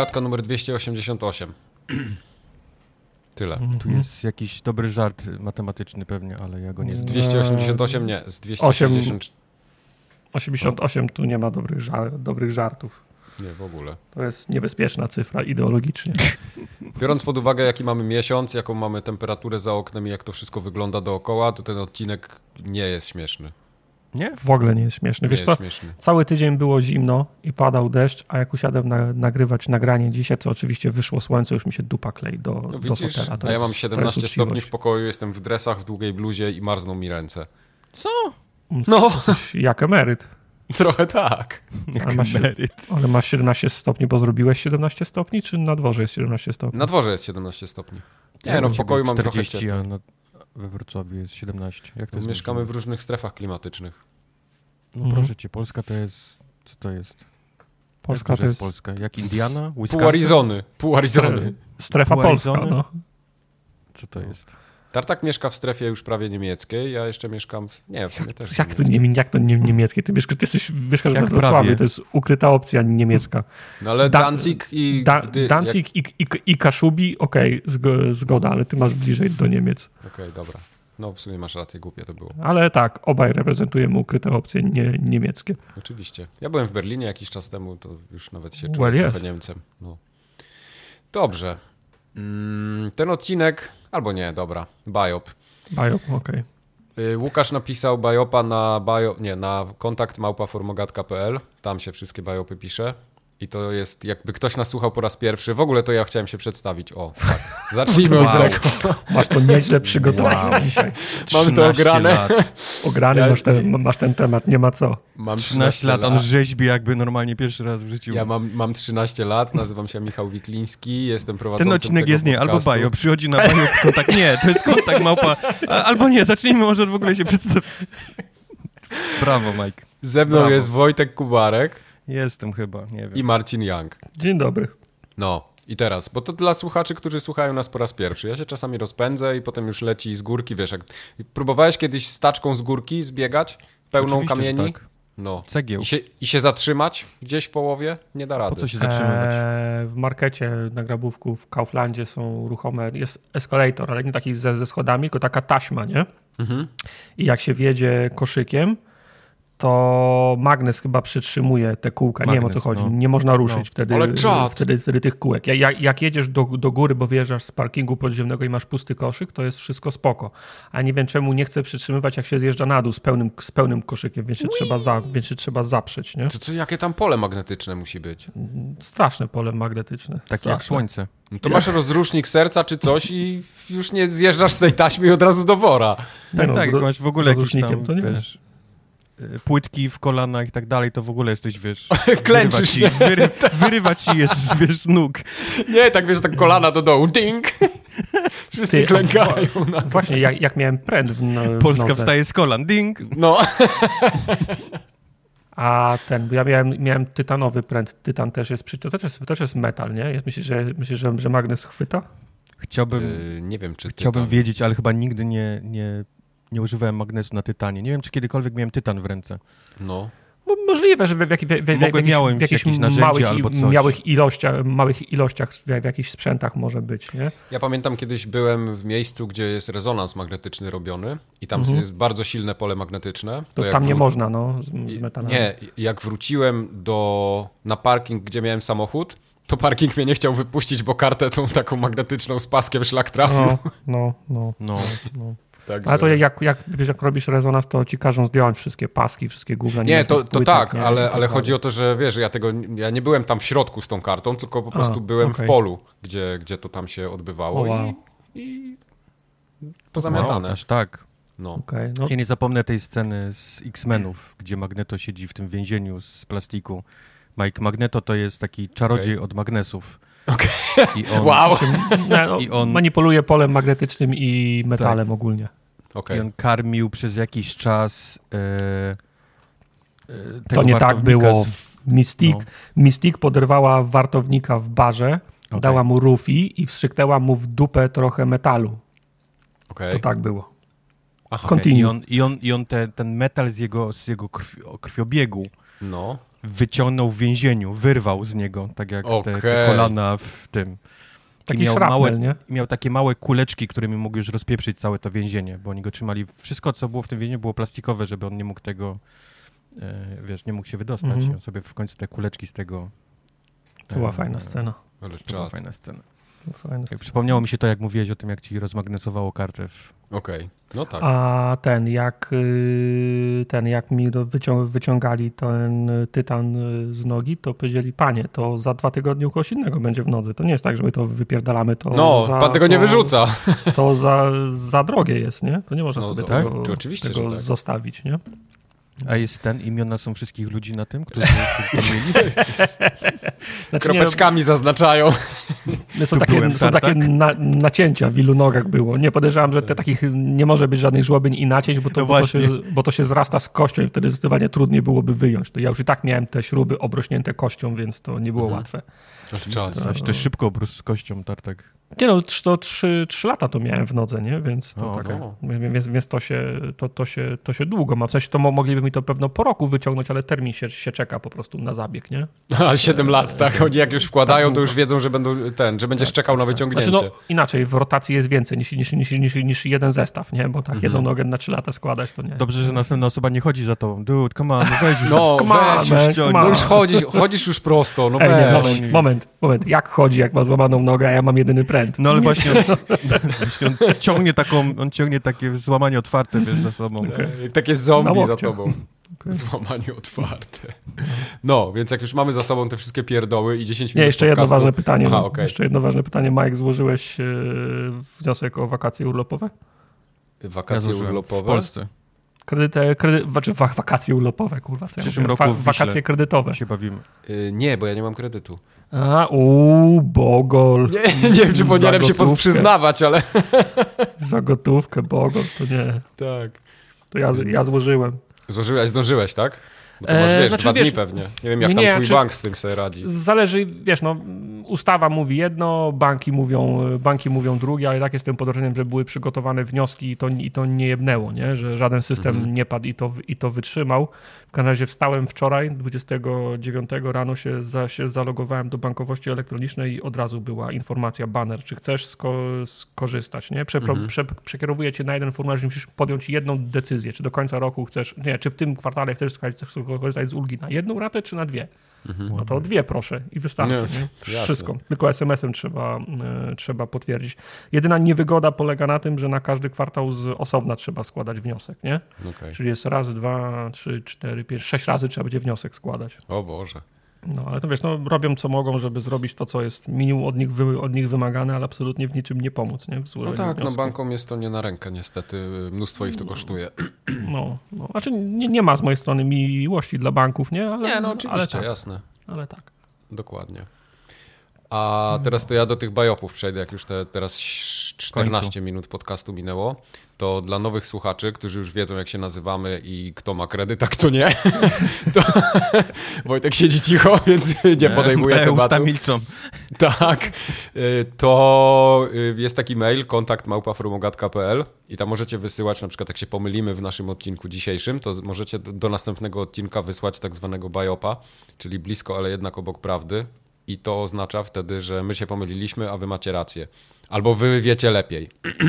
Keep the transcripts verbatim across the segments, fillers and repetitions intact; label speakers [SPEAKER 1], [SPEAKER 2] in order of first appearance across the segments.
[SPEAKER 1] Formogatka numer dwieście osiemdziesiąt osiem. Tyle.
[SPEAKER 2] Mhm.
[SPEAKER 3] Tu jest jakiś dobry żart matematyczny pewnie, ale ja go nie
[SPEAKER 1] Z
[SPEAKER 3] znam.
[SPEAKER 1] dwieście osiemdziesiąt osiem nie, z dwieście osiemdziesiąt...
[SPEAKER 2] osiemdziesiąt osiem tu nie ma dobrych, żar- dobrych żartów.
[SPEAKER 1] Nie, w ogóle.
[SPEAKER 2] To jest niebezpieczna cyfra ideologicznie.
[SPEAKER 1] Biorąc pod uwagę, jaki mamy miesiąc, jaką mamy temperaturę za oknem i jak to wszystko wygląda dookoła, to ten odcinek nie jest śmieszny.
[SPEAKER 3] Nie?
[SPEAKER 2] W ogóle nie jest śmieszny.
[SPEAKER 1] Nie
[SPEAKER 2] Wiesz
[SPEAKER 1] jest
[SPEAKER 2] co,
[SPEAKER 1] śmieszny.
[SPEAKER 2] cały tydzień było zimno i padał deszcz, a jak usiadłem na, nagrywać nagranie dzisiaj, to oczywiście wyszło słońce, już mi się dupa klei do,
[SPEAKER 1] No
[SPEAKER 2] do
[SPEAKER 1] widzisz,
[SPEAKER 2] fotela. To
[SPEAKER 1] a ja
[SPEAKER 2] jest,
[SPEAKER 1] mam siedemnaście
[SPEAKER 2] to jest
[SPEAKER 1] stopni w
[SPEAKER 2] uczciwość.
[SPEAKER 1] pokoju, jestem w dresach, w długiej bluzie i marzną mi ręce.
[SPEAKER 3] Co?
[SPEAKER 1] No,
[SPEAKER 2] Jak emeryt.
[SPEAKER 1] trochę tak.
[SPEAKER 2] Ale masz, ale masz siedemnaście stopni, bo zrobiłeś siedemnaście stopni, czy na dworze jest siedemnaście stopni?
[SPEAKER 1] Na dworze jest siedemnaście stopni. Nie,
[SPEAKER 3] Ja
[SPEAKER 1] no
[SPEAKER 3] u
[SPEAKER 1] w
[SPEAKER 3] ciebie
[SPEAKER 1] pokoju mam trochę
[SPEAKER 3] czterdzieści,
[SPEAKER 1] cieplej.
[SPEAKER 3] a na, we Wrocławiu jest siedemnaście. Jak to jest
[SPEAKER 1] Mieszkamy w
[SPEAKER 3] możliwe?
[SPEAKER 1] różnych strefach klimatycznych.
[SPEAKER 3] No
[SPEAKER 2] Mhm.
[SPEAKER 3] proszę cię, Polska to jest... Co to jest?
[SPEAKER 2] Polska
[SPEAKER 3] Jak
[SPEAKER 2] to
[SPEAKER 3] duże
[SPEAKER 2] jest
[SPEAKER 3] Polska? Jak Indiana?
[SPEAKER 1] Pół
[SPEAKER 3] Wisconsin?
[SPEAKER 1] Arizony. Pół Arizony.
[SPEAKER 2] strefa
[SPEAKER 3] Pół
[SPEAKER 2] polska.
[SPEAKER 3] Arizony?
[SPEAKER 2] No.
[SPEAKER 3] Co to jest?
[SPEAKER 1] Tartak mieszka w strefie już prawie niemieckiej, ja jeszcze mieszkam... W... Nie, w sumie też
[SPEAKER 2] Jak to,
[SPEAKER 1] niemieckiej.
[SPEAKER 2] nie, jak to nie, niemieckie? Ty, mieszkasz, ty jesteś, mieszkasz
[SPEAKER 3] Jak
[SPEAKER 2] we Wrocławiu,
[SPEAKER 3] prawie.
[SPEAKER 2] to jest ukryta opcja niemiecka.
[SPEAKER 1] No ale
[SPEAKER 2] Da-
[SPEAKER 1] Danzig i...
[SPEAKER 2] Da,
[SPEAKER 1] gdy,
[SPEAKER 2] Danzig i, i, i Kaszubi, okej, okay, zgoda, ale ty masz bliżej do Niemiec.
[SPEAKER 1] Jak... Okej, okay, dobra. No w sumie masz rację, głupie to było.
[SPEAKER 2] Ale tak, obaj reprezentujemy ukryte opcje nie, niemieckie.
[SPEAKER 1] Oczywiście. Ja byłem w Berlinie jakiś czas temu, to już nawet się
[SPEAKER 2] Well,
[SPEAKER 1] czułem
[SPEAKER 2] yes.
[SPEAKER 1] trochę Niemcem. No. Dobrze. Mm, ten odcinek... Albo nie, dobra. Biop.
[SPEAKER 2] Biop, okej.
[SPEAKER 1] Y, Łukasz napisał biopa na bio, nie, na kontakt małpa formogatka kropka p l. Tam się wszystkie biopy pisze. I to jest, jakby ktoś nas słuchał po raz pierwszy. W ogóle to ja chciałem się przedstawić. O, tak. Zacznijmy od
[SPEAKER 2] Wow.
[SPEAKER 1] tego.
[SPEAKER 2] Masz to nieźle przygotowane
[SPEAKER 3] Wow.
[SPEAKER 2] dzisiaj.
[SPEAKER 1] Mamy to
[SPEAKER 3] trzynaście
[SPEAKER 1] ograne.
[SPEAKER 3] lat.
[SPEAKER 2] Ograny
[SPEAKER 1] Ja-
[SPEAKER 2] masz, ten, masz ten temat, nie ma co.
[SPEAKER 1] Mam
[SPEAKER 3] trzynaście lat, on rzeźbi jakby normalnie pierwszy raz w życiu.
[SPEAKER 1] Ja mam, mam trzynaście lat, nazywam się Michał Wikliński, jestem prowadzącym
[SPEAKER 3] Ten odcinek
[SPEAKER 1] tego
[SPEAKER 3] jest nie, albo
[SPEAKER 1] podcastu.
[SPEAKER 3] bajo, przychodzi na bajo kontakt, nie, to jest kontakt małpa, a, albo nie, zacznijmy może w ogóle się przedstawić. Brawo, Mike.
[SPEAKER 1] Ze mną
[SPEAKER 3] Brawo.
[SPEAKER 1] jest Wojtek Kubarek
[SPEAKER 3] Jestem chyba, nie wiem.
[SPEAKER 1] i Marcin Young.
[SPEAKER 2] Dzień dobry.
[SPEAKER 1] No i teraz, bo to dla słuchaczy, którzy słuchają nas po raz pierwszy. Ja się czasami rozpędzę i potem już leci z górki, wiesz, jak... Próbowałeś kiedyś z taczką z górki zbiegać? Pełną
[SPEAKER 3] Oczywiście, że
[SPEAKER 1] kamieni?
[SPEAKER 3] tak.
[SPEAKER 1] No.
[SPEAKER 3] Cegieł.
[SPEAKER 1] I się, I się zatrzymać gdzieś w połowie? Nie da rady.
[SPEAKER 3] Po co się zatrzymywać?
[SPEAKER 2] Eee, w markecie na Grabówku w Kauflandzie są ruchome, jest eskalator, ale nie taki ze, ze schodami, tylko taka taśma, nie?
[SPEAKER 1] Mhm.
[SPEAKER 2] I jak się wjedzie koszykiem, to magnes chyba przytrzymuje te kółka. nie wiem o
[SPEAKER 3] Magnes,
[SPEAKER 2] co chodzi.
[SPEAKER 3] no.
[SPEAKER 2] Nie można ruszyć
[SPEAKER 3] No.
[SPEAKER 2] wtedy,
[SPEAKER 1] Ale czad!
[SPEAKER 2] wtedy, wtedy tych kółek. Ja- Jak, jak jedziesz do, do góry, bo wjeżdżasz z parkingu podziemnego i masz pusty koszyk, to jest wszystko spoko. A nie wiem czemu nie chcę przytrzymywać, jak się zjeżdża na dół z pełnym, z pełnym koszykiem, więc się, trzeba za, więc się trzeba zaprzeć. Nie?
[SPEAKER 1] To co, jakie tam pole magnetyczne musi być?
[SPEAKER 2] Straszne pole magnetyczne.
[SPEAKER 3] Takie jak
[SPEAKER 2] Straszne.
[SPEAKER 3] słońce.
[SPEAKER 1] No to masz rozrusznik serca czy coś i już nie zjeżdżasz z tej taśmy i od razu do wora.
[SPEAKER 3] Tak,
[SPEAKER 2] no,
[SPEAKER 3] tak,
[SPEAKER 2] z-
[SPEAKER 3] jak masz w
[SPEAKER 2] z
[SPEAKER 3] ogóle jakieś
[SPEAKER 2] rozrusznikiem
[SPEAKER 3] tam,
[SPEAKER 2] to nie.
[SPEAKER 3] wiesz, y, płytki w kolanach i tak dalej, to w ogóle jesteś, wiesz...
[SPEAKER 1] Klęczysz,
[SPEAKER 3] wyrywa ci, wyry, wyrywa ci je z, wiesz, z nóg.
[SPEAKER 1] Nie, tak wiesz, tak kolana do dołu, ding! Wszyscy
[SPEAKER 2] Ty,
[SPEAKER 1] klękają. Na...
[SPEAKER 2] Właśnie, jak, jak miałem pręt w, no, w
[SPEAKER 3] Polska
[SPEAKER 2] nodze,
[SPEAKER 3] wstaje z kolan, ding!
[SPEAKER 1] No,
[SPEAKER 2] a ten, bo ja miałem, miałem tytanowy pręt, tytan też jest, przy- to też jest, też jest metal, nie? Jest, myślisz, że, myślisz że, że magnes chwyta?
[SPEAKER 3] Chciałbym,
[SPEAKER 1] yy, nie wiem, czy ty
[SPEAKER 3] chciałbym
[SPEAKER 1] tam...
[SPEAKER 3] wiedzieć, ale chyba nigdy nie, nie, nie używałem magnesu na tytanie. Nie wiem, czy kiedykolwiek miałem tytan w ręce.
[SPEAKER 1] No,
[SPEAKER 2] Bo możliwe, że w, w, w, w, w, w,
[SPEAKER 3] Mogłem,
[SPEAKER 2] jakichś,
[SPEAKER 3] miałem
[SPEAKER 2] w jakichś
[SPEAKER 3] jakieś narzędzie
[SPEAKER 2] małych,
[SPEAKER 3] albo coś.
[SPEAKER 2] małych ilościach, małych ilościach w, w jakichś sprzętach może być, nie?
[SPEAKER 1] ja pamiętam kiedyś byłem w miejscu, gdzie jest rezonans magnetyczny robiony i tam
[SPEAKER 2] Mhm.
[SPEAKER 1] jest bardzo silne pole magnetyczne.
[SPEAKER 2] To
[SPEAKER 1] jak
[SPEAKER 2] tam nie
[SPEAKER 1] wró-
[SPEAKER 2] można, no, z, z metalami.
[SPEAKER 1] Nie, jak wróciłem do, na parking, gdzie miałem samochód, to parking mnie nie chciał wypuścić, bo kartę tą taką magnetyczną z paskiem szlak trafił.
[SPEAKER 2] No, no, no.
[SPEAKER 3] No.
[SPEAKER 2] no.
[SPEAKER 1] Także...
[SPEAKER 2] Ale to jak, jak, wiesz, jak robisz rezonans, to ci każą zdjąć wszystkie paski, wszystkie gówna.
[SPEAKER 1] Nie, to, to
[SPEAKER 2] płytek,
[SPEAKER 1] tak,
[SPEAKER 2] nie?
[SPEAKER 1] ale,
[SPEAKER 2] I tak
[SPEAKER 1] ale
[SPEAKER 2] dalej.
[SPEAKER 1] chodzi o to, że wiesz, ja tego, ja nie byłem tam w środku z tą kartą, tylko po prostu
[SPEAKER 2] A,
[SPEAKER 1] byłem
[SPEAKER 2] okej.
[SPEAKER 1] w polu, gdzie, gdzie to tam się odbywało
[SPEAKER 2] O, wow.
[SPEAKER 1] i, i pozamiatane.
[SPEAKER 3] No, aż tak.
[SPEAKER 1] No.
[SPEAKER 2] Okej, no,
[SPEAKER 3] Ja nie zapomnę tej sceny z X-Menów, gdzie Magneto siedzi w tym więzieniu z plastiku. Mike Magneto to jest taki czarodziej
[SPEAKER 1] Okej.
[SPEAKER 3] od magnesów.
[SPEAKER 1] Okej.
[SPEAKER 3] I on,
[SPEAKER 1] Wow!
[SPEAKER 2] no, no,
[SPEAKER 3] I on-
[SPEAKER 2] manipuluje polem magnetycznym i metalem ogólnie.
[SPEAKER 1] Okej.
[SPEAKER 3] I on karmił przez jakiś czas e, e,
[SPEAKER 2] To
[SPEAKER 3] tego
[SPEAKER 2] nie tak
[SPEAKER 3] wartownika
[SPEAKER 2] było.
[SPEAKER 3] z-
[SPEAKER 2] Mystique,
[SPEAKER 3] no.
[SPEAKER 2] Mystique poderwała wartownika w barze,
[SPEAKER 3] Okej.
[SPEAKER 2] dała mu rufi i wstrzyknęła mu w dupę trochę metalu.
[SPEAKER 1] Okej.
[SPEAKER 2] To tak było.
[SPEAKER 1] Aha.
[SPEAKER 2] Kon-
[SPEAKER 3] Okej, I
[SPEAKER 2] Continue.
[SPEAKER 3] on, i on, i on te, ten metal z jego, z jego krwi, krwiobiegu
[SPEAKER 1] No.
[SPEAKER 3] wyciągnął w więzieniu, wyrwał z niego, tak jak
[SPEAKER 1] okay.
[SPEAKER 3] te, te kolana w tym.
[SPEAKER 2] Taki
[SPEAKER 3] miał,
[SPEAKER 2] szrapnel,
[SPEAKER 3] małe,
[SPEAKER 2] nie?
[SPEAKER 3] miał takie małe kuleczki, którymi mógł już rozpieprzyć całe to więzienie, bo oni go trzymali. Wszystko, co było w tym więzieniu, było plastikowe, żeby on nie mógł tego, e, wiesz, nie mógł się wydostać. Mm-hmm. I on sobie w końcu te kuleczki z tego...
[SPEAKER 2] To była e, fajna scena.
[SPEAKER 1] Ale
[SPEAKER 3] to była fajna scena.
[SPEAKER 2] Fajna
[SPEAKER 3] scena. Przypomniało mi się to, jak mówiłeś o tym, jak ci rozmagnesowało kartę. W...
[SPEAKER 1] Okej, okay. No tak.
[SPEAKER 2] A ten, jak ten, jak mi wycią- wyciągali ten tytan z nogi, to powiedzieli, panie, to za dwa tygodnie u kogoś innego będzie w nodze. To nie jest tak, że my to wypierdalamy. To
[SPEAKER 1] no,
[SPEAKER 2] za,
[SPEAKER 1] pan tego
[SPEAKER 2] to,
[SPEAKER 1] nie wyrzuca.
[SPEAKER 2] To za, za drogie jest, nie? To nie można no, sobie
[SPEAKER 1] tak?
[SPEAKER 2] tego,
[SPEAKER 1] to oczywiście,
[SPEAKER 2] tego
[SPEAKER 1] tak.
[SPEAKER 2] zostawić, nie?
[SPEAKER 3] A jest ten, imiona są wszystkich ludzi na tym, którzy tam mieli?
[SPEAKER 1] Znaczy, kropeczkami nie, zaznaczają.
[SPEAKER 2] Są takie, są takie na, nacięcia w ilu nogach było. Nie podejrzewam, że te takich nie może być żadnych żłobień i nacięć, bo to, no bo, to się, bo to się zrasta z kością i wtedy zdecydowanie trudniej byłoby wyjąć. To ja już i tak miałem te śruby obrośnięte kością, więc to nie było mhm. łatwe.
[SPEAKER 3] To, to, to szybko obrósł z kością, Tartak.
[SPEAKER 2] Nie no, to trzy, trzy lata to miałem w nodze, nie? Więc to,
[SPEAKER 3] o,
[SPEAKER 2] tak,
[SPEAKER 3] okay.
[SPEAKER 2] więc, więc to, się, to, to, się, to się długo ma. W sensie to mogliby mi to pewno po roku wyciągnąć, ale termin się, się czeka po prostu na zabieg, nie?
[SPEAKER 1] A siedem lat, tak? Oni jak już wkładają, tak to już wiedzą, że będą ten, że będziesz tak, czekał na wyciągnięcie.
[SPEAKER 2] Znaczy, no, inaczej, w rotacji jest więcej niż, niż, niż, niż, niż jeden zestaw, nie? Bo tak mhm. jedną nogę na trzy lata składać, to nie.
[SPEAKER 3] Dobrze, że następna osoba nie chodzi za tobą. Dude, come on, no wejdź już.
[SPEAKER 1] No,
[SPEAKER 2] come on,
[SPEAKER 1] weź
[SPEAKER 2] man,
[SPEAKER 1] już,
[SPEAKER 2] come
[SPEAKER 1] no
[SPEAKER 2] on.
[SPEAKER 1] już chodzisz, chodzisz już prosto, no
[SPEAKER 2] Ej,
[SPEAKER 1] weź.
[SPEAKER 2] Nie, moment, moment, moment. Jak chodzi, jak ma złamaną nogę, a ja mam jedyny pręt?
[SPEAKER 3] No ale właśnie on, on ciągnie taką, on ciągnie takie złamanie otwarte, wiesz, za sobą.
[SPEAKER 1] Okay. Takie zombie za tobą. Okay. Złamanie otwarte. No, więc jak już mamy za sobą te wszystkie pierdoły i dziesięć minut
[SPEAKER 2] Nie, jeszcze
[SPEAKER 1] podcastu...
[SPEAKER 2] jedno ważne pytanie.
[SPEAKER 1] Aha, okay.
[SPEAKER 2] Jeszcze jedno ważne pytanie. Mike, złożyłeś yy, wniosek o wakacje urlopowe?
[SPEAKER 1] Wakacje
[SPEAKER 3] ja
[SPEAKER 1] urlopowe?
[SPEAKER 3] W Polsce.
[SPEAKER 2] Kredyty, kredy, znaczy wakacje urlopowe, kurwa.
[SPEAKER 3] W przyszłym roku w
[SPEAKER 2] wakacje kredytowe.
[SPEAKER 3] się bawimy.
[SPEAKER 1] Yy, nie, bo ja nie mam kredytu.
[SPEAKER 2] A, uuu, bogol.
[SPEAKER 1] Nie, nie wiem, czy powinienem się przyznawać, ale...
[SPEAKER 2] Za gotówkę, bogol, to nie.
[SPEAKER 1] Tak.
[SPEAKER 2] To ja, Więc... ja złożyłem.
[SPEAKER 1] Złożyłeś, zdążyłeś, tak? Bo to masz, wiesz, znaczy, dwa dni wiesz, pewnie. Nie wiem, jak nie, tam twój czy... bank z tym sobie radzi.
[SPEAKER 2] Zależy, wiesz, no, ustawa mówi jedno, banki mówią, banki mówią drugie, ale tak jest tym podejrzeniem, że były przygotowane wnioski i to, i to nie jebnęło, nie? Że żaden system mhm. nie padł i to, i to wytrzymał. W każdym razie wstałem wczoraj, dwudziestego dziewiątego rano się, za, się zalogowałem do bankowości elektronicznej i od razu była informacja, banner, czy chcesz sko- skorzystać, nie? Przepro- mhm. prze- przekierowuję cię na jeden formularz, musisz podjąć jedną decyzję, czy do końca roku chcesz, nie, czy w tym kwartale chcesz skorzystać z ulgi na jedną ratę, czy na dwie? Mhm. No to dwie proszę i wystarczy. Nie, nie? Wszystko. Tylko es em esem trzeba, y, trzeba potwierdzić. Jedyna niewygoda polega na tym, że na każdy kwartał z osobna trzeba składać wniosek, nie?
[SPEAKER 1] Okay.
[SPEAKER 2] Czyli jest raz, dwa, trzy, cztery, pięć, sześć razy trzeba będzie wniosek składać.
[SPEAKER 1] O Boże.
[SPEAKER 2] No ale to wiesz, no robią co mogą, żeby zrobić to, co jest minimum od nich, wy, od nich wymagane, ale absolutnie w niczym nie pomóc, nie? W
[SPEAKER 1] no tak,
[SPEAKER 2] wniosku.
[SPEAKER 1] No bankom jest to nie na rękę niestety, mnóstwo ich to kosztuje.
[SPEAKER 2] No, no. Znaczy nie, nie ma z mojej strony miłości dla banków, nie? Ale,
[SPEAKER 1] nie, no oczywiście,
[SPEAKER 2] ale tak.
[SPEAKER 1] jasne.
[SPEAKER 2] Ale tak.
[SPEAKER 1] Dokładnie. A teraz to ja do tych bajopów przejdę, jak już te, teraz czternaście minut podcastu minęło, to dla nowych słuchaczy, którzy już wiedzą, jak się nazywamy i kto ma kredyt, a kto nie, to Wojtek siedzi cicho, więc nie podejmuje
[SPEAKER 3] te
[SPEAKER 1] tematu.
[SPEAKER 3] Usta milczą.
[SPEAKER 1] Tak, to jest taki mail, kontakt małpa formogatka kropka pe el i tam możecie wysyłać, na przykład jak się pomylimy w naszym odcinku dzisiejszym, to możecie do następnego odcinka wysłać tak zwanego bajopa, czyli blisko, ale jednak obok prawdy. I to oznacza wtedy, że my się pomyliliśmy, a wy macie rację. Albo wy wiecie lepiej.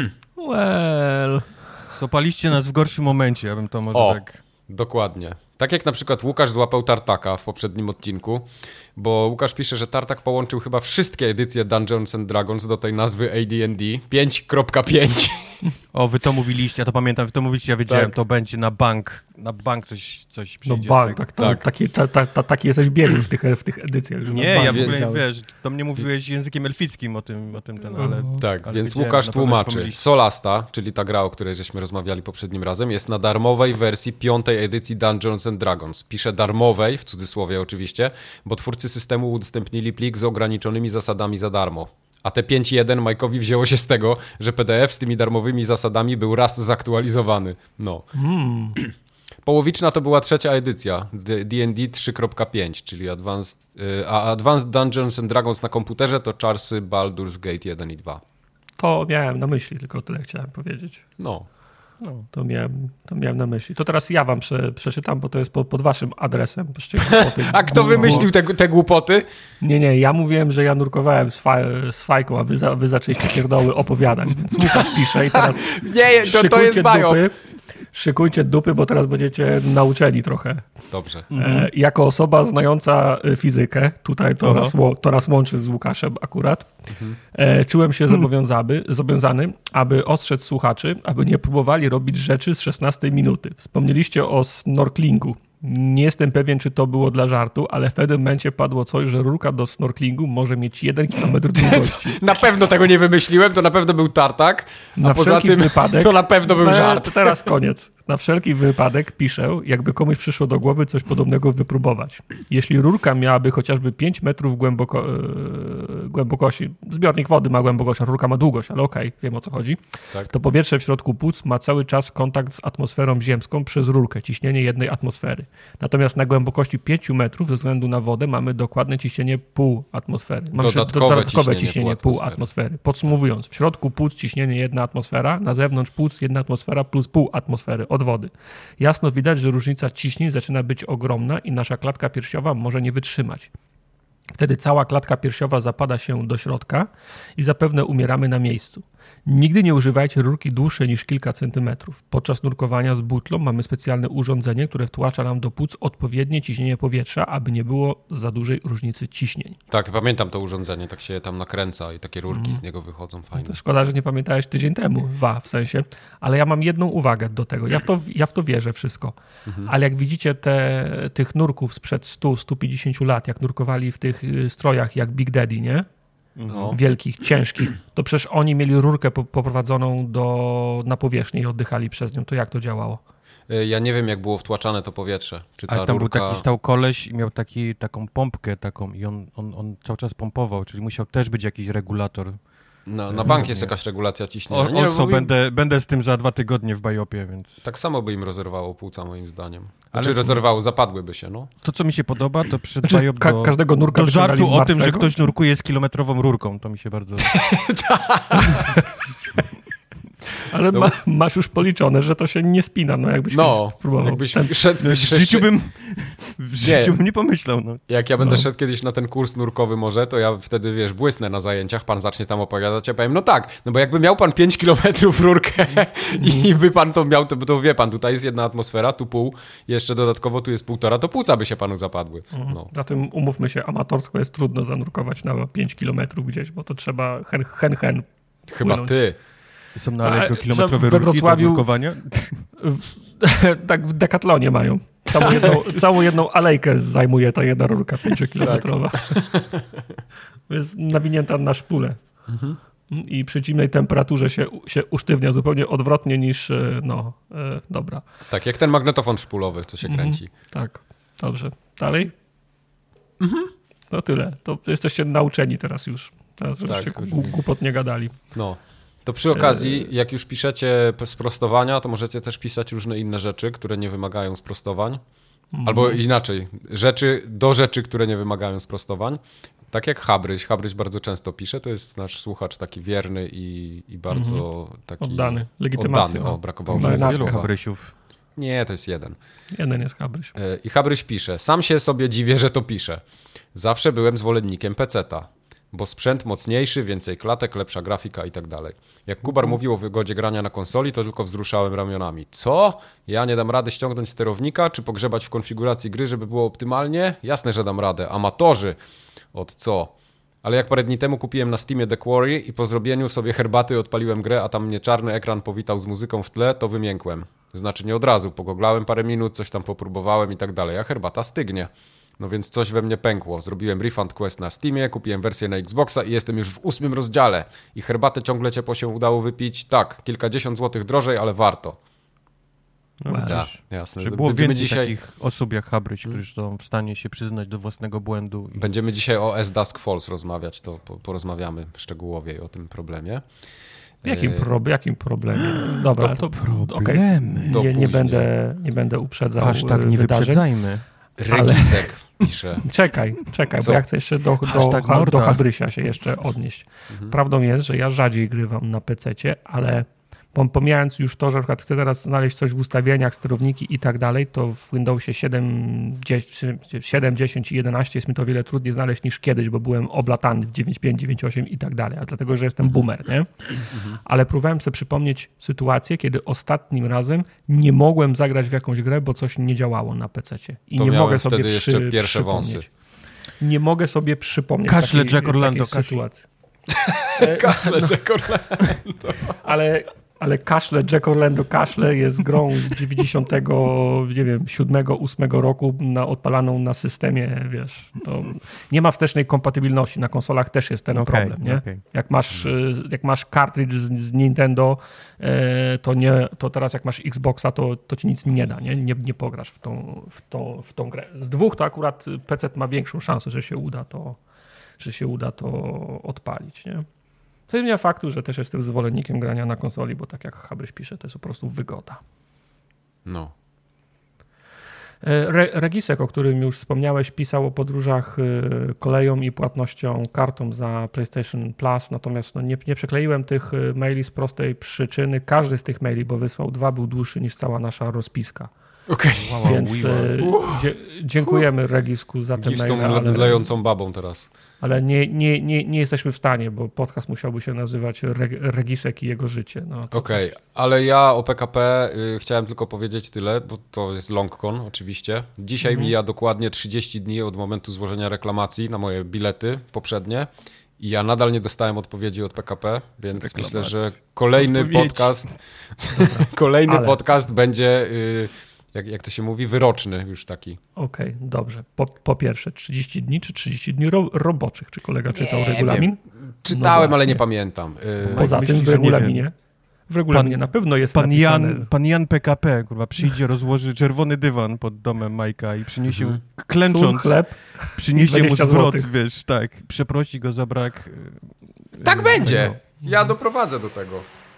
[SPEAKER 2] Well.
[SPEAKER 3] Złapaliście nas w gorszym momencie, ja bym to może
[SPEAKER 1] o,
[SPEAKER 3] tak...
[SPEAKER 1] dokładnie. Tak jak na przykład Łukasz złapał Tartaka w poprzednim odcinku, bo Łukasz pisze, że Tartak połączył chyba wszystkie edycje Dungeons and Dragons do tej nazwy A D and D pięć kropka pięć.
[SPEAKER 3] O, wy to mówiliście, ja to pamiętam, wy to mówiliście, ja wiedziałem,
[SPEAKER 1] tak.
[SPEAKER 3] To będzie na bank, na bank coś, coś przyjdzie.
[SPEAKER 2] No bank, tak, tak. Taki, ta, ta, ta, taki jesteś biegły w tych, w tych edycjach. Że
[SPEAKER 3] nie, ja w ogóle, wiesz, do mnie mówiłeś językiem elfickim o tym, o tym ten, ale...
[SPEAKER 1] Tak,
[SPEAKER 3] ale
[SPEAKER 1] więc Łukasz tłumaczy. Solasta, czyli ta gra, o której żeśmy rozmawiali poprzednim razem, jest na darmowej wersji piątej edycji Dungeons and Dragons. Pisze darmowej, w cudzysłowie oczywiście, bo twórcy systemu udostępnili plik z ograniczonymi zasadami za darmo. A te pięć jeden Majkowi wzięło się z tego, że P D F z tymi darmowymi zasadami był raz zaktualizowany. No.
[SPEAKER 2] Mm.
[SPEAKER 1] Połowiczna to była trzecia edycja D and D trzy kropka pięć, czyli Advanced, a Advanced Dungeons and Dragons na komputerze to Charsy, Baldur's Gate jeden i dwa.
[SPEAKER 2] To miałem na myśli, tylko tyle chciałem powiedzieć.
[SPEAKER 1] No.
[SPEAKER 2] No. To, miałem, to miałem na myśli. To teraz ja wam prze, przeczytam, bo to jest pod, pod waszym adresem. Głupoty,
[SPEAKER 1] a kto wymyślił te, te głupoty?
[SPEAKER 2] Nie, nie, ja mówiłem, że ja nurkowałem z, faj, z fajką, a wy, za, wy zaczęliście pierdoły opowiadać, więc Łukasz pisze i teraz
[SPEAKER 1] nie, to, to jest bajo.
[SPEAKER 2] Szykujcie dupy, bo teraz będziecie nauczeni trochę.
[SPEAKER 1] Dobrze.
[SPEAKER 2] E, jako osoba znająca fizykę, tutaj to nas, to nas łączy z Łukaszem akurat, mhm. e, czułem się zobowiązany, zobowiązany, aby ostrzec słuchaczy, aby nie próbowali robić rzeczy z szesnastej minuty. Wspomnieliście o snorklingu. Nie jestem pewien, czy to było dla żartu, ale w pewnym momencie padło coś, że rurka do snorklingu może mieć jeden kilometr długości.
[SPEAKER 1] Na pewno tego nie wymyśliłem, to na pewno był tartak, a
[SPEAKER 2] na
[SPEAKER 1] poza tym
[SPEAKER 2] wypadek,
[SPEAKER 1] to na pewno był żart.
[SPEAKER 2] Teraz koniec. Na wszelki wypadek piszę, jakby komuś przyszło do głowy coś podobnego wypróbować. Jeśli rurka miałaby chociażby pięć metrów głęboko, yy, głębokości, zbiornik wody ma głębokość, a rurka ma długość, ale okej, okay, wiem o co chodzi, tak. To powietrze w środku płuc ma cały czas kontakt z atmosferą ziemską przez rurkę, ciśnienie jednej atmosfery. Natomiast na głębokości pięciu metrów ze względu na wodę mamy dokładne ciśnienie pół atmosfery. Mamy
[SPEAKER 1] dodatkowe,
[SPEAKER 2] dodatkowe
[SPEAKER 1] ciśnienie,
[SPEAKER 2] ciśnienie pół atmosfery. pół atmosfery. Podsumowując, w środku płuc ciśnienie jedna atmosfera, na zewnątrz płuc jedna atmosfera plus pół atmosfery od wody. Jasno widać, że różnica ciśnień zaczyna być ogromna i nasza klatka piersiowa może nie wytrzymać. Wtedy cała klatka piersiowa zapada się do środka i zapewne umieramy na miejscu. Nigdy nie używajcie rurki dłuższej niż kilka centymetrów. Podczas nurkowania z butlą mamy specjalne urządzenie, które wtłacza nam do płuc odpowiednie ciśnienie powietrza, aby nie było za dużej różnicy ciśnień.
[SPEAKER 1] Tak, pamiętam to urządzenie, tak się tam nakręca i takie rurki mm. z niego wychodzą fajne.
[SPEAKER 2] To szkoda, że nie pamiętałeś tydzień temu, dwa w sensie, ale ja mam jedną uwagę do tego. Ja w to, ja w to wierzę wszystko, mhm. ale jak widzicie te, tych nurków sprzed stu, stu pięćdziesięciu lat, jak nurkowali w tych strojach jak Big Daddy, nie? No. Wielkich, ciężkich, to przecież oni mieli rurkę poprowadzoną do, na powierzchnię i oddychali przez nią. To jak to działało?
[SPEAKER 1] Ja nie wiem, jak było wtłaczane to powietrze. Czy ta
[SPEAKER 3] Ale tam
[SPEAKER 1] rurka...
[SPEAKER 3] był taki stał koleś i miał taki, taką pompkę taką i on, on, on cały czas pompował, czyli musiał też być jakiś regulator.
[SPEAKER 1] No, na bank jest jakaś regulacja ciśnienia.
[SPEAKER 3] Nie, also, im... będę, będę z tym za dwa tygodnie w Bajopie, więc...
[SPEAKER 1] Tak samo by im rozerwało płuca, moim zdaniem. Znaczy ale... rozerwało, zapadłyby się, no.
[SPEAKER 3] To, co mi się podoba, to przed znaczy, Bajop do,
[SPEAKER 2] każdego nurka
[SPEAKER 3] do żartu o tym, że ktoś nurkuje z kilometrową rurką. To mi się bardzo...
[SPEAKER 2] Ale no. ma, masz już policzone, że to się nie spina, no jakbyś
[SPEAKER 1] no,
[SPEAKER 2] próbował.
[SPEAKER 1] Jakbyś
[SPEAKER 2] ten...
[SPEAKER 1] szedł,
[SPEAKER 3] no, w życiu bym, w życiu nie. bym nie pomyślał. No.
[SPEAKER 1] Jak ja będę
[SPEAKER 2] no.
[SPEAKER 1] szedł kiedyś na ten kurs nurkowy może, to ja wtedy, wiesz, błysnę na zajęciach, pan zacznie tam opowiadać, ja powiem, no tak, no bo jakby miał pan pięć kilometrów rurkę i by pan to miał, to, to wie pan, tutaj jest jedna atmosfera, tu pół, jeszcze dodatkowo tu jest półtora, to płuca by się panu zapadły. No.
[SPEAKER 2] Zatem umówmy się, amatorsko jest trudno zanurkować na pięć kilometrów gdzieś, bo to trzeba hen, hen, hen
[SPEAKER 1] Chyba
[SPEAKER 2] płynąć.
[SPEAKER 1] Ty.
[SPEAKER 3] Są na Allegro kilometrowe rurki Wrocławiu, do nurkowania?
[SPEAKER 2] Tak, w Decathlonie mają. Całą jedną, całą jedną alejkę zajmuje ta jedna rurka pięciokilometrowa. Tak. Jest nawinięta na szpulę. Mhm. I przy zimnej temperaturze się, się usztywnia zupełnie odwrotnie niż, no, e, dobra.
[SPEAKER 1] Tak, jak ten magnetofon szpulowy, co się
[SPEAKER 2] mhm.
[SPEAKER 1] kręci.
[SPEAKER 2] Tak, dobrze. Dalej?
[SPEAKER 1] Mhm.
[SPEAKER 2] No tyle. To jesteście nauczeni teraz już. Teraz żebyście tak, głupot nie gadali.
[SPEAKER 1] No. To przy okazji, jak już piszecie sprostowania, to możecie też pisać różne inne rzeczy, które nie wymagają sprostowań. Mm. Albo inaczej, rzeczy do rzeczy, które nie wymagają sprostowań. Tak jak Habryś. Habryś bardzo często pisze, to jest nasz słuchacz taki wierny i, i bardzo mm. taki...
[SPEAKER 2] Oddany, legitymacja.
[SPEAKER 1] Oddany, o, brakowało
[SPEAKER 3] mi wielu Habrysiów.
[SPEAKER 1] Nie, to jest jeden.
[SPEAKER 2] Jeden jest Habryś.
[SPEAKER 1] I Habryś pisze, sam się sobie dziwię, że to pisze. Zawsze byłem zwolennikiem peceta. Bo sprzęt mocniejszy, więcej klatek, lepsza grafika i tak dalej. Jak Kubar mówił o wygodzie grania na konsoli, to tylko wzruszałem ramionami. Co? Ja nie dam rady ściągnąć sterownika, czy pogrzebać w konfiguracji gry, żeby było optymalnie? Jasne, że dam radę. Amatorzy! Od co? Ale jak parę dni temu kupiłem na Steamie The Quarry i po zrobieniu sobie herbaty odpaliłem grę, a tam mnie czarny ekran powitał z muzyką w tle, to wymiękłem. Znaczy nie od razu, pogoglałem parę minut, coś tam popróbowałem i tak dalej, a herbata stygnie. No więc coś we mnie pękło. Zrobiłem refund quest na Steamie, kupiłem wersję na Xboxa i jestem już w ósmym rozdziale. I herbatę ciągle ciepło się udało wypić. Tak, kilkadziesiąt złotych drożej, ale warto.
[SPEAKER 3] No, wow.
[SPEAKER 1] Tak, jasne.
[SPEAKER 3] Żeby było Będziemy więcej dzisiaj... takich osób jak Habryś, którzy są w stanie się przyznać do własnego błędu. I...
[SPEAKER 1] Będziemy dzisiaj o As Dusk Falls rozmawiać, to porozmawiamy szczegółowiej o tym problemie.
[SPEAKER 2] Jakim, pro, jakim problemie? Dobra, to, to
[SPEAKER 3] problemy.
[SPEAKER 2] Okay. Nie, nie, będę, nie będę uprzedzał
[SPEAKER 3] Aż tak nie
[SPEAKER 2] wydarzeń.
[SPEAKER 3] wyprzedzajmy.
[SPEAKER 1] Regisek pisze.
[SPEAKER 2] Czekaj, czekaj, Co? bo ja chcę jeszcze do, do, do, do Habrysia się jeszcze odnieść. Mhm. Prawdą jest, że ja rzadziej grywam na pececie, ale Pomijając już to, że na przykład chcę teraz znaleźć coś w ustawieniach, sterowniki i tak dalej, to w Windowsie siedem, dziesięć i jedenaście jest mi to o wiele trudniej znaleźć niż kiedyś, bo byłem oblatany w dziewięć pięć, dziewięć osiem i tak dalej, a dlatego, że jestem boomer, nie? Mhm. Ale próbowałem sobie przypomnieć sytuację, kiedy ostatnim razem nie mogłem zagrać w jakąś grę, bo coś nie działało na pececie. I
[SPEAKER 1] to
[SPEAKER 2] nie mogę sobie
[SPEAKER 1] wtedy
[SPEAKER 2] przy,
[SPEAKER 1] jeszcze pierwsze
[SPEAKER 2] przypomnieć.
[SPEAKER 1] wąsy.
[SPEAKER 2] Nie mogę sobie przypomnieć
[SPEAKER 3] Kaszle
[SPEAKER 2] takiej,
[SPEAKER 3] Jack Orlando,
[SPEAKER 2] takiej sytuacji.
[SPEAKER 1] Kaszle Jack Orlando.
[SPEAKER 2] Ale, ale Kaszle, Jack Orlando Kaszle jest grą z dziewięćdziesiątego siódmego, ósmego roku na, odpalaną na systemie, wiesz, to nie ma wstecznej kompatybilności, na konsolach też jest ten
[SPEAKER 3] okay,
[SPEAKER 2] problem, nie?
[SPEAKER 3] Okay.
[SPEAKER 2] Jak masz, jak masz cartridge z, z Nintendo, to, nie, to teraz jak masz Xboxa, to, to ci nic nie da, nie? Nie, nie pograsz w tą, w, tą, w tą grę. Z dwóch to akurat P C ma większą szansę, że się uda to, że się uda to odpalić, nie? Co nie zmienia faktu, że też jestem zwolennikiem grania na konsoli, bo tak jak Habryś pisze, to jest po prostu wygoda.
[SPEAKER 1] No.
[SPEAKER 2] Re- Regisek, o którym już wspomniałeś, pisał o podróżach koleją i płatnością kartą za PlayStation Plus, natomiast no nie, nie przekleiłem tych maili z prostej przyczyny. Każdy z tych maili, bo wysłał dwa, był dłuższy niż cała nasza rozpiska.
[SPEAKER 1] Okej.
[SPEAKER 2] Okay. Wow, Więc dzie- dziękujemy Regisku za te maile.
[SPEAKER 1] Z tą ale... lejącą babą teraz.
[SPEAKER 2] Ale nie, nie, nie, nie jesteśmy w stanie, bo podcast musiałby się nazywać Regisek i jego życie. No,
[SPEAKER 1] Okej, okay. Ale ja o P K P y, chciałem tylko powiedzieć tyle, bo to jest LongCon oczywiście. Dzisiaj mhm. mija dokładnie trzydzieści dni od momentu złożenia reklamacji na moje bilety poprzednie i ja nadal nie dostałem odpowiedzi od P K P, więc Reklamacja. Myślę, że kolejny Odpowiedź. podcast kolejny ale... podcast będzie... Y, Jak, jak to się mówi, wyroczny już taki.
[SPEAKER 2] Okej, okay, dobrze. Po, po pierwsze, trzydzieści dni czy trzydzieści dni ro, roboczych? Czy kolega czytał nie regulamin?
[SPEAKER 1] Wiem. Czytałem, no ale nie pamiętam.
[SPEAKER 2] Poza Myślisz, tym w regulaminie, w regulaminie pan, na pewno jest
[SPEAKER 3] pan
[SPEAKER 2] napisane...
[SPEAKER 3] Jan, pan Jan P K P kurwa, przyjdzie, rozłoży czerwony dywan pod domem Majka i przyniesie mhm. klęcząc,
[SPEAKER 2] chleb,
[SPEAKER 3] przyniesie mu zwrot, wiesz, tak, przeprosi go za brak...
[SPEAKER 1] Tak yy, będzie. Ja doprowadzę do tego.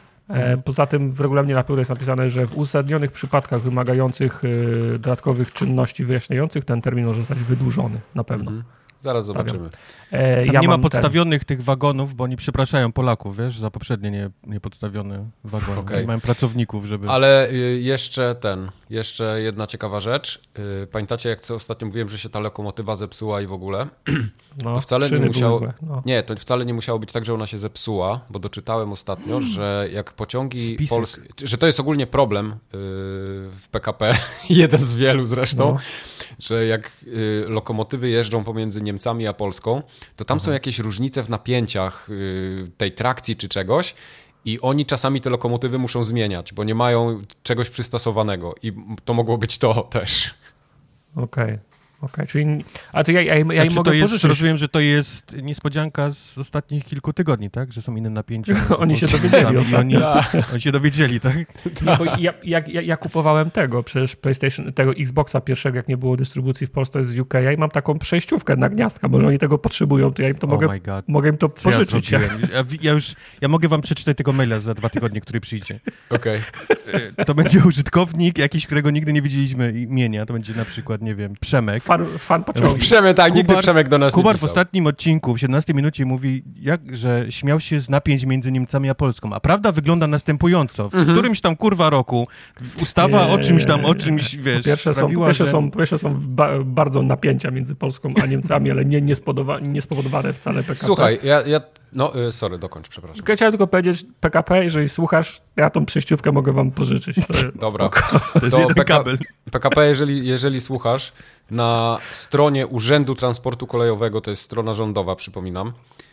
[SPEAKER 2] Poza tym w regulaminie na pewno jest napisane, że w uzasadnionych przypadkach wymagających dodatkowych czynności wyjaśniających ten termin może zostać wydłużony, na pewno. Mhm.
[SPEAKER 1] Zaraz zobaczymy.
[SPEAKER 3] E, Tam ja nie ma podstawionych ten... tych wagonów, bo oni przepraszają Polaków, wiesz, za poprzednie nie, niepodstawione wagony. Okay. Mają pracowników, żeby...
[SPEAKER 1] Ale y, jeszcze ten, jeszcze jedna ciekawa rzecz. Y, pamiętacie, jak co ostatnio mówiłem, że się ta lokomotywa zepsuła i w ogóle?
[SPEAKER 2] No,
[SPEAKER 1] to wcale nie musiało... No. Nie, to wcale nie musiało być tak, że ona się zepsuła, bo doczytałem ostatnio, że jak pociągi polskie... Że to jest ogólnie problem y, w P K P, jeden z wielu zresztą, no. że jak y, lokomotywy jeżdżą pomiędzy Niemcami a Polską, to tam mhm. są jakieś różnice w napięciach y, tej trakcji czy czegoś i oni czasami te lokomotywy muszą zmieniać, bo nie mają czegoś przystosowanego i to mogło być to też.
[SPEAKER 2] Okej. Okay. Okay, czyli, a to ja, ja, ja
[SPEAKER 3] znaczy,
[SPEAKER 2] im mogę
[SPEAKER 3] to jest,
[SPEAKER 2] pożyczyć.
[SPEAKER 3] Rozumiem, że to jest niespodzianka z ostatnich kilku tygodni, tak? Że są inne napięcia.
[SPEAKER 2] Oni się dowiedzieli.
[SPEAKER 3] Oni, oni się dowiedzieli, tak?
[SPEAKER 2] Nie, bo ja, ja, ja, ja kupowałem tego, przecież PlayStation, tego Xboxa pierwszego, jak nie było dystrybucji w Polsce z U K, ja i mam taką przejściówkę na gniazdka, może oni tego potrzebują, to ja im to oh mogę, mogę im to Co pożyczyć.
[SPEAKER 3] Ja, ja, ja już, ja mogę wam przeczytać tego maila za dwa tygodnie, który przyjdzie.
[SPEAKER 1] Okej.
[SPEAKER 3] Okay. To będzie użytkownik jakiś, którego nigdy nie widzieliśmy imienia, to będzie na przykład, nie wiem, Przemek.
[SPEAKER 2] Fan, fan pociągu.
[SPEAKER 1] Przemek, tak, nigdy Przemek do nas
[SPEAKER 3] Kubar
[SPEAKER 1] nie pisał.
[SPEAKER 3] w ostatnim odcinku, w siedemnastej minucie mówi, jak, że śmiał się z napięć między Niemcami a Polską. A prawda wygląda następująco. W mm-hmm. którymś tam kurwa roku ustawa nie, o czymś tam, o czymś, wiesz,
[SPEAKER 2] pierwsze
[SPEAKER 3] sprawiła,
[SPEAKER 2] są, pierwsze
[SPEAKER 3] że...
[SPEAKER 2] są, pierwsze są ba- bardzo napięcia między Polską a Niemcami, ale nie, nie, spodoba- nie spowodowane wcale P K P.
[SPEAKER 1] Słuchaj, ja... ja no, sorry, dokończ, przepraszam.
[SPEAKER 2] Chciałem tylko powiedzieć, P K P, jeżeli słuchasz, ja tą przejściówkę mogę wam pożyczyć. To
[SPEAKER 1] Dobra.
[SPEAKER 3] To jest to jeden P K, kabel.
[SPEAKER 1] P K P, jeżeli, jeżeli słuchasz, na stronie Urzędu Transportu Kolejowego, to jest strona rządowa, przypominam,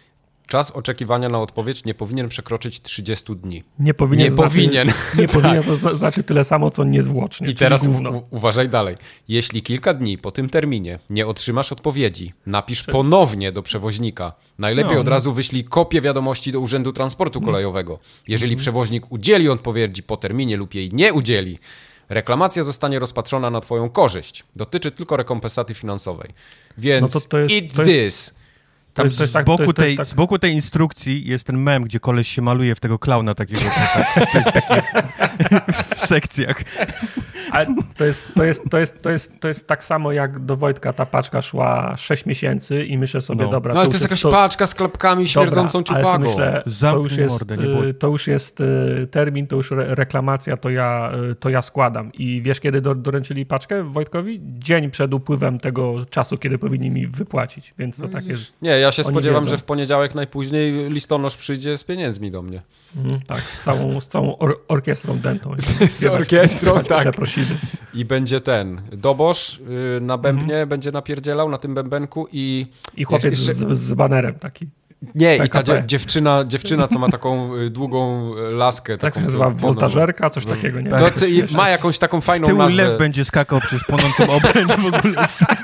[SPEAKER 1] czas oczekiwania na odpowiedź nie powinien przekroczyć trzydziestu dni.
[SPEAKER 2] Nie powinien.
[SPEAKER 1] Nie
[SPEAKER 2] znaczy,
[SPEAKER 1] powinien.
[SPEAKER 2] Nie tak. powinien to znaczy tyle samo, co niezwłocznie.
[SPEAKER 1] I teraz u, uważaj dalej. Jeśli kilka dni po tym terminie nie otrzymasz odpowiedzi, napisz Czy... ponownie do przewoźnika. Najlepiej no, od no. razu wyślij kopię wiadomości do Urzędu Transportu Kolejowego. Jeżeli mm. przewoźnik udzieli odpowiedzi po terminie lub jej nie udzieli, reklamacja zostanie rozpatrzona na twoją korzyść. Dotyczy tylko rekompensaty finansowej. Więc no to to jest, eat
[SPEAKER 2] to
[SPEAKER 1] this.
[SPEAKER 2] Jest...
[SPEAKER 3] Tam
[SPEAKER 2] jest, to jest
[SPEAKER 3] z,
[SPEAKER 2] tak,
[SPEAKER 3] boku
[SPEAKER 2] to jest, to
[SPEAKER 3] tej,
[SPEAKER 2] jest tak...
[SPEAKER 3] z boku tej instrukcji jest ten mem, gdzie koleś się maluje w tego klauna takiego w tych takich sekcjach.
[SPEAKER 2] Ale to jest, to, jest, to, jest, to, jest, to jest tak samo jak do Wojtka ta paczka szła sześć miesięcy i myślę sobie,
[SPEAKER 3] No.
[SPEAKER 2] dobra...
[SPEAKER 1] No ale
[SPEAKER 2] to,
[SPEAKER 1] to jest jakaś
[SPEAKER 2] to...
[SPEAKER 1] paczka z klapkami śmierdzącą
[SPEAKER 2] Dobra, ale
[SPEAKER 1] ciupagą.
[SPEAKER 2] myślę, to już, jest,
[SPEAKER 3] mordę, nie było...
[SPEAKER 2] to już jest termin, to już re- reklamacja, to ja, to ja składam. I wiesz, kiedy do, doręczyli paczkę Wojtkowi? Dzień przed upływem tego czasu, kiedy powinni mi wypłacić, więc to
[SPEAKER 1] No
[SPEAKER 2] tak jest...
[SPEAKER 1] Nie, ja się
[SPEAKER 2] Oni
[SPEAKER 1] spodziewam,
[SPEAKER 2] wiedzą.
[SPEAKER 1] że w poniedziałek najpóźniej listonosz przyjdzie z pieniędzmi do mnie.
[SPEAKER 2] Mhm, tak, z całą, z całą or- orkiestrą dentą.
[SPEAKER 1] Z, z orkiestrą, tak.
[SPEAKER 2] Przeprosiny.
[SPEAKER 1] I będzie ten dobosz yy, na bębnie,
[SPEAKER 2] Mhm.
[SPEAKER 1] będzie napierdzielał na tym bębenku i...
[SPEAKER 2] I chłopiec
[SPEAKER 1] jeszcze...
[SPEAKER 2] z, z banerem taki.
[SPEAKER 1] Nie,
[SPEAKER 2] P
[SPEAKER 1] i
[SPEAKER 2] K
[SPEAKER 1] ta
[SPEAKER 2] P.
[SPEAKER 1] dzie- dziewczyna, dziewczyna, co ma taką y, długą y, laskę.
[SPEAKER 2] Tak
[SPEAKER 1] taką
[SPEAKER 2] się nazywa,
[SPEAKER 1] czerwoną.
[SPEAKER 2] woltażerka, coś takiego, nie?
[SPEAKER 1] To,
[SPEAKER 2] Tak,
[SPEAKER 1] co- i ma jakąś taką
[SPEAKER 3] Z
[SPEAKER 1] fajną
[SPEAKER 3] tyłu
[SPEAKER 1] nazwę.
[SPEAKER 3] lew będzie skakał przez płonącą obręcz w ogóle.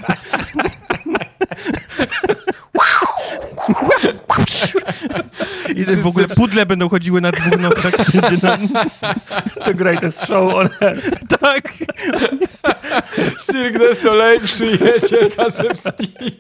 [SPEAKER 3] I
[SPEAKER 1] Wszyscy-
[SPEAKER 3] w ogóle pudle będą chodziły na dwóch nogach. Będzie na...
[SPEAKER 2] The greatest show on earth.
[SPEAKER 3] Tak.
[SPEAKER 1] Cirque du Soleil przyjedzie razem z nimi.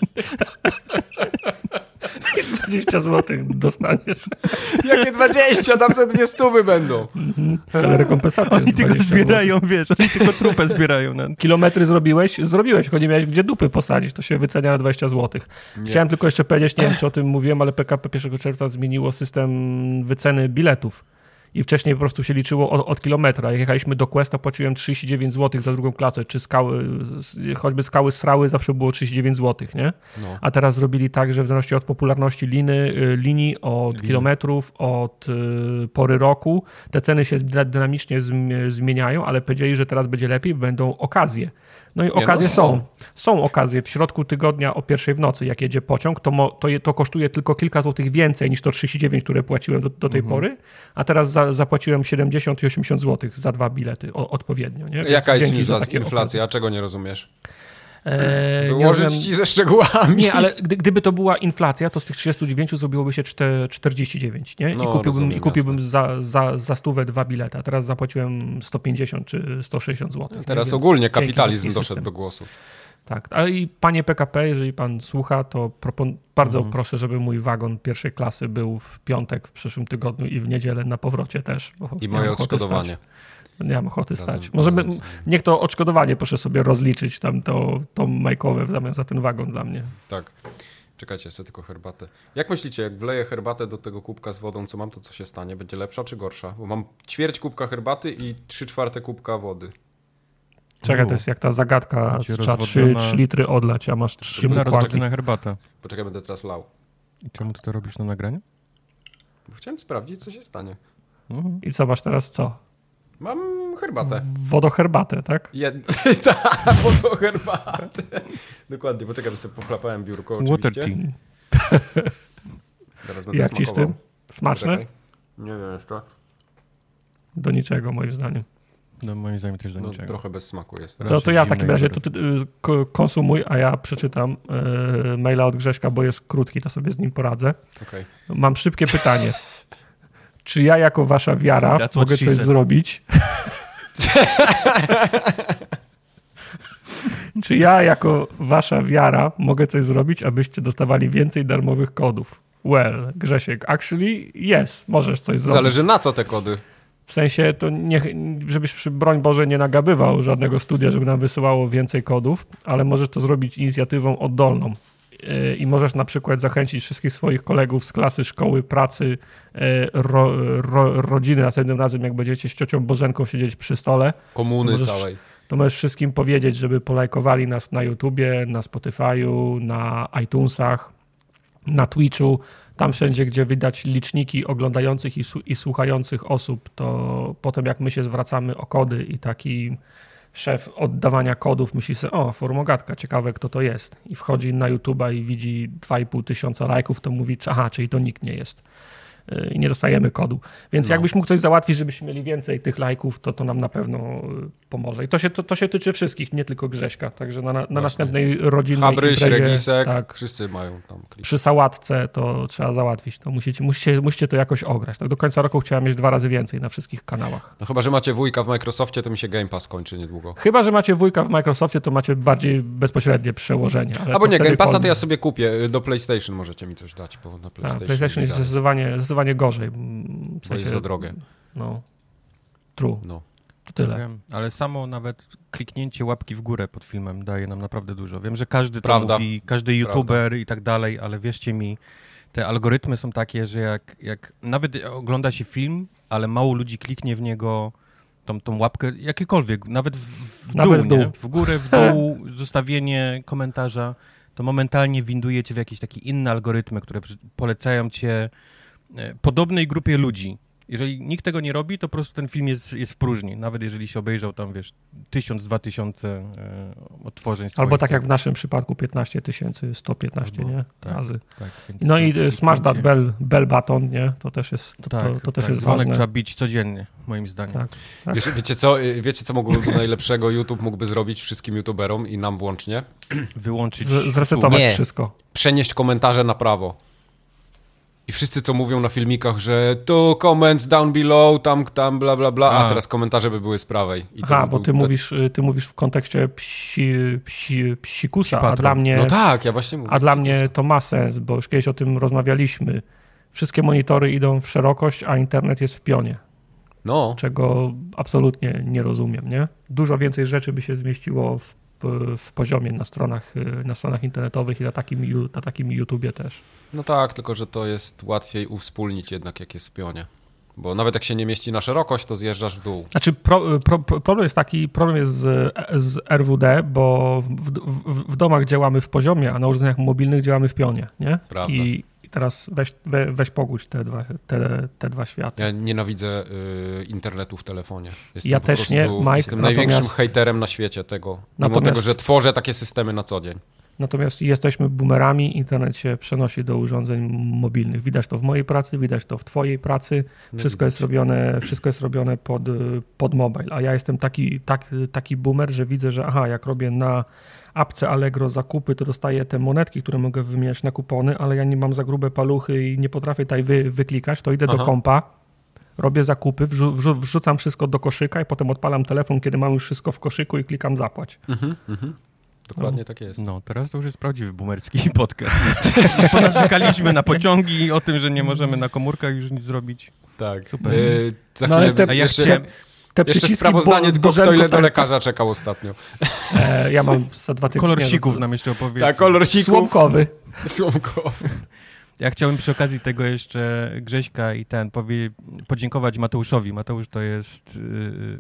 [SPEAKER 2] dwadzieścia złotych dostaniesz.
[SPEAKER 1] Jakie dwadzieścia? Tam ze dwie stówy będą.
[SPEAKER 2] Ale rekompensaty
[SPEAKER 3] Oni
[SPEAKER 2] jest
[SPEAKER 3] tylko
[SPEAKER 2] dwadzieścia
[SPEAKER 3] zbierają, wiesz, oni tylko trupę zbierają. Na...
[SPEAKER 2] Kilometry zrobiłeś? Zrobiłeś, tylko nie miałeś gdzie dupy posadzić, to się wycenia na dwadzieścia złotych.
[SPEAKER 1] Nie.
[SPEAKER 2] Chciałem tylko jeszcze powiedzieć, nie wiem czy o tym mówiłem, ale P K P pierwszego czerwca zmieniło system wyceny biletów. I wcześniej po prostu się liczyło od, od kilometra. Jak jechaliśmy do Questa, płaciłem trzydzieści dziewięć złotych za drugą klasę, czy skały, choćby skały Srały zawsze było trzydzieści dziewięć złotych, nie?
[SPEAKER 1] No.
[SPEAKER 2] A teraz zrobili tak, że w zależności od popularności liny, linii, od
[SPEAKER 3] Linii.
[SPEAKER 2] kilometrów, od y, pory roku, te ceny się dynamicznie zm- zmieniają, ale powiedzieli, że teraz będzie lepiej, będą okazje. No i
[SPEAKER 1] no
[SPEAKER 2] okazje
[SPEAKER 1] są.
[SPEAKER 2] są. Są okazje. W środku tygodnia o pierwszej w nocy, jak jedzie pociąg, to, mo, to, je, to kosztuje tylko kilka złotych więcej niż to trzydzieści dziewięć, które płaciłem do, do tej
[SPEAKER 3] Mhm.
[SPEAKER 2] pory, a teraz za, zapłaciłem siedemdziesiąt i osiemdziesiąt złotych za dwa bilety o, odpowiednio. Nie? Więc
[SPEAKER 1] Jaka jest
[SPEAKER 2] dzięki za
[SPEAKER 1] infla-
[SPEAKER 2] takie
[SPEAKER 1] inflacja? A czego nie rozumiesz?
[SPEAKER 2] Eee, nie
[SPEAKER 1] Wyłożyć
[SPEAKER 2] rozumiem-
[SPEAKER 1] ci ze szczegółami.
[SPEAKER 2] Nie, ale gdy, gdyby to była inflacja, to z tych trzydziestu dziewięciu zrobiłoby się czte- czterdzieści dziewięć, nie? I
[SPEAKER 1] No,
[SPEAKER 2] kupiłbym,
[SPEAKER 1] rozumiem,
[SPEAKER 2] i kupiłbym za, za, za stówę dwa bilety, a teraz zapłaciłem sto pięćdziesiąt czy sto sześćdziesiąt złotych.
[SPEAKER 1] Teraz
[SPEAKER 2] nie? Więc
[SPEAKER 1] ogólnie
[SPEAKER 2] dzięki za
[SPEAKER 1] kapitalizm
[SPEAKER 2] taki
[SPEAKER 1] doszedł
[SPEAKER 2] system.
[SPEAKER 1] do głosu.
[SPEAKER 2] Tak, a i panie P K P, jeżeli pan słucha, to propon- bardzo
[SPEAKER 3] Mhm.
[SPEAKER 2] proszę, żeby mój wagon pierwszej klasy był w piątek w przyszłym tygodniu i w niedzielę na powrocie też. Bo
[SPEAKER 1] I
[SPEAKER 2] nie
[SPEAKER 1] moje
[SPEAKER 2] mam ochoty
[SPEAKER 1] odszkodowanie.
[SPEAKER 2] stać. Nie mam ochoty
[SPEAKER 1] Razem-
[SPEAKER 2] stać. Może by,
[SPEAKER 1] razem z-
[SPEAKER 2] niech to odszkodowanie proszę sobie rozliczyć, tam to, to majkowe w zamian za ten wagon dla mnie.
[SPEAKER 1] Tak. Czekajcie, chcę tylko herbatę. Jak myślicie, jak wleję herbatę do tego kubka z wodą, co mam, to co się stanie? Będzie lepsza czy gorsza? Bo mam ćwierć kubka herbaty i trzy czwarte kubka wody.
[SPEAKER 2] Czekaj,
[SPEAKER 3] U.
[SPEAKER 2] to jest jak ta zagadka,
[SPEAKER 3] Będzie
[SPEAKER 2] trzeba trzy
[SPEAKER 3] rozwodniona-
[SPEAKER 2] litry odlać, a masz trzy
[SPEAKER 3] Szybna
[SPEAKER 2] bukłaki.
[SPEAKER 3] rozwodniona herbata.
[SPEAKER 1] Poczekaj, będę teraz lał.
[SPEAKER 3] I czemu ty to robisz na nagraniu?
[SPEAKER 1] Bo chciałem sprawdzić, co się stanie.
[SPEAKER 3] Mhm.
[SPEAKER 2] I co masz teraz co?
[SPEAKER 1] Mam herbatę.
[SPEAKER 2] Wodoherbatę, tak?
[SPEAKER 1] Jed... tak, po herbatę. Dokładnie, poczekaj, bo sobie poplapałem biurko
[SPEAKER 3] Water
[SPEAKER 1] oczywiście.
[SPEAKER 3] tea.
[SPEAKER 1] Teraz będę
[SPEAKER 2] Jak ci z
[SPEAKER 1] smakował.
[SPEAKER 2] tym? Smaczne?
[SPEAKER 1] Poczekaj. Nie wiem jeszcze.
[SPEAKER 2] Do niczego, moim zdaniem.
[SPEAKER 3] No moim zdaniem też do
[SPEAKER 1] No,
[SPEAKER 3] niczego.
[SPEAKER 1] trochę bez smaku jest.
[SPEAKER 2] To, to
[SPEAKER 3] Raczej
[SPEAKER 2] ja w
[SPEAKER 3] zimne
[SPEAKER 2] takim
[SPEAKER 3] i
[SPEAKER 2] razie
[SPEAKER 3] dobre.
[SPEAKER 2] to ty, y, ko- konsumuj, a ja przeczytam y, maila od Grześka, bo jest krótki, to sobie z nim poradzę.
[SPEAKER 1] Okej.
[SPEAKER 2] Mam szybkie pytanie. Czy ja jako wasza wiara
[SPEAKER 3] That's what
[SPEAKER 2] mogę
[SPEAKER 3] she
[SPEAKER 2] coś
[SPEAKER 3] said.
[SPEAKER 2] zrobić? Czy ja jako wasza wiara mogę coś zrobić, abyście dostawali więcej darmowych kodów? Well, Grzesiek, actually yes, możesz coś zrobić.
[SPEAKER 1] Zależy na co te kody.
[SPEAKER 2] W sensie to nie, żebyś przy broń Boże nie nagabywał żadnego studia, żeby nam wysyłało więcej kodów, ale możesz to zrobić inicjatywą oddolną. Yy, I możesz na przykład zachęcić wszystkich swoich kolegów z klasy, szkoły, pracy, yy, ro, ro, rodziny. Następnym razem, jak będziecie z ciocią Bożenką siedzieć przy stole,
[SPEAKER 1] Komuny
[SPEAKER 2] Możesz-
[SPEAKER 1] całej.
[SPEAKER 2] to możesz wszystkim powiedzieć, żeby polajkowali nas na YouTubie, na Spotify'u, na iTunesach, na Twitchu. Tam wszędzie, gdzie widać liczniki oglądających i, su- i słuchających osób, to potem jak my się zwracamy o kody i taki szef oddawania kodów myśli sobie, o, formogatka, ciekawe kto to jest. I wchodzi na YouTube'a i widzi dwa i pół tysiąca lajków, to mówi, aha, czyli to nikt nie jest. i nie dostajemy kodu. Więc
[SPEAKER 1] No.
[SPEAKER 2] jakbyś mógł coś załatwić, żebyśmy mieli więcej tych lajków, to to nam na pewno pomoże. I to się, to, to się tyczy wszystkich, nie tylko Grześka. Także na, na następnej rodzinnej
[SPEAKER 1] Habryś,
[SPEAKER 2] imprezie,
[SPEAKER 1] Regisek,
[SPEAKER 2] tak,
[SPEAKER 1] wszyscy mają tam klip.
[SPEAKER 2] przy sałatce to trzeba załatwić. To musicie, musicie, musicie to jakoś ograć. Tak do końca roku chciałem mieć dwa razy więcej na wszystkich kanałach.
[SPEAKER 1] No chyba, że macie wujka w Microsoftie, to mi się Game Pass kończy niedługo.
[SPEAKER 2] Chyba, że macie wujka w Microsoftie, to macie bardziej bezpośrednie przełożenie. Ale
[SPEAKER 1] Albo
[SPEAKER 2] to
[SPEAKER 1] nie,
[SPEAKER 2] wtedy
[SPEAKER 1] Game Passa
[SPEAKER 2] pol-
[SPEAKER 1] to ja sobie kupię. Do PlayStation możecie mi coś dać, bo na
[SPEAKER 2] A,
[SPEAKER 1] PlayStation,
[SPEAKER 2] PlayStation jest
[SPEAKER 1] nie da.
[SPEAKER 2] zdecydowanie, zdecydowanie gorzej. W
[SPEAKER 1] Bo
[SPEAKER 2] sensie,
[SPEAKER 1] jest za drogie.
[SPEAKER 2] No, true.
[SPEAKER 1] No.
[SPEAKER 2] To tyle.
[SPEAKER 3] Wiem, ale samo nawet kliknięcie łapki w górę pod filmem daje nam naprawdę dużo. Wiem, że każdy to
[SPEAKER 1] Prawda.
[SPEAKER 3] mówi, każdy youtuber i tak dalej, ale wierzcie mi, te algorytmy są takie, że jak, jak nawet ogląda się film, ale mało ludzi kliknie w niego tą, tą łapkę, jakiekolwiek, nawet w, w dół,
[SPEAKER 2] Nawet w dół.
[SPEAKER 3] Nie? W górę, w dół, zostawienie komentarza, to momentalnie winduje cię w jakieś takie inne algorytmy, które polecają cię e, podobnej grupie ludzi. Jeżeli nikt tego nie robi, to po prostu ten film jest, jest w próżni. Nawet jeżeli się obejrzał tam, wiesz, tysiąc, dwa tysiące e, odtworzeń.
[SPEAKER 2] Albo
[SPEAKER 3] swoich.
[SPEAKER 2] tak jak w naszym przypadku piętnaście tysięcy sto piętnaście,
[SPEAKER 3] Albo-
[SPEAKER 2] nie?
[SPEAKER 3] tak.
[SPEAKER 2] Razy.
[SPEAKER 3] Tak, więc
[SPEAKER 2] No i
[SPEAKER 3] kliknięcie-
[SPEAKER 2] smash that bell, bell button, nie? To też jest, to,
[SPEAKER 3] Tak,
[SPEAKER 2] to, to też
[SPEAKER 3] tak.
[SPEAKER 2] jest
[SPEAKER 3] Dzwonek
[SPEAKER 2] ważne.
[SPEAKER 3] trzeba bić codziennie, moim zdaniem.
[SPEAKER 2] Tak, tak.
[SPEAKER 1] Wiecie, wiecie co, wiecie co mógłby najlepszego YouTube mógłby zrobić wszystkim YouTuberom i nam włącznie?
[SPEAKER 3] Wyłączyć...
[SPEAKER 2] Z, zresetować
[SPEAKER 1] Nie.
[SPEAKER 2] wszystko.
[SPEAKER 1] Przenieść komentarze na prawo. I wszyscy, co mówią na filmikach, że tu comments down below, tam, tam, bla, bla, bla, a,
[SPEAKER 3] A.
[SPEAKER 1] teraz komentarze by były z prawej. I to
[SPEAKER 2] Aha,
[SPEAKER 1] by
[SPEAKER 2] bo
[SPEAKER 1] był
[SPEAKER 2] ty
[SPEAKER 1] te-
[SPEAKER 2] mówisz, ty mówisz w kontekście psi, psi, psikusa,
[SPEAKER 3] Psi
[SPEAKER 2] a
[SPEAKER 3] patron.
[SPEAKER 2] dla mnie,
[SPEAKER 1] No tak, ja właśnie mówię.
[SPEAKER 2] a dla mnie to ma sens, bo już kiedyś o tym rozmawialiśmy. Wszystkie monitory idą w szerokość, a internet jest w pionie,
[SPEAKER 1] No,
[SPEAKER 2] czego absolutnie nie rozumiem, nie? Dużo więcej rzeczy by się zmieściło w, w poziomie na stronach, na stronach internetowych i na takim, ju- na takim YouTubie też.
[SPEAKER 1] no tak, tylko że to jest łatwiej uwspólnić jednak, jak jest w pionie. Bo nawet jak się nie mieści na szerokość, to zjeżdżasz w dół.
[SPEAKER 2] Znaczy pro, pro, problem jest taki, problem jest z, z R W D, bo w, w, w domach działamy w poziomie, a na urządzeniach mobilnych działamy w pionie, nie?
[SPEAKER 1] Prawda.
[SPEAKER 2] I, i teraz weź, we, weź pogódź te dwa, te, te dwa światy.
[SPEAKER 1] Ja nienawidzę y, internetu w telefonie. Jestem
[SPEAKER 2] Ja
[SPEAKER 1] po
[SPEAKER 2] też
[SPEAKER 1] prostu,
[SPEAKER 2] nie, Mike,
[SPEAKER 1] Jestem największym
[SPEAKER 2] natomiast-
[SPEAKER 1] hejterem na świecie tego. Mimo
[SPEAKER 2] Natomiast-
[SPEAKER 1] tego, że tworzę takie systemy na co dzień.
[SPEAKER 2] Natomiast jesteśmy boomerami, internet się przenosi do urządzeń mobilnych. Widać to w mojej pracy, widać to w twojej pracy. Wszystko jest robione, wszystko jest robione pod, pod mobile. A ja jestem taki, tak, taki boomer, że widzę, że aha, jak robię na apce Allegro zakupy, to dostaję te monetki, które mogę wymieniać na kupony, ale ja nie mam za grube paluchy i nie potrafię tutaj wy, wyklikać, to idę
[SPEAKER 1] Aha.
[SPEAKER 2] do kompa, robię zakupy, wrzu, wrzu, wrzucam wszystko do koszyka i potem odpalam telefon, kiedy mam już wszystko w koszyku i klikam zapłać.
[SPEAKER 1] Mhm, mhm. Dokładnie tak jest.
[SPEAKER 3] No, teraz to już jest prawdziwy boomerski podcast. Ponarzekaliśmy na pociągi, o tym, że nie możemy na komórkach już nic zrobić.
[SPEAKER 1] Tak.
[SPEAKER 3] Super.
[SPEAKER 1] Y, za
[SPEAKER 2] No, ale
[SPEAKER 1] chwilę
[SPEAKER 2] te-
[SPEAKER 3] A ja
[SPEAKER 1] jeszcze,
[SPEAKER 3] chciałem...
[SPEAKER 2] Te
[SPEAKER 1] jeszcze
[SPEAKER 2] przyciski
[SPEAKER 1] sprawozdanie,
[SPEAKER 2] Bo-
[SPEAKER 1] tylko kto
[SPEAKER 2] Bożenko,
[SPEAKER 1] ile do
[SPEAKER 2] tak-
[SPEAKER 1] lekarza czekał ostatnio.
[SPEAKER 2] E, ja mam za dwa tygodnie.
[SPEAKER 3] Kolor sików nam jeszcze opowiedz.
[SPEAKER 1] Tak, kolor sików.
[SPEAKER 2] Słomkowy.
[SPEAKER 1] Słomkowy.
[SPEAKER 3] Ja chciałem przy okazji tego jeszcze Grześka i ten powie, podziękować Mateuszowi. Mateusz to jest y,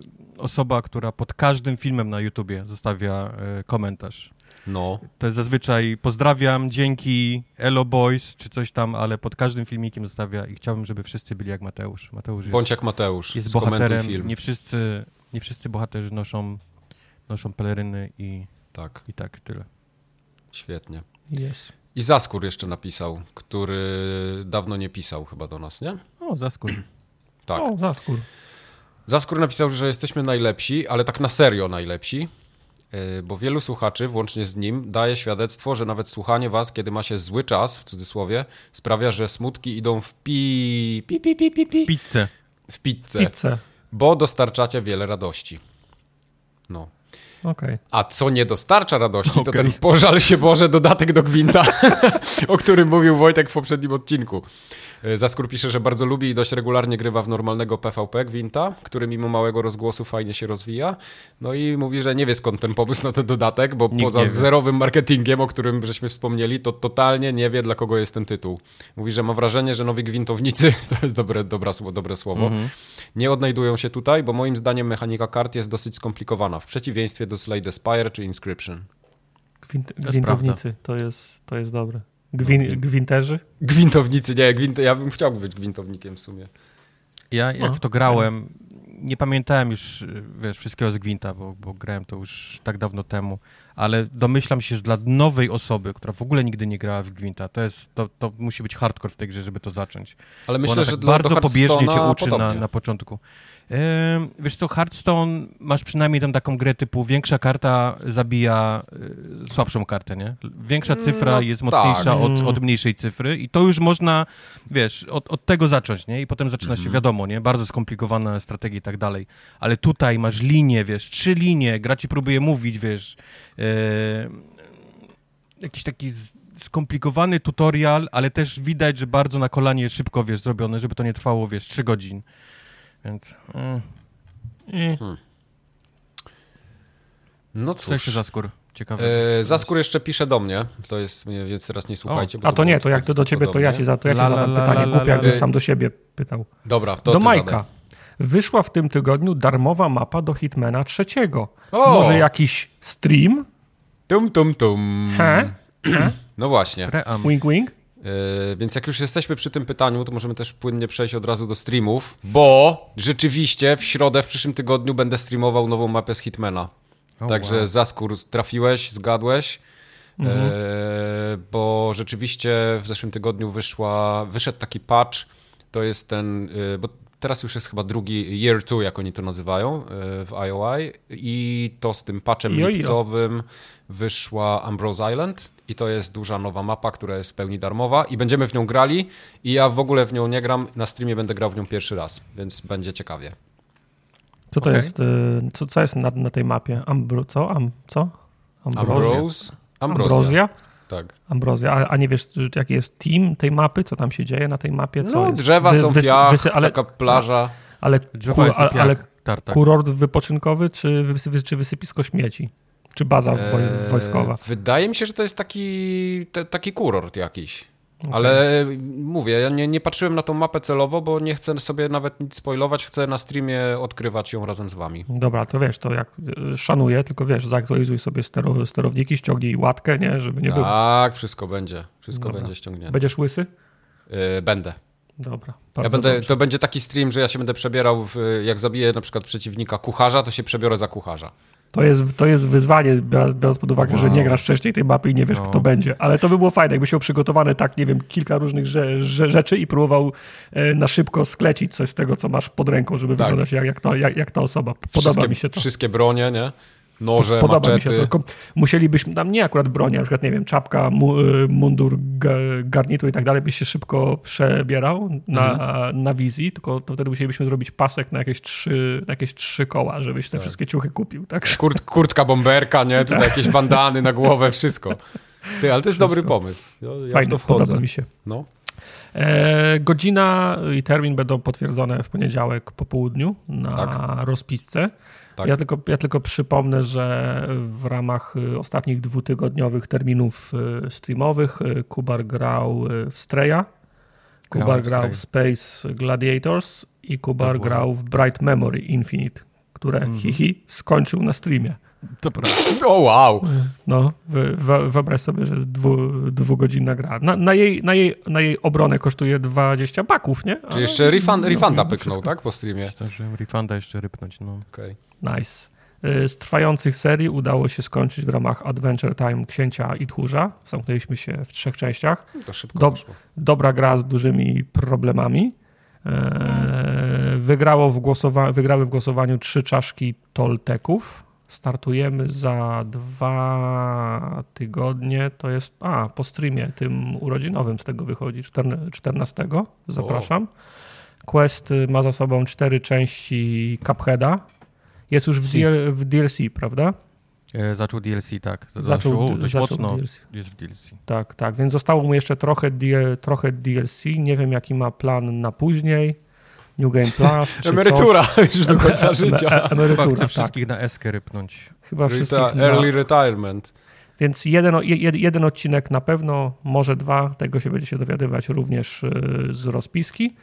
[SPEAKER 3] osoba, która pod każdym filmem na YouTubie zostawia y, komentarz.
[SPEAKER 1] No,
[SPEAKER 3] To jest zazwyczaj pozdrawiam, dzięki, elo boys, czy coś tam, ale pod każdym filmikiem zostawia i chciałbym, żeby wszyscy byli jak Mateusz. Mateusz jest,
[SPEAKER 1] bądź jak Mateusz.
[SPEAKER 3] jest
[SPEAKER 1] skomentuj
[SPEAKER 3] bohaterem.
[SPEAKER 1] film.
[SPEAKER 3] Nie wszyscy, nie wszyscy bohaterzy noszą, noszą peleryny i,
[SPEAKER 1] Tak,
[SPEAKER 3] i tak tyle.
[SPEAKER 1] świetnie.
[SPEAKER 2] Jest.
[SPEAKER 1] I Zaskur jeszcze napisał, który dawno nie pisał chyba do nas, nie?
[SPEAKER 3] O, zaskór.
[SPEAKER 1] Tak.
[SPEAKER 2] O, zaskór.
[SPEAKER 1] Zaskur napisał, że jesteśmy najlepsi, ale tak na serio najlepsi, yy, bo wielu słuchaczy, włącznie z nim, daje świadectwo, że nawet słuchanie was, kiedy ma się zły czas, w cudzysłowie, sprawia, że smutki idą w pi... pi, pi, pi, pi, pi
[SPEAKER 3] Pizzę.
[SPEAKER 1] w pizzę,
[SPEAKER 2] Pizzę.
[SPEAKER 1] bo dostarczacie wiele radości. No.
[SPEAKER 2] Okej.
[SPEAKER 1] A co nie dostarcza radości, to
[SPEAKER 3] Okej.
[SPEAKER 1] ten pożal się Boże dodatek do Gwinta, o którym mówił Wojtek w poprzednim odcinku. Zaskur pisze, że bardzo lubi i dość regularnie grywa w normalnego P V P Gwinta, który mimo małego rozgłosu fajnie się rozwija. No i mówi, że nie wie skąd ten pomysł na ten dodatek, bo
[SPEAKER 3] Nikt
[SPEAKER 1] poza
[SPEAKER 3] nie wie.
[SPEAKER 1] zerowym marketingiem, o którym żeśmy wspomnieli, to totalnie nie wie, dla kogo jest ten tytuł. Mówi, że ma wrażenie, że nowi gwintownicy, to jest dobre, dobra, dobre słowo,
[SPEAKER 3] Mhm.
[SPEAKER 1] nie odnajdują się tutaj, bo moim zdaniem mechanika kart jest dosyć skomplikowana, w przeciwieństwie do Slay the Spire czy Inscription.
[SPEAKER 2] Gwint,
[SPEAKER 3] jest
[SPEAKER 2] gwintownicy, to jest, to jest dobre. Gwin, gwinterzy?
[SPEAKER 1] Gwintownicy, nie, gwint, ja bym chciał być gwintownikiem w sumie.
[SPEAKER 3] Ja jak
[SPEAKER 2] No,
[SPEAKER 3] w to grałem, nie pamiętałem już, wiesz, wszystkiego z Gwinta, bo, bo grałem to już tak dawno temu, ale domyślam się, że dla nowej osoby, która w ogóle nigdy nie grała w Gwinta, to jest, to, to musi być hardcore w tej grze, żeby to zacząć.
[SPEAKER 1] Ale myślę,
[SPEAKER 3] tak
[SPEAKER 1] że dla
[SPEAKER 3] bardzo pobieżnie cię uczy na,
[SPEAKER 1] na
[SPEAKER 3] na początku. Yy, wiesz co, Hearthstone, masz przynajmniej tam taką grę typu większa karta zabija yy, słabszą kartę, nie? Większa cyfra
[SPEAKER 1] no,
[SPEAKER 3] jest mocniejsza
[SPEAKER 1] tak.
[SPEAKER 3] od, od mniejszej cyfry i to już można, wiesz, od, od tego zacząć, nie? I potem zaczyna się,
[SPEAKER 1] Mhm.
[SPEAKER 3] wiadomo, nie? Bardzo skomplikowana strategia i tak dalej. Ale tutaj masz linię, wiesz, trzy linie, gra ci próbuje mówić, wiesz, yy, jakiś taki z, skomplikowany tutorial, ale też widać, że bardzo na kolanie szybko, wiesz, zrobione, żeby to nie trwało, wiesz, trzy godzin. Więc... Mm.
[SPEAKER 1] Hmm. No cóż.
[SPEAKER 3] Co jeszcze Zaskór? Ciekawe.
[SPEAKER 1] E, Zaskór jeszcze pisze do mnie, to jest, więc teraz nie słuchajcie.
[SPEAKER 2] O, a to nie, to jak to do ciebie, to ja ci, za, to ja ci
[SPEAKER 3] La, la,
[SPEAKER 2] zadam
[SPEAKER 3] la,
[SPEAKER 2] pytanie.
[SPEAKER 3] la, la,
[SPEAKER 2] Głupio, jakbyś
[SPEAKER 1] la.
[SPEAKER 2] sam do siebie pytał.
[SPEAKER 1] Dobra, to
[SPEAKER 2] Do
[SPEAKER 1] ty
[SPEAKER 2] Majka.
[SPEAKER 1] zadaj.
[SPEAKER 2] Wyszła w tym tygodniu darmowa mapa do Hitmana trzeciego.
[SPEAKER 1] O!
[SPEAKER 2] Może jakiś stream?
[SPEAKER 1] Tum, tum, tum.
[SPEAKER 2] He? He?
[SPEAKER 1] No właśnie.
[SPEAKER 3] Stream.
[SPEAKER 2] Wing, wing?
[SPEAKER 1] Yy, więc jak już jesteśmy przy tym pytaniu, to możemy też płynnie przejść od razu do streamów, bo rzeczywiście w środę w przyszłym tygodniu będę streamował nową mapę z Hitmana.
[SPEAKER 3] Oh,
[SPEAKER 1] Także
[SPEAKER 3] wow.
[SPEAKER 1] Zaskór, trafiłeś, zgadłeś,
[SPEAKER 2] Mhm.
[SPEAKER 1] yy, bo rzeczywiście w zeszłym tygodniu wyszła, wyszedł taki patch, to jest ten, yy, bo teraz już jest chyba drugi year two, jak oni to nazywają yy, w I O I i to z tym patchem
[SPEAKER 2] Ijo, ijo.
[SPEAKER 1] lipcowym wyszła Ambrose Island i to jest duża nowa mapa, która jest w pełni darmowa i będziemy w nią grali i ja w ogóle w nią nie gram, na streamie będę grał w nią pierwszy raz, więc będzie ciekawie.
[SPEAKER 2] Co to
[SPEAKER 3] Okej.
[SPEAKER 2] jest? y, Co, co jest na, na tej mapie? Ambro, co? Am, co? Ambrozja.
[SPEAKER 1] Ambrose? Ambrozja.
[SPEAKER 2] Ambrozja?
[SPEAKER 1] Tak.
[SPEAKER 2] Ambrozja. A, a nie wiesz, czy- jaki jest team tej mapy? Co tam się dzieje na tej mapie? Co
[SPEAKER 1] No,
[SPEAKER 2] jest?
[SPEAKER 1] drzewa
[SPEAKER 2] Wy-
[SPEAKER 1] są
[SPEAKER 2] wysy-
[SPEAKER 1] piach,
[SPEAKER 2] wysy- ale,
[SPEAKER 1] taka plaża.
[SPEAKER 2] ale,
[SPEAKER 3] Drzewa
[SPEAKER 2] ku,
[SPEAKER 3] jest
[SPEAKER 2] ale, ale
[SPEAKER 3] jak tartak.
[SPEAKER 2] kurort wypoczynkowy, czy, wysy, czy wysypisko śmieci? Czy baza woj,
[SPEAKER 1] Eee,
[SPEAKER 2] wojskowa?
[SPEAKER 1] Wydaje mi się, że to jest taki, te, taki kurort jakiś.
[SPEAKER 2] Okej.
[SPEAKER 1] Ale mówię, ja nie, nie patrzyłem na tą mapę celowo, bo nie chcę sobie nawet nic spoilować, chcę na streamie odkrywać ją razem z wami.
[SPEAKER 2] Dobra, to wiesz, to jak y, szanuję, tylko wiesz, zaktualizuj sobie sterow, sterowniki, ściągnij łatkę, nie? Żeby nie było.
[SPEAKER 1] Tak, wszystko będzie. Wszystko
[SPEAKER 2] Dobra.
[SPEAKER 1] będzie ściągnięte.
[SPEAKER 2] Będziesz łysy?
[SPEAKER 1] Yy, będę.
[SPEAKER 2] Dobra,
[SPEAKER 1] Ja
[SPEAKER 2] bardzo
[SPEAKER 1] będę,
[SPEAKER 2] dobrze.
[SPEAKER 1] to będzie taki stream, że ja się będę przebierał, w, jak zabiję na przykład przeciwnika kucharza, to się przebiorę za kucharza.
[SPEAKER 2] To jest, to jest wyzwanie, biorąc biorąc pod uwagę, że
[SPEAKER 3] Wow.
[SPEAKER 2] nie grasz wcześniej tej mapy i nie wiesz,
[SPEAKER 3] No.
[SPEAKER 2] kto będzie. Ale to by było fajne, jakbyś miał przygotowane tak, nie wiem, kilka różnych rze- rze- rzeczy i próbował e, na szybko sklecić coś z tego, co masz pod ręką, żeby
[SPEAKER 1] Tak.
[SPEAKER 2] wyglądać jak, jak, to, jak, jak ta osoba. Podoba
[SPEAKER 1] wszystkie,
[SPEAKER 2] mi się to.
[SPEAKER 1] Wszystkie bronie, nie? Noże,
[SPEAKER 2] Podoba
[SPEAKER 1] maczety.
[SPEAKER 2] mi się to, tylko musielibyśmy, tam nie akurat broni, na przykład, nie wiem, czapka, mu, y, mundur, ga- garnitur i tak dalej, byś się szybko przebierał na,
[SPEAKER 1] Mhm.
[SPEAKER 2] na wizji, tylko to wtedy musielibyśmy zrobić pasek na jakieś trzy, na jakieś trzy koła, żebyś te
[SPEAKER 1] Tak.
[SPEAKER 2] wszystkie ciuchy kupił, tak?
[SPEAKER 1] Kurt, kurtka bomberka, nie? Tutaj jakieś bandany na głowę, wszystko. Ty, ale to jest
[SPEAKER 2] Wszystko.
[SPEAKER 1] dobry pomysł. Ja, ja w
[SPEAKER 2] Fajnie,
[SPEAKER 1] to wchodzę.
[SPEAKER 2] podoba mi się.
[SPEAKER 1] No.
[SPEAKER 2] E, godzina i termin będą potwierdzone w poniedziałek po południu na
[SPEAKER 1] Tak.
[SPEAKER 2] rozpisce.
[SPEAKER 1] Tak.
[SPEAKER 2] Ja, tylko, ja tylko przypomnę, że w ramach y, ostatnich dwutygodniowych terminów y, streamowych y, Kubar grał y, w Streja, Kubar
[SPEAKER 3] Grałem w
[SPEAKER 2] grał w
[SPEAKER 3] Stray.
[SPEAKER 2] Space Gladiators i Kubar
[SPEAKER 3] Tak było.
[SPEAKER 2] grał w Bright Memory Infinite, które
[SPEAKER 3] Mhm.
[SPEAKER 2] hihi skończył na streamie.
[SPEAKER 3] To prawda.
[SPEAKER 1] O, wow.
[SPEAKER 2] No, wy, wy, wyobraź sobie, że jest dwu, dwugodzinna gra. Na, na, jej, na, jej, na jej obronę kosztuje dwadzieścia baków, nie?
[SPEAKER 1] Czy jeszcze refund,
[SPEAKER 2] no,
[SPEAKER 1] refunda
[SPEAKER 2] no,
[SPEAKER 1] pyknął,
[SPEAKER 2] wszystko.
[SPEAKER 1] tak? Po streamie.
[SPEAKER 3] Zdążyłem refunda jeszcze rypnąć, no.
[SPEAKER 1] Okej.
[SPEAKER 2] Nice. Y, Z trwających serii udało się skończyć w ramach Adventure Time Księcia i Tchórza. Zamknęliśmy się w trzech częściach.
[SPEAKER 1] To szybko
[SPEAKER 2] Dob-
[SPEAKER 1] poszło.
[SPEAKER 2] Dobra gra z dużymi problemami. E, Wygrało w głosowa- wygrały w głosowaniu trzy czaszki Tolteków. Startujemy za dwa tygodnie. To jest, a, po streamie tym urodzinowym z tego wychodzi, czterne- czternastego. Zapraszam. Quest y, ma za sobą cztery części Cupheada. Jest już w,
[SPEAKER 3] Si.
[SPEAKER 2] D L- w D L C, prawda?
[SPEAKER 3] E, zaczął D L C, tak. To
[SPEAKER 2] Zaczął,
[SPEAKER 3] zaczął, dość
[SPEAKER 2] zaczął
[SPEAKER 3] mocno
[SPEAKER 2] D L C.
[SPEAKER 3] jest w D L C.
[SPEAKER 2] Tak, tak, więc zostało mu jeszcze trochę, D- trochę D L C. Nie wiem, jaki ma plan na później. New Game Plus czy
[SPEAKER 1] Emerytura
[SPEAKER 2] coś.
[SPEAKER 1] już do końca
[SPEAKER 2] E-
[SPEAKER 1] życia.
[SPEAKER 2] e-
[SPEAKER 3] Chyba
[SPEAKER 2] Emerytura,
[SPEAKER 3] chce
[SPEAKER 2] tak.
[SPEAKER 3] wszystkich na eskę rypnąć.
[SPEAKER 2] Chyba wszystkich.
[SPEAKER 1] Reta-
[SPEAKER 2] Na,
[SPEAKER 1] early retirement.
[SPEAKER 2] więc jeden, o- je- jeden odcinek na pewno, może dwa. Tego się będzie się dowiadywać również y, z rozpiski.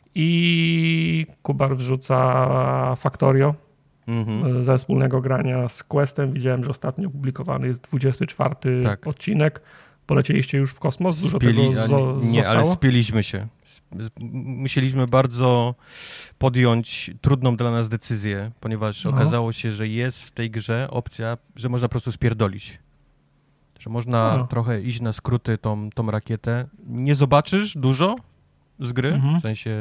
[SPEAKER 2] I Kubar wrzuca Factorio
[SPEAKER 3] Mhm.
[SPEAKER 2] y, ze wspólnego grania z Questem. Widziałem, że ostatnio opublikowany jest dwudziesty czwarty
[SPEAKER 3] Tak.
[SPEAKER 2] odcinek. Polecieliście już w kosmos? Dużo
[SPEAKER 3] Spieli,
[SPEAKER 2] tego
[SPEAKER 3] a
[SPEAKER 2] zo-
[SPEAKER 3] nie, nie, ale
[SPEAKER 2] zostało?
[SPEAKER 3] spieliśmy się. musieliśmy bardzo podjąć trudną dla nas decyzję, ponieważ
[SPEAKER 2] No.
[SPEAKER 3] okazało się, że jest w tej grze opcja, że można po prostu spierdolić. Że można
[SPEAKER 2] No.
[SPEAKER 3] trochę iść na skróty tą, tą rakietę. Nie zobaczysz dużo z gry,
[SPEAKER 2] Mhm.
[SPEAKER 3] w sensie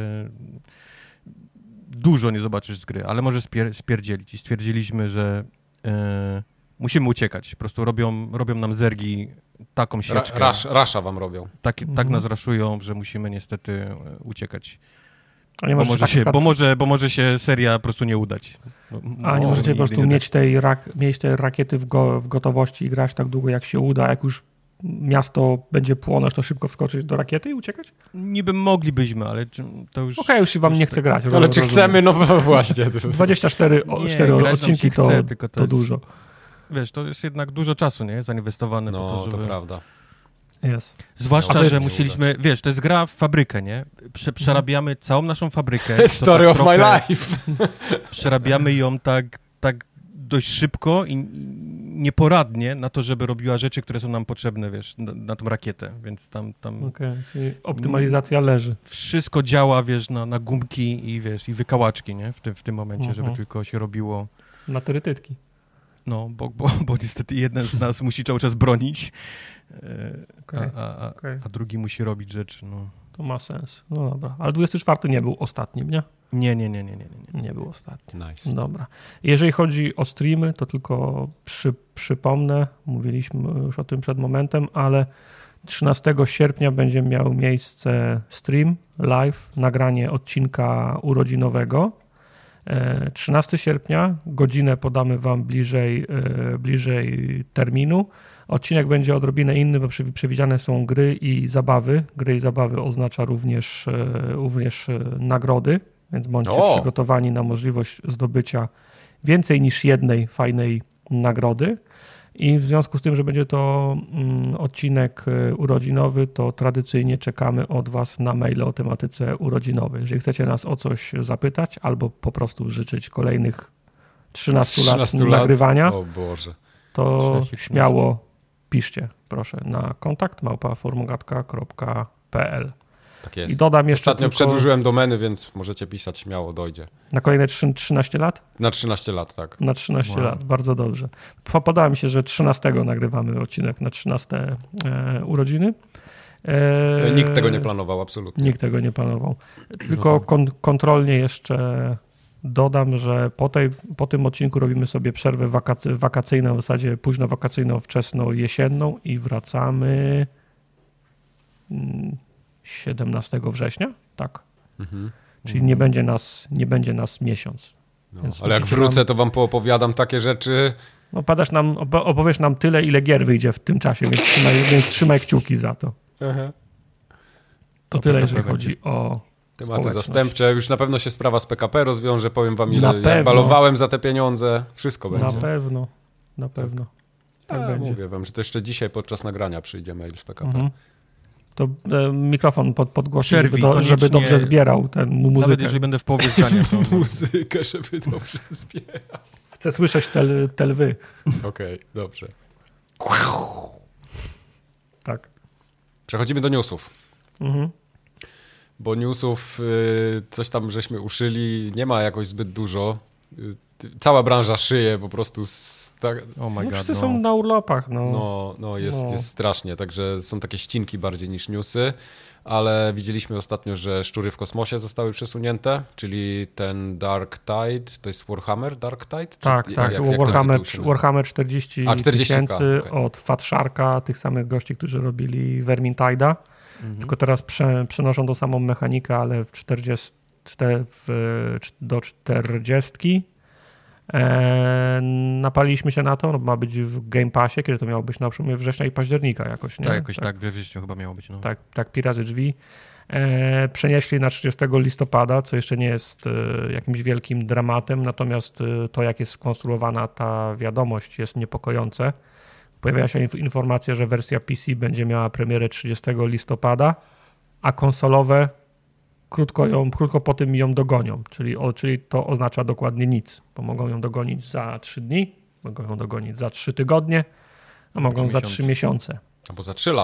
[SPEAKER 3] dużo nie zobaczysz z gry, ale możesz spier- spierdzielić. I stwierdziliśmy, że e, musimy uciekać. Po prostu robią, robią nam zergi taką
[SPEAKER 1] Ra,
[SPEAKER 3] sieczkę.
[SPEAKER 1] rasz, rasza wam robią.
[SPEAKER 3] Tak,
[SPEAKER 2] Mhm.
[SPEAKER 3] tak nas raszują, że musimy niestety e, uciekać.
[SPEAKER 2] A nie
[SPEAKER 3] Bo
[SPEAKER 2] możecie,
[SPEAKER 3] może,
[SPEAKER 2] tak,
[SPEAKER 3] się,
[SPEAKER 2] na
[SPEAKER 3] bo,
[SPEAKER 2] przykład-
[SPEAKER 3] może, bo może się seria po prostu nie udać. Bo,
[SPEAKER 2] a nie
[SPEAKER 3] bo
[SPEAKER 2] możecie po
[SPEAKER 3] nigdy
[SPEAKER 2] prostu
[SPEAKER 3] nie
[SPEAKER 2] mieć tej, rak, mieć tej rakiety w, go, w gotowości i grać tak długo, jak się uda. Jak już miasto będzie płonąć, to szybko wskoczyć do rakiety i uciekać?
[SPEAKER 3] Niby moglibyśmy, ale czy- to już...
[SPEAKER 2] Okej, już wam
[SPEAKER 3] już
[SPEAKER 2] nie chce
[SPEAKER 3] tak-
[SPEAKER 2] grać.
[SPEAKER 1] Ale czy
[SPEAKER 2] rozumiem.
[SPEAKER 1] chcemy? No właśnie.
[SPEAKER 2] dwadzieścia cztery o-
[SPEAKER 3] Nie,
[SPEAKER 2] cztery
[SPEAKER 3] grać nam
[SPEAKER 2] odcinki
[SPEAKER 3] się
[SPEAKER 2] to,
[SPEAKER 3] chce, tylko to
[SPEAKER 2] to
[SPEAKER 3] jest-
[SPEAKER 2] dużo.
[SPEAKER 3] Wiesz, to jest jednak dużo czasu, nie? Zainwestowane po
[SPEAKER 1] No,
[SPEAKER 3] to,
[SPEAKER 1] to
[SPEAKER 3] żeby...
[SPEAKER 1] prawda.
[SPEAKER 2] Jest.
[SPEAKER 3] Zwłaszcza,
[SPEAKER 1] No, to
[SPEAKER 3] że
[SPEAKER 1] jest-
[SPEAKER 3] musieliśmy... Wiesz, to jest gra w fabrykę, nie? Prze- przerabiamy całą naszą fabrykę. to
[SPEAKER 1] Story
[SPEAKER 3] tak
[SPEAKER 1] of my
[SPEAKER 3] trochę-
[SPEAKER 1] life.
[SPEAKER 3] Przerabiamy ją tak, tak dość szybko i nieporadnie na to, żeby robiła rzeczy, które są nam potrzebne, wiesz, na, na tą rakietę, więc tam, tam
[SPEAKER 2] Okej, czyli optymalizacja leży.
[SPEAKER 3] wszystko działa, wiesz, na, na gumki i wiesz, i wykałaczki, nie? W tym, w tym momencie,
[SPEAKER 2] Mhm.
[SPEAKER 3] żeby tylko się robiło,
[SPEAKER 2] Na terytytki.
[SPEAKER 3] no, bo, bo, bo niestety jeden z nas musi cały czas bronić, e,
[SPEAKER 2] Okej,
[SPEAKER 3] a, a, a,
[SPEAKER 2] okej.
[SPEAKER 3] a drugi musi robić rzeczy, no.
[SPEAKER 2] To ma sens. No dobra. Ale dwudziesty czwarty nie był ostatnim, nie?
[SPEAKER 3] Nie, nie, nie, nie, nie, nie.
[SPEAKER 2] Nie był ostatnim.
[SPEAKER 1] Nice.
[SPEAKER 2] Dobra. Jeżeli chodzi o streamy, to tylko przy, przypomnę, mówiliśmy już o tym przed momentem, ale trzynastego sierpnia będzie miał miejsce stream live, nagranie odcinka urodzinowego. E, trzynastego sierpnia, godzinę podamy wam bliżej, e, bliżej terminu. Odcinek będzie odrobinę inny, bo przewi- przewidziane są gry i zabawy. Gry i zabawy oznacza również, e, również e, nagrody, więc bądźcie
[SPEAKER 1] O!
[SPEAKER 2] przygotowani na możliwość zdobycia więcej niż jednej fajnej nagrody. I w związku z tym, że będzie to mm, odcinek e, urodzinowy, to tradycyjnie czekamy od was na maile o tematyce urodzinowej. Jeżeli chcecie nas o coś zapytać albo po prostu życzyć kolejnych trzynastu lat
[SPEAKER 1] trzynastu
[SPEAKER 2] nagrywania,
[SPEAKER 1] O Boże.
[SPEAKER 2] to
[SPEAKER 3] trzynaście,
[SPEAKER 2] śmiało piszcie, proszę, na kontakt małpa formogatka kropka p l.
[SPEAKER 1] Tak
[SPEAKER 2] I
[SPEAKER 1] jest.
[SPEAKER 2] dodam jeszcze
[SPEAKER 1] Ostatnio
[SPEAKER 2] tylko
[SPEAKER 1] przedłużyłem domeny, więc możecie pisać śmiało, dojdzie.
[SPEAKER 2] na kolejne trzy- trzynaście lat?
[SPEAKER 1] Na trzynaście lat, tak.
[SPEAKER 2] Na trzynaście
[SPEAKER 3] Wow.
[SPEAKER 2] lat, bardzo dobrze. Po- Podoba mi się, że trzynastego nagrywamy odcinek na trzynaste e, urodziny. E,
[SPEAKER 1] Nikt tego nie planował, absolutnie.
[SPEAKER 2] Nikt tego nie planował. Tylko kon- kontrolnie jeszcze dodam, że po, tej, po tym odcinku robimy sobie przerwę wakacy- wakacyjną, w zasadzie późno wakacyjną, wczesno jesienną i wracamy mm, siedemnastego września, tak.
[SPEAKER 1] Mhm.
[SPEAKER 2] Czyli nie będzie nas, nie będzie nas miesiąc.
[SPEAKER 1] No,
[SPEAKER 2] Więc
[SPEAKER 1] ale jak
[SPEAKER 2] musicie
[SPEAKER 1] wrócę,
[SPEAKER 2] nam-
[SPEAKER 1] to wam poopowiadam takie rzeczy.
[SPEAKER 2] No padasz nam, opo- opowiesz nam tyle, ile gier wyjdzie w tym czasie, więc trzymaj, więc trzymaj kciuki za to. To tyle,
[SPEAKER 3] P K P
[SPEAKER 2] jeżeli
[SPEAKER 3] będzie.
[SPEAKER 2] chodzi o
[SPEAKER 1] Tematy
[SPEAKER 2] społeczność.
[SPEAKER 1] zastępcze. Już na pewno się sprawa z P K P rozwiąże. Powiem wam,
[SPEAKER 2] Na
[SPEAKER 1] ile
[SPEAKER 2] pewno.
[SPEAKER 1] jak balowałem za te pieniądze. Wszystko
[SPEAKER 2] Na
[SPEAKER 1] będzie.
[SPEAKER 2] pewno, na pewno. Tak
[SPEAKER 1] A,
[SPEAKER 2] będzie.
[SPEAKER 1] mówię wam, że to jeszcze dzisiaj podczas nagrania przyjdzie mail z P K P.
[SPEAKER 2] Mhm. To e, mikrofon pod, podgłosić, żeby,
[SPEAKER 3] Przerwij,
[SPEAKER 2] do,
[SPEAKER 3] koniecznie.
[SPEAKER 2] żeby dobrze zbierał ten mu-
[SPEAKER 3] Nawet
[SPEAKER 2] muzykę.
[SPEAKER 3] jeżeli będę w połowie zdania, to...
[SPEAKER 1] Muzykę, żeby dobrze zbierać.
[SPEAKER 2] Chcę słyszeć te, te lwy.
[SPEAKER 1] Okej, dobrze.
[SPEAKER 2] Tak.
[SPEAKER 1] Przechodzimy do newsów.
[SPEAKER 2] Mhm.
[SPEAKER 1] Bo newsów y, coś tam żeśmy uszyli, nie ma jakoś zbyt dużo. Y, ty- cała branża szyje po prostu z tak,
[SPEAKER 3] Oh my
[SPEAKER 2] No
[SPEAKER 3] god,
[SPEAKER 2] wszyscy
[SPEAKER 3] no.
[SPEAKER 2] są na urlopach. No.
[SPEAKER 1] no, no, jest,
[SPEAKER 2] No.
[SPEAKER 1] jest strasznie, także są takie ścinki bardziej niż newsy, ale widzieliśmy ostatnio, że Szczury w kosmosie zostały przesunięte, czyli ten Dark Tide, to jest Warhammer Dark Tide? Czy
[SPEAKER 2] Tak,
[SPEAKER 1] jak-
[SPEAKER 2] tak.
[SPEAKER 1] jak ten
[SPEAKER 2] Warhammer,
[SPEAKER 1] tytuł się nazywa?
[SPEAKER 2] Warhammer czterdzieści
[SPEAKER 1] A, czterdzieści
[SPEAKER 2] tysięcy
[SPEAKER 1] okej.
[SPEAKER 2] od Fat Sharka, tych samych gości, którzy robili Vermintide'a.
[SPEAKER 3] Mhm.
[SPEAKER 2] Tylko teraz prze, przenoszą tą samą mechanikę, ale w czterdzieści, w, do czterdziestki. E, napaliśmy się na to, no, ma być w Game Passie, kiedy to miało być na przełomie września i października jakoś, nie?
[SPEAKER 3] Tak, jakoś tak, we wrześniu chyba miało być, no.
[SPEAKER 2] Tak, tak, pi razy drzwi. E, przenieśli na trzydziestego listopada, co jeszcze nie jest e, jakimś wielkim dramatem, natomiast e, to, jak jest skonstruowana ta wiadomość, jest niepokojące. Pojawia się inf- informacja, że wersja P C będzie miała premierę trzydziestego listopada, a konsolowe krótko, ją, krótko po tym ją dogonią, czyli, o, czyli to oznacza dokładnie nic, bo mogą ją dogonić za trzy dni, mogą ją dogonić za trzy tygodnie, a mogą za
[SPEAKER 3] miesiące.
[SPEAKER 2] trzy miesiące.
[SPEAKER 1] Albo za trzy lata.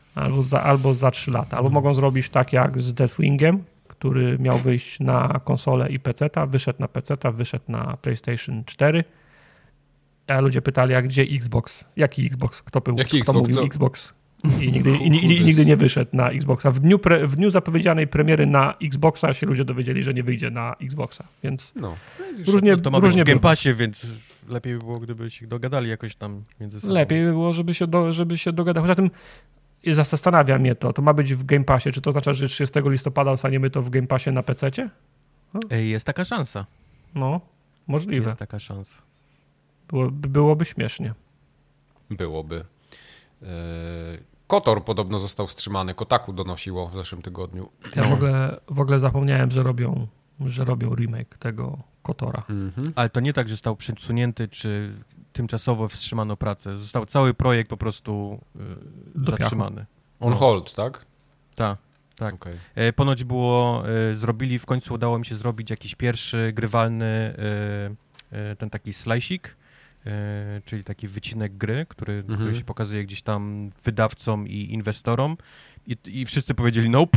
[SPEAKER 2] Albo za, albo za trzy lata. Albo mogą zrobić tak jak z Deathwingiem, który miał wyjść na konsolę i peceta, wyszedł na peceta, wyszedł na PlayStation cztery. A ludzie pytali, a gdzie Xbox? Jaki Xbox? Kto, był,
[SPEAKER 1] Jaki
[SPEAKER 2] kto
[SPEAKER 1] Xbox?
[SPEAKER 2] mówił
[SPEAKER 1] Co?
[SPEAKER 2] Xbox? I nigdy, i, i, i nigdy nie wyszedł na Xboxa. W dniu, pre, w dniu zapowiedzianej premiery na Xboxa się ludzie dowiedzieli, że nie wyjdzie na Xboxa, więc
[SPEAKER 1] No.
[SPEAKER 2] różnie,
[SPEAKER 3] To, to ma
[SPEAKER 2] różnie
[SPEAKER 3] być w Game
[SPEAKER 2] było.
[SPEAKER 3] Passie, więc lepiej by było, gdyby się dogadali jakoś tam między sobą.
[SPEAKER 2] Lepiej by było, żeby się, do, żeby się dogadać. Poza tym zastanawia mnie to. To ma być w Game Passie. Czy to oznacza, że trzydziestego listopada dostaniemy to w Game Passie na pececie?
[SPEAKER 3] Ej, jest taka szansa.
[SPEAKER 2] No, możliwe.
[SPEAKER 3] Jest taka szansa.
[SPEAKER 2] Było, byłoby śmiesznie.
[SPEAKER 1] Byłoby. Yy, Kotor podobno został wstrzymany. Kotaku donosiło w zeszłym tygodniu.
[SPEAKER 2] Ja w ogóle, w ogóle zapomniałem, że robią, że robią remake tego Kotora.
[SPEAKER 1] Mhm.
[SPEAKER 3] Ale to nie tak, że został przesunięty, czy tymczasowo wstrzymano pracę. Został cały projekt po prostu y,
[SPEAKER 2] Do
[SPEAKER 3] zatrzymany.
[SPEAKER 1] On
[SPEAKER 3] No.
[SPEAKER 1] hold, tak?
[SPEAKER 3] Tak, tak.
[SPEAKER 1] Okay.
[SPEAKER 3] E, ponoć było, e, zrobili, w końcu udało mi się zrobić jakiś pierwszy grywalny e, e, ten taki slice'ik, e, czyli taki wycinek gry, który,
[SPEAKER 1] Mhm.
[SPEAKER 3] który się pokazuje gdzieś tam wydawcom i inwestorom. I, i wszyscy powiedzieli nope.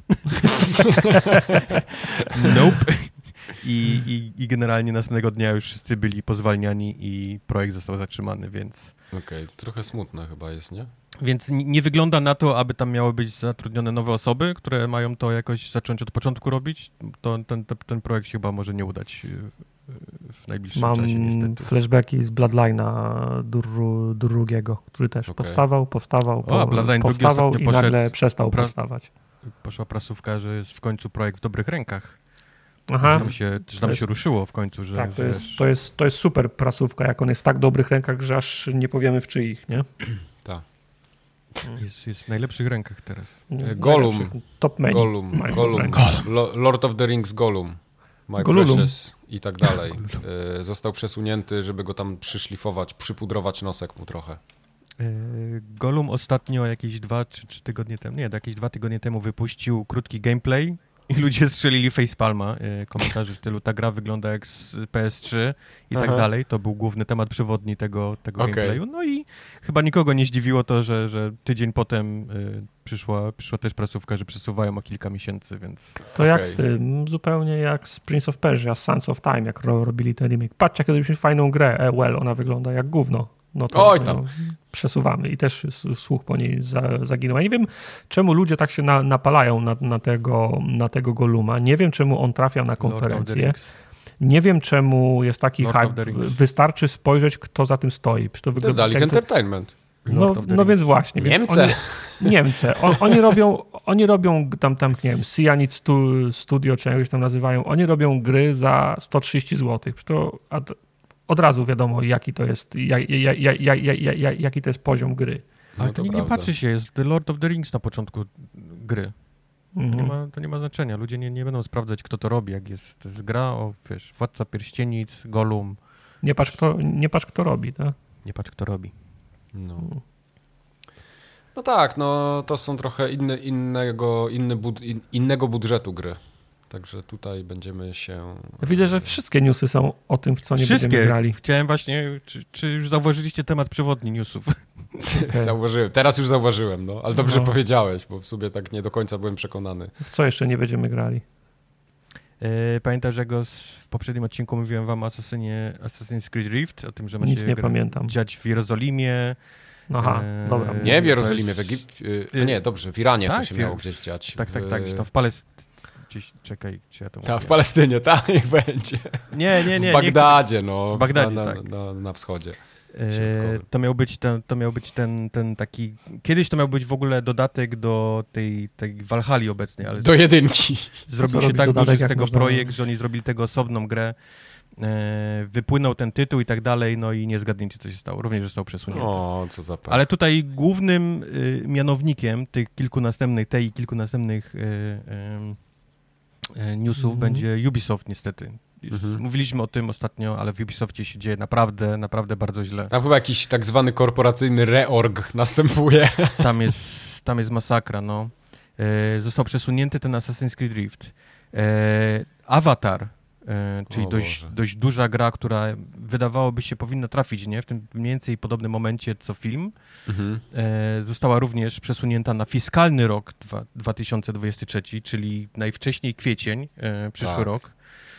[SPEAKER 3] Nope. I, i, I generalnie następnego dnia już wszyscy byli pozwalniani i projekt został zatrzymany, więc...
[SPEAKER 1] Okej, okay. Trochę smutne chyba jest, nie?
[SPEAKER 3] Więc nie wygląda na to, aby tam miały być zatrudnione nowe osoby, które mają to jakoś zacząć od początku robić. To, ten, ten, ten projekt się chyba może nie udać w najbliższym
[SPEAKER 2] Mam
[SPEAKER 3] czasie, niestety.
[SPEAKER 2] flashbacki z Bloodline'a dru, drugiego, który też
[SPEAKER 1] Okay.
[SPEAKER 2] powstawał, powstawał, po,
[SPEAKER 3] O, Bloodline drugi
[SPEAKER 2] powstawał
[SPEAKER 3] ostatnio
[SPEAKER 2] i
[SPEAKER 3] poszedł.
[SPEAKER 2] nagle przestał
[SPEAKER 3] Pra-
[SPEAKER 2] powstawać.
[SPEAKER 3] Poszła prasówka, że jest w końcu projekt w dobrych rękach.
[SPEAKER 2] Aha.
[SPEAKER 3] Że tam się, że tam
[SPEAKER 2] jest,
[SPEAKER 3] się ruszyło w końcu, że...
[SPEAKER 2] tak, to
[SPEAKER 3] wiesz,
[SPEAKER 2] jest, to, jest, to jest super prasówka, jak on jest w tak dobrych rękach, że aż nie powiemy w czyich, nie?
[SPEAKER 1] Tak.
[SPEAKER 3] Jest, jest w najlepszych rękach teraz.
[SPEAKER 1] E, Gollum.
[SPEAKER 2] Najlepszych. Top menu.
[SPEAKER 1] Gollum,
[SPEAKER 2] mają w
[SPEAKER 1] Gollum,
[SPEAKER 2] rękach.
[SPEAKER 1] Lo- Lord of the Rings Gollum, My
[SPEAKER 2] Golulum.
[SPEAKER 1] Precious i tak dalej. E, został przesunięty, żeby go tam przyszlifować, przypudrować nosek mu trochę.
[SPEAKER 3] E, Gollum ostatnio jakieś dwa czy trzy tygodnie temu, nie, jakieś dwa tygodnie temu wypuścił krótki gameplay i ludzie strzelili facepalma. E, komentarze w stylu, ta gra wygląda jak z P S trzy i
[SPEAKER 1] Aha.
[SPEAKER 3] tak dalej. To był główny temat przewodni tego, tego
[SPEAKER 1] Okej.
[SPEAKER 3] gameplayu. No i chyba nikogo nie zdziwiło to, że, że tydzień potem e, przyszła, przyszła też prasówka, że przesuwają o kilka miesięcy, więc...
[SPEAKER 2] To jak
[SPEAKER 1] Okej.
[SPEAKER 2] z tym, zupełnie jak z Prince of Persia, Sands of Time, jak ro, robili ten remake. Patrzcie, jak robiliśmy fajną grę, e, well, ona wygląda jak gówno. No to
[SPEAKER 1] Oj
[SPEAKER 2] no,
[SPEAKER 1] tam.
[SPEAKER 2] przesuwamy i też s- słuch po niej za, zaginął. Ja nie wiem, czemu ludzie tak się na, napalają na, na, tego, na tego Golluma. Nie wiem, czemu on trafia na
[SPEAKER 3] Lord of the
[SPEAKER 2] konferencję.
[SPEAKER 3] Rings.
[SPEAKER 2] Nie wiem, czemu jest taki
[SPEAKER 3] Lord of
[SPEAKER 2] hype.
[SPEAKER 3] the Rings.
[SPEAKER 2] Wystarczy spojrzeć, kto za tym stoi. Przecież to wygląda
[SPEAKER 1] Dali
[SPEAKER 2] jak to-
[SPEAKER 1] Entertainment.
[SPEAKER 2] No,
[SPEAKER 3] Lord of the
[SPEAKER 2] no
[SPEAKER 3] Rings.
[SPEAKER 2] więc właśnie. Więc
[SPEAKER 1] Niemcy.
[SPEAKER 2] Oni, Niemcy. On, oni, robią, oni robią tam, tam, nie wiem, Cyanide stu, Studio, czy jak się tam nazywają, oni robią gry za sto trzydzieści złotych. To ad, od razu wiadomo, jaki to jest, jak, jak, jak, jak, jak, jak, jaki to jest poziom gry.
[SPEAKER 3] Ale
[SPEAKER 1] No
[SPEAKER 3] to
[SPEAKER 1] to
[SPEAKER 3] nie, nie
[SPEAKER 1] prawda.
[SPEAKER 3] patrzy się, jest The Lord of the Rings na początku gry. To nie
[SPEAKER 2] Mhm.
[SPEAKER 3] ma, to nie ma znaczenia. Ludzie nie, nie będą sprawdzać, kto to robi, jak jest. To jest gra o, wiesz, Władca Pierścienic, Gollum.
[SPEAKER 2] Nie patrz, kto, nie patrz, kto robi. Tak?
[SPEAKER 3] Nie patrz, kto robi.
[SPEAKER 1] No. No tak, no to są trochę inny, innego, inny bud, in, innego budżetu gry. Także tutaj będziemy się...
[SPEAKER 2] Ja widzę, że wszystkie newsy są o tym, w co nie
[SPEAKER 3] Wszystkie.
[SPEAKER 2] będziemy grali.
[SPEAKER 3] Chciałem właśnie, czy, czy już zauważyliście temat przewodni newsów?
[SPEAKER 2] Okay.
[SPEAKER 1] Zauważyłem. Teraz już zauważyłem, no. Ale dobrze
[SPEAKER 2] No.
[SPEAKER 1] powiedziałeś, bo w sobie tak nie do końca byłem przekonany.
[SPEAKER 2] W co jeszcze nie będziemy grali?
[SPEAKER 3] E, pamiętasz, że go s- w poprzednim odcinku mówiłem wam o Assassinie, Assassin's Creed Rift, o tym, że ma
[SPEAKER 2] Nic
[SPEAKER 3] się
[SPEAKER 2] nie
[SPEAKER 3] gra-
[SPEAKER 2] pamiętam.
[SPEAKER 3] dziać w Jerozolimie.
[SPEAKER 2] Aha,
[SPEAKER 3] Eee,
[SPEAKER 2] dobra.
[SPEAKER 1] Nie w
[SPEAKER 3] to
[SPEAKER 1] Jerozolimie, w
[SPEAKER 3] jest-
[SPEAKER 1] Egipcie. Y, nie, dobrze, w Iranie
[SPEAKER 3] tak,
[SPEAKER 1] to się
[SPEAKER 3] w-
[SPEAKER 1] miało gdzieś dziać.
[SPEAKER 3] Tak, tak,
[SPEAKER 1] w,
[SPEAKER 3] tak, gdzieś tam w Palestynie. Gdzieś, czekaj, czy ja to
[SPEAKER 1] Ta, w
[SPEAKER 3] mówiłem?
[SPEAKER 1] Palestynie, tak, niech będzie.
[SPEAKER 3] Nie, nie, nie.
[SPEAKER 1] w Bagdadzie, no.
[SPEAKER 3] W Bagdadzie,
[SPEAKER 1] na,
[SPEAKER 3] tak.
[SPEAKER 1] na, na, na wschodzie.
[SPEAKER 3] E,
[SPEAKER 1] Środkowy.
[SPEAKER 3] to miał być ten, to miał być ten, ten taki... Kiedyś to miał być w ogóle dodatek do tej, tej Valhalli obecnej, ale
[SPEAKER 1] Do jedynki.
[SPEAKER 3] zrobił
[SPEAKER 2] Co
[SPEAKER 3] się
[SPEAKER 2] robić
[SPEAKER 3] tak
[SPEAKER 2] dodatek,
[SPEAKER 3] duży z
[SPEAKER 2] jak
[SPEAKER 3] tego
[SPEAKER 2] można-
[SPEAKER 3] projekt, że oni zrobili tego osobną grę. E, wypłynął ten tytuł i tak dalej, no i nie zgadnijcie, co się stało. Również został przesunięty.
[SPEAKER 1] O, co za pech.
[SPEAKER 3] Ale tutaj głównym y, mianownikiem tych kilku następnych, tej i kilku następnych y, y, y, newsów
[SPEAKER 2] Mhm.
[SPEAKER 3] będzie Ubisoft niestety. Już
[SPEAKER 1] Mhm.
[SPEAKER 3] Mówiliśmy o tym ostatnio, ale w Ubisoftie się dzieje naprawdę, naprawdę bardzo źle.
[SPEAKER 1] Tam chyba jakiś tak zwany korporacyjny reorg następuje.
[SPEAKER 3] Tam jest, tam jest masakra, no. E, został przesunięty ten Assassin's Creed Rift. E, Avatar e, czyli dość, dość duża gra, która wydawałoby się powinna trafić, nie? W tym mniej więcej podobnym momencie co film. Mhm. E, została również przesunięta na fiskalny rok dwa, dwa tysiące dwudziesty trzeci, czyli najwcześniej kwiecień, e, przyszły tak. rok.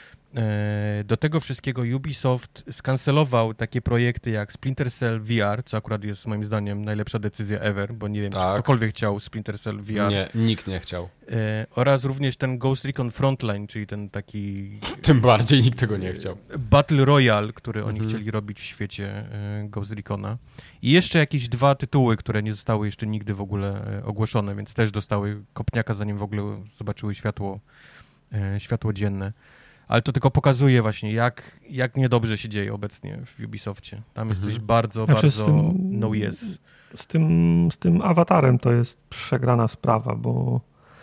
[SPEAKER 3] Do tego wszystkiego Ubisoft skancelował takie projekty jak Splinter Cell V R, co akurat jest moim zdaniem najlepsza decyzja ever, bo nie wiem, tak. czy ktokolwiek chciał Splinter Cell V R.
[SPEAKER 1] Nie, nikt nie chciał.
[SPEAKER 3] E, oraz również ten Ghost Recon Frontline, czyli ten taki...
[SPEAKER 1] Tym bardziej nikt tego nie chciał.
[SPEAKER 3] Battle Royale, który mhm. oni chcieli robić w świecie e, Ghost Recona. I jeszcze jakieś dwa tytuły, które nie zostały jeszcze nigdy w ogóle e, ogłoszone, więc też dostały kopniaka, zanim w ogóle zobaczyły światło, e, światło dzienne. Ale to tylko pokazuje właśnie, jak, jak niedobrze się dzieje obecnie w Ubisoftie. Tam jest coś bardzo, znaczy bardzo tym, no yes.
[SPEAKER 2] Z tym, z tym awatarem to jest przegrana sprawa, bo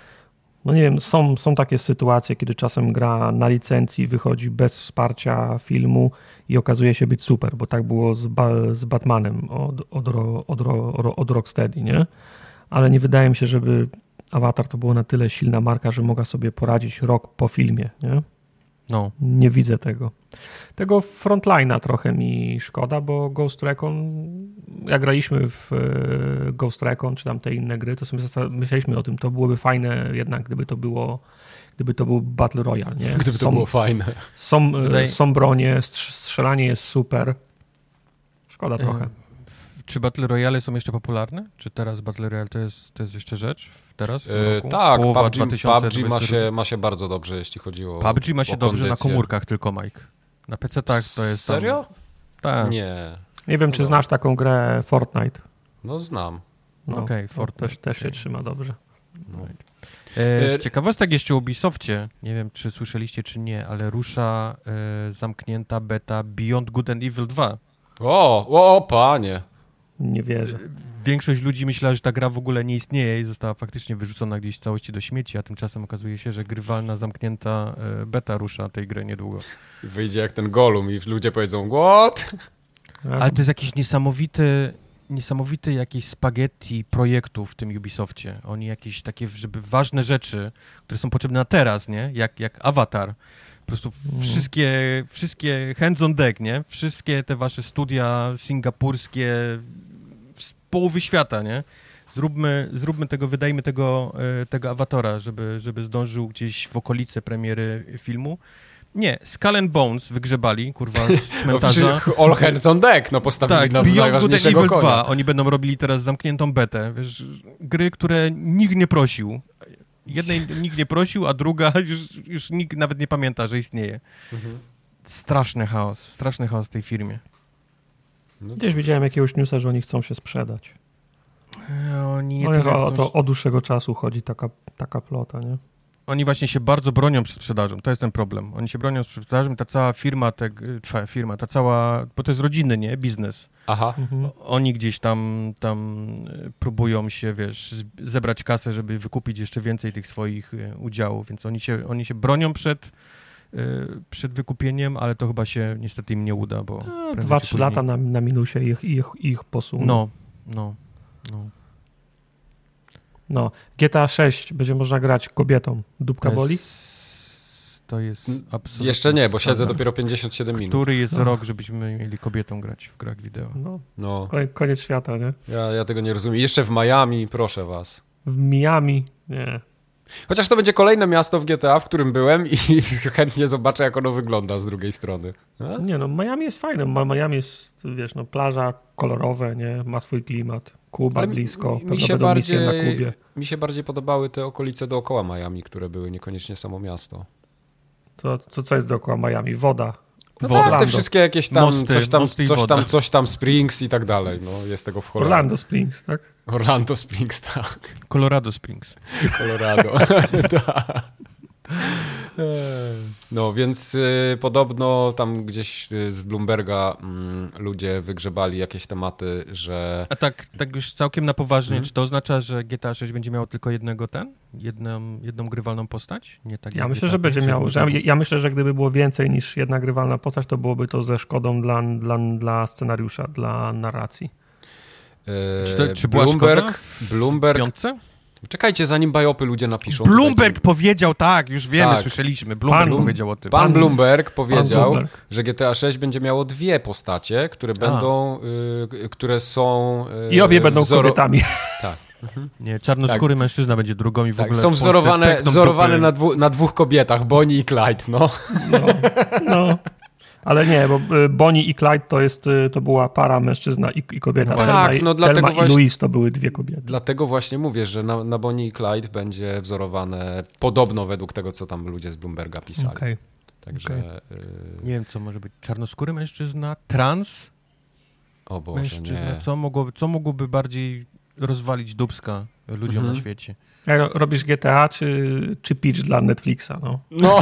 [SPEAKER 2] no nie wiem, są, są takie sytuacje, kiedy czasem gra na licencji wychodzi bez wsparcia filmu i okazuje się być super, bo tak było z, ba- z Batmanem od, od, od, od, od Rocksteady, nie? Ale nie wydaje mi się, żeby Avatar to było na tyle silna marka, że mogła sobie poradzić rok po filmie, nie?
[SPEAKER 3] No.
[SPEAKER 2] Nie widzę tego. Tego Frontline'a trochę mi szkoda, bo Ghost Recon, jak graliśmy w Ghost Recon, czy tam te inne gry, to sobie myśleliśmy o tym, to byłoby fajne jednak, gdyby to było, gdyby to był Battle Royale, nie?
[SPEAKER 1] Gdyby
[SPEAKER 2] są,
[SPEAKER 1] to było fajne.
[SPEAKER 2] Są, są bronie, strzelanie jest super. Szkoda trochę. E,
[SPEAKER 3] czy Battle Royale są jeszcze popularne? Czy teraz Battle Royale to jest, to jest jeszcze rzecz? Teraz?
[SPEAKER 1] Yy, tak, P U B G, P U B G ma, się, ma się bardzo dobrze, jeśli chodzi o
[SPEAKER 3] P U B G ma się dobrze kondycję. Na komórkach tylko, Mike. Na pecetach to jest...
[SPEAKER 1] Serio?
[SPEAKER 3] Tak.
[SPEAKER 1] Nie.
[SPEAKER 2] Nie wiem, czy no. znasz taką grę Fortnite.
[SPEAKER 1] No znam.
[SPEAKER 2] No, Okej, okay, Fortnite. Też, też się trzyma dobrze.
[SPEAKER 3] No. E, z ciekawostek jeszcze o Ubisoftie, nie wiem, czy słyszeliście, czy nie, ale rusza e, zamknięta beta Beyond Good and Evil dwa.
[SPEAKER 1] O, o, panie.
[SPEAKER 2] Nie wierzę.
[SPEAKER 3] Większość ludzi myślała, że ta gra w ogóle nie istnieje i została faktycznie wyrzucona gdzieś w całości do śmieci, a tymczasem okazuje się, że grywalna, zamknięta beta rusza tej gry niedługo.
[SPEAKER 1] Wyjdzie jak ten Gollum i ludzie powiedzą, what?
[SPEAKER 3] Ale to jest jakiś niesamowity, niesamowity jakiś spaghetti projektów w tym Ubisoftie. Oni jakieś takie, żeby ważne rzeczy, które są potrzebne na teraz, nie? Jak, jak Avatar. Po prostu wszystkie, wszystkie hands on deck, nie? Wszystkie te wasze studia singapurskie z połowy świata, nie? Zróbmy, zróbmy tego, wydajmy tego, tego Awatara, żeby, żeby zdążył gdzieś w okolice premiery filmu. Nie, Skull and Bones wygrzebali, kurwa, z cmentarza.
[SPEAKER 1] No, all hands on deck, no postawili
[SPEAKER 3] tak,
[SPEAKER 1] na
[SPEAKER 3] Beyond Good and Evil dwa. Oni będą robili teraz zamkniętą betę. Wiesz, gry, które nikt nie prosił. Jednej nikt nie prosił, a druga już, już nikt nawet nie pamięta, że istnieje. Mhm. Straszny chaos, straszny chaos w tej firmie.
[SPEAKER 2] No Gdzieś widziałem jakiegoś newsa, że oni chcą się sprzedać.
[SPEAKER 3] Oni nie
[SPEAKER 2] tyle o, to od dłuższego czasu chodzi taka, taka plota, nie?
[SPEAKER 3] Oni właśnie się bardzo bronią przed sprzedażą, to jest ten problem. Oni się bronią przed sprzedażą i ta cała firma, te, twa, firma, ta cała, bo to jest rodzinny, nie? Biznes.
[SPEAKER 1] Aha.
[SPEAKER 3] Mhm. Oni gdzieś tam, tam próbują się, wiesz, zebrać kasę, żeby wykupić jeszcze więcej tych swoich udziałów, więc oni się, oni się bronią przed, przed wykupieniem, ale to chyba się niestety im nie uda, bo...
[SPEAKER 2] Dwa, trzy lata na, na minusie ich, ich, ich posuną.
[SPEAKER 3] No, no, no.
[SPEAKER 2] No, G T A sześć będzie można grać kobietom. Dupka
[SPEAKER 3] to
[SPEAKER 2] boli?
[SPEAKER 3] Jest, to jest absolutnie...
[SPEAKER 1] Jeszcze nie, bo siedzę dopiero pięćdziesiąt siedem minut.
[SPEAKER 3] Który jest no. rok, żebyśmy mieli kobietą grać w grach wideo.
[SPEAKER 2] No,
[SPEAKER 1] no.
[SPEAKER 2] Koniec świata, nie?
[SPEAKER 1] Ja, ja tego nie rozumiem. Jeszcze w Miami, proszę was.
[SPEAKER 2] W Miami? Nie.
[SPEAKER 1] Chociaż to będzie kolejne miasto w G T A, w którym byłem i chętnie zobaczę, jak ono wygląda z drugiej strony. A?
[SPEAKER 2] Nie no, Miami jest fajne. Miami jest, wiesz, no plaża kolorowe, nie? Ma swój klimat. Kuba
[SPEAKER 1] Ale
[SPEAKER 2] blisko,
[SPEAKER 1] mi,
[SPEAKER 2] pewno
[SPEAKER 1] mi się
[SPEAKER 2] będą
[SPEAKER 1] bardziej,
[SPEAKER 2] misje na Kubie.
[SPEAKER 1] Mi się bardziej podobały te okolice dookoła Miami, które były niekoniecznie samo miasto.
[SPEAKER 2] To, to co jest dookoła Miami? Woda.
[SPEAKER 1] No woda. Tak, te wszystkie jakieś tam, mosty, coś tam, coś tam, coś tam Springs i tak dalej. No, jest tego w Holandii.
[SPEAKER 2] Orlando Springs, tak?
[SPEAKER 1] Orlando Springs, tak.
[SPEAKER 3] Colorado Springs.
[SPEAKER 1] Colorado, tak. No, więc y, podobno tam gdzieś y, z Bloomberga y, ludzie wygrzebali jakieś tematy, że...
[SPEAKER 3] A tak, tak już całkiem na poważnie, hmm? Czy to oznacza, że G T A sześć będzie miało tylko jednego ten? Jedną, jedną grywalną postać? Nie tak
[SPEAKER 2] ja myślę, że będzie miało. Że, ja myślę, że gdyby było więcej niż jedna grywalna postać, to byłoby to ze szkodą dla, dla, dla scenariusza, dla narracji.
[SPEAKER 3] Yy, czy to, czy była
[SPEAKER 1] Bloomberg,
[SPEAKER 3] w
[SPEAKER 1] Bloomberg,
[SPEAKER 3] piątce?
[SPEAKER 1] Czekajcie, zanim bajopy ludzie napiszą.
[SPEAKER 3] Bloomberg
[SPEAKER 1] tutaj,
[SPEAKER 3] powiedział, tak, już wiemy,
[SPEAKER 1] Tak.
[SPEAKER 3] słyszeliśmy. Bloomberg
[SPEAKER 2] Pan-
[SPEAKER 3] powiedział o tym.
[SPEAKER 1] Pan Bloomberg powiedział,
[SPEAKER 2] Bloomberg.
[SPEAKER 1] że G T A sześć będzie miało dwie postacie, które będą, y, które są... Y,
[SPEAKER 2] I obie będą
[SPEAKER 1] wzoro-
[SPEAKER 2] kobietami.
[SPEAKER 1] Tak,
[SPEAKER 3] Nie, czarnoskóry mężczyzna będzie drugą i w
[SPEAKER 1] tak.
[SPEAKER 3] ogóle
[SPEAKER 1] Są
[SPEAKER 3] w Polsce
[SPEAKER 1] wzorowane,
[SPEAKER 3] pękną
[SPEAKER 1] wzorowane
[SPEAKER 3] dupy.
[SPEAKER 1] na, dwu, na dwóch kobietach, Bonnie i Clyde, no.
[SPEAKER 2] No, no. Ale nie, bo y, Bonnie i Clyde to jest, y, to była para mężczyzna i, i kobieta.
[SPEAKER 1] No
[SPEAKER 2] Thelma,
[SPEAKER 1] tak,
[SPEAKER 2] i-
[SPEAKER 1] no dlatego
[SPEAKER 2] Thelma i
[SPEAKER 1] właśnie-
[SPEAKER 2] Louise to były dwie kobiety.
[SPEAKER 1] Dlatego właśnie mówię, że na, na Bonnie i Clyde będzie wzorowane podobno według tego, co tam ludzie z Bloomberga pisali.
[SPEAKER 2] Okej.
[SPEAKER 1] Także...
[SPEAKER 2] okej.
[SPEAKER 1] Y,
[SPEAKER 3] Nie wiem, co może być. Czarnoskóry mężczyzna, trans
[SPEAKER 1] o Boże,
[SPEAKER 3] mężczyzna.
[SPEAKER 1] nie.
[SPEAKER 3] Co, mogło, co mogłoby bardziej rozwalić dupska ludziom
[SPEAKER 1] Mhm.
[SPEAKER 3] na świecie?
[SPEAKER 2] Jak ro- robisz G T A czy, czy pitch dla Netflixa? No.
[SPEAKER 1] No.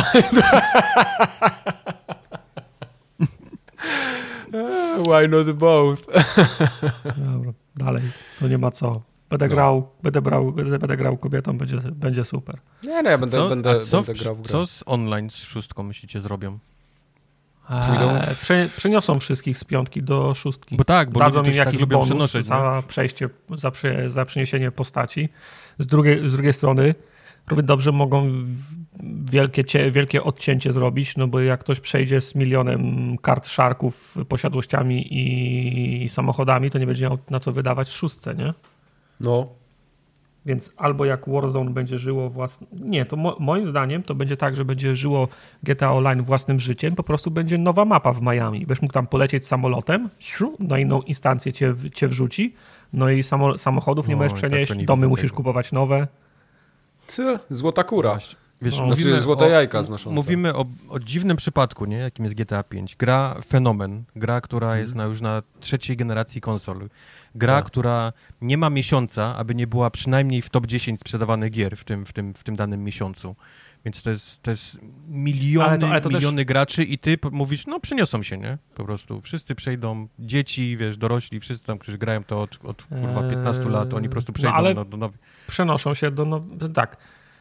[SPEAKER 1] Why not both?
[SPEAKER 2] Dobra, dalej. To nie ma co. Będę
[SPEAKER 1] No.
[SPEAKER 2] grał, będę brał, będę, będę grał kobietą, będzie, będzie super.
[SPEAKER 1] Nie, no ja będę,
[SPEAKER 3] Co,
[SPEAKER 1] będę,
[SPEAKER 3] a co,
[SPEAKER 1] będę
[SPEAKER 3] w,
[SPEAKER 1] grał w grę.
[SPEAKER 3] co z online z szóstką myślicie zrobią?
[SPEAKER 1] Pójdą
[SPEAKER 2] Eee, prze, przeniosą wszystkich z piątki do szóstki.
[SPEAKER 3] Bo tak, bo
[SPEAKER 2] Dadzą
[SPEAKER 3] ludzie
[SPEAKER 2] im
[SPEAKER 3] też tak
[SPEAKER 2] jakiś
[SPEAKER 3] lubią
[SPEAKER 2] bonus
[SPEAKER 3] przenoszeć.
[SPEAKER 2] za przejście, za, przy, za przeniesienie postaci. Z drugiej, z drugiej strony równie dobrze mogą w- wielkie, cie, wielkie odcięcie zrobić, no bo jak ktoś przejdzie z milionem kart szarków, posiadłościami i samochodami, to nie będzie miał na co wydawać w szóstce, nie?
[SPEAKER 1] No.
[SPEAKER 2] Więc albo jak Warzone będzie żyło własnym... Nie, to mo- moim zdaniem to będzie tak, że będzie żyło G T A Online własnym życiem, po prostu będzie nowa mapa w Miami. Będziesz mógł tam polecieć samolotem, siu, na inną instancję cię, w- cię wrzuci, no i samo- samochodów nie
[SPEAKER 3] No,
[SPEAKER 2] możesz
[SPEAKER 3] i tak
[SPEAKER 2] przenieść,
[SPEAKER 3] to nie
[SPEAKER 2] domy
[SPEAKER 3] widzę
[SPEAKER 2] musisz
[SPEAKER 3] tego.
[SPEAKER 2] kupować nowe.
[SPEAKER 1] Ty, złota kura.
[SPEAKER 3] Właśnie. Wiesz,
[SPEAKER 2] No.
[SPEAKER 3] mówimy
[SPEAKER 1] Znaczy, złote
[SPEAKER 3] o,
[SPEAKER 1] jajka znoszące.
[SPEAKER 3] Mówimy o, o dziwnym przypadku, nie? Jakim jest G T A pięć. Gra fenomen, gra, która
[SPEAKER 1] Mhm.
[SPEAKER 3] jest na, już na trzeciej generacji konsol. Gra,
[SPEAKER 1] Tak.
[SPEAKER 3] która nie ma miesiąca, aby nie była przynajmniej w top dziesięć sprzedawanych gier w tym, w tym, w tym danym miesiącu. Więc to jest, to jest miliony,
[SPEAKER 2] Ale to- ale to też-
[SPEAKER 3] miliony graczy i ty p- mówisz, no przyniosą się, nie? Po prostu. Wszyscy przejdą, dzieci, wiesz, dorośli, wszyscy tam, którzy grają to od, od kurwa piętnastu lat, oni po prostu
[SPEAKER 2] No,
[SPEAKER 3] przejdą
[SPEAKER 2] ale-
[SPEAKER 3] do, do nowych.
[SPEAKER 2] Przenoszą się do... No, tak.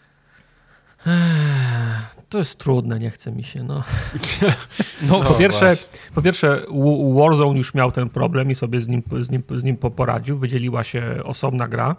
[SPEAKER 2] Ech, To jest trudne, nie chce mi się, no.
[SPEAKER 3] No,
[SPEAKER 2] Po pierwsze,
[SPEAKER 1] właśnie.
[SPEAKER 2] po pierwsze W- Warzone już miał ten problem i sobie z nim, z nim, z nim poradził. Wydzieliła się osobna gra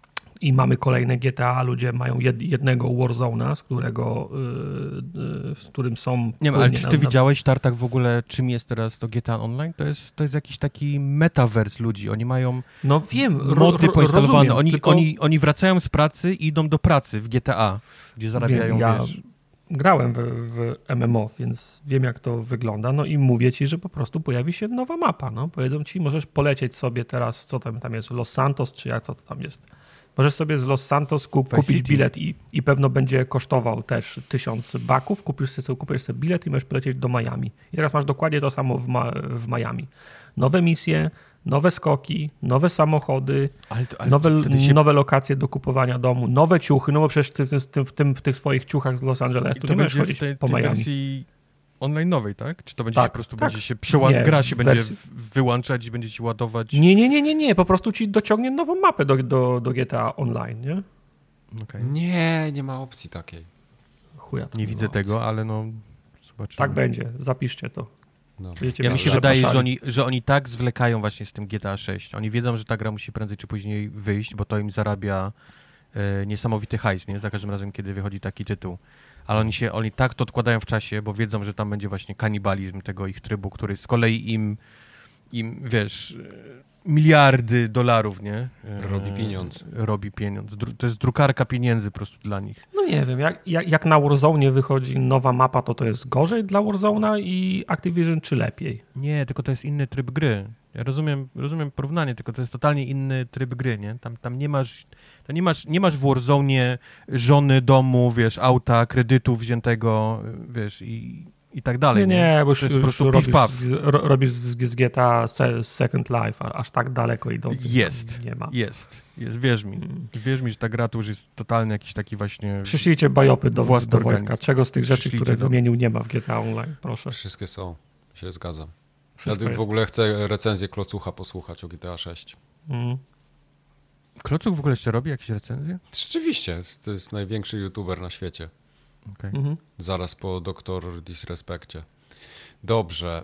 [SPEAKER 2] i mamy kolejne G T A. Ludzie mają jed, jednego Warzone'a, z którego yy, yy, z którym są...
[SPEAKER 3] Nie wiem, ale
[SPEAKER 2] płynnie
[SPEAKER 3] czy
[SPEAKER 2] na-
[SPEAKER 3] ty
[SPEAKER 2] na-
[SPEAKER 3] widziałeś, Tartak, w ogóle czym jest teraz to G T A Online? To jest, to jest jakiś taki metavers ludzi. Oni mają
[SPEAKER 2] No wiem, ro,
[SPEAKER 3] mody
[SPEAKER 2] ro,
[SPEAKER 3] poinstalowane.
[SPEAKER 2] rozumiem,
[SPEAKER 3] Oni,
[SPEAKER 2] tylko
[SPEAKER 3] oni, oni wracają z pracy i idą do pracy w G T A, gdzie zarabiają,
[SPEAKER 2] wiem, ja
[SPEAKER 3] wiesz...
[SPEAKER 2] grałem w, w M M O, więc wiem, jak to wygląda. No i mówię ci, że po prostu pojawi się nowa mapa. No. Powiedzą ci, możesz polecieć sobie teraz, co tam, tam jest, Los Santos, czy jak co to tam jest. Możesz sobie z Los Santos kup,
[SPEAKER 3] Vice
[SPEAKER 2] kupić
[SPEAKER 3] City.
[SPEAKER 2] bilet i, i pewno będzie kosztował też tysiąc baków. Kupisz sobie, kupisz sobie bilet i możesz polecieć do Miami. I teraz masz dokładnie to samo w, ma, w Miami. Nowe misje, nowe skoki, nowe samochody,
[SPEAKER 3] Ale, to, ale
[SPEAKER 2] nowe,
[SPEAKER 3] to wtedy się...
[SPEAKER 2] nowe lokacje do kupowania domu, nowe ciuchy, no bo przecież ty, ty, ty, w, tym, w tych swoich ciuchach z Los Angeles
[SPEAKER 3] I
[SPEAKER 2] tu
[SPEAKER 3] to
[SPEAKER 2] nie będziesz
[SPEAKER 3] będzie
[SPEAKER 2] chodzić
[SPEAKER 3] w tej,
[SPEAKER 2] po
[SPEAKER 3] tej
[SPEAKER 2] Miami.
[SPEAKER 3] wersji online'owej, tak? Czy to będzie
[SPEAKER 2] Tak,
[SPEAKER 3] się po prostu
[SPEAKER 2] tak.
[SPEAKER 3] będzie się przełą...
[SPEAKER 2] Nie,
[SPEAKER 3] gra się
[SPEAKER 2] w
[SPEAKER 3] będzie
[SPEAKER 2] wersji-
[SPEAKER 3] w- wyłączać i będzie ci ładować?
[SPEAKER 2] Nie, nie, nie, nie, nie, po prostu ci dociągnie nową mapę do, do, do G T A Online, nie?
[SPEAKER 3] Okej.
[SPEAKER 1] Nie, nie ma opcji takiej.
[SPEAKER 2] Chuja to
[SPEAKER 3] Nie
[SPEAKER 2] ma
[SPEAKER 3] widzę
[SPEAKER 2] opcji.
[SPEAKER 3] tego, ale no zobaczymy.
[SPEAKER 2] Tak będzie, zapiszcie to.
[SPEAKER 1] No.
[SPEAKER 2] Będziecie
[SPEAKER 3] Ja mi
[SPEAKER 2] mieli
[SPEAKER 3] się wydaje, że
[SPEAKER 2] zapraszali.
[SPEAKER 3] oni, że oni tak zwlekają właśnie z tym G T A sześć. Oni wiedzą, że ta gra musi prędzej czy później wyjść, bo to im zarabia e, niesamowity hajs, nie? Za każdym razem, kiedy wychodzi taki tytuł. Ale oni się, oni tak to odkładają w czasie, bo wiedzą, że tam będzie właśnie kanibalizm tego ich trybu, który z kolei im, im wiesz, e, miliardy dolarów, nie? E,
[SPEAKER 1] Robi pieniądz.
[SPEAKER 3] Robi pieniądz. Dru- to jest drukarka pieniędzy po prostu dla nich.
[SPEAKER 2] No nie wiem, jak, jak, jak na Warzone wychodzi nowa mapa, to to jest gorzej dla Warzone'a i Activision, czy lepiej?
[SPEAKER 3] Nie, tylko to jest inny tryb gry. Ja rozumiem, rozumiem porównanie, tylko to jest totalnie inny tryb gry, nie? Tam, tam nie masz, to nie masz, nie masz w Warzone żony, domu, wiesz, auta, kredytu wziętego, wiesz, i, i tak dalej,
[SPEAKER 2] nie,
[SPEAKER 3] nie?
[SPEAKER 2] nie, bo
[SPEAKER 3] To
[SPEAKER 2] już,
[SPEAKER 3] jest po
[SPEAKER 2] już
[SPEAKER 3] prostu
[SPEAKER 2] robisz,
[SPEAKER 3] piw-paw.
[SPEAKER 2] z, ro, robisz z, z G T A se, Second Life, a, aż tak daleko idący
[SPEAKER 3] Jest,
[SPEAKER 2] nie ma.
[SPEAKER 3] jest, jest, wierz mi.
[SPEAKER 2] Mm.
[SPEAKER 3] Wierz mi, że ta gra to już jest totalny jakiś taki właśnie...
[SPEAKER 2] Przyszlijcie bajopy do,
[SPEAKER 3] Własny
[SPEAKER 2] do
[SPEAKER 3] organizm.
[SPEAKER 2] Wojtka. Czego z tych rzeczy,
[SPEAKER 3] Przyszlijcie
[SPEAKER 2] które
[SPEAKER 3] do-
[SPEAKER 2] wymienił, nie ma w G T A Online, proszę.
[SPEAKER 1] Wszystkie są. Się zgadzam. Ja
[SPEAKER 2] Wszystko
[SPEAKER 1] w
[SPEAKER 2] jest.
[SPEAKER 1] ogóle chcę recenzję Klocucha posłuchać o G T A sześć.
[SPEAKER 2] Mm.
[SPEAKER 3] Klocuk w ogóle jeszcze robi jakieś recenzje?
[SPEAKER 1] Rzeczywiście, jest- to jest największy youtuber na świecie.
[SPEAKER 3] Okej.
[SPEAKER 2] Mhm.
[SPEAKER 1] Zaraz po doktor Disrespeccie. Dobrze,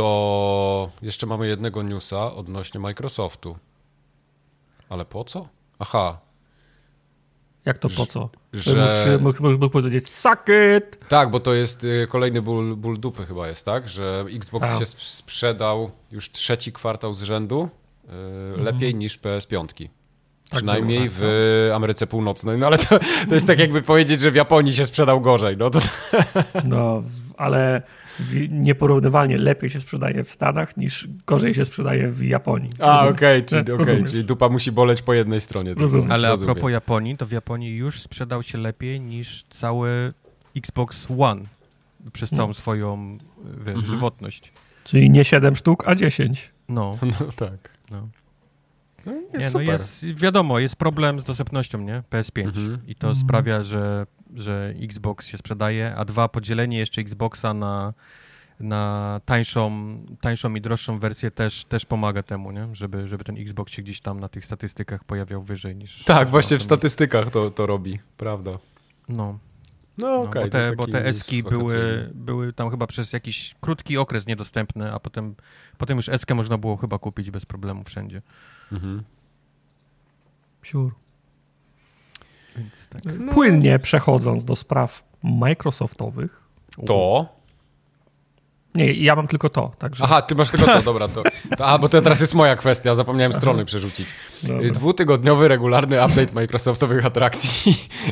[SPEAKER 1] to jeszcze mamy jednego newsa odnośnie Microsoftu. Ale po co? Aha.
[SPEAKER 2] Jak to po co?
[SPEAKER 1] Że...
[SPEAKER 2] Mógł powiedzieć suck it!
[SPEAKER 1] Tak, bo to jest y, kolejny ból, ból dupy chyba jest, tak? Że Xbox A. się sprzedał już trzeci kwartał z rzędu y, mhm. lepiej niż P S pięć. Tak przynajmniej było, tak, w Ameryce Północnej. No ale to, to jest tak jakby powiedzieć, że w Japonii się sprzedał gorzej. No, to...
[SPEAKER 2] no ale nieporównywalnie lepiej się sprzedaje w Stanach niż gorzej się sprzedaje w Japonii.
[SPEAKER 1] A, okej, okay, czyli, okay, czyli dupa musi boleć po jednej stronie.
[SPEAKER 2] Rozumiem.
[SPEAKER 3] Ale a propos Japonii, to w Japonii już sprzedał się lepiej niż cały Xbox One przez całą swoją wiesz, mhm. żywotność.
[SPEAKER 2] Czyli nie siedem sztuk, a dziesięć.
[SPEAKER 3] No,
[SPEAKER 1] no tak.
[SPEAKER 3] No.
[SPEAKER 1] No jest
[SPEAKER 3] nie, no
[SPEAKER 1] super.
[SPEAKER 3] jest, wiadomo, jest problem z dostępnością, nie? P S pięć. Mhm. I to mhm. sprawia, że, że Xbox się sprzedaje, a dwa, podzielenie jeszcze Xboxa na, na tańszą, tańszą i droższą wersję też, też pomaga temu, nie? Żeby, żeby ten Xbox się gdzieś tam na tych statystykach pojawiał wyżej niż...
[SPEAKER 1] Tak, właśnie w statystykach to, to robi, prawda.
[SPEAKER 3] No.
[SPEAKER 1] No okej. Okay,
[SPEAKER 3] no, bo te, bo te eski były, były tam chyba przez jakiś krótki okres niedostępne, a potem, potem już eskę można było chyba kupić bez problemu wszędzie.
[SPEAKER 1] Mhm.
[SPEAKER 2] Sure.
[SPEAKER 3] Więc tak.
[SPEAKER 2] No. Płynnie przechodząc do spraw Microsoftowych.
[SPEAKER 1] To?
[SPEAKER 2] Nie, ja mam tylko to. Także...
[SPEAKER 1] Aha, ty masz tylko to, dobra. To, to, a, bo to teraz jest moja kwestia, zapomniałem Aha. strony przerzucić. Dobra. Dwutygodniowy, regularny update Microsoftowych atrakcji.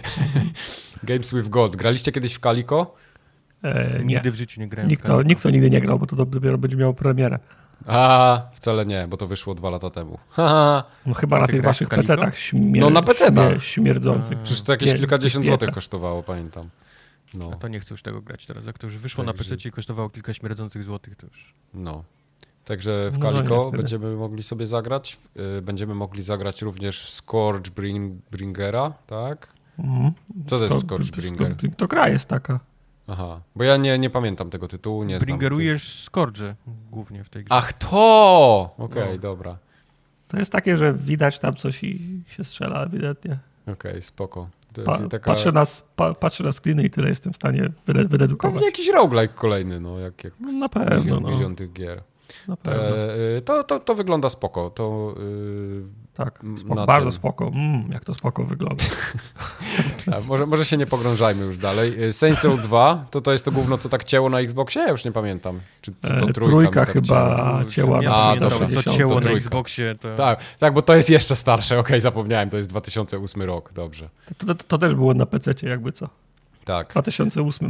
[SPEAKER 1] Games with Gold. Graliście kiedyś w Calico?
[SPEAKER 3] E, nigdy w życiu nie grałem
[SPEAKER 2] nikt, to, nikt to nigdy nie grał, bo to dopiero będzie miało premierę.
[SPEAKER 1] A, wcale nie, bo to wyszło dwa lata temu.
[SPEAKER 2] No chyba na tych waszych pecetach śmier-
[SPEAKER 1] No na pecetach.
[SPEAKER 2] Śmier- śmierdzących.
[SPEAKER 1] Przecież to jakieś nie, kilkadziesiąt złotych kosztowało, pamiętam. No.
[SPEAKER 3] A to nie chcę już tego grać teraz. Jak to już wyszło Także... na pececie i kosztowało kilka śmierdzących złotych, to już...
[SPEAKER 1] No. Także w Calico no, będziemy mogli sobie zagrać. Yy, będziemy mogli zagrać również w Scourgebringera, tak?
[SPEAKER 2] Mhm.
[SPEAKER 1] Co to jest Scourgebringer?
[SPEAKER 2] To gra jest taka.
[SPEAKER 1] Aha, bo ja nie, nie pamiętam tego tytułu, nie znam.
[SPEAKER 3] Bringerujesz Scourge głównie w tej grze.
[SPEAKER 1] Ach, to! Okej, okay, no. dobra.
[SPEAKER 2] To jest takie, że widać tam coś i się strzela ewidentnie.
[SPEAKER 1] Okej, okay, spoko.
[SPEAKER 2] Pa, taka... patrzę, na, pa, patrzę na screeny i tyle jestem w stanie wyle, wydedukować.
[SPEAKER 1] Pewnie jakiś roguelike kolejny, no, jak, jak
[SPEAKER 2] no, na pewno,
[SPEAKER 1] milion,
[SPEAKER 2] no.
[SPEAKER 1] milion tych gier.
[SPEAKER 2] Na pewno.
[SPEAKER 1] E, to, to, to wygląda spoko. To, yy,
[SPEAKER 2] tak, spoko, bardzo ten... spoko. Mm, jak to spoko wygląda.
[SPEAKER 1] A, może, może się nie pogrążajmy już dalej. Saints Row dwa, to to jest to gówno, co tak cięło na Xboxie? Ja już nie pamiętam. Czy to, to
[SPEAKER 2] e,
[SPEAKER 1] trójka,
[SPEAKER 2] trójka
[SPEAKER 1] tak
[SPEAKER 2] chyba cięła
[SPEAKER 3] ja
[SPEAKER 2] na
[SPEAKER 3] A, dobra, co cięło na Xboxie. To...
[SPEAKER 1] Tak, tak, bo to jest jeszcze starsze. Okej, okay, zapomniałem, to jest dwa tysiące ósmy rok. Dobrze.
[SPEAKER 2] To, to, to też było na pececie jakby co.
[SPEAKER 1] Tak.
[SPEAKER 2] dwa tysiące ósmy.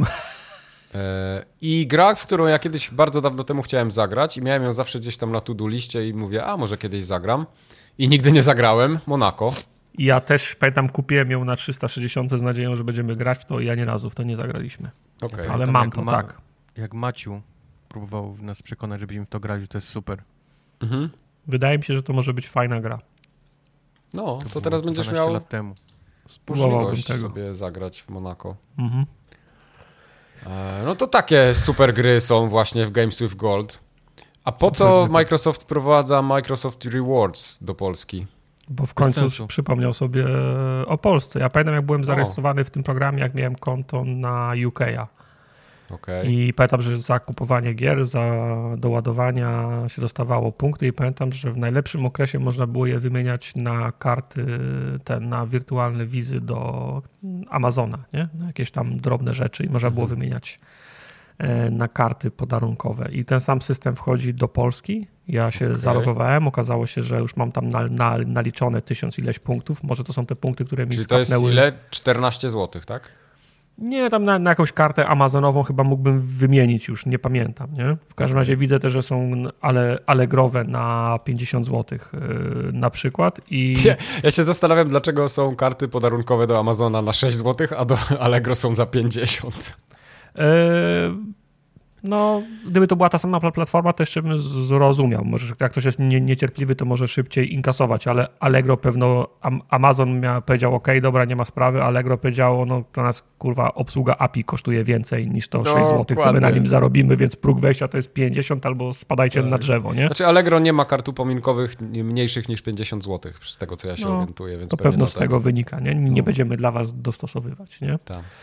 [SPEAKER 1] I gra, w którą ja kiedyś bardzo dawno temu chciałem zagrać i miałem ją zawsze gdzieś tam na to-do liście i mówię, a może kiedyś zagram. I nigdy nie zagrałem. Monaco.
[SPEAKER 2] Ja też, pamiętam, kupiłem ją na trzysta sześćdziesiąt z nadzieją, że będziemy grać w to i ja nie razu w to nie zagraliśmy.
[SPEAKER 1] Okay.
[SPEAKER 2] Ale mam to, ma, tak.
[SPEAKER 3] Jak Maciu próbował nas przekonać, żebyśmy w to grali, że to jest super.
[SPEAKER 1] Mhm.
[SPEAKER 2] Wydaje mi się, że to może być fajna gra.
[SPEAKER 1] No, to, to teraz będziesz miał
[SPEAKER 3] lat temu.
[SPEAKER 1] możliwość tego. sobie zagrać w Monaco. Mhm. No to takie super gry są właśnie w Games with Gold. A po super co gry. Microsoft wprowadza Microsoft Rewards do Polski?
[SPEAKER 2] Bo w końcu przypomniał sobie o Polsce. Ja pamiętam, jak byłem zarejestrowany o. w tym programie, jak miałem konto na U K a.
[SPEAKER 1] Okay.
[SPEAKER 2] I pamiętam, że za kupowanie gier, za doładowania się dostawało punkty i pamiętam, że w najlepszym okresie można było je wymieniać na karty, te, na wirtualne wizy do Amazona, nie? Na jakieś tam drobne rzeczy i można było mhm. wymieniać na karty podarunkowe. I ten sam system wchodzi do Polski. Ja się okay. zalogowałem, okazało się, że już mam tam na, na, naliczone tysiąc ileś punktów. Może to są te punkty, które mi
[SPEAKER 1] Czyli
[SPEAKER 2] skapnęły.
[SPEAKER 1] To jest ile? czternaście złotych, tak?
[SPEAKER 2] Nie, tam na, na jakąś kartę amazonową chyba mógłbym wymienić już, nie pamiętam, nie? W każdym razie widzę też, że są ale, Allegrowe na pięćdziesiąt złotych yy, na przykład i...
[SPEAKER 1] Ja, ja się zastanawiam, dlaczego są karty podarunkowe do Amazona na sześć złotych, a do Allegro są za pięćdziesiąt.
[SPEAKER 2] Yy, no, gdyby to była ta sama platforma, to jeszcze bym zrozumiał. Może jak ktoś jest nie, niecierpliwy, to może szybciej inkasować, ale Allegro pewno, Amazon miał, powiedział, ok, dobra, nie ma sprawy, Allegro powiedziało, no to nas, kurwa, obsługa A P I kosztuje więcej niż to no, sześć złotych, co my na nim zarobimy, więc próg wejścia to jest pięćdziesiąt albo spadajcie tak. na drzewo, nie?
[SPEAKER 1] Znaczy Allegro nie ma kart upominkowych mniejszych niż pięćdziesiąt złotych, z tego, co ja się no, orientuję, więc
[SPEAKER 2] to pewno z
[SPEAKER 1] ten...
[SPEAKER 2] tego wynika, nie? Nie no. będziemy dla was dostosowywać, nie?
[SPEAKER 1] Tak.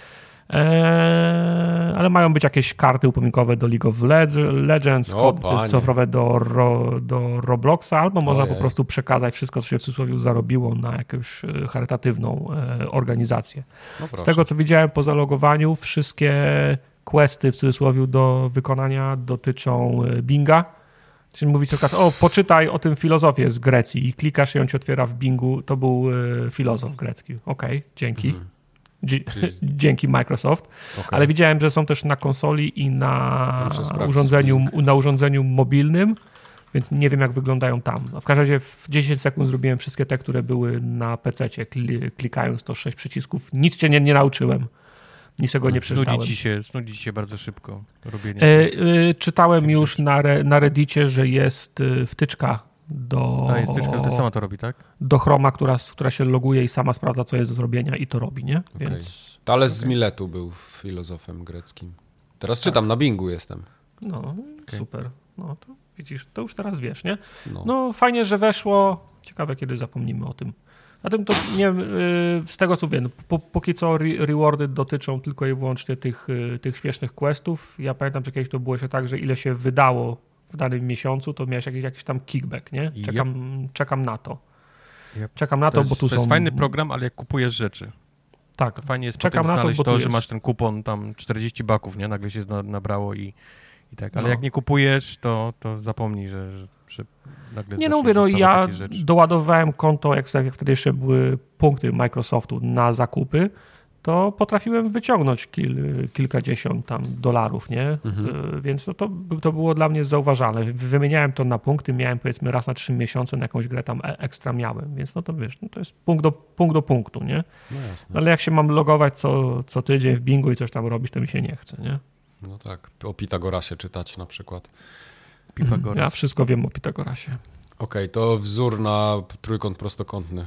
[SPEAKER 2] Eee, ale mają być jakieś karty upominkowe do League of Legends,
[SPEAKER 1] O,
[SPEAKER 2] kody
[SPEAKER 1] panie.
[SPEAKER 2] cyfrowe do, ro, do Robloxa, albo można
[SPEAKER 1] Ojej.
[SPEAKER 2] po prostu przekazać wszystko, co się w cudzysłowie zarobiło na jakąś e, charytatywną e, organizację.
[SPEAKER 1] No
[SPEAKER 2] Z
[SPEAKER 1] proszę.
[SPEAKER 2] tego, co widziałem po zalogowaniu, wszystkie questy w cudzysłowie do wykonania dotyczą e, Binga. Czyli mówić na przykład, o, poczytaj o tym filozofię z Grecji i klikasz i on ci otwiera w Bingu, to był e, filozof grecki. Okej, okay, dzięki.
[SPEAKER 1] Mhm.
[SPEAKER 2] Dzie-
[SPEAKER 1] Czyli-
[SPEAKER 2] Dzięki Microsoft.
[SPEAKER 1] Okej.
[SPEAKER 2] Ale widziałem, że są też na konsoli i na
[SPEAKER 1] Muszę sprawdzić
[SPEAKER 2] urządzeniu,
[SPEAKER 1] link.
[SPEAKER 2] na urządzeniu mobilnym, więc nie wiem, jak wyglądają tam. W każdym razie w dziesięć sekund zrobiłem wszystkie te, które były na pececie, kli- klikając to sześć przycisków. Nic cię nie, nie nauczyłem. Niczego nie przeczytałem.
[SPEAKER 3] Znudzi ci się, znudzi ci się bardzo szybko robienie.
[SPEAKER 2] E, e, czytałem
[SPEAKER 3] tych
[SPEAKER 2] już
[SPEAKER 3] rzeczy.
[SPEAKER 2] na, re, na Reddicie, że jest e, wtyczka do,
[SPEAKER 3] A, jest tyczka, to sama to robi, tak?
[SPEAKER 2] do Chroma, która, która się loguje i sama sprawdza, co jest do zrobienia i to robi, nie?
[SPEAKER 1] Okej.
[SPEAKER 2] Więc
[SPEAKER 1] Thales z Miletu był filozofem greckim. Teraz czytam, na Bingu jestem.
[SPEAKER 2] no,
[SPEAKER 3] Okej.
[SPEAKER 2] super. No to widzisz, to już teraz wiesz, nie?
[SPEAKER 1] No.
[SPEAKER 2] No fajnie, że weszło. Ciekawe, kiedy zapomnimy o tym. Na tym to nie wiem, yy, z tego co wiem, po, póki co re, rewardy dotyczą tylko i wyłącznie tych, yy, tych śmiesznych questów. Ja pamiętam, że kiedyś to było się tak, że ile się wydało w danym miesiącu, to miałeś jakiś, jakiś tam kickback, nie? Czekam, czekam na to.
[SPEAKER 3] Yep.
[SPEAKER 2] Czekam na to,
[SPEAKER 3] To jest,
[SPEAKER 2] bo tu
[SPEAKER 3] to jest
[SPEAKER 2] są...
[SPEAKER 3] fajny program, ale jak kupujesz rzeczy,
[SPEAKER 2] Tak,
[SPEAKER 3] to fajnie jest
[SPEAKER 2] Czekam
[SPEAKER 3] potem
[SPEAKER 2] na to,
[SPEAKER 3] znaleźć
[SPEAKER 2] bo
[SPEAKER 3] to,
[SPEAKER 2] tu
[SPEAKER 3] że
[SPEAKER 2] jest.
[SPEAKER 3] masz ten kupon tam czterdzieści baków, nie? Nagle się zna, nabrało i, i tak. Ale
[SPEAKER 2] No.
[SPEAKER 3] jak nie kupujesz, to, to zapomnij, że, że, że nagle
[SPEAKER 2] Nie no
[SPEAKER 3] zaczniesz
[SPEAKER 2] mówię, no
[SPEAKER 3] dostawać
[SPEAKER 2] ja
[SPEAKER 3] takie rzeczy.
[SPEAKER 2] doładowałem konto, jak, jak wtedy jeszcze były punkty Microsoftu na zakupy, to potrafiłem wyciągnąć kil, kilkadziesiąt tam dolarów, nie?
[SPEAKER 1] Mhm.
[SPEAKER 2] Y, Więc to, to, to było dla mnie zauważalne. Wymieniałem to na punkty, miałem powiedzmy raz na trzy miesiące, na jakąś grę tam e- ekstra miałem, więc no to wiesz, no to jest punkt do, punkt do punktu, nie?
[SPEAKER 1] No jasne.
[SPEAKER 2] Ale jak się mam logować co, co tydzień w Bingu i coś tam robić, to mi się nie chce, nie?
[SPEAKER 1] No tak, o Pitagorasie czytać na przykład.
[SPEAKER 3] Pitagoras.
[SPEAKER 2] Ja wszystko wiem o Pitagorasie.
[SPEAKER 1] Okej, to wzór na trójkąt prostokątny.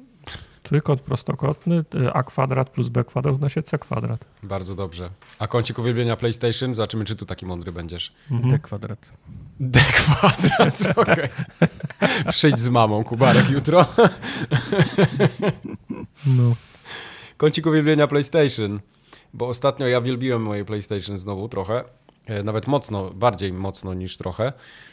[SPEAKER 2] Trójkąt prostokątny, y, a kwadrat plus b kwadrat równa się c kwadrat.
[SPEAKER 1] Bardzo dobrze. A kącik uwielbienia PlayStation? Zobaczymy, czy tu taki mądry będziesz.
[SPEAKER 2] Mhm.
[SPEAKER 3] D kwadrat.
[SPEAKER 1] D kwadrat, okej. Przyjdź z mamą, Kubarek, jutro.
[SPEAKER 2] No.
[SPEAKER 1] Kącik uwielbienia PlayStation. Bo ostatnio ja wielbiłem moje PlayStation znowu trochę. E, Nawet mocno, bardziej mocno niż trochę.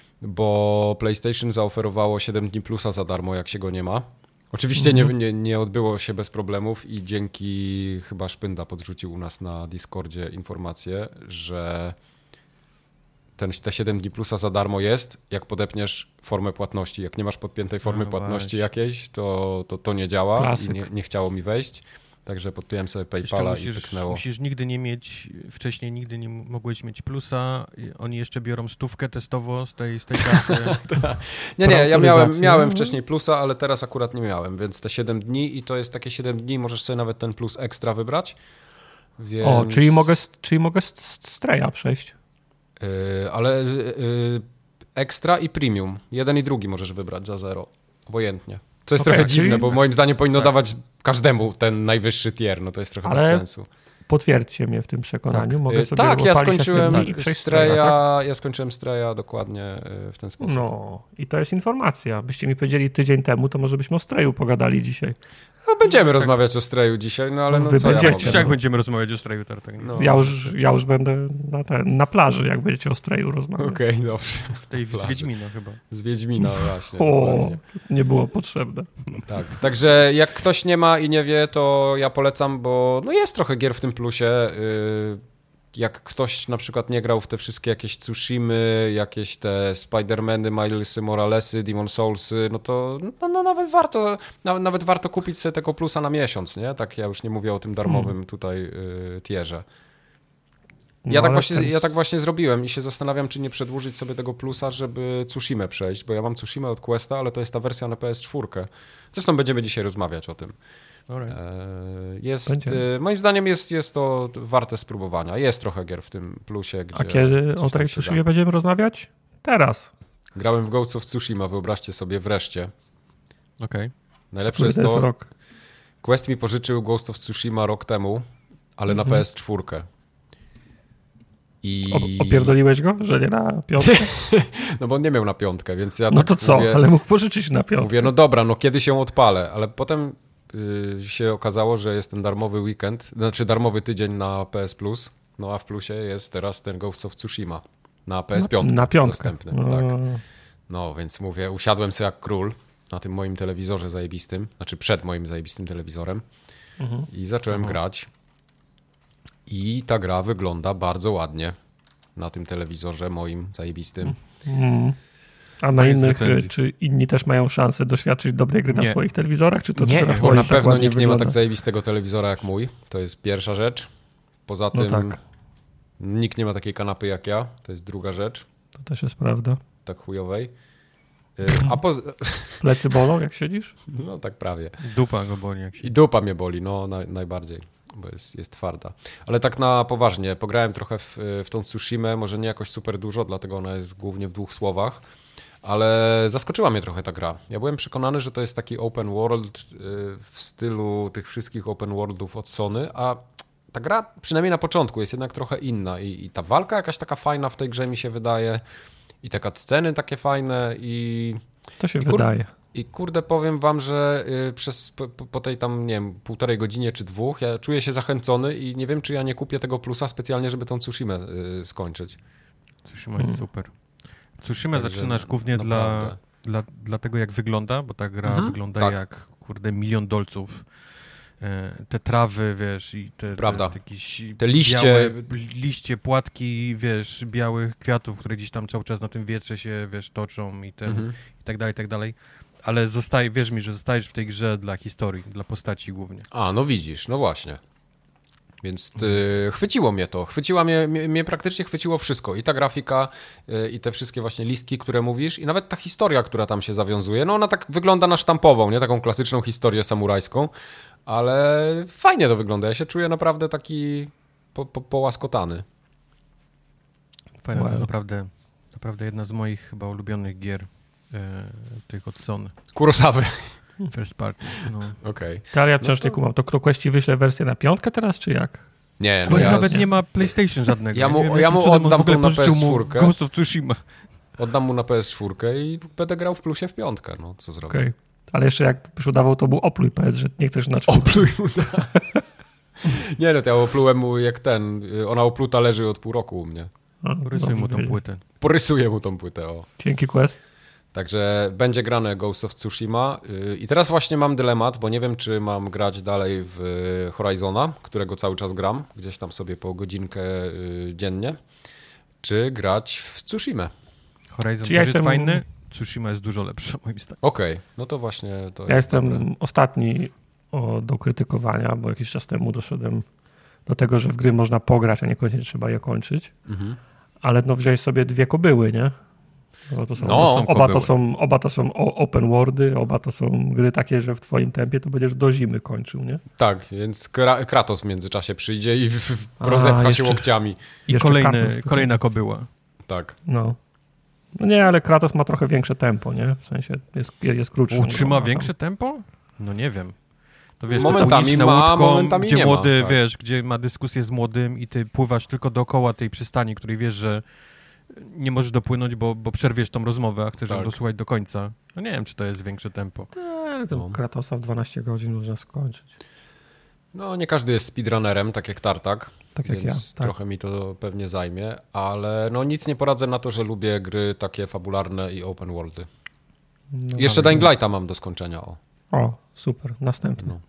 [SPEAKER 1] Bo PlayStation zaoferowało siedem dni plusa za darmo, jak się go nie ma. Oczywiście nie, nie, nie odbyło się bez problemów i dzięki, chyba Szpynda podrzucił u nas na Discordzie informację, że ten, te siedem dni plusa za darmo jest, jak podepniesz formę płatności. Jak nie masz podpiętej formy
[SPEAKER 3] No
[SPEAKER 1] płatności
[SPEAKER 3] właśnie.
[SPEAKER 1] jakiejś, to, to to nie działa
[SPEAKER 2] Klasyk.
[SPEAKER 1] i nie, nie chciało mi wejść. Także podpiąłem sobie
[SPEAKER 3] Jeszcze
[SPEAKER 1] PayPala i
[SPEAKER 3] musisz,
[SPEAKER 1] pyknęło.
[SPEAKER 3] musisz nigdy nie mieć, wcześniej nigdy nie mogłeś mieć plusa, i oni jeszcze biorą stówkę testowo z tej, z tej karty.
[SPEAKER 1] Nie, nie, ja miałem,
[SPEAKER 2] autoryzacji.
[SPEAKER 1] miałem
[SPEAKER 2] No.
[SPEAKER 1] wcześniej plusa, ale teraz akurat nie miałem, więc te siedem dni i to jest takie siedem dni, możesz sobie nawet ten plus ekstra wybrać. Więc...
[SPEAKER 2] O, czyli mogę, z- czyli mogę z, z Streja przejść.
[SPEAKER 1] Yy, ale yy, ekstra i premium. Jeden i drugi możesz wybrać za zero. Obojętnie. Co jest
[SPEAKER 2] Okej,
[SPEAKER 1] trochę
[SPEAKER 2] czyli-
[SPEAKER 1] dziwne, bo moim zdaniem powinno
[SPEAKER 3] Tak.
[SPEAKER 1] dawać każdemu ten najwyższy tier. No to jest trochę
[SPEAKER 2] Ale
[SPEAKER 1] bez sensu.
[SPEAKER 2] Potwierdźcie mnie w tym przekonaniu.
[SPEAKER 3] Tak.
[SPEAKER 2] Mogę
[SPEAKER 1] Yy,
[SPEAKER 2] sobie
[SPEAKER 1] tak, ja
[SPEAKER 2] odpalić na
[SPEAKER 1] skończyłem
[SPEAKER 2] siedem dni i przejść
[SPEAKER 1] Streja,
[SPEAKER 2] Streja, tak?
[SPEAKER 1] ja skończyłem Streja dokładnie yy, w ten sposób.
[SPEAKER 2] No i to jest informacja. Byście mi powiedzieli tydzień temu, to może byśmy o Streju pogadali dzisiaj.
[SPEAKER 1] No, będziemy rozmawiać o Streju dzisiaj, no ale
[SPEAKER 2] No,
[SPEAKER 1] no
[SPEAKER 2] wy
[SPEAKER 1] co ja
[SPEAKER 2] będziecie,
[SPEAKER 1] mogę?
[SPEAKER 3] Przecież jak będziemy rozmawiać o Streju Tartak?
[SPEAKER 1] No.
[SPEAKER 2] Ja już, ja już będę na, ten, na plaży, jak będziecie o Streju rozmawiać.
[SPEAKER 1] Okej, dobrze.
[SPEAKER 3] W tej z
[SPEAKER 1] Plaży.
[SPEAKER 3] Wiedźmina chyba.
[SPEAKER 1] Z Wiedźmina właśnie.
[SPEAKER 2] O,
[SPEAKER 1] dokładnie.
[SPEAKER 2] nie było potrzebne.
[SPEAKER 1] Tak. Także jak ktoś nie ma i nie wie, to ja polecam, bo no jest trochę gier w tym plusie. Yy, Jak ktoś na przykład nie grał w te wszystkie jakieś Tsushimy, jakieś te Spider-Many, Milesy, Moralesy, Demon Soulsy, no to no, no nawet warto nawet, nawet warto kupić sobie tego plusa na miesiąc, nie? Tak ja już nie mówię o tym darmowym
[SPEAKER 2] Hmm.
[SPEAKER 1] tutaj yy, tierze.
[SPEAKER 2] No,
[SPEAKER 1] Ja, tak
[SPEAKER 2] ale
[SPEAKER 1] właśnie,
[SPEAKER 2] ten-
[SPEAKER 1] ja tak właśnie zrobiłem i się zastanawiam, czy nie przedłużyć sobie tego plusa, żeby Tsushimę przejść, bo ja mam Tsushimę od Questa, ale to jest ta wersja na P S cztery. Zresztą będziemy dzisiaj rozmawiać o tym.
[SPEAKER 3] Alright.
[SPEAKER 1] Eee, Jest,
[SPEAKER 2] Będziemy.
[SPEAKER 1] e, moim zdaniem jest, jest to warte spróbowania. Jest trochę gier w tym plusie, gdzie
[SPEAKER 2] A kiedy
[SPEAKER 1] coś
[SPEAKER 2] o
[SPEAKER 1] tam
[SPEAKER 2] tej
[SPEAKER 1] się da.
[SPEAKER 2] Tsushimie będziemy rozmawiać? Teraz.
[SPEAKER 1] Grałem w Ghost of Tsushima, wyobraźcie sobie, wreszcie.
[SPEAKER 3] Okej.
[SPEAKER 1] Najlepsze
[SPEAKER 2] Który
[SPEAKER 1] jest
[SPEAKER 2] to jest
[SPEAKER 1] to,
[SPEAKER 2] rok.
[SPEAKER 1] Quest mi pożyczył Ghost of Tsushima rok temu, ale
[SPEAKER 2] Mhm.
[SPEAKER 1] na P S cztery. I...
[SPEAKER 2] O, opierdoliłeś go, że nie na piątkę?
[SPEAKER 1] No bo on nie miał na piątkę, więc ja
[SPEAKER 2] No
[SPEAKER 1] tak
[SPEAKER 2] to co?
[SPEAKER 1] mówię,
[SPEAKER 2] Ale mógł pożyczyć na piątkę.
[SPEAKER 1] mówię, no dobra, no kiedy się odpalę, ale potem y, się okazało, że jest ten darmowy weekend, znaczy darmowy tydzień na P S Plus, no a w plusie jest teraz ten Ghost of Tsushima na P S pięć
[SPEAKER 2] Na, na piątkę.
[SPEAKER 1] dostępny.
[SPEAKER 2] No.
[SPEAKER 1] Tak. No, więc mówię, usiadłem sobie jak król na tym moim telewizorze zajebistym, znaczy przed moim zajebistym telewizorem
[SPEAKER 2] Mhm.
[SPEAKER 1] i zacząłem
[SPEAKER 3] Mhm.
[SPEAKER 1] grać i ta gra wygląda bardzo ładnie na tym telewizorze moim zajebistym.
[SPEAKER 2] Mm. A na
[SPEAKER 3] Koniec
[SPEAKER 2] innych,
[SPEAKER 3] recenzji.
[SPEAKER 2] czy inni też mają szansę doświadczyć dobrej gry na
[SPEAKER 3] Nie.
[SPEAKER 2] swoich telewizorach? Czy to
[SPEAKER 1] Nie,
[SPEAKER 2] tylko
[SPEAKER 1] bo
[SPEAKER 2] twoim
[SPEAKER 1] na
[SPEAKER 2] tak
[SPEAKER 1] pewno
[SPEAKER 2] ładnie
[SPEAKER 1] nikt nie ma
[SPEAKER 2] wygląda?
[SPEAKER 1] tak zajebistego telewizora jak mój. To jest pierwsza rzecz. Poza
[SPEAKER 2] No
[SPEAKER 1] tym
[SPEAKER 2] tak.
[SPEAKER 1] nikt nie ma takiej kanapy jak ja. To jest druga rzecz,
[SPEAKER 2] To też jest prawda.
[SPEAKER 1] tak chujowej. Y, A poza...
[SPEAKER 2] Plecy bolą, jak siedzisz?
[SPEAKER 1] No tak prawie.
[SPEAKER 3] Dupa go boli jak się...
[SPEAKER 1] I dupa mnie boli, no naj, najbardziej, bo jest, jest twarda. Ale tak na poważnie, pograłem trochę w, w tą Tsushimę, może nie jakoś super dużo, dlatego ona jest głównie w dwóch słowach, ale zaskoczyła mnie trochę ta gra. Ja byłem przekonany, że to jest taki open world y, w stylu tych wszystkich open worldów od Sony, a ta gra przynajmniej na początku jest jednak trochę inna i, i ta walka jakaś taka fajna w tej grze mi się wydaje i te sceny takie fajne i...
[SPEAKER 2] To się
[SPEAKER 1] I kur-
[SPEAKER 2] wydaje.
[SPEAKER 1] I kurde, powiem wam, że y, przez po, po tej tam, nie wiem, półtorej godzinie czy dwóch, ja czuję się zachęcony i nie wiem, czy ja nie kupię tego plusa specjalnie, żeby tą Tsushimę y, skończyć.
[SPEAKER 3] Tsushima jest super. Tsushima
[SPEAKER 1] Także
[SPEAKER 3] zaczynasz głównie dla,
[SPEAKER 1] naprawdę.
[SPEAKER 3] dla, dla tego, jak wygląda, bo ta gra
[SPEAKER 1] Mhm,
[SPEAKER 3] wygląda
[SPEAKER 1] tak.
[SPEAKER 3] jak, kurde, milion dolców. E, Te trawy, wiesz, i te,
[SPEAKER 1] Prawda.
[SPEAKER 3] te, te, jakieś
[SPEAKER 1] Te liście.
[SPEAKER 3] białe, liście, płatki, wiesz, białych kwiatów, które gdzieś tam cały czas na tym wietrze się, wiesz, toczą i, ten,
[SPEAKER 1] Mhm.
[SPEAKER 3] i tak dalej, i tak dalej. Ale zostaje, wierz mi, że zostajesz w tej grze dla historii, dla postaci głównie.
[SPEAKER 1] A, no widzisz, no właśnie. Więc y, chwyciło mnie to, chwyciła mnie, mnie, mnie praktycznie chwyciło wszystko. I ta grafika, y, i te wszystkie właśnie listki, które mówisz, i nawet ta historia, która tam się zawiązuje, no ona tak wygląda na sztampową, nie taką klasyczną historię samurajską, ale fajnie to wygląda. Ja się czuję naprawdę taki po, po, połaskotany.
[SPEAKER 3] Fajne, to
[SPEAKER 2] Wow.
[SPEAKER 3] jest naprawdę, naprawdę jedna z moich chyba ulubionych gier e, tych od Sony.
[SPEAKER 1] Kurosawy.
[SPEAKER 3] First party. No.
[SPEAKER 1] Okej.
[SPEAKER 2] To, ale ja wciąż
[SPEAKER 1] to-
[SPEAKER 2] nie kumam. To kto Quest wyśle wersję na piątkę teraz, czy jak?
[SPEAKER 1] Nie, no
[SPEAKER 3] Ktoś
[SPEAKER 1] ja
[SPEAKER 3] nawet
[SPEAKER 1] z-
[SPEAKER 3] nie ma PlayStation żadnego.
[SPEAKER 1] Ja mu-
[SPEAKER 3] nie wiem,
[SPEAKER 1] ja
[SPEAKER 3] jakim
[SPEAKER 1] mu
[SPEAKER 3] cudem on
[SPEAKER 1] oddam
[SPEAKER 3] w ogóle
[SPEAKER 1] tą na
[SPEAKER 3] pożyczył mu
[SPEAKER 1] P S cztery.
[SPEAKER 3] Ghost of Tsushima.
[SPEAKER 1] Oddam mu na P S cztery i będę grał w plusie w piątkę, no co zrobię.
[SPEAKER 2] Okej. Ale jeszcze jak byś udawał, to był opluj powiedz, że nie chcesz na czwórkę.
[SPEAKER 1] Opluj mu, da. Nie no, to ja oplułem mu jak ten, y, ona opluta leży od pół roku u mnie.
[SPEAKER 2] A,
[SPEAKER 3] Rysuj
[SPEAKER 2] dobrze
[SPEAKER 3] mu tą
[SPEAKER 2] wiedzieć.
[SPEAKER 3] płytę.
[SPEAKER 1] Porysuję mu tą płytę, o.
[SPEAKER 2] Dzięki Quest.
[SPEAKER 1] Także będzie grane Ghost of Tsushima y, i teraz właśnie mam dylemat, bo nie wiem, czy mam grać dalej w y, Horizona, którego cały czas gram, gdzieś tam sobie po godzinkę y, dziennie, czy grać w Tsushimę.
[SPEAKER 3] Horizon
[SPEAKER 2] Czy ja
[SPEAKER 3] też
[SPEAKER 2] jestem-
[SPEAKER 3] jest fajny, Tsushima jest dużo lepsza moim zdaniem.
[SPEAKER 1] Okej, no to właśnie to
[SPEAKER 2] Ja
[SPEAKER 1] jest
[SPEAKER 2] jestem
[SPEAKER 1] dobre.
[SPEAKER 2] ostatni o, do krytykowania, bo jakiś czas temu doszedłem do tego, że w gry można pograć, a niekoniecznie trzeba je kończyć.
[SPEAKER 1] Mhm.
[SPEAKER 2] Ale no wziąłeś sobie dwie kobyły, nie? No, to są,
[SPEAKER 1] No,
[SPEAKER 2] to są,
[SPEAKER 3] są
[SPEAKER 2] oba, to
[SPEAKER 3] kobyły.
[SPEAKER 2] są, oba to są o- open worldy, oba to są gry takie, że w twoim tempie to będziesz do zimy kończył, nie?
[SPEAKER 1] Tak, więc Kra- Kratos w międzyczasie przyjdzie i w- w-
[SPEAKER 2] A,
[SPEAKER 1] rozepcha się
[SPEAKER 2] jeszcze-
[SPEAKER 1] łokciami.
[SPEAKER 3] I
[SPEAKER 2] Jeszcze
[SPEAKER 3] kolejny,
[SPEAKER 2] Kratos-
[SPEAKER 3] kolejna kobyła.
[SPEAKER 1] Tak.
[SPEAKER 2] No. No nie, ale Kratos ma trochę większe tempo, nie? W sensie jest, jest krótszy.
[SPEAKER 3] Utrzyma
[SPEAKER 2] no,
[SPEAKER 3] większe tempo? No nie wiem. To wiesz,
[SPEAKER 1] Momentami
[SPEAKER 3] momentami
[SPEAKER 1] ma,
[SPEAKER 3] na łódką,
[SPEAKER 1] momentami
[SPEAKER 3] gdzie
[SPEAKER 1] nie ma,
[SPEAKER 3] młody,
[SPEAKER 1] tak.
[SPEAKER 3] wiesz, gdzie ma dyskusję z młodym i ty pływasz tylko dookoła tej przystani, której wiesz, że nie możesz dopłynąć, bo, bo przerwiesz tą rozmowę, a chcesz ją
[SPEAKER 1] Tak.
[SPEAKER 3] dosłuchać do końca. No nie wiem, czy to jest większe tempo.
[SPEAKER 2] Ale to
[SPEAKER 1] No.
[SPEAKER 2] Kratosa w dwanaście godzin można skończyć.
[SPEAKER 1] No nie każdy jest speedrunnerem, tak jak Tartak,
[SPEAKER 2] Tak jak
[SPEAKER 1] więc
[SPEAKER 2] ja. Tak.
[SPEAKER 1] trochę mi to pewnie zajmie, ale no nic nie poradzę na to, że lubię gry takie fabularne i open worldy.
[SPEAKER 2] No
[SPEAKER 1] Jeszcze
[SPEAKER 2] dobrze.
[SPEAKER 1] Dying Lighta mam do skończenia, o.
[SPEAKER 2] O, super. Następny.
[SPEAKER 1] No.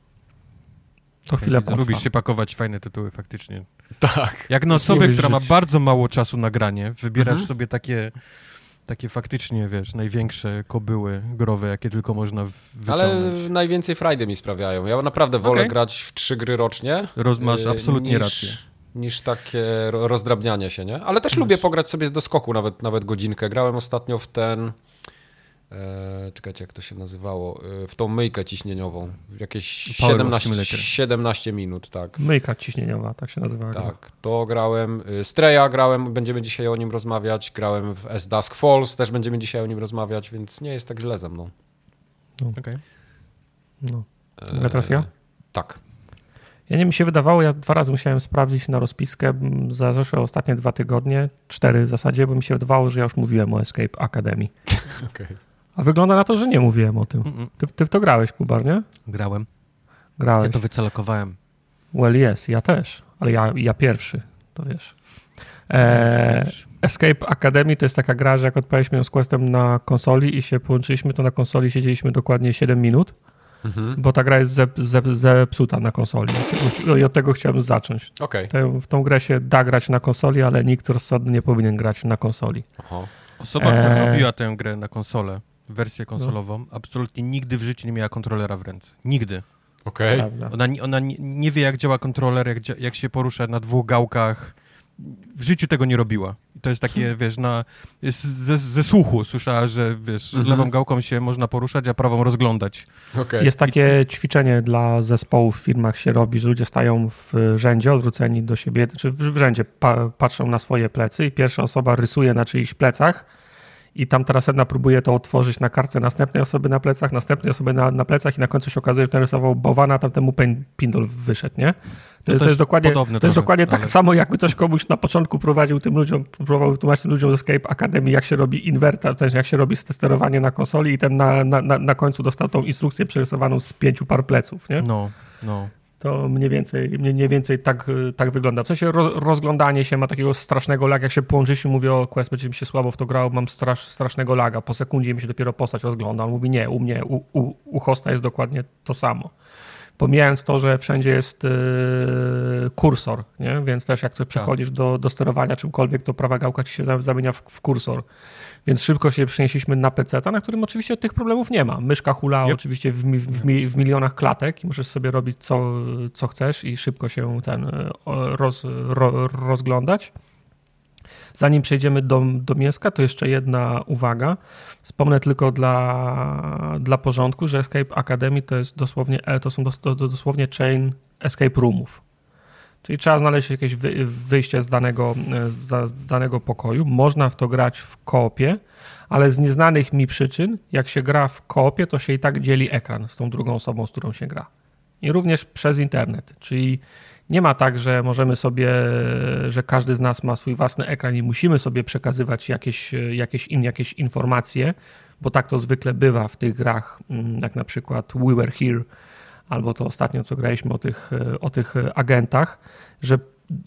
[SPEAKER 2] To chwilę potrwa.
[SPEAKER 3] Lubisz się pakować w fajne tytuły, faktycznie.
[SPEAKER 1] Tak.
[SPEAKER 3] Jak na
[SPEAKER 2] Nie
[SPEAKER 3] osobę, która ma
[SPEAKER 2] wyżyć.
[SPEAKER 3] bardzo mało czasu na granie, wybierasz
[SPEAKER 1] Mhm.
[SPEAKER 3] sobie takie, takie faktycznie, wiesz, największe kobyły growe, jakie tylko można w-
[SPEAKER 1] Ale
[SPEAKER 3] wyciągnąć.
[SPEAKER 1] najwięcej frajdy mi sprawiają. Ja naprawdę wolę
[SPEAKER 3] Okej.
[SPEAKER 1] grać w trzy gry rocznie.
[SPEAKER 3] Roz, masz
[SPEAKER 1] y,
[SPEAKER 3] absolutnie
[SPEAKER 1] niż,
[SPEAKER 3] rację.
[SPEAKER 1] Niż takie ro- rozdrabnianie się, nie? Ale też
[SPEAKER 3] Masz.
[SPEAKER 1] lubię pograć sobie z doskoku, nawet, nawet godzinkę. Grałem ostatnio w ten... E, czekajcie, jak to się nazywało? E, w tą myjkę ciśnieniową. Jakieś
[SPEAKER 3] Power of
[SPEAKER 1] siedemnaście,
[SPEAKER 3] Simulator.
[SPEAKER 1] siedemnaście minut, tak.
[SPEAKER 2] Myjka ciśnieniowa, tak się nazywa. gra.
[SPEAKER 1] Tak, to grałem. y, Streja grałem, będziemy dzisiaj o nim rozmawiać. Grałem w As Dusk Falls, też będziemy dzisiaj o nim rozmawiać, więc nie jest tak źle ze mną.
[SPEAKER 3] Okej.
[SPEAKER 2] No.
[SPEAKER 1] E,
[SPEAKER 2] Mogę teraz ja?
[SPEAKER 1] Tak.
[SPEAKER 2] Ja nie mi się wydawało, ja dwa razy musiałem sprawdzić na rozpiskę m, za zeszłe ostatnie dwa tygodnie, cztery w zasadzie, bo mi się wydawało, że ja już mówiłem o Escape Academy.
[SPEAKER 1] Okay.
[SPEAKER 2] A wygląda na to, że nie mówiłem o tym.
[SPEAKER 3] Mm-mm.
[SPEAKER 2] Ty, ty w to grałeś, Kubar, nie?
[SPEAKER 3] Grałem.
[SPEAKER 2] Grałeś?
[SPEAKER 3] Ja to wycelakowałem.
[SPEAKER 2] Well, yes, ja też, ale ja, ja pierwszy, to wiesz. E, Escape Academy to jest taka gra, że jak odpaliśmy ją z Questem na konsoli i się połączyliśmy, to na konsoli siedzieliśmy dokładnie siedem minut, mhm. bo ta gra jest zep, zep, zepsuta na konsoli. I od tego chciałem zacząć.
[SPEAKER 1] Okay.
[SPEAKER 2] Tę, w tą grę się da grać na konsoli, ale nikt rozsądny nie powinien grać na konsoli.
[SPEAKER 1] Aha.
[SPEAKER 3] Osoba, która e... robiła tę grę na konsolę, wersję konsolową, no. absolutnie nigdy w życiu nie miała kontrolera w ręce. Nigdy.
[SPEAKER 1] Okay.
[SPEAKER 3] Ona, ona nie, nie wie, jak działa kontroler, jak, jak się porusza na dwóch gałkach. W życiu tego nie robiła. I to jest takie, hmm. wiesz, na, jest ze, ze słuchu słyszała, że wiesz, mm-hmm. lewą gałką się można poruszać, a prawą rozglądać.
[SPEAKER 2] Okay. Jest takie ćwiczenie dla zespołów w firmach się robi, że ludzie stają w rzędzie, odwróceni do siebie, czy w rzędzie pa, patrzą na swoje plecy i pierwsza osoba rysuje na czyichś plecach i tam teraz jedna próbuje to otworzyć na kartce następnej osoby na plecach, następnej osoby na, na plecach i na końcu się okazuje, że ten rysował bałwana, a tamtemu pindol wyszedł, nie? To,
[SPEAKER 3] no
[SPEAKER 2] jest,
[SPEAKER 3] to,
[SPEAKER 2] to jest dokładnie,
[SPEAKER 3] to
[SPEAKER 2] jest
[SPEAKER 3] trochę,
[SPEAKER 2] dokładnie tak
[SPEAKER 3] ale...
[SPEAKER 2] samo, jakby ktoś komuś na początku prowadził tym ludziom, próbował wytłumaczyć tym ludziom z Escape Academy, jak się robi inwerter, też jak się robi sterowanie na konsoli i ten na, na, na, na końcu dostał tą instrukcję przerysowaną z pięciu par pleców, nie?
[SPEAKER 3] No, no.
[SPEAKER 2] To mniej więcej, mniej więcej tak, tak wygląda. W sensie roz, rozglądanie się ma takiego strasznego laga. Jak się połączyliśmy, mówię o Quest, będzie mi się słabo w to grało, mam strasz, strasznego laga. Po sekundzie mi się dopiero postać rozgląda. On mówi nie, u mnie, u, u, u hosta jest dokładnie to samo. Pomijając to, że wszędzie jest yy, kursor, nie? Więc też jak coś przechodzisz do, do sterowania czymkolwiek, to prawa gałka ci się zamienia w, w kursor. Więc szybko się przenieśliśmy na peceta, na którym oczywiście tych problemów nie ma. Myszka hula yep. oczywiście w, w, w, w milionach klatek i możesz sobie robić co, co chcesz i szybko się ten roz, ro, rozglądać. Zanim przejdziemy do, do mięska, to jeszcze jedna uwaga. Wspomnę tylko dla, dla porządku, że Escape Academy to jest dosłownie, to są dos, to, to dosłownie chain escape roomów. Czyli trzeba znaleźć jakieś wyjście z danego, z, z danego pokoju. Można w to grać w koopie, ale z nieznanych mi przyczyn, jak się gra w koopie, to się i tak dzieli ekran z tą drugą osobą, z którą się gra. I również przez internet, czyli nie ma tak, że możemy sobie, że każdy z nas ma swój własny ekran i musimy sobie przekazywać jakieś, jakieś, in, jakieś informacje, bo tak to zwykle bywa w tych grach, jak na przykład We Were Here, albo to ostatnio, co graliśmy o tych, o tych agentach, że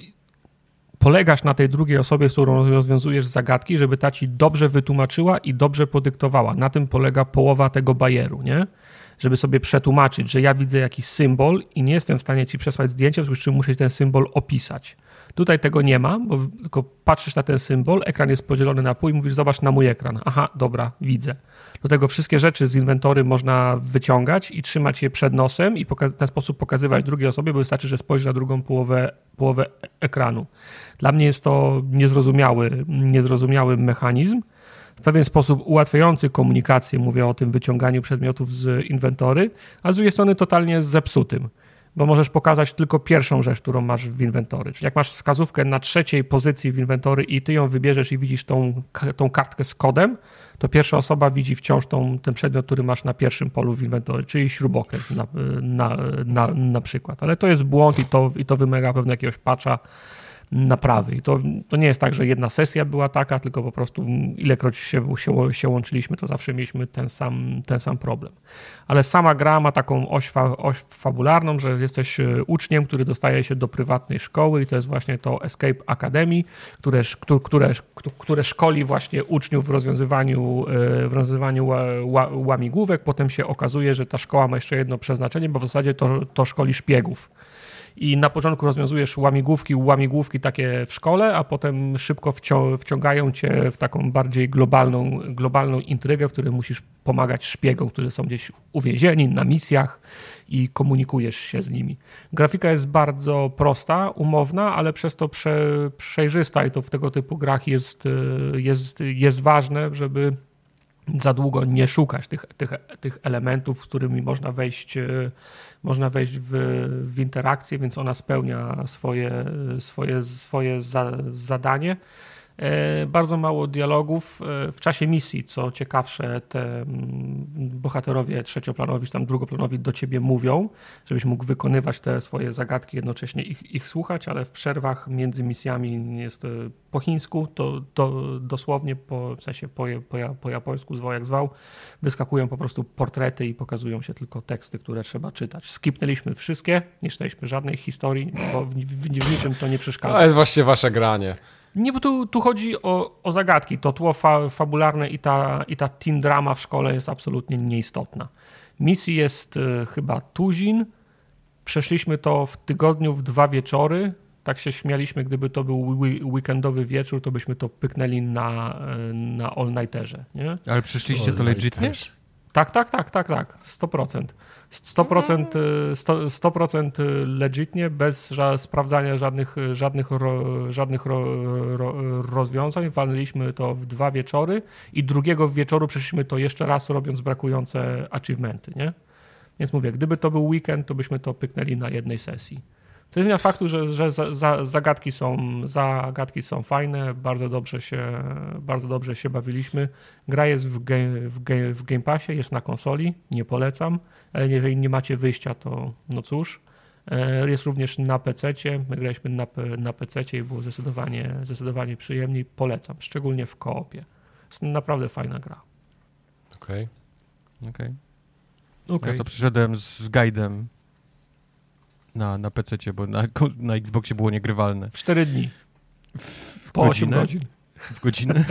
[SPEAKER 2] polegasz na tej drugiej osobie, z którą rozwiązujesz zagadki, żeby ta ci dobrze wytłumaczyła i dobrze podyktowała. Na tym polega połowa tego bajeru, nie? Żeby sobie przetłumaczyć, że ja widzę jakiś symbol i nie jestem w stanie ci przesłać zdjęcia, w związku z czym muszę ten symbol opisać. Tutaj tego nie ma, bo tylko patrzysz na ten symbol, ekran jest podzielony na pół i mówisz, zobacz na mój ekran. Aha, dobra, widzę. Do tego wszystkie rzeczy z inwentory można wyciągać i trzymać je przed nosem i w ten sposób pokazywać drugiej osobie, bo wystarczy, że spojrzy na drugą połowę, połowę ekranu. Dla mnie jest to niezrozumiały, niezrozumiały mechanizm, w pewien sposób ułatwiający komunikację, mówię o tym wyciąganiu przedmiotów z inwentory, a z drugiej strony totalnie zepsutym, bo możesz pokazać tylko pierwszą rzecz, którą masz w inwentory. Czyli jak masz wskazówkę na trzeciej pozycji w inwentory i ty ją wybierzesz i widzisz tą, tą kartkę z kodem, to pierwsza osoba widzi wciąż tą, ten przedmiot, który masz na pierwszym polu w inwentory, czyli śrubokręt na, na, na, na przykład. Ale to jest błąd i to, i to wymaga pewnego jakiegoś patcha naprawy. I to, to nie jest tak, że jedna sesja była taka, tylko po prostu ilekroć się, się, się łączyliśmy, to zawsze mieliśmy ten sam, ten sam problem. Ale sama gra ma taką oś, fa, oś fabularną, że jesteś uczniem, który dostaje się do prywatnej szkoły i to jest właśnie to Escape Academy, które, które, które szkoli właśnie uczniów w rozwiązywaniu, w rozwiązywaniu łamigłówek. Potem się okazuje, że ta szkoła ma jeszcze jedno przeznaczenie, bo w zasadzie to, to szkoli szpiegów. I na początku rozwiązujesz łamigłówki, łamigłówki takie w szkole, a potem szybko wcią- wciągają cię w taką bardziej globalną, globalną intrygę, w której musisz pomagać szpiegom, którzy są gdzieś uwięzieni na misjach i komunikujesz się z nimi. Grafika jest bardzo prosta, umowna, ale przez to prze, przejrzysta i to w tego typu grach jest, jest, jest ważne, żeby za długo nie szukać tych, tych, tych elementów, z którymi można wejść, można wejść w, w interakcję, więc ona spełnia swoje, swoje, swoje za, zadanie. Bardzo mało dialogów. W czasie misji, co ciekawsze, te bohaterowie trzecioplanowi czy tam drugoplanowi do ciebie mówią, żebyś mógł wykonywać te swoje zagadki, jednocześnie ich, ich słuchać, ale w przerwach między misjami jest po chińsku, to, to dosłownie po, w sensie po, po, po japońsku, zwał jak zwał, wyskakują po prostu portrety i pokazują się tylko teksty, które trzeba czytać. Skipnęliśmy wszystkie, nie czytaliśmy żadnej historii, bo w, w, w niczym to nie przeszkadza.
[SPEAKER 1] To jest właśnie wasze granie.
[SPEAKER 2] Nie, bo tu, tu chodzi o, o zagadki. To tło fa, fabularne i ta, i ta teen drama w szkole jest absolutnie nieistotna. Misji jest y, chyba tuzin. Przeszliśmy to w tygodniu w dwa wieczory. Tak się śmialiśmy, gdyby to był weekendowy wieczór, to byśmy to pyknęli na, na all-nighterze. Nie?
[SPEAKER 3] Ale przyszliście to legitnie?
[SPEAKER 2] Tak, tak, tak, tak, tak. sto procent. sto procent, sto, sto procent legitnie, bez ża- sprawdzania żadnych, żadnych, ro, żadnych ro, ro, rozwiązań. Walnęliśmy to w dwa wieczory i drugiego wieczoru przeszliśmy to jeszcze raz, robiąc brakujące achievementy, nie? Więc mówię, gdyby to był weekend, to byśmy to pyknęli na jednej sesji. Co nie zmienia faktu, że, że za, za, zagadki, są, zagadki są fajne, bardzo dobrze się, bardzo dobrze się bawiliśmy. Gra jest w, ge, w, ge, w Game Passie, jest na konsoli, nie polecam. Jeżeli nie macie wyjścia, to no cóż. Jest również na pececie, my graliśmy na, na pececie i było zdecydowanie, zdecydowanie przyjemniej. Polecam, szczególnie w koopie. Jest naprawdę fajna gra.
[SPEAKER 1] Okej.
[SPEAKER 3] Okay. Okej.
[SPEAKER 2] Okay. Okay.
[SPEAKER 3] Ja to przyszedłem z guidem na, na pececie, bo na, na Xboxie było niegrywalne.
[SPEAKER 2] W cztery dni.
[SPEAKER 3] W
[SPEAKER 2] po osiem godzin.
[SPEAKER 3] W godzinę?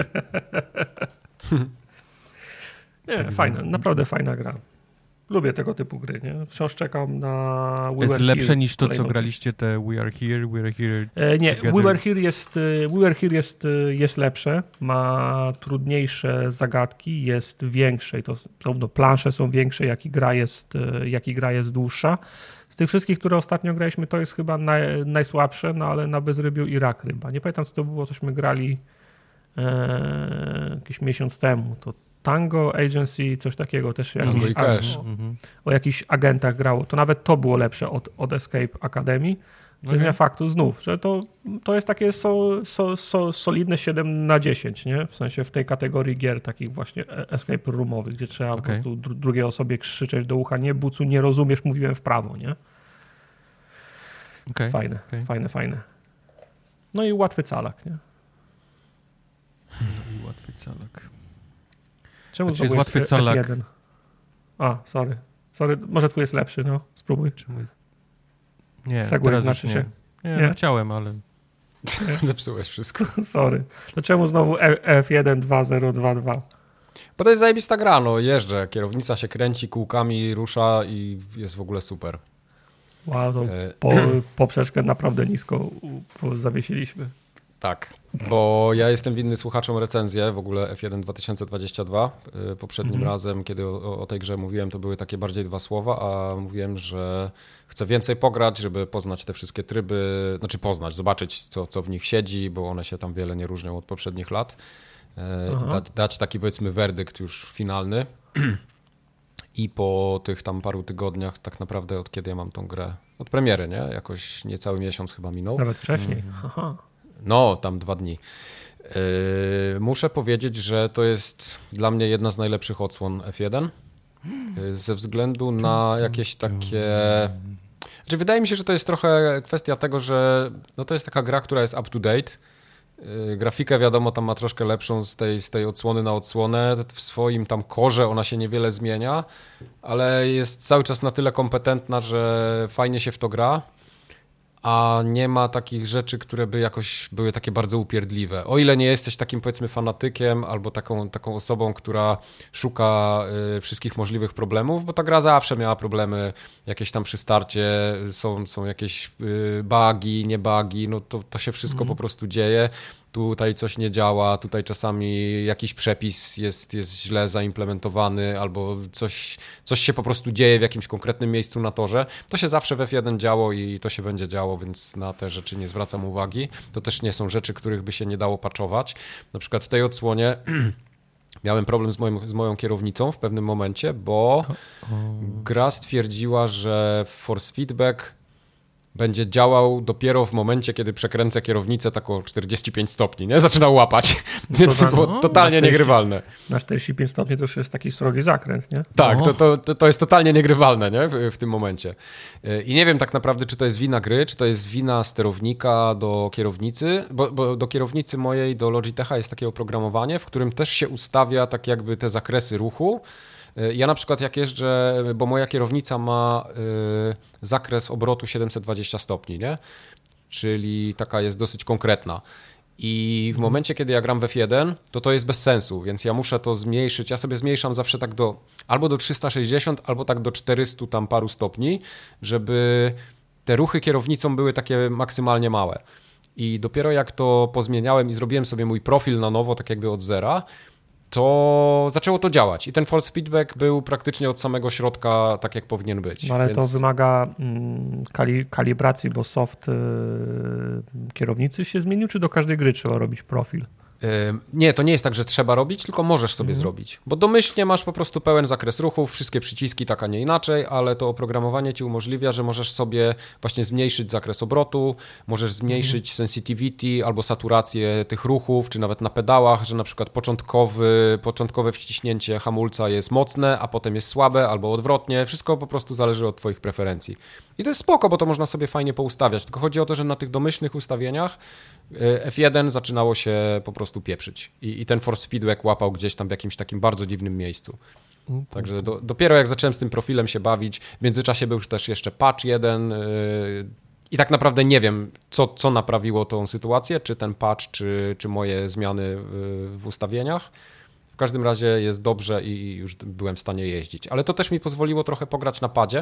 [SPEAKER 2] Nie, tak fajna, naprawdę fajna gra. Lubię tego typu gry, nie? Wciąż czekam na We
[SPEAKER 3] Jest
[SPEAKER 2] Were
[SPEAKER 3] lepsze
[SPEAKER 2] Here,
[SPEAKER 3] niż to, co
[SPEAKER 2] kolejną.
[SPEAKER 3] graliście, te We Are Here, We Are Here
[SPEAKER 2] e, Nie,
[SPEAKER 3] together.
[SPEAKER 2] We Were Here, jest, We Were Here jest, jest lepsze, ma trudniejsze zagadki, jest większe i to zarówno plansze są większe, jak i gra jest, jak i gra jest dłuższa. Z tych wszystkich, które ostatnio graliśmy, to jest chyba naj, najsłabsze, no ale na bezrybiu i rak ryba. Nie pamiętam, co to było, cośmy grali e, jakiś miesiąc temu. To Tango Agency, coś takiego też.
[SPEAKER 1] Tango i Cash.
[SPEAKER 2] O, o jakichś agentach grało. To nawet to było lepsze od, od Escape Academy. Co okay. faktu znów, że to, to jest takie so, so, so, solidne siedem na dziesięć, nie? W sensie w tej kategorii gier takich właśnie escape roomowych, gdzie trzeba okay. po prostu dru- drugiej osobie krzyczeć do ucha, nie bucu, nie rozumiesz, mówiłem w prawo, nie?
[SPEAKER 3] Okay.
[SPEAKER 2] Fajne,
[SPEAKER 3] okay.
[SPEAKER 2] fajne, fajne. No i łatwy calak, nie?
[SPEAKER 3] No i łatwy calak.
[SPEAKER 2] Czemu
[SPEAKER 3] znaczy jest łatwy calak?
[SPEAKER 2] F jeden? A, sorry. Sorry, może twój jest lepszy, no. Spróbuj.
[SPEAKER 3] Czemu? Nie,
[SPEAKER 2] Segway
[SPEAKER 3] teraz
[SPEAKER 2] znaczy
[SPEAKER 3] nie.
[SPEAKER 2] się.
[SPEAKER 3] Nie,
[SPEAKER 2] nie?
[SPEAKER 3] No chciałem, ale...
[SPEAKER 1] Zepsułeś wszystko.
[SPEAKER 2] Sorry. To czemu znowu F jeden dwa zero dwa dwa?
[SPEAKER 1] Bo to jest zajebista gra, no jeżdżę, kierownica się kręci, kółkami rusza i jest w ogóle super.
[SPEAKER 2] Wow, to po, poprzeczkę naprawdę nisko zawiesiliśmy.
[SPEAKER 1] Tak, bo ja jestem winny słuchaczom recenzję w ogóle F jeden dwa tysiące dwadzieścia dwa. Poprzednim mhm. razem, kiedy o, o tej grze mówiłem, to były takie bardziej dwa słowa, a mówiłem, że chcę więcej pograć, żeby poznać te wszystkie tryby, znaczy poznać, zobaczyć, co, co w nich siedzi, bo one się tam wiele nie różnią od poprzednich lat. Da, dać taki, powiedzmy, werdykt już finalny. I po tych tam paru tygodniach, tak naprawdę od kiedy ja mam tą grę, od premiery, nie? Jakoś niecały miesiąc chyba minął.
[SPEAKER 2] Nawet wcześniej.
[SPEAKER 1] Mhm.
[SPEAKER 2] Aha.
[SPEAKER 1] No, tam dwa dni. Yy, muszę powiedzieć, że to jest dla mnie jedna z najlepszych odsłon F jeden. Yy, ze względu na jakieś takie... Znaczy, wydaje mi się, że to jest trochę kwestia tego, że no to jest taka gra, która jest up to date. Yy, grafikę wiadomo tam ma troszkę lepszą z tej, z tej odsłony na odsłonę. W swoim tam korze ona się niewiele zmienia, ale jest cały czas na tyle kompetentna, że fajnie się w to gra. A nie ma takich rzeczy, które by jakoś były takie bardzo upierdliwe. O ile nie jesteś takim, powiedzmy, fanatykiem albo taką, taką osobą, która szuka y, wszystkich możliwych problemów, bo ta gra zawsze miała problemy jakieś tam przy starcie, są, są jakieś y, bugi, nie bugi, no to, to się wszystko mm. po prostu dzieje. Tutaj coś nie działa, tutaj czasami jakiś przepis jest, jest źle zaimplementowany albo coś, coś się po prostu dzieje w jakimś konkretnym miejscu na torze. To się zawsze w F jeden działo i to się będzie działo, więc na te rzeczy nie zwracam uwagi. To też nie są rzeczy, których by się nie dało patchować. Na przykład w tej odsłonie miałem problem z, moim, z moją kierownicą w pewnym momencie, bo gra stwierdziła, że force feedback będzie działał dopiero w momencie, kiedy przekręcę kierownicę tak o czterdzieści pięć stopni, nie? Zaczynał łapać, no więc to, to było no, totalnie niegrywalne.
[SPEAKER 2] Na czterdzieści pięć stopni to już jest taki srogi zakręt, nie?
[SPEAKER 1] Tak, to, to, to, to jest totalnie niegrywalne, nie? W, w tym momencie. I nie wiem tak naprawdę, czy to jest wina gry, czy to jest wina sterownika do kierownicy, bo, bo do kierownicy mojej, do Logitecha jest takie oprogramowanie, w którym też się ustawia tak jakby te zakresy ruchu. Ja na przykład jak jeżdżę, bo moja kierownica ma y, zakres obrotu siedemset dwadzieścia stopni, nie? Czyli taka jest dosyć konkretna. I w momencie, kiedy ja gram w F jeden, to to jest bez sensu, więc ja muszę to zmniejszyć. Ja sobie zmniejszam zawsze tak do albo do trzysta sześćdziesiąt, albo tak do czterystu tam paru stopni, żeby te ruchy kierownicą były takie maksymalnie małe. I dopiero jak to pozmieniałem i zrobiłem sobie mój profil na nowo, tak jakby od zera, to zaczęło to działać i ten force feedback był praktycznie od samego środka tak, jak powinien być.
[SPEAKER 2] No ale
[SPEAKER 1] Więc...
[SPEAKER 2] to wymaga mm, kali, kalibracji, bo soft yy, kierownicy się zmienił, czy do każdej gry trzeba robić profil?
[SPEAKER 1] Nie, to nie jest tak, że trzeba robić, tylko możesz sobie mhm. zrobić. Bo domyślnie masz po prostu pełen zakres ruchów, wszystkie przyciski tak, a nie inaczej, ale to oprogramowanie ci umożliwia, że możesz sobie właśnie zmniejszyć zakres obrotu, możesz zmniejszyć mhm. sensitivity albo saturację tych ruchów, czy nawet na pedałach, że na przykład początkowy, początkowe wciśnięcie hamulca jest mocne, a potem jest słabe albo odwrotnie. Wszystko po prostu zależy od twoich preferencji. I to jest spoko, bo to można sobie fajnie poustawiać. Tylko chodzi o to, że na tych domyślnych ustawieniach F jeden zaczynało się po prostu pieprzyć i, i ten force feedback łapał gdzieś tam w jakimś takim bardzo dziwnym miejscu. Mm, Także do, dopiero jak zacząłem z tym profilem się bawić, w międzyczasie był już też jeszcze patch jeden yy, i tak naprawdę nie wiem, co, co naprawiło tą sytuację, czy ten patch, czy, czy moje zmiany w, w ustawieniach. W każdym razie jest dobrze i już byłem w stanie jeździć. Ale to też mi pozwoliło trochę pograć na padzie,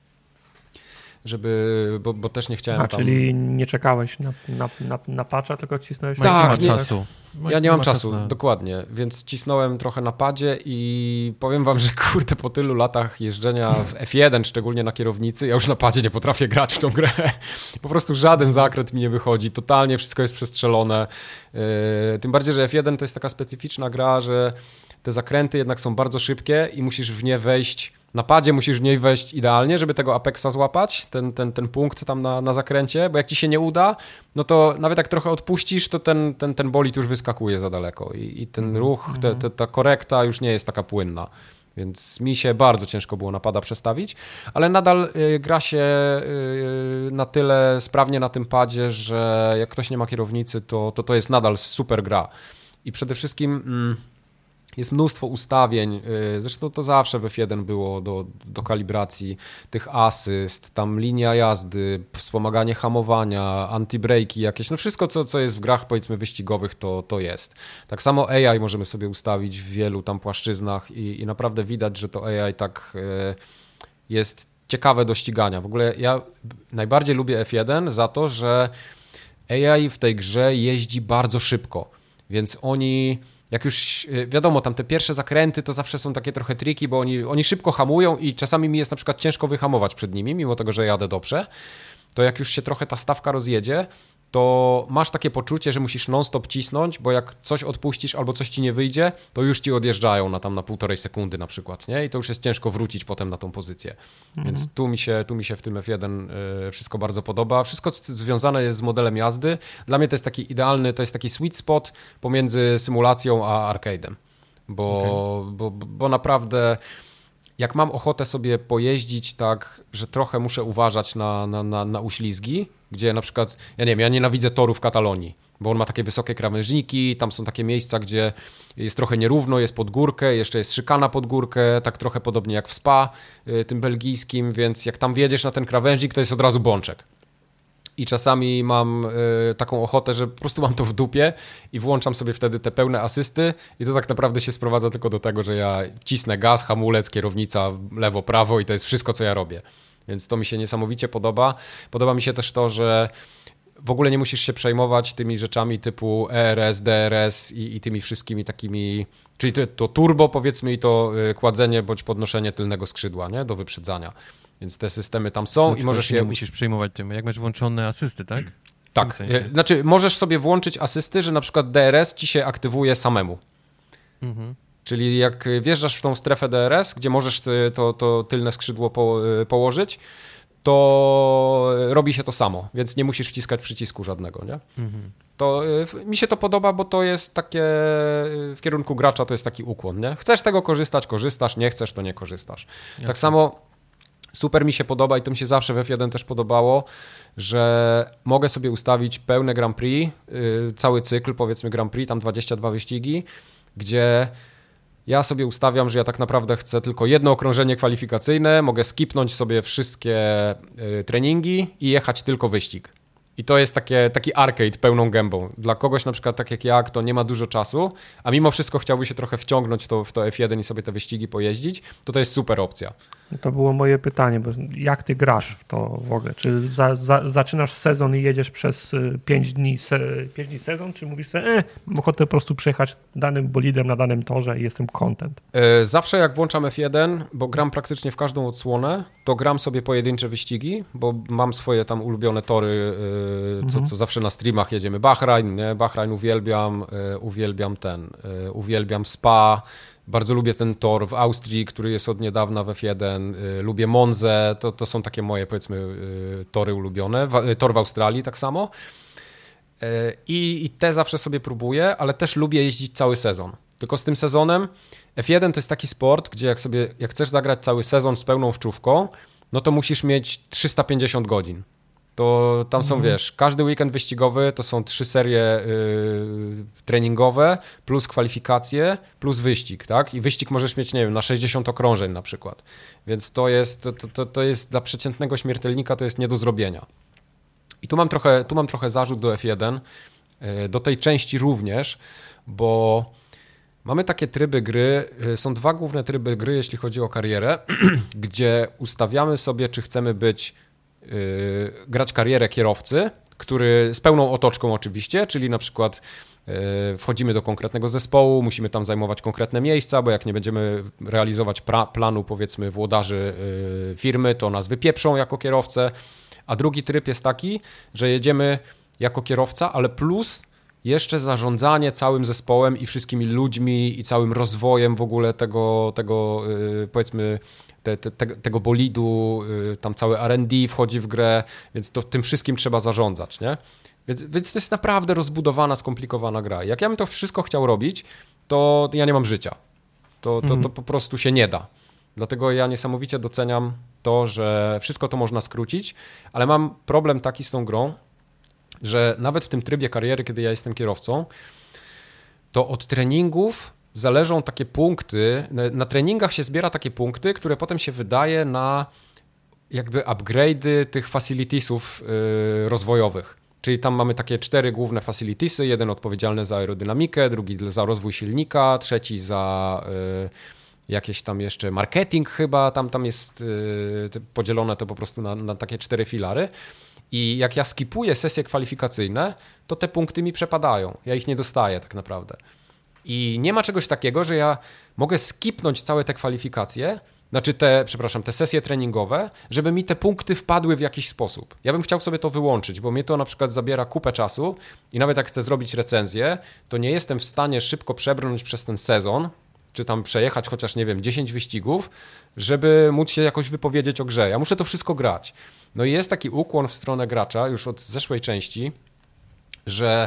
[SPEAKER 1] żeby, bo, bo też nie chciałem
[SPEAKER 2] A,
[SPEAKER 1] tam...
[SPEAKER 2] czyli nie czekałeś na, na, na, na patcha, tylko cisnąłeś...
[SPEAKER 1] Tak,
[SPEAKER 3] nie ma czasu.
[SPEAKER 1] Ja nie mam czasu, na... dokładnie, więc cisnąłem trochę na padzie i powiem wam, że kurde, po tylu latach jeżdżenia w F jeden, szczególnie na kierownicy, ja już na padzie nie potrafię grać w tą grę. Po prostu żaden zakręt mi nie wychodzi, totalnie wszystko jest przestrzelone. Yy, tym bardziej, że F jeden to jest taka specyficzna gra, że te zakręty jednak są bardzo szybkie i musisz w nie wejść... Na padzie musisz w niej wejść idealnie, żeby tego apexa złapać, ten, ten, ten punkt tam na, na zakręcie, bo jak ci się nie uda, no to nawet jak trochę odpuścisz, to ten, ten, ten bolid już wyskakuje za daleko i, i ten ruch, te, te, ta korekta już nie jest taka płynna. Więc mi się bardzo ciężko było na pada przestawić, ale nadal y, gra się y, na tyle sprawnie na tym padzie, że jak ktoś nie ma kierownicy, to to, to jest nadal super gra. I przede wszystkim... Mm, jest mnóstwo ustawień, zresztą to zawsze w F jeden było do, do kalibracji tych asyst, tam linia jazdy, wspomaganie hamowania, anti-brake'i jakieś, no wszystko co, co jest w grach powiedzmy wyścigowych to, to jest. Tak samo A I możemy sobie ustawić w wielu tam płaszczyznach i, i naprawdę widać, że to A I tak jest ciekawe do ścigania. W ogóle ja najbardziej lubię F jeden za to, że A I w tej grze jeździ bardzo szybko, więc oni... Jak już wiadomo, tam te pierwsze zakręty to zawsze są takie trochę triki, bo oni, oni szybko hamują i czasami mi jest na przykład ciężko wyhamować przed nimi, mimo tego, że jadę dobrze, to jak już się trochę ta stawka rozjedzie, to masz takie poczucie, że musisz non-stop cisnąć, bo jak coś odpuścisz albo coś ci nie wyjdzie, to już ci odjeżdżają na tam na półtorej sekundy na przykład, nie? I to już jest ciężko wrócić potem na tą pozycję. Mhm. Więc tu mi się, tu mi się w tym F jeden y, wszystko bardzo podoba. Wszystko związane jest z modelem jazdy. Dla mnie to jest taki idealny, to jest taki sweet spot pomiędzy symulacją a arcade'em, bo, okay. bo, bo, bo naprawdę... Jak mam ochotę sobie pojeździć tak, że trochę muszę uważać na, na, na, na uślizgi, gdzie na przykład, ja nie wiem, ja nienawidzę toru w Katalonii, bo on ma takie wysokie krawężniki, tam są takie miejsca, gdzie jest trochę nierówno, jest pod górkę, jeszcze jest szykana pod górkę, tak trochę podobnie jak w Spa, tym belgijskim, więc jak tam wjedziesz na ten krawężnik, to jest od razu bączek. I czasami mam y, taką ochotę, że po prostu mam to w dupie i włączam sobie wtedy te pełne asysty i to tak naprawdę się sprowadza tylko do tego, że ja cisnę gaz, hamulec, kierownica, lewo, prawo i to jest wszystko, co ja robię. Więc to mi się niesamowicie podoba. Podoba mi się też to, że w ogóle nie musisz się przejmować tymi rzeczami typu E R S, D R S i, i tymi wszystkimi takimi, czyli to, to turbo powiedzmy i to y, kładzenie bądź podnoszenie tylnego skrzydła, nie, do wyprzedzania. Więc te systemy tam są no, i możesz je...
[SPEAKER 3] Nie musisz przejmować tym, jak masz włączone asysty, tak?
[SPEAKER 1] Tak, sensie. Znaczy możesz sobie włączyć asysty, że na przykład D R S ci się aktywuje samemu. Mhm. Czyli jak wjeżdżasz w tą strefę D R S, gdzie możesz to, to tylne skrzydło po, położyć, to robi się to samo, więc nie musisz wciskać przycisku żadnego, nie? Mhm. To y, mi się to podoba, bo to jest takie, w kierunku gracza to jest taki ukłon, nie? Chcesz z tego korzystać, korzystasz, nie chcesz, to nie korzystasz. Jasne. Tak samo super mi się podoba i to mi się zawsze w F jeden też podobało, że mogę sobie ustawić pełne Grand Prix, yy, cały cykl, powiedzmy Grand Prix, tam dwadzieścia dwa wyścigi, gdzie ja sobie ustawiam, że ja tak naprawdę chcę tylko jedno okrążenie kwalifikacyjne, mogę skipnąć sobie wszystkie yy, treningi i jechać tylko wyścig. I to jest takie, taki arcade pełną gębą. Dla kogoś na przykład tak jak ja, kto nie ma dużo czasu, a mimo wszystko chciałby się trochę wciągnąć to, w to F jeden i sobie te wyścigi pojeździć, to to jest super opcja.
[SPEAKER 2] To było moje pytanie, bo jak ty grasz w to w ogóle? Czy za, za, zaczynasz sezon i jedziesz przez pięć dni, se, pięć dni sezon, czy mówisz sobie, e, mam ochotę po prostu przejechać danym bolidem na danym torze i jestem content?
[SPEAKER 1] Zawsze jak włączam F jeden, bo gram praktycznie w każdą odsłonę, to gram sobie pojedyncze wyścigi, bo mam swoje tam ulubione tory, co, mhm. co zawsze na streamach jedziemy. Bahrajn, nie? Bahrajn uwielbiam, uwielbiam ten, uwielbiam Spa. Bardzo lubię ten tor w Austrii, który jest od niedawna w F jeden. Lubię Monzę, to, to są takie moje, powiedzmy, tory ulubione. Tor w Australii tak samo. I, I te zawsze sobie próbuję, ale też lubię jeździć cały sezon. Tylko z tym sezonem F jeden to jest taki sport, gdzie jak sobie, jak chcesz zagrać cały sezon z pełną wczówką, no to musisz mieć trzysta pięćdziesiąt godzin. To tam są, mhm. wiesz, każdy weekend wyścigowy to są trzy serie yy, treningowe, plus kwalifikacje, plus wyścig, tak? I wyścig możesz mieć, nie wiem, na sześćdziesiąt okrążeń na przykład. Więc to jest, to, to, to jest dla przeciętnego śmiertelnika to jest nie do zrobienia. I tu mam trochę, tu mam trochę zarzut do F jeden, yy, do tej części również, bo mamy takie tryby gry, yy, są dwa główne tryby gry, jeśli chodzi o karierę, gdzie ustawiamy sobie, czy chcemy być Yy, grać karierę kierowcy, który z pełną otoczką oczywiście, czyli na przykład yy, wchodzimy do konkretnego zespołu, musimy tam zajmować konkretne miejsca, bo jak nie będziemy realizować pra- planu powiedzmy włodarzy yy, firmy, to nas wypieprzą jako kierowcę, a drugi tryb jest taki, że jedziemy jako kierowca, ale plus jeszcze zarządzanie całym zespołem i wszystkimi ludźmi i całym rozwojem w ogóle tego, tego yy, powiedzmy Te, te, tego bolidu, tam całe R and D wchodzi w grę, więc to tym wszystkim trzeba zarządzać, nie? Więc, więc to jest naprawdę rozbudowana, skomplikowana gra. Jak ja bym to wszystko chciał robić, to ja nie mam życia. To, to, mhm. to po prostu się nie da. Dlatego ja niesamowicie doceniam to, że wszystko to można skrócić, ale mam problem taki z tą grą, że nawet w tym trybie kariery, kiedy ja jestem kierowcą, to od treningów zależą takie punkty, na treningach się zbiera takie punkty, które potem się wydaje na jakby upgrade'y tych facilitiesów yy, rozwojowych. Czyli tam mamy takie cztery główne facilitiesy, jeden odpowiedzialny za aerodynamikę, drugi za rozwój silnika, trzeci za yy, jakieś tam jeszcze marketing chyba, tam, tam jest yy, podzielone to po prostu na, na takie cztery filary. I jak ja skipuję sesje kwalifikacyjne, to te punkty mi przepadają. Ja ich nie dostaję tak naprawdę. I nie ma czegoś takiego, że ja mogę skipnąć całe te kwalifikacje, znaczy te, przepraszam, te sesje treningowe, żeby mi te punkty wpadły w jakiś sposób. Ja bym chciał sobie to wyłączyć, bo mnie to na przykład zabiera kupę czasu i nawet jak chcę zrobić recenzję, to nie jestem w stanie szybko przebrnąć przez ten sezon, czy tam przejechać chociaż, nie wiem, dziesięć wyścigów, żeby móc się jakoś wypowiedzieć o grze. Ja muszę to wszystko grać. No i jest taki ukłon w stronę gracza już od zeszłej części, że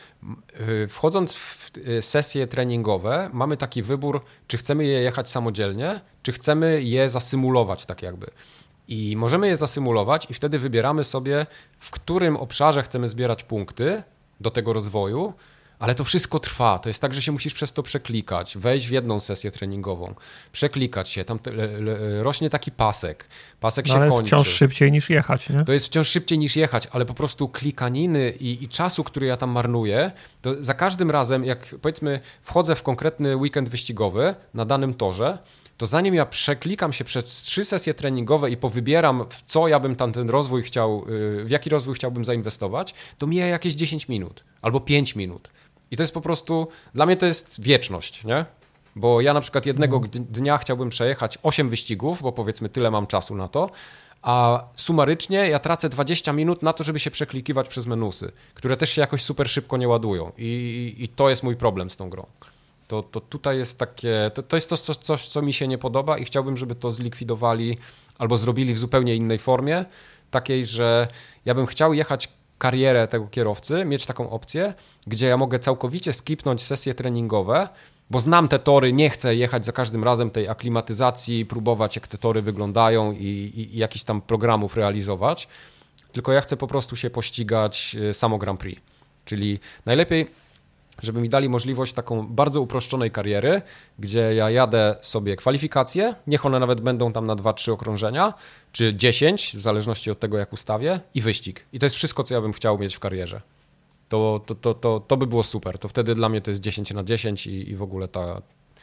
[SPEAKER 1] wchodząc w sesje treningowe, mamy taki wybór, czy chcemy je jechać samodzielnie, czy chcemy je zasymulować tak jakby. I możemy je zasymulować i wtedy wybieramy sobie, w którym obszarze chcemy zbierać punkty do tego rozwoju, ale to wszystko trwa. To jest tak, że się musisz przez to przeklikać, wejść w jedną sesję treningową, przeklikać się, tam te, le, le, rośnie taki pasek, pasek
[SPEAKER 2] no
[SPEAKER 1] się
[SPEAKER 2] ale
[SPEAKER 1] kończy.
[SPEAKER 2] wciąż szybciej niż jechać, nie?
[SPEAKER 1] To jest wciąż szybciej niż jechać, ale po prostu klikaniny i, i czasu, który ja tam marnuję, to za każdym razem, jak powiedzmy wchodzę w konkretny weekend wyścigowy na danym torze, to zanim ja przeklikam się przez trzy sesje treningowe i powybieram, w co ja bym tam ten rozwój chciał, w jaki rozwój chciałbym zainwestować, to mija jakieś dziesięć minut albo pięć minut. I to jest po prostu, dla mnie to jest wieczność, nie? Bo ja na przykład jednego dnia chciałbym przejechać osiem wyścigów, bo powiedzmy tyle mam czasu na to, a sumarycznie ja tracę dwadzieścia minut na to, żeby się przeklikiwać przez menusy, które też się jakoś super szybko nie ładują. I, i to jest mój problem z tą grą. To, to tutaj jest takie, to, to jest coś, coś, coś, co mi się nie podoba i chciałbym, żeby to zlikwidowali albo zrobili w zupełnie innej formie, takiej, że ja bym chciał jechać karierę tego kierowcy, mieć taką opcję, gdzie ja mogę całkowicie skipnąć sesje treningowe, bo znam te tory, nie chcę jechać za każdym razem tej aklimatyzacji, próbować jak te tory wyglądają i, i, i jakichś tam programów realizować, tylko ja chcę po prostu się pościgać samo Grand Prix. Czyli najlepiej, żeby mi dali możliwość taką bardzo uproszczonej kariery, gdzie ja jadę sobie kwalifikacje, niech one nawet będą tam na dwa trzy okrążenia, czy dziesięć, w zależności od tego jak ustawię, i wyścig. I to jest wszystko, co ja bym chciał mieć w karierze. To, to, to, to, to by było super. To wtedy dla mnie to jest dziesięć na dziesięć i, i w ogóle ta,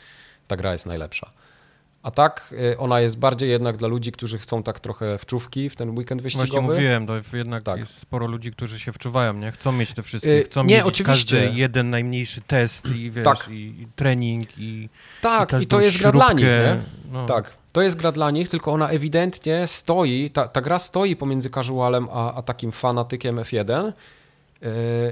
[SPEAKER 1] ta gra jest najlepsza. A tak ona jest bardziej jednak dla ludzi, którzy chcą tak trochę wczówki w ten weekend wyścigowy.
[SPEAKER 3] Właśnie mówiłem, to jednak
[SPEAKER 1] tak.
[SPEAKER 3] jest sporo ludzi, którzy się wczuwają, nie? Chcą mieć te wszystkie, chcą
[SPEAKER 1] nie,
[SPEAKER 3] mieć
[SPEAKER 1] oczywiście.
[SPEAKER 3] każdy jeden najmniejszy test i wiesz,
[SPEAKER 1] tak.
[SPEAKER 3] i, i trening i
[SPEAKER 1] Tak,
[SPEAKER 3] i,
[SPEAKER 1] i to jest
[SPEAKER 3] śrubkę.
[SPEAKER 1] gra dla nich, nie?
[SPEAKER 3] No.
[SPEAKER 1] Tak, to jest gra dla nich, tylko ona ewidentnie stoi, ta, ta gra stoi pomiędzy casualem a, a takim fanatykiem F jeden yy,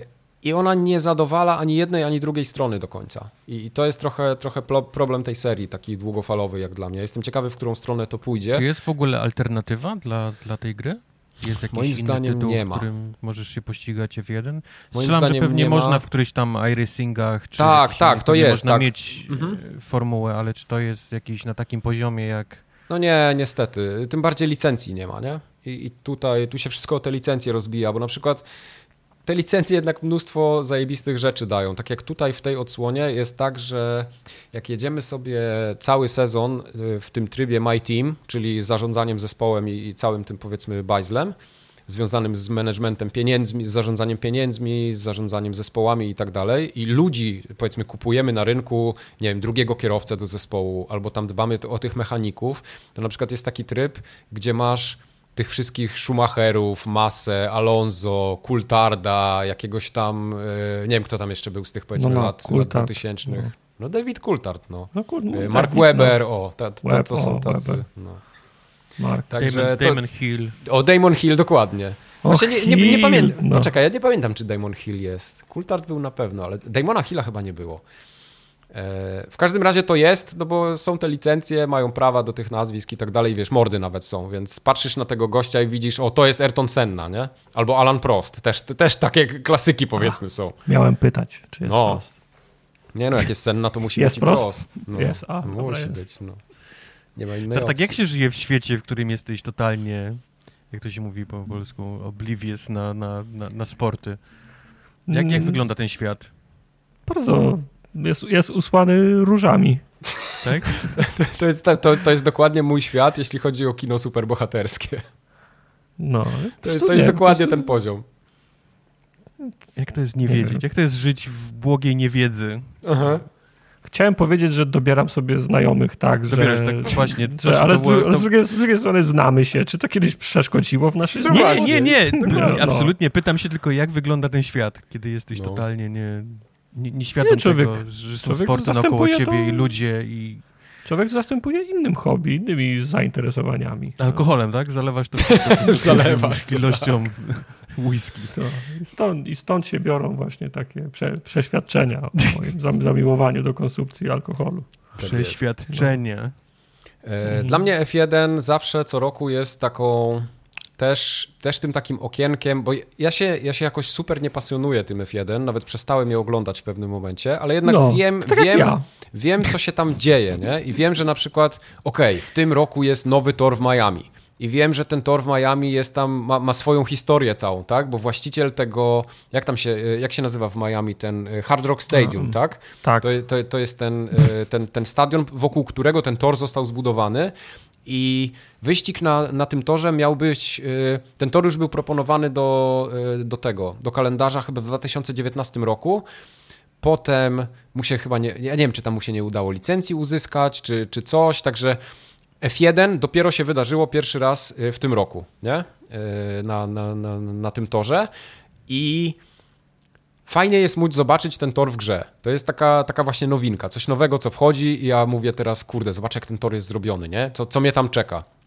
[SPEAKER 1] i ona nie zadowala ani jednej, ani drugiej strony do końca. I, i to jest trochę, trochę problem tej serii, taki długofalowy jak dla mnie. Jestem ciekawy, w którą stronę to pójdzie.
[SPEAKER 3] Czy jest w ogóle alternatywa dla, dla tej gry? Jest jakiś
[SPEAKER 1] Moim
[SPEAKER 3] inny
[SPEAKER 1] zdaniem
[SPEAKER 3] tytuł,
[SPEAKER 1] nie
[SPEAKER 3] w
[SPEAKER 1] ma.
[SPEAKER 3] którym możesz się pościgać F jeden?
[SPEAKER 1] Moim
[SPEAKER 3] Strzelam, że
[SPEAKER 1] zdaniem
[SPEAKER 3] pewnie
[SPEAKER 1] nie ma.
[SPEAKER 3] można w którychś tam iRacingach, czy
[SPEAKER 1] Tak,
[SPEAKER 3] jakichś
[SPEAKER 1] tak,
[SPEAKER 3] innych,
[SPEAKER 1] to
[SPEAKER 3] pewnie
[SPEAKER 1] jest,
[SPEAKER 3] można
[SPEAKER 1] tak.
[SPEAKER 3] mieć
[SPEAKER 1] Mhm.
[SPEAKER 3] e, formułę, ale czy to jest jakiś na takim poziomie jak...
[SPEAKER 1] No nie, niestety. Tym bardziej licencji nie ma, nie? I, i tutaj, tu się wszystko o te licencje rozbija, bo na przykład te licencje jednak mnóstwo zajebistych rzeczy dają. Tak jak tutaj w tej odsłonie jest tak, że jak jedziemy sobie cały sezon w tym trybie My Team, czyli zarządzaniem zespołem i całym tym powiedzmy bajzlem, związanym z managementem pieniędzmi, z zarządzaniem pieniędzmi, z zarządzaniem zespołami i tak dalej i ludzi powiedzmy kupujemy na rynku, nie wiem, drugiego kierowcę do zespołu albo tam dbamy o tych mechaników, to na przykład jest taki tryb, gdzie masz tych wszystkich Schumacherów, Massę, Alonso, Coultharda, jakiegoś tam, nie wiem kto tam jeszcze był z tych powiedzmy
[SPEAKER 2] no, no,
[SPEAKER 1] lat, lat dwutysięcznych. No. no David Coulthard, no. no, no Mark David, Webber, no. o, to, to, to, to są tacy. No.
[SPEAKER 2] Mark.
[SPEAKER 3] Także Damon, to, Damon Hill.
[SPEAKER 1] O, Damon Hill, dokładnie. Właśnie nie, nie, nie pamiętam, no. Poczekaj, ja nie pamiętam, czy Damon Hill jest. Coulthard był na pewno, ale Damona Hilla chyba nie było. W każdym razie to jest, no bo są te licencje, mają prawa do tych nazwisk i tak dalej, wiesz, mordy nawet są, więc patrzysz na tego gościa i widzisz, o, to jest Ayrton Senna, nie? Albo Alan Prost, też, też takie klasyki powiedzmy są.
[SPEAKER 2] Miałem pytać, czy jest
[SPEAKER 1] no.
[SPEAKER 2] Prost.
[SPEAKER 1] Nie no, jak jest Senna, to musi
[SPEAKER 2] jest
[SPEAKER 1] być
[SPEAKER 2] Prost?
[SPEAKER 1] Prost. No,
[SPEAKER 2] jest, a,
[SPEAKER 1] musi
[SPEAKER 2] jest.
[SPEAKER 1] być, no. Nie ma innej
[SPEAKER 3] tak, tak,
[SPEAKER 1] opcji.
[SPEAKER 3] jak się żyje w świecie, w którym jesteś totalnie, jak to się mówi po polsku, oblivious na, na, na, na sporty? Jak, jak wygląda ten świat?
[SPEAKER 2] Bardzo... Jest, jest usłany różami.
[SPEAKER 3] Tak?
[SPEAKER 1] To, to, jest, to, to jest dokładnie mój świat, jeśli chodzi o kino superbohaterskie.
[SPEAKER 2] No.
[SPEAKER 1] To jest, to jest nie, dokładnie to... ten poziom.
[SPEAKER 3] Jak to jest nie wiedzieć? Jak to jest żyć w błogiej niewiedzy?
[SPEAKER 1] Aha.
[SPEAKER 2] Chciałem powiedzieć, że dobieram sobie znajomych, tak,
[SPEAKER 3] Dobierasz
[SPEAKER 2] że...
[SPEAKER 3] tak, właśnie.
[SPEAKER 2] Że, ale z,
[SPEAKER 3] było, to...
[SPEAKER 2] z, drugiej, z drugiej strony znamy się. Czy to kiedyś przeszkodziło w naszej
[SPEAKER 3] no Nie, nie, nie.
[SPEAKER 2] No,
[SPEAKER 3] absolutnie. Pytam się tylko, jak wygląda ten świat, kiedy jesteś no. totalnie nie... Nie, nieświadom nie, człowiek, tego, że są sporty naokoło ciebie to... i ludzie i...
[SPEAKER 2] Człowiek zastępuje innym hobby, innymi zainteresowaniami.
[SPEAKER 3] Alkoholem, tak? Zalewasz to
[SPEAKER 1] Zalewasz
[SPEAKER 3] ilością whisky.
[SPEAKER 2] To, i, stąd, I stąd się biorą właśnie takie prze, przeświadczenia o moim zamiłowaniu do konsumpcji alkoholu.
[SPEAKER 3] Przeświadczenia.
[SPEAKER 1] No. Dla mnie F jeden zawsze co roku jest taką... Też, też tym takim okienkiem, bo ja się, ja się jakoś super nie pasjonuję tym F jeden, nawet przestałem je oglądać w pewnym momencie, ale jednak
[SPEAKER 2] no,
[SPEAKER 1] wiem,
[SPEAKER 2] tak
[SPEAKER 1] wiem,
[SPEAKER 2] ja.
[SPEAKER 1] wiem, co się tam dzieje, nie? I wiem, że na przykład, okej, okay, w tym roku jest nowy tor w Miami i wiem, że ten tor w Miami jest tam, ma, ma swoją historię całą, tak? Bo właściciel tego, jak tam się, jak się nazywa w Miami, ten Hard Rock Stadium, no, tak?
[SPEAKER 2] Tak.
[SPEAKER 1] To, to, to jest ten, ten, ten stadion, wokół którego ten tor został zbudowany. I wyścig na, na tym torze miał być, ten tor już był proponowany do, do tego, do kalendarza chyba w dwa tysiące dziewiętnastym roku. Potem mu się chyba, nie, ja nie wiem, czy tam mu się nie udało licencji uzyskać, czy, czy coś, także F jeden dopiero się wydarzyło pierwszy raz w tym roku, nie? Na, na, na, na tym torze i fajnie jest móc zobaczyć ten tor w grze. To jest taka, taka właśnie nowinka, coś nowego, co wchodzi i ja mówię teraz, kurde, zobacz jak ten tor jest zrobiony, nie? Co, co mnie tam czeka.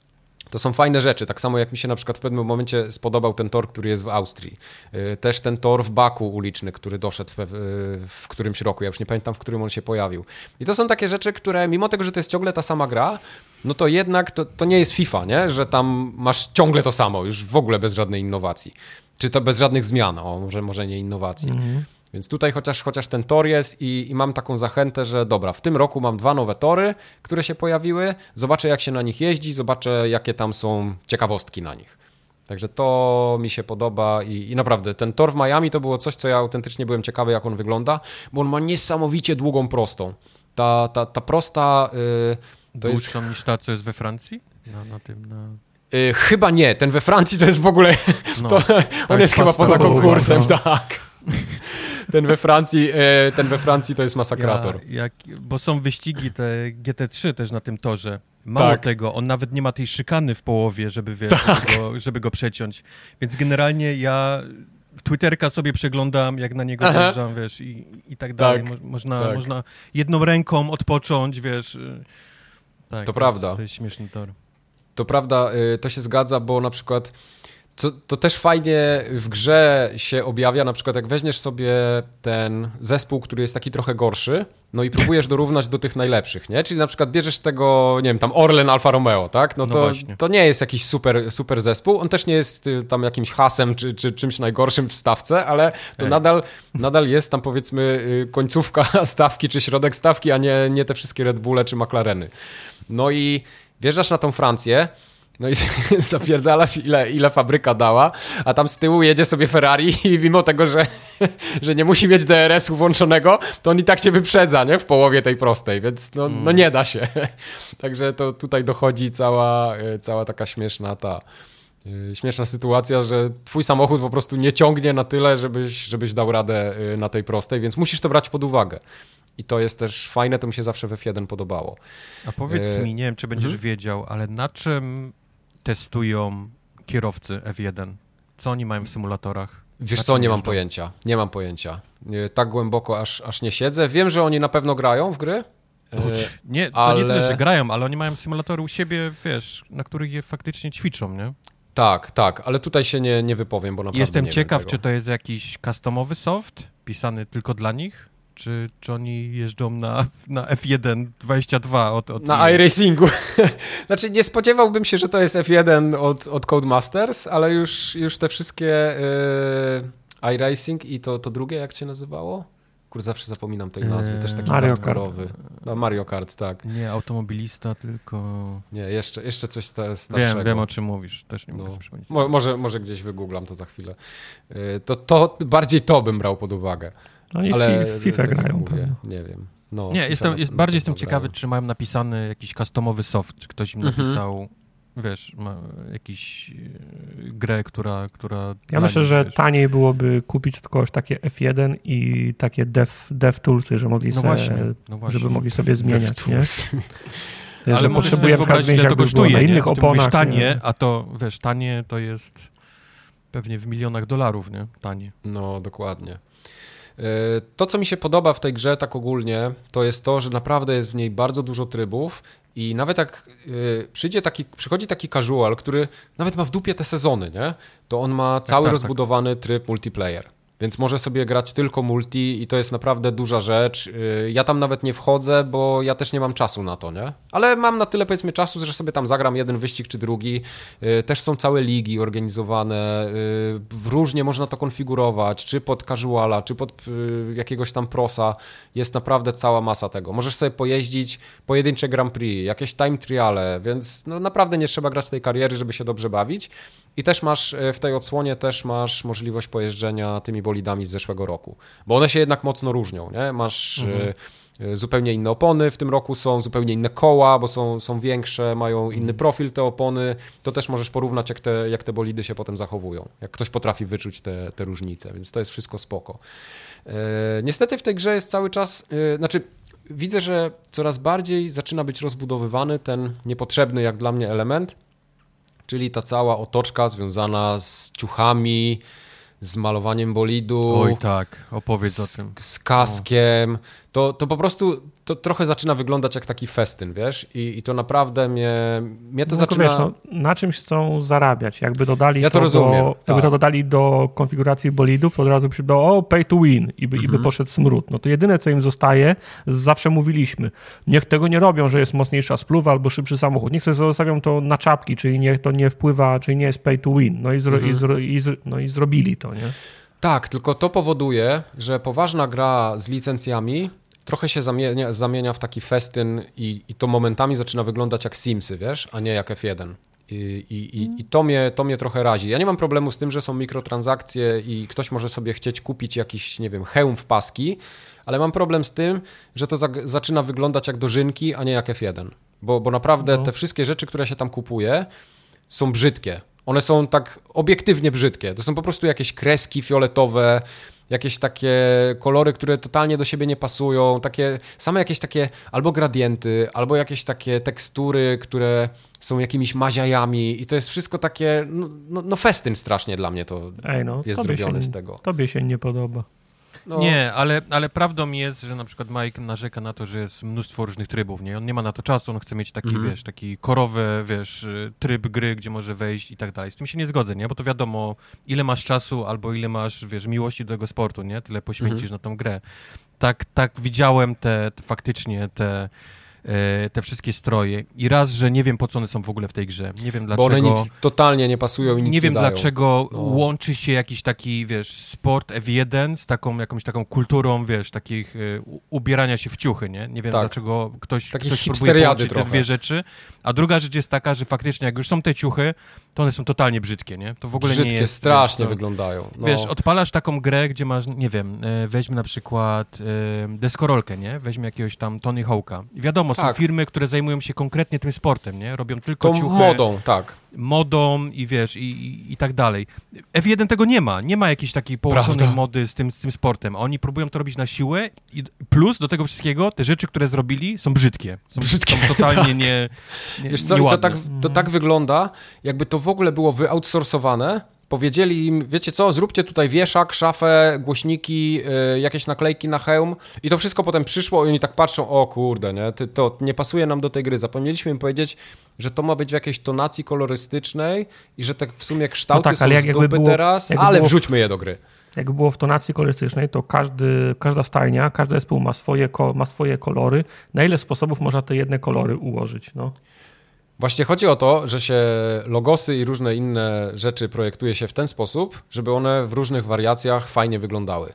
[SPEAKER 1] To są fajne rzeczy, tak samo jak mi się na przykład w pewnym momencie spodobał ten tor, który jest w Austrii. Też ten tor w Baku uliczny, który doszedł w, w którymś roku, ja już nie pamiętam, w którym on się pojawił. I to są takie rzeczy, które mimo tego, że to jest ciągle ta sama gra, no to jednak to, to nie jest FIFA, nie? Że tam masz ciągle to samo, już w ogóle bez żadnej innowacji. Czy to bez żadnych zmian, o może, może nie innowacji. Mhm. Więc tutaj chociaż, chociaż ten tor jest i, i mam taką zachętę, że dobra, w tym roku mam dwa nowe tory, które się pojawiły, zobaczę jak się na nich jeździ, zobaczę jakie tam są ciekawostki na nich. Także to mi się podoba i, i naprawdę ten tor w Miami to było coś, co ja autentycznie byłem ciekawy jak on wygląda, bo on ma niesamowicie długą prostą. Ta, ta, ta prosta... Yy, to
[SPEAKER 3] Dłuższą
[SPEAKER 1] jest...
[SPEAKER 3] niż ta, co jest we Francji? Na, na tym, na...
[SPEAKER 1] Yy, chyba nie, ten we Francji to jest w ogóle...
[SPEAKER 3] No,
[SPEAKER 1] to, on jest chyba poza konkursem,
[SPEAKER 2] no.
[SPEAKER 1] tak. Ten we Francji, ten we Francji to jest masakrator.
[SPEAKER 3] Ja, jak, bo są wyścigi te G T trzy też na tym torze. Mało
[SPEAKER 1] tak.
[SPEAKER 3] tego, on nawet nie ma tej szykany w połowie, żeby, wiesz,
[SPEAKER 1] tak.
[SPEAKER 3] żeby, go, żeby go przeciąć. Więc generalnie ja Twitterka sobie przeglądam, jak na niego wjeżdżam, wiesz, i, i tak dalej.
[SPEAKER 1] Tak.
[SPEAKER 3] Mo, można,
[SPEAKER 1] tak.
[SPEAKER 3] można jedną ręką odpocząć, wiesz. Tak,
[SPEAKER 1] to
[SPEAKER 3] to
[SPEAKER 1] prawda.
[SPEAKER 3] Jest, to jest śmieszny tor.
[SPEAKER 1] To prawda, to się zgadza, bo na przykład co, to też fajnie w grze się objawia, na przykład jak weźmiesz sobie ten zespół, który jest taki trochę gorszy, no i próbujesz dorównać do tych najlepszych, nie? Czyli na przykład bierzesz tego, nie wiem, tam Orlen Alfa Romeo, tak? No,
[SPEAKER 3] no
[SPEAKER 1] to,
[SPEAKER 3] właśnie.
[SPEAKER 1] to nie jest jakiś super, super zespół, on też nie jest tam jakimś hasem czy, czy czymś najgorszym w stawce, ale to nadal, nadal jest tam powiedzmy końcówka stawki czy środek stawki, a nie, nie te wszystkie Red Bulle czy McLareny. No i wjeżdżasz na tą Francję, no i zapierdalasz ile, ile fabryka dała, a tam z tyłu jedzie sobie Ferrari i mimo tego, że, że nie musi mieć D R S-u włączonego, to on i tak cię wyprzedza, nie? W połowie tej prostej, więc no, no nie da się. Także to tutaj dochodzi cała, cała taka śmieszna ta śmieszna sytuacja, że twój samochód po prostu nie ciągnie na tyle, żebyś, żebyś dał radę na tej prostej, więc musisz to brać pod uwagę. I to jest też fajne, to mi się zawsze w F jeden podobało.
[SPEAKER 3] A powiedz
[SPEAKER 1] e...
[SPEAKER 3] mi, nie wiem, czy będziesz mhm. wiedział, ale na czym testują kierowcy F jeden? Co oni mają w symulatorach?
[SPEAKER 1] Wiesz
[SPEAKER 3] na
[SPEAKER 1] co, nie mam
[SPEAKER 3] jeżdżą?
[SPEAKER 1] pojęcia. Nie mam pojęcia. Nie, tak głęboko aż, aż nie siedzę. Wiem, że oni na pewno grają w gry. E...
[SPEAKER 3] Nie, to
[SPEAKER 1] ale...
[SPEAKER 3] nie tyle, że grają, ale oni mają symulatory u siebie, wiesz, na których je faktycznie ćwiczą, nie?
[SPEAKER 1] Tak, tak, ale tutaj się nie, nie wypowiem, bo naprawdę
[SPEAKER 3] Jestem
[SPEAKER 1] nie
[SPEAKER 3] ciekaw,
[SPEAKER 1] wiem
[SPEAKER 3] czy to jest jakiś customowy soft, pisany tylko dla nich, czy, czy oni jeżdżą na, na F jeden dwadzieścia dwa od... od
[SPEAKER 1] na iRacingu. Znaczy nie spodziewałbym się, że to jest F jeden od, od Codemasters, ale już, już te wszystkie yy, iRacing i to, to drugie, jak się nazywało? Kurde, zawsze zapominam tej nazwy, też taki
[SPEAKER 2] Mario
[SPEAKER 1] hardkorowy. No, Mario Kart, tak.
[SPEAKER 3] Nie automobilista, tylko...
[SPEAKER 1] Nie, jeszcze, jeszcze coś sta- starszego.
[SPEAKER 3] Wiem, wiem o czym mówisz, też nie mogę
[SPEAKER 1] no.
[SPEAKER 3] przypomnieć.
[SPEAKER 1] Mo- może, może gdzieś wygooglam to za chwilę. Yy, to, to bardziej to bym brał pod uwagę.
[SPEAKER 2] Oni
[SPEAKER 1] ale
[SPEAKER 2] w FIFA grają
[SPEAKER 1] mówię,
[SPEAKER 2] pewnie.
[SPEAKER 1] Nie wiem. No,
[SPEAKER 3] nie, jestem, jest,
[SPEAKER 1] na,
[SPEAKER 3] bardziej
[SPEAKER 1] na
[SPEAKER 3] jestem ciekawy,
[SPEAKER 1] grają.
[SPEAKER 3] czy mają napisany jakiś customowy soft, czy ktoś im
[SPEAKER 1] Mhm.
[SPEAKER 3] napisał, wiesz, ma jakiś e, grę, która... która
[SPEAKER 2] Ja myślę,
[SPEAKER 3] nich,
[SPEAKER 2] że
[SPEAKER 3] wiesz,
[SPEAKER 2] taniej byłoby kupić tylko już takie F jeden i takie dev, dev toolsy, że mogli
[SPEAKER 3] no
[SPEAKER 2] sobie,
[SPEAKER 3] właśnie, no właśnie.
[SPEAKER 2] żeby mogli sobie zmieniać, nie?
[SPEAKER 3] Ale
[SPEAKER 2] że
[SPEAKER 3] możesz
[SPEAKER 2] potrzebuję
[SPEAKER 3] sobie
[SPEAKER 2] na przykład
[SPEAKER 3] wyobrazić,
[SPEAKER 2] zmienić,
[SPEAKER 3] ile to
[SPEAKER 2] jakby było na
[SPEAKER 3] kosztuje, nie?
[SPEAKER 2] innych
[SPEAKER 3] Bo ty mówisz
[SPEAKER 2] oponach.
[SPEAKER 3] tanie,
[SPEAKER 2] nie?
[SPEAKER 3] a to, wiesz, tanie to jest pewnie w milionach dolarów, nie? Tanie.
[SPEAKER 1] No, dokładnie. To, co mi się podoba w tej grze tak ogólnie, to jest to, że naprawdę jest w niej bardzo dużo trybów i nawet jak przyjdzie taki, przychodzi taki casual, który nawet ma w dupie te sezony, nie? To on ma cały
[SPEAKER 3] tak,
[SPEAKER 1] rozbudowany tryb multiplayer. Więc może sobie grać tylko multi i to jest naprawdę duża rzecz. Ja tam nawet nie wchodzę, bo ja też nie mam czasu na to, nie? Ale mam na tyle, powiedzmy, czasu, że sobie tam zagram jeden wyścig czy drugi. Też są całe ligi organizowane. Różnie można to konfigurować, czy pod casuala, czy pod jakiegoś tam prosa. Jest naprawdę cała masa tego. Możesz sobie pojeździć pojedyncze Grand Prix, jakieś time triale, więc no naprawdę nie trzeba grać tej kariery, żeby się dobrze bawić. I też masz w tej odsłonie też masz możliwość pojeżdżenia tymi bolidami z zeszłego roku, bo one się jednak mocno różnią, nie? Masz mhm. zupełnie inne opony w tym roku są, zupełnie inne koła, bo są, są większe, mają inny mhm. profil te opony, to też możesz porównać jak te, jak te bolidy się potem zachowują, jak ktoś potrafi wyczuć te, te różnice, więc to jest wszystko spoko. E, niestety w tej grze jest cały czas, e, znaczy widzę, że coraz bardziej zaczyna być rozbudowywany ten niepotrzebny jak dla mnie element, czyli ta cała otoczka związana z ciuchami, z malowaniem bolidu.
[SPEAKER 3] Oj tak, opowiedz
[SPEAKER 1] z,
[SPEAKER 3] o tym.
[SPEAKER 1] Z kaskiem. To, to po prostu to trochę zaczyna wyglądać jak taki festyn, wiesz? I, i to naprawdę mnie, mnie to
[SPEAKER 2] no,
[SPEAKER 1] zaczyna...
[SPEAKER 2] Wiesz, no, na czymś chcą zarabiać. Jakby dodali
[SPEAKER 1] ja to,
[SPEAKER 2] to
[SPEAKER 1] rozumiem,
[SPEAKER 2] do,
[SPEAKER 1] tak.
[SPEAKER 2] jakby to dodali do konfiguracji bolidów, to od razu przybyło, o, pay to win i by, mhm. i by poszedł smród. No to jedyne, co im zostaje, zawsze mówiliśmy, niech tego nie robią, że jest mocniejsza spluwa albo szybszy samochód. Niech sobie zostawią to na czapki, czyli niech to nie wpływa, czyli nie jest pay to win. No i, zro, mhm. i, zro, i, zro, no i zrobili to, nie?
[SPEAKER 1] Tak, tylko to powoduje, że poważna gra z licencjami trochę się zamienia, zamienia w taki festyn i, i to momentami zaczyna wyglądać jak Simsy, wiesz, a nie jak F jeden. I, i, i, i to, mnie, to mnie trochę razi. Ja nie mam problemu z tym, że są mikrotransakcje i ktoś może sobie chcieć kupić jakiś, nie wiem, hełm w paski, ale mam problem z tym, że to za, zaczyna wyglądać jak dożynki, a nie jak F jeden. Bo, bo naprawdę no. te wszystkie rzeczy, które się tam kupuje, są brzydkie. One są tak obiektywnie brzydkie. To są po prostu jakieś kreski fioletowe, jakieś takie kolory, które totalnie do siebie nie pasują, takie same jakieś takie albo gradienty, albo jakieś takie tekstury, które są jakimiś maziajami i to jest wszystko takie, no, no, no festyn strasznie dla mnie to
[SPEAKER 2] Ej no,
[SPEAKER 1] jest zrobione
[SPEAKER 2] się,
[SPEAKER 1] z tego.
[SPEAKER 2] Tobie się nie podoba.
[SPEAKER 3] No. Nie, ale, ale prawdą jest, że na przykład Mike narzeka na to, że jest mnóstwo różnych trybów, nie? On nie ma na to czasu, on chce mieć taki, mm. wiesz, taki korowy, wiesz, tryb gry, gdzie może wejść i tak dalej. Z tym się nie zgodzę, nie? Bo to wiadomo, ile masz czasu albo ile masz, wiesz, miłości do tego sportu, nie? Tyle poświęcisz mm. na tą grę. Tak, tak widziałem te, te faktycznie te... te wszystkie stroje i raz, że nie wiem, po co one są w ogóle w tej grze. Nie wiem dlaczego.
[SPEAKER 1] Bo one nic totalnie nie pasują i nic nie,
[SPEAKER 3] nie wiem
[SPEAKER 1] nie dają.
[SPEAKER 3] dlaczego
[SPEAKER 1] no.
[SPEAKER 3] łączy się jakiś taki, wiesz, sport F jeden z taką jakąś taką kulturą, wiesz, takich y, ubierania się w ciuchy, nie? Nie wiem tak. dlaczego ktoś, ktoś próbuje połączyć te dwie rzeczy. A druga rzecz jest taka, że faktycznie jak już są te ciuchy, to one są totalnie brzydkie, nie? To w ogóle
[SPEAKER 1] brzydkie,
[SPEAKER 3] nie jest...
[SPEAKER 1] strasznie
[SPEAKER 3] wiesz, to,
[SPEAKER 1] wyglądają. No.
[SPEAKER 3] Wiesz, odpalasz taką grę, gdzie masz, nie wiem, y, weźmy na przykład y, deskorolkę, nie? Weźmy jakiegoś tam Tony Hawk'a. I wiadomo, tak. są firmy, które zajmują się konkretnie tym sportem, nie? Robią tylko
[SPEAKER 1] Tą
[SPEAKER 3] ciuchy.
[SPEAKER 1] modą, tak.
[SPEAKER 3] Modą i wiesz, i, i, i tak dalej. F jeden tego nie ma. Nie ma jakiejś takiej połączonej Prawda. mody z tym, z tym sportem. Oni próbują to robić na siłę i plus do tego wszystkiego te rzeczy, które zrobili, są brzydkie. Są,
[SPEAKER 1] brzydkie,
[SPEAKER 3] są totalnie
[SPEAKER 1] tak.
[SPEAKER 3] nie, nie
[SPEAKER 1] Wiesz co, i to tak, to tak wygląda, jakby to w ogóle było wyoutsourcowane. Powiedzieli im, wiecie co, zróbcie tutaj wieszak, szafę, głośniki, yy, jakieś naklejki na hełm i to wszystko potem przyszło i oni tak patrzą, o kurde, nie, Ty, to nie pasuje nam do tej gry. Zapomnieliśmy im powiedzieć, że to ma być w jakiejś tonacji kolorystycznej i że tak w sumie kształty no tak, są z dupy było, teraz, ale było, wrzućmy je do gry.
[SPEAKER 2] Jak było w tonacji kolorystycznej, to każdy, każda stajnia, każdy zespół ma swoje, ma swoje kolory. Na ile sposobów można te jedne kolory ułożyć, no?
[SPEAKER 1] Właśnie chodzi o to, że się logosy i różne inne rzeczy projektuje się w ten sposób, żeby one w różnych wariacjach fajnie wyglądały.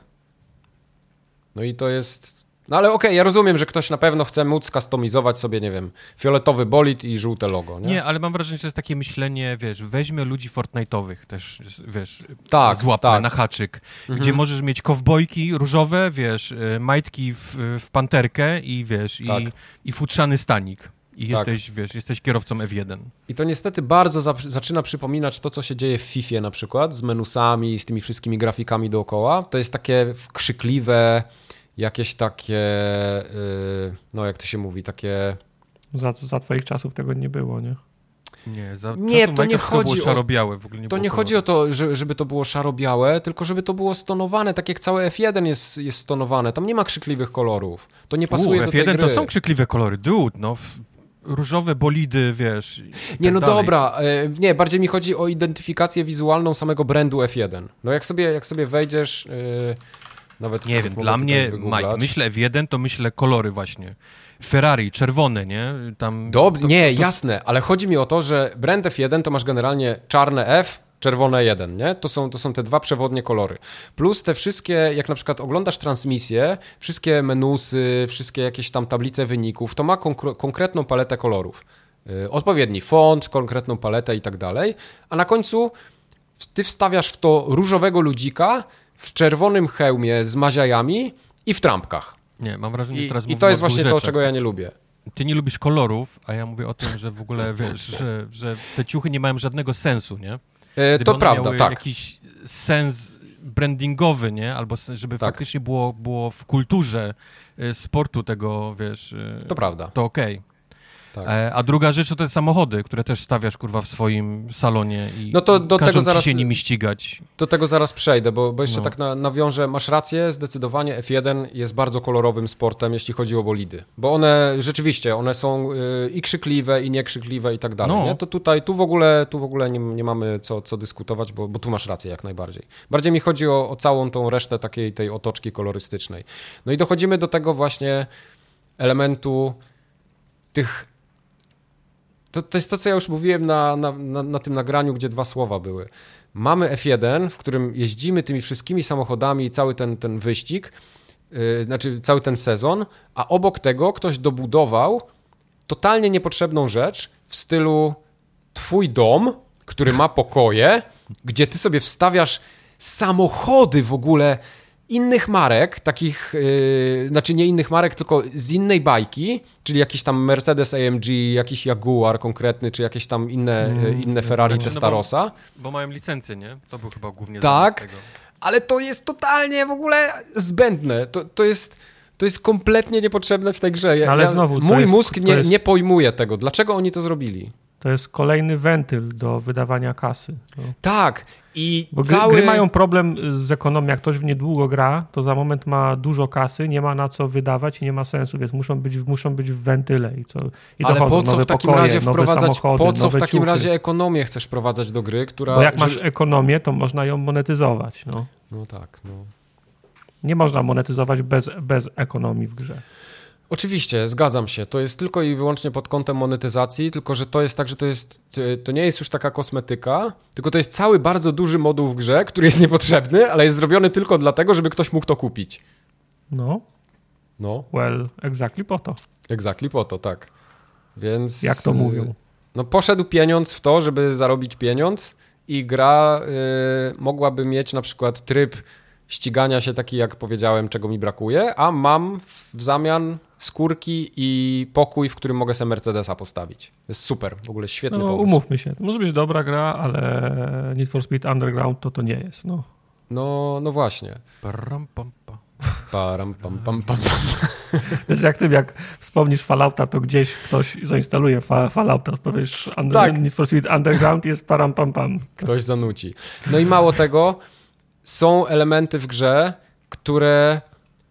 [SPEAKER 1] No i to jest... No ale okej, okay, ja rozumiem, że ktoś na pewno chce móc customizować sobie, nie wiem, fioletowy bolid i żółte logo, nie?
[SPEAKER 3] Nie, ale mam wrażenie, że to jest takie myślenie, wiesz, weźmy ludzi Fortnite'owych też, wiesz,
[SPEAKER 1] tak,
[SPEAKER 3] złapmy
[SPEAKER 1] tak.
[SPEAKER 3] na haczyk,
[SPEAKER 1] mhm.
[SPEAKER 3] gdzie możesz mieć kowbojki różowe, wiesz, majtki w, w panterkę i wiesz, tak. i, i futrzany stanik. I tak. jesteś, wiesz, jesteś kierowcą F jeden.
[SPEAKER 1] I to niestety bardzo za, zaczyna przypominać to, co się dzieje w Fifie na przykład, z menusami, z tymi wszystkimi grafikami dookoła. To jest takie krzykliwe, jakieś takie, yy, no jak to się mówi, takie...
[SPEAKER 2] Za, za twoich czasów tego nie było, nie?
[SPEAKER 3] Nie, za
[SPEAKER 1] nie to nie chodzi
[SPEAKER 3] było szaro-białe, w ogóle nie
[SPEAKER 1] To
[SPEAKER 3] było
[SPEAKER 1] nie
[SPEAKER 3] kolor.
[SPEAKER 1] chodzi o to, że, żeby to było szaro-białe, tylko żeby to było stonowane, tak jak całe F jeden jest, jest stonowane. Tam nie ma krzykliwych kolorów. To nie pasuje
[SPEAKER 3] U,
[SPEAKER 1] do tej
[SPEAKER 3] F jeden
[SPEAKER 1] gry.
[SPEAKER 3] to są krzykliwe kolory, dude, no... W... różowe bolidy, wiesz.
[SPEAKER 1] Nie,
[SPEAKER 3] tak
[SPEAKER 1] no
[SPEAKER 3] dalej.
[SPEAKER 1] dobra. Nie, bardziej mi chodzi o identyfikację wizualną samego brandu F jeden. No jak sobie, jak sobie wejdziesz, yy, nawet...
[SPEAKER 3] Nie wiem, dla mnie, Mike, myślę F jeden, to myślę kolory właśnie. Ferrari, czerwone, nie? Tam...
[SPEAKER 1] Dob-
[SPEAKER 3] to,
[SPEAKER 1] nie,
[SPEAKER 3] to...
[SPEAKER 1] jasne, ale chodzi mi o to, że brand F jeden to masz generalnie czarne F, czerwone jeden, nie? To są, to są te dwa przewodnie kolory. Plus te wszystkie, jak na przykład oglądasz transmisję, wszystkie menusy, wszystkie jakieś tam tablice wyników, to ma konk- konkretną paletę kolorów. Yy, odpowiedni font, konkretną paletę i tak dalej, a na końcu ty wstawiasz w to różowego ludzika w czerwonym hełmie z maziajami i w trampkach.
[SPEAKER 3] Nie, mam wrażenie, że teraz
[SPEAKER 1] I, i to jest właśnie
[SPEAKER 3] rzeczach.
[SPEAKER 1] to, czego ja nie lubię.
[SPEAKER 3] Ty nie lubisz kolorów, a ja mówię o tym, że w ogóle, wiesz, że, że te ciuchy nie mają żadnego sensu, nie?
[SPEAKER 1] Gdyby to prawda, tak.
[SPEAKER 3] Jakiś sens brandingowy, nie? Albo żeby tak. faktycznie było, było w kulturze sportu tego, wiesz...
[SPEAKER 1] To prawda.
[SPEAKER 3] To okej. Okay.
[SPEAKER 1] Tak.
[SPEAKER 3] E, a druga rzecz to te samochody, które też stawiasz, kurwa, w swoim salonie i
[SPEAKER 1] no to do
[SPEAKER 3] każą
[SPEAKER 1] tego zaraz,
[SPEAKER 3] ci się nimi ścigać.
[SPEAKER 1] Do tego zaraz przejdę, bo, bo jeszcze
[SPEAKER 3] No.
[SPEAKER 1] tak na, nawiążę. Masz rację, zdecydowanie F jeden jest bardzo kolorowym sportem, jeśli chodzi o bolidy. Bo one rzeczywiście, one są y, i krzykliwe, i niekrzykliwe i tak dalej.
[SPEAKER 3] No.
[SPEAKER 1] Nie? To tutaj, tu w ogóle, tu w ogóle nie, nie mamy co, co dyskutować, bo, bo tu masz rację jak najbardziej. Bardziej mi chodzi o, o całą tą resztę takiej tej otoczki kolorystycznej. No i dochodzimy do tego właśnie elementu tych... To, to jest to, co ja już mówiłem na, na, na, na tym nagraniu, gdzie dwa słowa były. Mamy F jeden, w którym jeździmy tymi wszystkimi samochodami cały ten, ten wyścig, yy, znaczy cały ten sezon, a obok tego ktoś dobudował totalnie niepotrzebną rzecz w stylu twój dom, który ma pokoje, gdzie ty sobie wstawiasz samochody w ogóle innych marek, takich, yy, znaczy nie innych marek, tylko z innej bajki, czyli jakiś tam Mercedes A M G, jakiś Jaguar konkretny, czy jakieś tam inne, mm, inne Ferrari
[SPEAKER 3] znaczy,
[SPEAKER 1] Testarossa.
[SPEAKER 3] No bo, bo mają licencję, nie? To był chyba głównie
[SPEAKER 1] tak,
[SPEAKER 3] zamysł tego.
[SPEAKER 1] Ale to jest totalnie w ogóle zbędne. To, to jest... To jest kompletnie niepotrzebne w tej grze. Ja,
[SPEAKER 2] ale
[SPEAKER 1] ja,
[SPEAKER 2] znowu,
[SPEAKER 1] mój
[SPEAKER 2] jest,
[SPEAKER 1] mózg nie,
[SPEAKER 2] jest...
[SPEAKER 1] nie pojmuje tego. Dlaczego oni to zrobili?
[SPEAKER 2] To jest kolejny wentyl do wydawania kasy. No.
[SPEAKER 1] Tak. I
[SPEAKER 2] Bo
[SPEAKER 1] cały...
[SPEAKER 2] gry, gry mają problem z ekonomią. Jak ktoś w nie długo gra, to za moment ma dużo kasy, nie ma na co wydawać i nie ma sensu, więc muszą być, muszą być w wentyle. I, co, i
[SPEAKER 1] Ale
[SPEAKER 2] dochodzą
[SPEAKER 1] po co
[SPEAKER 2] nowe
[SPEAKER 1] w takim
[SPEAKER 2] pokoje,
[SPEAKER 1] razie
[SPEAKER 2] nowe
[SPEAKER 1] wprowadzać,
[SPEAKER 2] samochody,
[SPEAKER 1] po co
[SPEAKER 2] nowe
[SPEAKER 1] w takim
[SPEAKER 2] ciuchy.
[SPEAKER 1] razie ekonomię chcesz wprowadzać do gry, która...
[SPEAKER 2] Bo jak masz
[SPEAKER 1] że...
[SPEAKER 2] ekonomię, to można ją monetyzować. No,
[SPEAKER 1] no tak, no.
[SPEAKER 2] Nie można monetyzować bez, bez ekonomii w grze.
[SPEAKER 1] Oczywiście, zgadzam się. To jest tylko i wyłącznie pod kątem monetyzacji, tylko że to jest tak, że to jest, to nie jest już taka kosmetyka, tylko to jest cały bardzo duży moduł w grze, który jest niepotrzebny, ale jest zrobiony tylko dlatego, żeby ktoś mógł to kupić.
[SPEAKER 2] No.
[SPEAKER 1] No.
[SPEAKER 2] Well, exactly po to.
[SPEAKER 1] Exactly po to, tak. Więc...
[SPEAKER 2] Jak to mówią?
[SPEAKER 1] No poszedł pieniądz w to, żeby zarobić pieniądz i gra y, mogłaby mieć na przykład tryb ścigania się taki, jak powiedziałem, czego mi brakuje, a mam w zamian skórki i pokój, w którym mogę sobie Mercedesa postawić. To jest super, w ogóle świetny
[SPEAKER 2] no,
[SPEAKER 1] pomysł.
[SPEAKER 2] Umówmy się, to może być dobra gra, ale Need for Speed Underground to to nie jest. No,
[SPEAKER 1] no, no właśnie.
[SPEAKER 3] Param, pam, pam.
[SPEAKER 1] Param, pam, pam, pam.
[SPEAKER 2] To jest jak ty, jak wspomnisz Fallouta, to gdzieś ktoś zainstaluje fa- Fallouta, powiesz under-
[SPEAKER 1] tak.
[SPEAKER 2] Need for Speed Underground jest param pam pam.
[SPEAKER 1] Ktoś zanuci. No i mało tego, są elementy w grze, które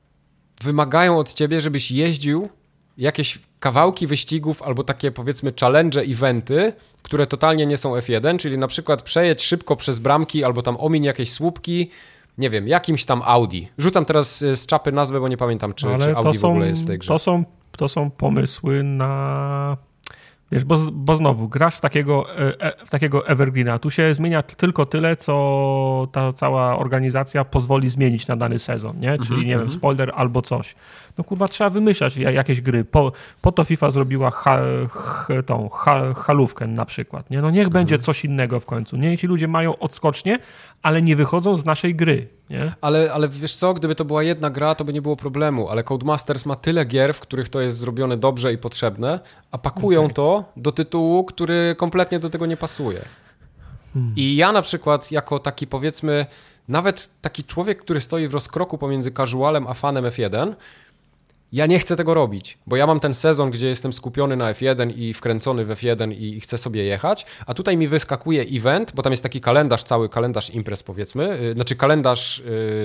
[SPEAKER 1] wymagają od ciebie, żebyś jeździł jakieś kawałki wyścigów albo takie powiedzmy challenge, eventy, które totalnie nie są F jeden, czyli na przykład przejedź szybko przez bramki albo tam omiń jakieś słupki, nie wiem, jakimś tam Audi. Rzucam teraz z czapy nazwę, bo nie pamiętam, czy,
[SPEAKER 2] Ale
[SPEAKER 1] czy Audi
[SPEAKER 2] są,
[SPEAKER 1] w ogóle jest w tej grze.
[SPEAKER 2] To są, to są pomysły na... Wiesz, bo, bo znowu, grasz w takiego, e, w takiego evergreena. Tu się zmienia tylko tyle, co ta cała organizacja pozwoli zmienić na dany sezon, nie? Czyli,
[SPEAKER 1] Mm-hmm,
[SPEAKER 2] nie
[SPEAKER 1] mm-hmm.
[SPEAKER 2] wiem, spoiler albo coś. No kurwa, trzeba wymyślać jakieś gry. Po, po to FIFA zrobiła ha, ha, tą ha, halówkę na przykład, nie? No niech mm-hmm. będzie coś innego w końcu. Nie, ci ludzie mają odskocznie, ale nie wychodzą z naszej gry, nie?
[SPEAKER 1] Ale, ale wiesz co, gdyby to była jedna gra, to by nie było problemu, ale Codemasters ma tyle gier, w których to jest zrobione dobrze i potrzebne, a pakują okay. to do tytułu, który kompletnie do tego nie pasuje. Hmm. I ja na przykład jako taki powiedzmy, nawet taki człowiek, który stoi w rozkroku pomiędzy casualem a fanem F jeden, ja nie chcę tego robić, bo ja mam ten sezon, gdzie jestem skupiony na F jeden i wkręcony w F jeden i chcę sobie jechać, a tutaj mi wyskakuje event, bo tam jest taki kalendarz, cały kalendarz imprez powiedzmy, yy, znaczy kalendarz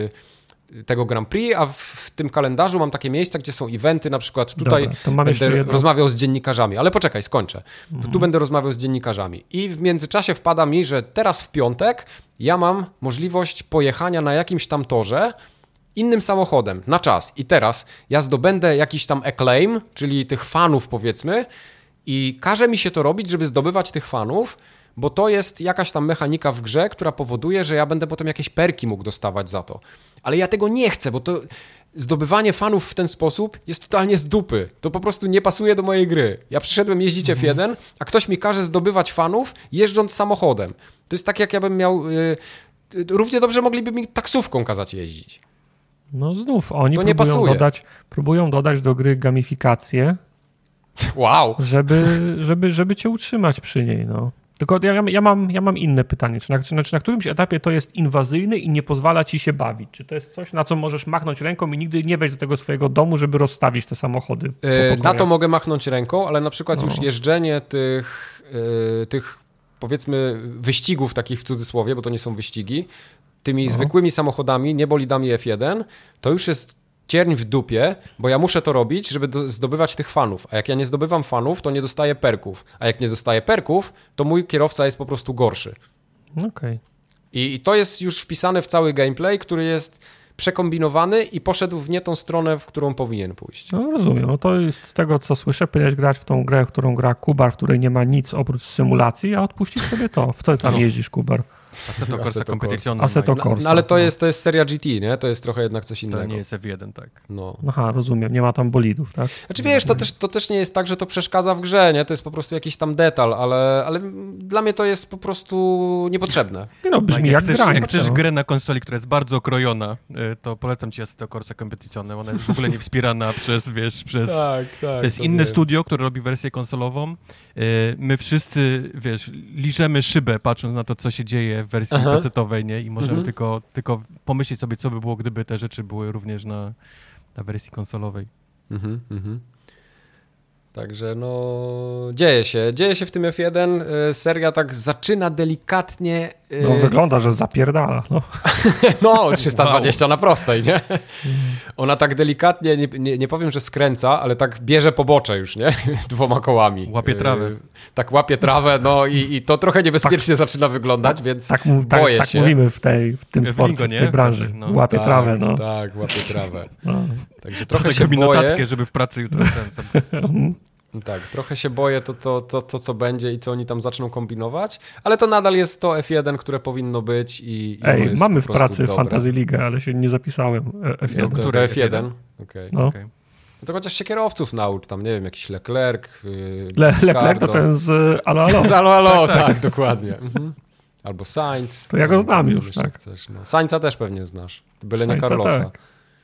[SPEAKER 1] yy, tego Grand Prix, a w, w tym kalendarzu mam takie miejsca, gdzie są eventy, na przykład tutaj
[SPEAKER 2] Dobra,
[SPEAKER 1] będę rozmawiał z dziennikarzami, ale poczekaj, skończę. To
[SPEAKER 2] mhm.
[SPEAKER 1] tu będę rozmawiał z dziennikarzami i w międzyczasie wpada mi, że teraz w piątek ja mam możliwość pojechania na jakimś tam torze innym samochodem, na czas. I teraz ja zdobędę jakiś tam acclaim, czyli tych fanów powiedzmy i każe mi się to robić, żeby zdobywać tych fanów, bo to jest jakaś tam mechanika w grze, która powoduje, że ja będę potem jakieś perki mógł dostawać za to. Ale ja tego nie chcę, bo to zdobywanie fanów w ten sposób jest totalnie z dupy. To po prostu nie pasuje do mojej gry. Ja przyszedłem jeździć F jeden, a ktoś mi każe zdobywać fanów jeżdżąc samochodem. To jest tak, jak ja bym miał... Yy, równie dobrze mogliby mi taksówką kazać jeździć.
[SPEAKER 2] No znów, oni
[SPEAKER 1] to nie
[SPEAKER 2] próbują,
[SPEAKER 1] pasuje.
[SPEAKER 2] dodać, próbują dodać do gry gamifikację,
[SPEAKER 1] wow.
[SPEAKER 2] żeby, żeby, żeby cię utrzymać przy niej, no. Tylko ja, ja, mam, ja mam inne pytanie. Czy na, czy, na, czy na którymś etapie to jest inwazyjny i nie pozwala ci się bawić? Czy to jest coś, na co możesz machnąć ręką i nigdy nie wejść do tego swojego domu, żeby rozstawić te samochody?
[SPEAKER 1] Yy, na to mogę machnąć ręką, ale na przykład
[SPEAKER 2] no.
[SPEAKER 1] już jeżdżenie tych, yy, tych powiedzmy wyścigów takich w cudzysłowie, bo to nie są wyścigi, tymi no. zwykłymi samochodami, nie bolidami F jeden, to już jest cierń w dupie, bo ja muszę to robić, żeby do, zdobywać tych fanów. A jak ja nie zdobywam fanów, to nie dostaję perków. A jak nie dostaję perków, to mój kierowca jest po prostu gorszy.
[SPEAKER 2] Okej. Okay.
[SPEAKER 1] I, I to jest już wpisane w cały gameplay, który jest przekombinowany i poszedł w nie tą stronę, w którą powinien pójść.
[SPEAKER 2] No rozumiem. No to jest z tego, co słyszę, powinieneś grać w tą grę, w którą gra Kubar, w której nie ma nic oprócz symulacji, a odpuścić sobie to. W co tam no. jeździsz, Kubar?
[SPEAKER 3] Assetto Corsa Competizione.
[SPEAKER 2] Assetto Corsa.
[SPEAKER 1] No, no ale to jest, to jest seria G T, nie? To jest trochę jednak coś innego.
[SPEAKER 3] To nie jest F jeden, tak.
[SPEAKER 1] No.
[SPEAKER 2] Aha, rozumiem. Nie ma tam bolidów, tak?
[SPEAKER 1] Znaczy wiesz, to też, to też nie jest tak, że to przeszkadza w grze, nie? To jest po prostu jakiś tam detal, ale, ale dla mnie to jest po prostu niepotrzebne.
[SPEAKER 2] No brzmi
[SPEAKER 3] jak,
[SPEAKER 2] jak
[SPEAKER 3] chcesz,
[SPEAKER 2] granie.
[SPEAKER 3] Jak chcesz
[SPEAKER 2] no.
[SPEAKER 3] grę na konsoli, która jest bardzo okrojona, to polecam ci Assetto Corsa Competizione. Ona jest w ogóle nie wspierana przez, wiesz, przez...
[SPEAKER 1] Tak, tak.
[SPEAKER 3] To jest
[SPEAKER 1] to
[SPEAKER 3] inne
[SPEAKER 1] wiem.
[SPEAKER 3] studio, które robi wersję konsolową. My wszyscy, wiesz, liżemy szybę, patrząc na to, co się dzieje w wersji pecetowej. Nie? I możemy mhm. tylko, tylko pomyśleć sobie, co by było, gdyby te rzeczy były również na, na wersji konsolowej.
[SPEAKER 1] Mhm, mhm. Także no dzieje się, dzieje się w tym F jeden, seria tak zaczyna delikatnie...
[SPEAKER 2] No wygląda, że zapierdala. No,
[SPEAKER 1] no trzysta dwadzieścia wow. na prostej, nie? Ona tak delikatnie, nie, nie, nie powiem, że skręca, ale tak bierze pobocze już, nie? Dwoma kołami.
[SPEAKER 3] Łapie trawę.
[SPEAKER 1] Tak łapie trawę, no i, i to trochę niebezpiecznie tak, zaczyna wyglądać, tak, więc
[SPEAKER 2] tak,
[SPEAKER 1] boję
[SPEAKER 2] tak,
[SPEAKER 1] się.
[SPEAKER 2] Tak mówimy w, tej, w tym
[SPEAKER 3] w
[SPEAKER 2] sporcie,
[SPEAKER 3] bingo,
[SPEAKER 2] w tej branży. No. Łapie
[SPEAKER 1] tak,
[SPEAKER 2] trawę, no.
[SPEAKER 1] Tak, łapie trawę.
[SPEAKER 2] No.
[SPEAKER 1] Także trochę się boję.
[SPEAKER 3] notatkę, żeby w pracy jutro ten
[SPEAKER 1] Tak, trochę się boję to, to, to, to, co będzie i co oni tam zaczną kombinować, ale to nadal jest to F jeden, które powinno być i, i
[SPEAKER 2] Ej,
[SPEAKER 1] jest
[SPEAKER 2] mamy
[SPEAKER 1] po
[SPEAKER 2] w
[SPEAKER 1] prostu
[SPEAKER 2] pracy
[SPEAKER 1] dobre.
[SPEAKER 2] Fantasy League, ale się nie zapisałem F jeden.
[SPEAKER 1] No, które F jeden? Okej.
[SPEAKER 2] Okay. No.
[SPEAKER 3] Okay.
[SPEAKER 1] No to chociaż się kierowców naucz, tam nie wiem, jakiś Leclerc, yy,
[SPEAKER 2] Le, Leclerc to ten z Alo Alo.
[SPEAKER 1] Z Alo Alo,
[SPEAKER 3] tak,
[SPEAKER 1] tak,
[SPEAKER 3] tak.
[SPEAKER 1] dokładnie. Mhm. Albo Sainz.
[SPEAKER 2] To ja go znam już, tak.
[SPEAKER 1] Chcesz, no. Sainza też pewnie znasz, byle
[SPEAKER 2] Sainza,
[SPEAKER 1] nie Carlosa.
[SPEAKER 2] tak.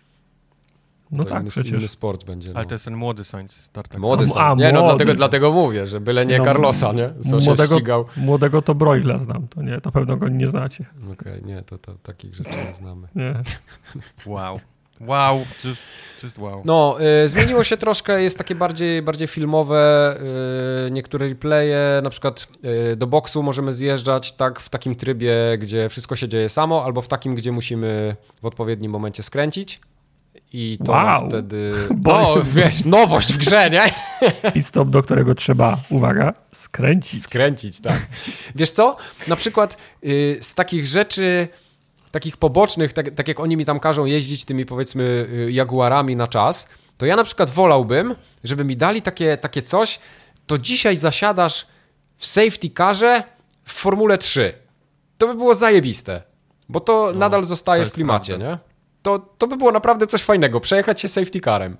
[SPEAKER 2] No
[SPEAKER 1] to
[SPEAKER 2] tak,
[SPEAKER 1] inny,
[SPEAKER 2] przecież.
[SPEAKER 1] inny sport będzie. No.
[SPEAKER 3] Ale to jest ten młody Sainz. Tartak.
[SPEAKER 1] Młody
[SPEAKER 2] A,
[SPEAKER 1] Sainz.
[SPEAKER 2] a,
[SPEAKER 1] Nie, no
[SPEAKER 2] młody.
[SPEAKER 1] dlatego, dlatego mówię, że byle nie
[SPEAKER 2] no,
[SPEAKER 1] Carlosa, nie? Co
[SPEAKER 2] młodego,
[SPEAKER 1] się ścigał.
[SPEAKER 2] Młodego to Broigla znam, to nie, to pewno go nie znacie.
[SPEAKER 1] Okej, okay, nie, to, to takich rzeczy nie znamy.
[SPEAKER 2] Nie.
[SPEAKER 3] Wow. Wow, just, just wow.
[SPEAKER 1] No, y, zmieniło się troszkę, jest takie bardziej, bardziej filmowe, y, niektóre replaye, na przykład y, do boksu możemy zjeżdżać tak w takim trybie, gdzie wszystko się dzieje samo, albo w takim, gdzie musimy w odpowiednim momencie skręcić. I to
[SPEAKER 2] wow.
[SPEAKER 1] wtedy... No, wiesz, nowość w grze, nie?
[SPEAKER 2] Pit stop, do którego trzeba, uwaga, skręcić.
[SPEAKER 1] Skręcić, tak. Wiesz co? Na przykład y, z takich rzeczy... takich pobocznych, tak, tak jak oni mi tam każą jeździć tymi powiedzmy Jaguarami na czas, to ja na przykład wolałbym, żeby mi dali takie, takie coś, to dzisiaj zasiadasz w safety carze w Formule trzy. To by było zajebiste, bo to no, nadal zostaje to w klimacie, prawda. Nie? To, to by było naprawdę coś fajnego, przejechać się safety carem.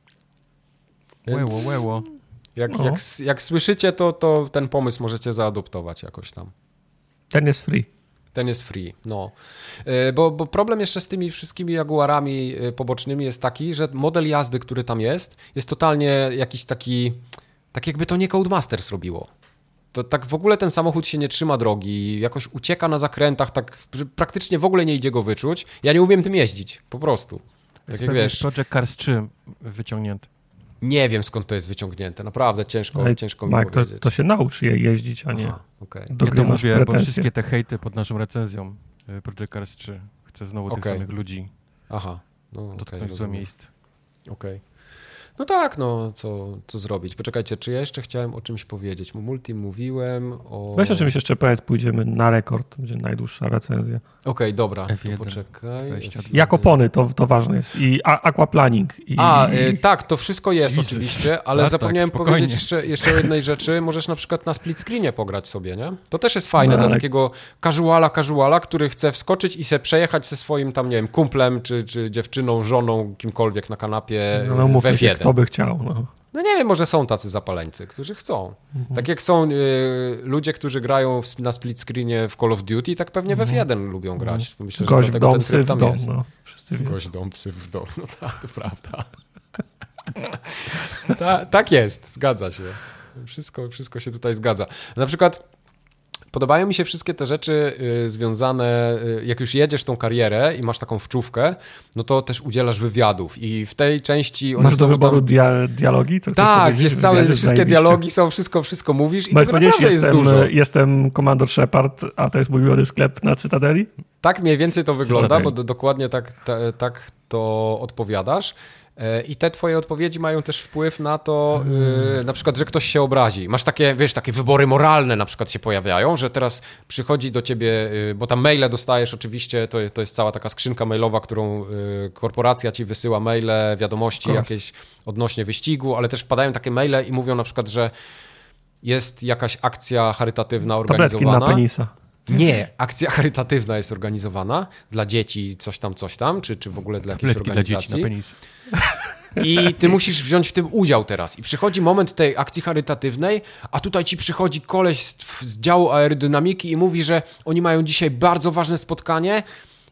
[SPEAKER 1] Więc
[SPEAKER 3] łeło, łeło.
[SPEAKER 1] Jak, jak, jak słyszycie, to, to ten pomysł możecie zaadoptować jakoś tam.
[SPEAKER 2] Ten jest free.
[SPEAKER 1] Ten jest free, no. Bo, bo problem jeszcze z tymi wszystkimi Jaguarami pobocznymi jest taki, że model jazdy, który tam jest, jest totalnie jakiś taki, tak jakby to nie Codemasters robiło. To tak w ogóle ten samochód się nie trzyma drogi, jakoś ucieka na zakrętach, tak że praktycznie w ogóle nie idzie go wyczuć. Ja nie umiem tym jeździć, po prostu. Tak jak wiesz.
[SPEAKER 3] Project Cars trzy wyciągnięty.
[SPEAKER 1] Nie wiem, skąd to jest wyciągnięte. Naprawdę ciężko,
[SPEAKER 2] Ej,
[SPEAKER 1] ciężko mi
[SPEAKER 2] Mike,
[SPEAKER 1] powiedzieć.
[SPEAKER 2] To, to się naucz je jeździć, a nie
[SPEAKER 1] Aha, okay.
[SPEAKER 3] Ja to mówię, pretensje. Bo wszystkie te hejty pod naszą recenzją Project Cars trzy. Chcę znowu okay. tych samych ludzi
[SPEAKER 1] Aha, no,
[SPEAKER 3] dotknąć
[SPEAKER 1] okay,
[SPEAKER 3] za miejsce.
[SPEAKER 1] Okej. Okay. No tak, no, co, co zrobić? Poczekajcie, czy ja jeszcze chciałem o czymś powiedzieć? O multi mówiłem, o...
[SPEAKER 2] Weź o czymś jeszcze powiedz, pójdziemy na rekord, będzie najdłuższa recenzja.
[SPEAKER 1] Okej, okay, dobra,
[SPEAKER 3] F jeden,
[SPEAKER 1] to poczekaj.
[SPEAKER 2] Jak opony, to, to ważne jest. I aquaplaning. I,
[SPEAKER 1] A,
[SPEAKER 2] i...
[SPEAKER 1] Y, tak, to wszystko jest Jesus. Oczywiście, ale
[SPEAKER 3] A,
[SPEAKER 1] zapomniałem
[SPEAKER 3] tak,
[SPEAKER 1] powiedzieć jeszcze, jeszcze o jednej rzeczy. Możesz na przykład na split screenie pograć sobie, nie? To też jest fajne no, dla ale... takiego casuala, casuala, który chce wskoczyć i się przejechać ze swoim tam, nie wiem, kumplem, czy, czy dziewczyną, żoną, kimkolwiek na kanapie
[SPEAKER 2] no, no,
[SPEAKER 1] w F jeden.
[SPEAKER 2] Kto by chciał, no.
[SPEAKER 1] No nie wiem, może są tacy zapaleńcy, którzy chcą. Mhm. Tak jak są y, ludzie, którzy grają w, na split screenie w Call of Duty, tak pewnie mhm. w F jeden lubią grać. Myślę,
[SPEAKER 2] Gość
[SPEAKER 1] że
[SPEAKER 2] w dom,
[SPEAKER 1] ten
[SPEAKER 2] psy w dom.
[SPEAKER 1] jest.
[SPEAKER 2] No, wszyscy
[SPEAKER 1] Gość w dom, psy w dom. No tak, to prawda. Ta, tak jest, zgadza się. Wszystko, wszystko się tutaj zgadza. Na przykład Podobają mi się wszystkie te rzeczy y, związane, y, jak już jedziesz tą karierę i masz taką wczówkę, no to też udzielasz wywiadów i w tej części...
[SPEAKER 2] Masz do wyboru
[SPEAKER 1] tam...
[SPEAKER 2] dia- dialogi? Co
[SPEAKER 1] tak, jest całe, wszystkie dialogi są, wszystko, wszystko mówisz i tego naprawdę jest
[SPEAKER 2] jestem,
[SPEAKER 1] dużo.
[SPEAKER 2] Jestem Komandor Shepard, a to jest mój ulubiony sklep na Cytadeli?
[SPEAKER 1] Tak mniej więcej to wygląda,
[SPEAKER 2] Cytadeli.
[SPEAKER 1] bo do, dokładnie tak, ta, tak to odpowiadasz. I te twoje odpowiedzi mają też wpływ na to, yy, na przykład, że ktoś się obrazi. Masz takie, wiesz, takie wybory moralne na przykład się pojawiają, że teraz przychodzi do ciebie, yy, bo tam maile dostajesz oczywiście, to, to jest cała taka skrzynka mailowa, którą yy, korporacja ci wysyła maile, wiadomości
[SPEAKER 2] Kos.
[SPEAKER 1] jakieś odnośnie wyścigu, ale też wpadają takie maile i mówią na przykład, że jest jakaś akcja charytatywna organizowana.
[SPEAKER 2] Tabletki na penisa.
[SPEAKER 1] Nie, akcja charytatywna jest organizowana dla dzieci, coś tam, coś tam, czy, czy w ogóle dla jakiejś
[SPEAKER 3] Tabletki dla dzieci na
[SPEAKER 1] organizacji.
[SPEAKER 3] penis.
[SPEAKER 1] I ty musisz wziąć w tym udział teraz. I przychodzi moment tej akcji charytatywnej, a tutaj ci przychodzi koleś z, z działu aerodynamiki i mówi, że oni mają dzisiaj bardzo ważne spotkanie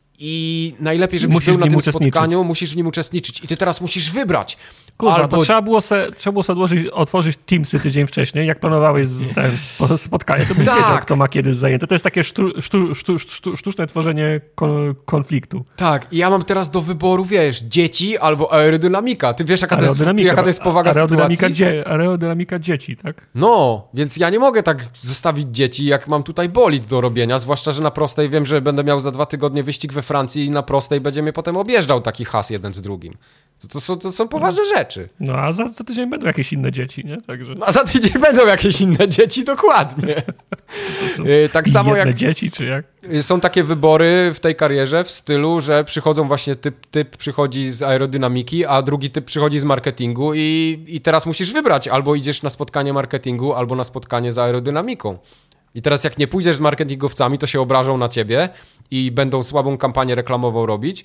[SPEAKER 1] i najlepiej, żebyś
[SPEAKER 2] Musisz
[SPEAKER 1] był na
[SPEAKER 2] w nim
[SPEAKER 1] tym
[SPEAKER 2] uczestniczyć.
[SPEAKER 1] spotkaniu, musisz w nim uczestniczyć. I ty teraz musisz wybrać.
[SPEAKER 2] Kurwa,
[SPEAKER 1] albo...
[SPEAKER 2] to trzeba było se, trzeba było se odłożyć, otworzyć Teamsy tydzień wcześniej, jak planowałeś z, ten, spo- spotkanie, to byś
[SPEAKER 1] Tak.
[SPEAKER 2] wiedział, kto ma kiedy zajęte. To jest takie sztu, sztu, sztu, sztu, sztuczne tworzenie kon, konfliktu.
[SPEAKER 1] Tak, i ja mam teraz do wyboru, wiesz, dzieci albo aerodynamika. Ty wiesz, jaka to jest, jaka to jest powaga
[SPEAKER 2] aerodynamika
[SPEAKER 1] sytuacji?
[SPEAKER 2] Dzie, aerodynamika dzieci, tak?
[SPEAKER 1] No, więc ja nie mogę tak zostawić dzieci, jak mam tutaj bolid do robienia, zwłaszcza, że na prostej wiem, że będę miał za dwa tygodnie wyścig we Francji i na prostej będzie mnie potem objeżdżał taki has jeden z drugim. To, to, są, to są poważne rzeczy.
[SPEAKER 2] No a za, za tydzień będą jakieś inne dzieci, nie? Także
[SPEAKER 1] A za tydzień będą jakieś inne dzieci, dokładnie.
[SPEAKER 2] to są
[SPEAKER 1] Yy, tak samo
[SPEAKER 2] jedne
[SPEAKER 1] jak
[SPEAKER 2] dzieci, czy jak?
[SPEAKER 1] są takie wybory w tej karierze w stylu, że przychodzą właśnie typ, typ przychodzi z aerodynamiki, a drugi typ przychodzi z marketingu i, i teraz musisz wybrać, albo idziesz na spotkanie marketingu, albo na spotkanie z aerodynamiką. I teraz jak nie pójdziesz z marketingowcami, to się obrażą na ciebie i będą słabą kampanię reklamową robić.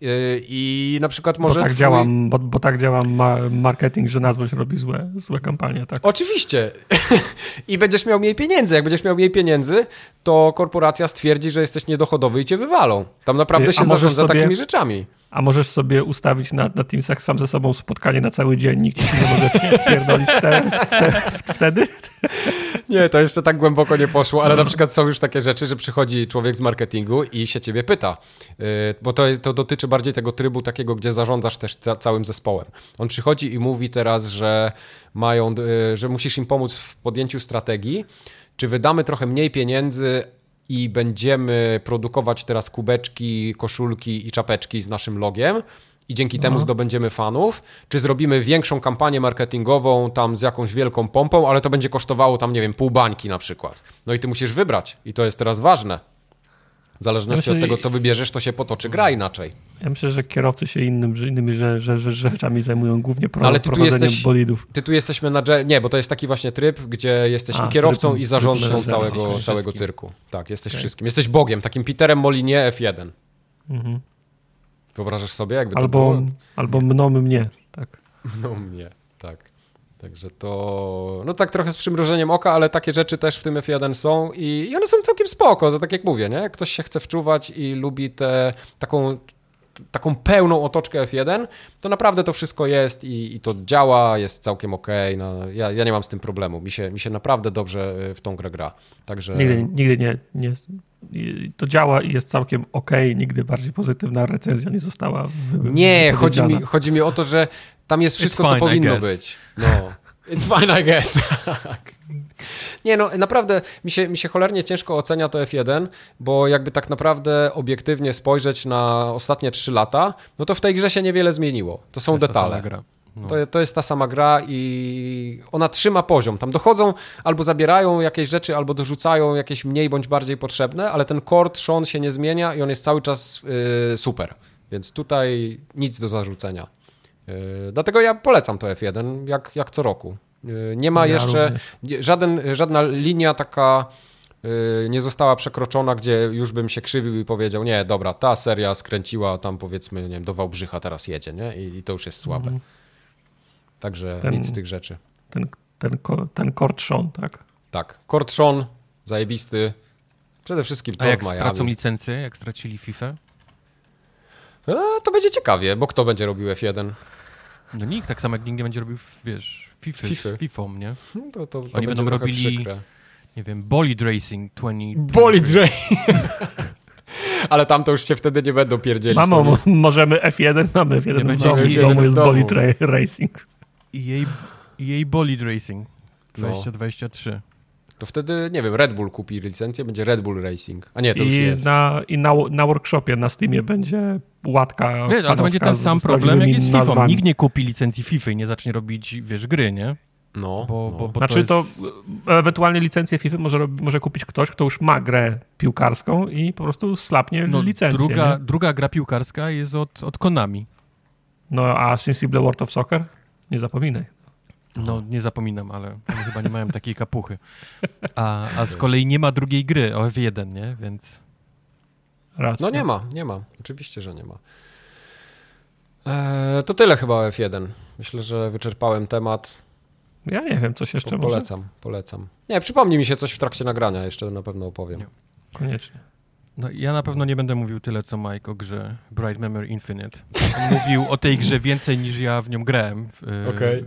[SPEAKER 1] I na przykład może...
[SPEAKER 2] Bo tak
[SPEAKER 1] twój...
[SPEAKER 2] działa, bo, bo tak działa ma marketing, że na złość robi złe, złe kampanie, tak?
[SPEAKER 1] Oczywiście. I będziesz miał mniej pieniędzy. Jak będziesz miał mniej pieniędzy, to korporacja stwierdzi, że jesteś niedochodowy i cię wywalą. Tam naprawdę
[SPEAKER 2] A
[SPEAKER 1] się
[SPEAKER 2] możesz
[SPEAKER 1] zarządza
[SPEAKER 2] sobie-
[SPEAKER 1] takimi rzeczami.
[SPEAKER 2] A możesz sobie ustawić na, na Teamsach sam ze sobą spotkanie na cały dzień, nikt ci nie może pierdolić te, te, wtedy?
[SPEAKER 1] Nie, to jeszcze tak głęboko nie poszło, ale na przykład są już takie rzeczy, że przychodzi człowiek z marketingu i się ciebie pyta, yy, bo to, to dotyczy bardziej tego trybu takiego, gdzie zarządzasz też ca- całym zespołem. On przychodzi i mówi teraz, że mają, yy, że musisz im pomóc w podjęciu strategii, czy wydamy trochę mniej pieniędzy i będziemy produkować teraz kubeczki, koszulki i czapeczki z naszym logiem i dzięki temu zdobędziemy fanów, czy zrobimy większą kampanię marketingową tam z jakąś wielką pompą, ale to będzie kosztowało tam, nie wiem, pół bańki na przykład. No i ty musisz wybrać i to jest teraz ważne. W zależności
[SPEAKER 2] Myślę,
[SPEAKER 1] od tego,
[SPEAKER 2] że-
[SPEAKER 1] co wybierzesz, to się potoczy gra inaczej.
[SPEAKER 2] Ja myślę, że kierowcy się innym, że innymi że, że, że rzeczami zajmują, głównie pro,
[SPEAKER 1] No ale ty tu
[SPEAKER 2] prowadzeniem
[SPEAKER 1] jesteś-
[SPEAKER 2] bolidów.
[SPEAKER 1] Ty tu jesteś menadżer... Nie, bo to jest taki właśnie tryb, gdzie jesteś
[SPEAKER 2] A,
[SPEAKER 1] i kierowcą,
[SPEAKER 2] tryb-
[SPEAKER 1] i zarządcą
[SPEAKER 2] tryb
[SPEAKER 1] całego,
[SPEAKER 2] wszystkim.
[SPEAKER 1] całego cyrku. Tak, jesteś wszystkim. Jesteś Bogiem, takim Peterem Molinie F jeden.
[SPEAKER 2] Mhm.
[SPEAKER 1] Wyobrażasz sobie, jakby to
[SPEAKER 2] Albo,
[SPEAKER 1] było?
[SPEAKER 2] albo mną mnie, tak.
[SPEAKER 1] No mnie, tak. Także to, no tak trochę z przymrużeniem oka, ale takie rzeczy też w tym F jeden są i, i one są całkiem spoko, to tak jak mówię, nie? Jak ktoś się chce wczuwać i lubi tę taką, taką pełną otoczkę F jeden, to naprawdę to wszystko jest i, i to działa, jest całkiem okej, no, ja, ja nie mam z tym problemu, mi się, mi się naprawdę dobrze w tą grę gra, także...
[SPEAKER 2] Nigdy, nigdy nie, nie... To działa i jest całkiem okej, nigdy bardziej pozytywna recenzja nie została wy,
[SPEAKER 1] Nie, chodzi mi,
[SPEAKER 2] wypowiedziana.
[SPEAKER 1] chodzi mi o to, że tam jest wszystko,
[SPEAKER 3] It's
[SPEAKER 1] co
[SPEAKER 3] fine, I
[SPEAKER 1] powinno
[SPEAKER 3] guess.
[SPEAKER 1] być. No. It's fine, I guess. Tak. Nie, no naprawdę mi się, mi się cholernie ciężko ocenia to F jeden, bo jakby tak naprawdę obiektywnie spojrzeć na ostatnie trzy lata, no to w tej grze się niewiele zmieniło. To są
[SPEAKER 3] To jest ta
[SPEAKER 1] detale.
[SPEAKER 3] sama gra. No.
[SPEAKER 1] To, to jest ta sama gra i ona trzyma poziom. Tam dochodzą, albo zabierają jakieś rzeczy, albo dorzucają jakieś mniej bądź bardziej potrzebne, ale ten core trzon się nie zmienia i on jest cały czas yy, super. Więc tutaj nic do zarzucenia. Yy, dlatego ja polecam to F jeden jak, jak co roku. Yy, nie ma
[SPEAKER 2] Ja
[SPEAKER 1] jeszcze,
[SPEAKER 2] również.
[SPEAKER 1] nie, żaden, żadna linia taka yy, nie została przekroczona, gdzie już bym się krzywił i powiedział, nie, dobra, ta seria skręciła tam powiedzmy, nie wiem, do Wałbrzycha teraz jedzie, nie? I, i to już jest słabe.
[SPEAKER 2] Mhm.
[SPEAKER 1] Także
[SPEAKER 2] Ten-
[SPEAKER 1] nic z tych rzeczy.
[SPEAKER 2] Ten, ten, ko- ten kortrzon, tak.
[SPEAKER 1] Tak, Kortrzon, zajebisty. Przede wszystkim
[SPEAKER 3] A
[SPEAKER 1] to
[SPEAKER 3] jak
[SPEAKER 1] w Miami.
[SPEAKER 3] stracą licencję, jak stracili FIFA?
[SPEAKER 1] A, to będzie ciekawie, bo kto będzie robił F jeden?
[SPEAKER 3] No nikt, tak samo jak nikt nie będzie robił, wiesz, FIFA,
[SPEAKER 1] Fify.
[SPEAKER 3] z FIFA, nie?
[SPEAKER 1] To, to, to
[SPEAKER 3] Oni
[SPEAKER 1] będzie
[SPEAKER 3] będą
[SPEAKER 1] trochę
[SPEAKER 3] robili-
[SPEAKER 1] przykre.
[SPEAKER 3] nie wiem, Bolid Racing dwadzieścia...
[SPEAKER 1] Bolid Racing! Ale tam to już się wtedy nie będą pierdzielić.
[SPEAKER 2] Mamo, mo- możemy F jeden, mamy F jeden w domu, w domu jest Bolid ra- Racing.
[SPEAKER 3] I jej, i jej Bolid Racing dwieście dwadzieścia trzy.
[SPEAKER 1] To wtedy, nie wiem, Red Bull kupi licencję, będzie Red Bull Racing. A nie, to
[SPEAKER 2] I
[SPEAKER 1] już jest.
[SPEAKER 2] Na, I na, na workshopie, na Steamie będzie łatka.
[SPEAKER 3] Wiesz, ale to będzie ten sam problem, jak jest z FIFA. Nikt nie kupi licencji FIFA i nie zacznie robić, wiesz, gry, nie?
[SPEAKER 1] No,
[SPEAKER 3] bo,
[SPEAKER 1] no.
[SPEAKER 3] Bo, bo
[SPEAKER 2] znaczy
[SPEAKER 3] to, jest...
[SPEAKER 2] to ewentualnie licencję FIFA może, może kupić ktoś, kto już ma grę piłkarską i po prostu slapnie no, licencję.
[SPEAKER 3] Druga, druga gra piłkarska jest od, od Konami.
[SPEAKER 2] No a Sensible World of Soccer? Nie zapominaj.
[SPEAKER 3] No, nie zapominam, ale oni chyba nie mają takiej kapuchy. A, a z kolei nie ma drugiej gry o F jeden, nie? Więc...
[SPEAKER 2] Racja.
[SPEAKER 1] No nie ma, nie ma. Oczywiście, że nie ma. Eee, to tyle chyba o F jeden. Myślę, że wyczerpałem temat.
[SPEAKER 2] Ja nie wiem, coś jeszcze
[SPEAKER 1] po,
[SPEAKER 2] może?
[SPEAKER 1] Polecam, polecam. Nie, przypomni mi się coś w trakcie nagrania, jeszcze na pewno opowiem. Nie.
[SPEAKER 2] Koniecznie.
[SPEAKER 3] No, ja na pewno nie będę mówił tyle, co Mike o grze Bright Memory Infinite. On mówił o tej grze więcej, niż ja w nią grałem.
[SPEAKER 1] Okej. Okay.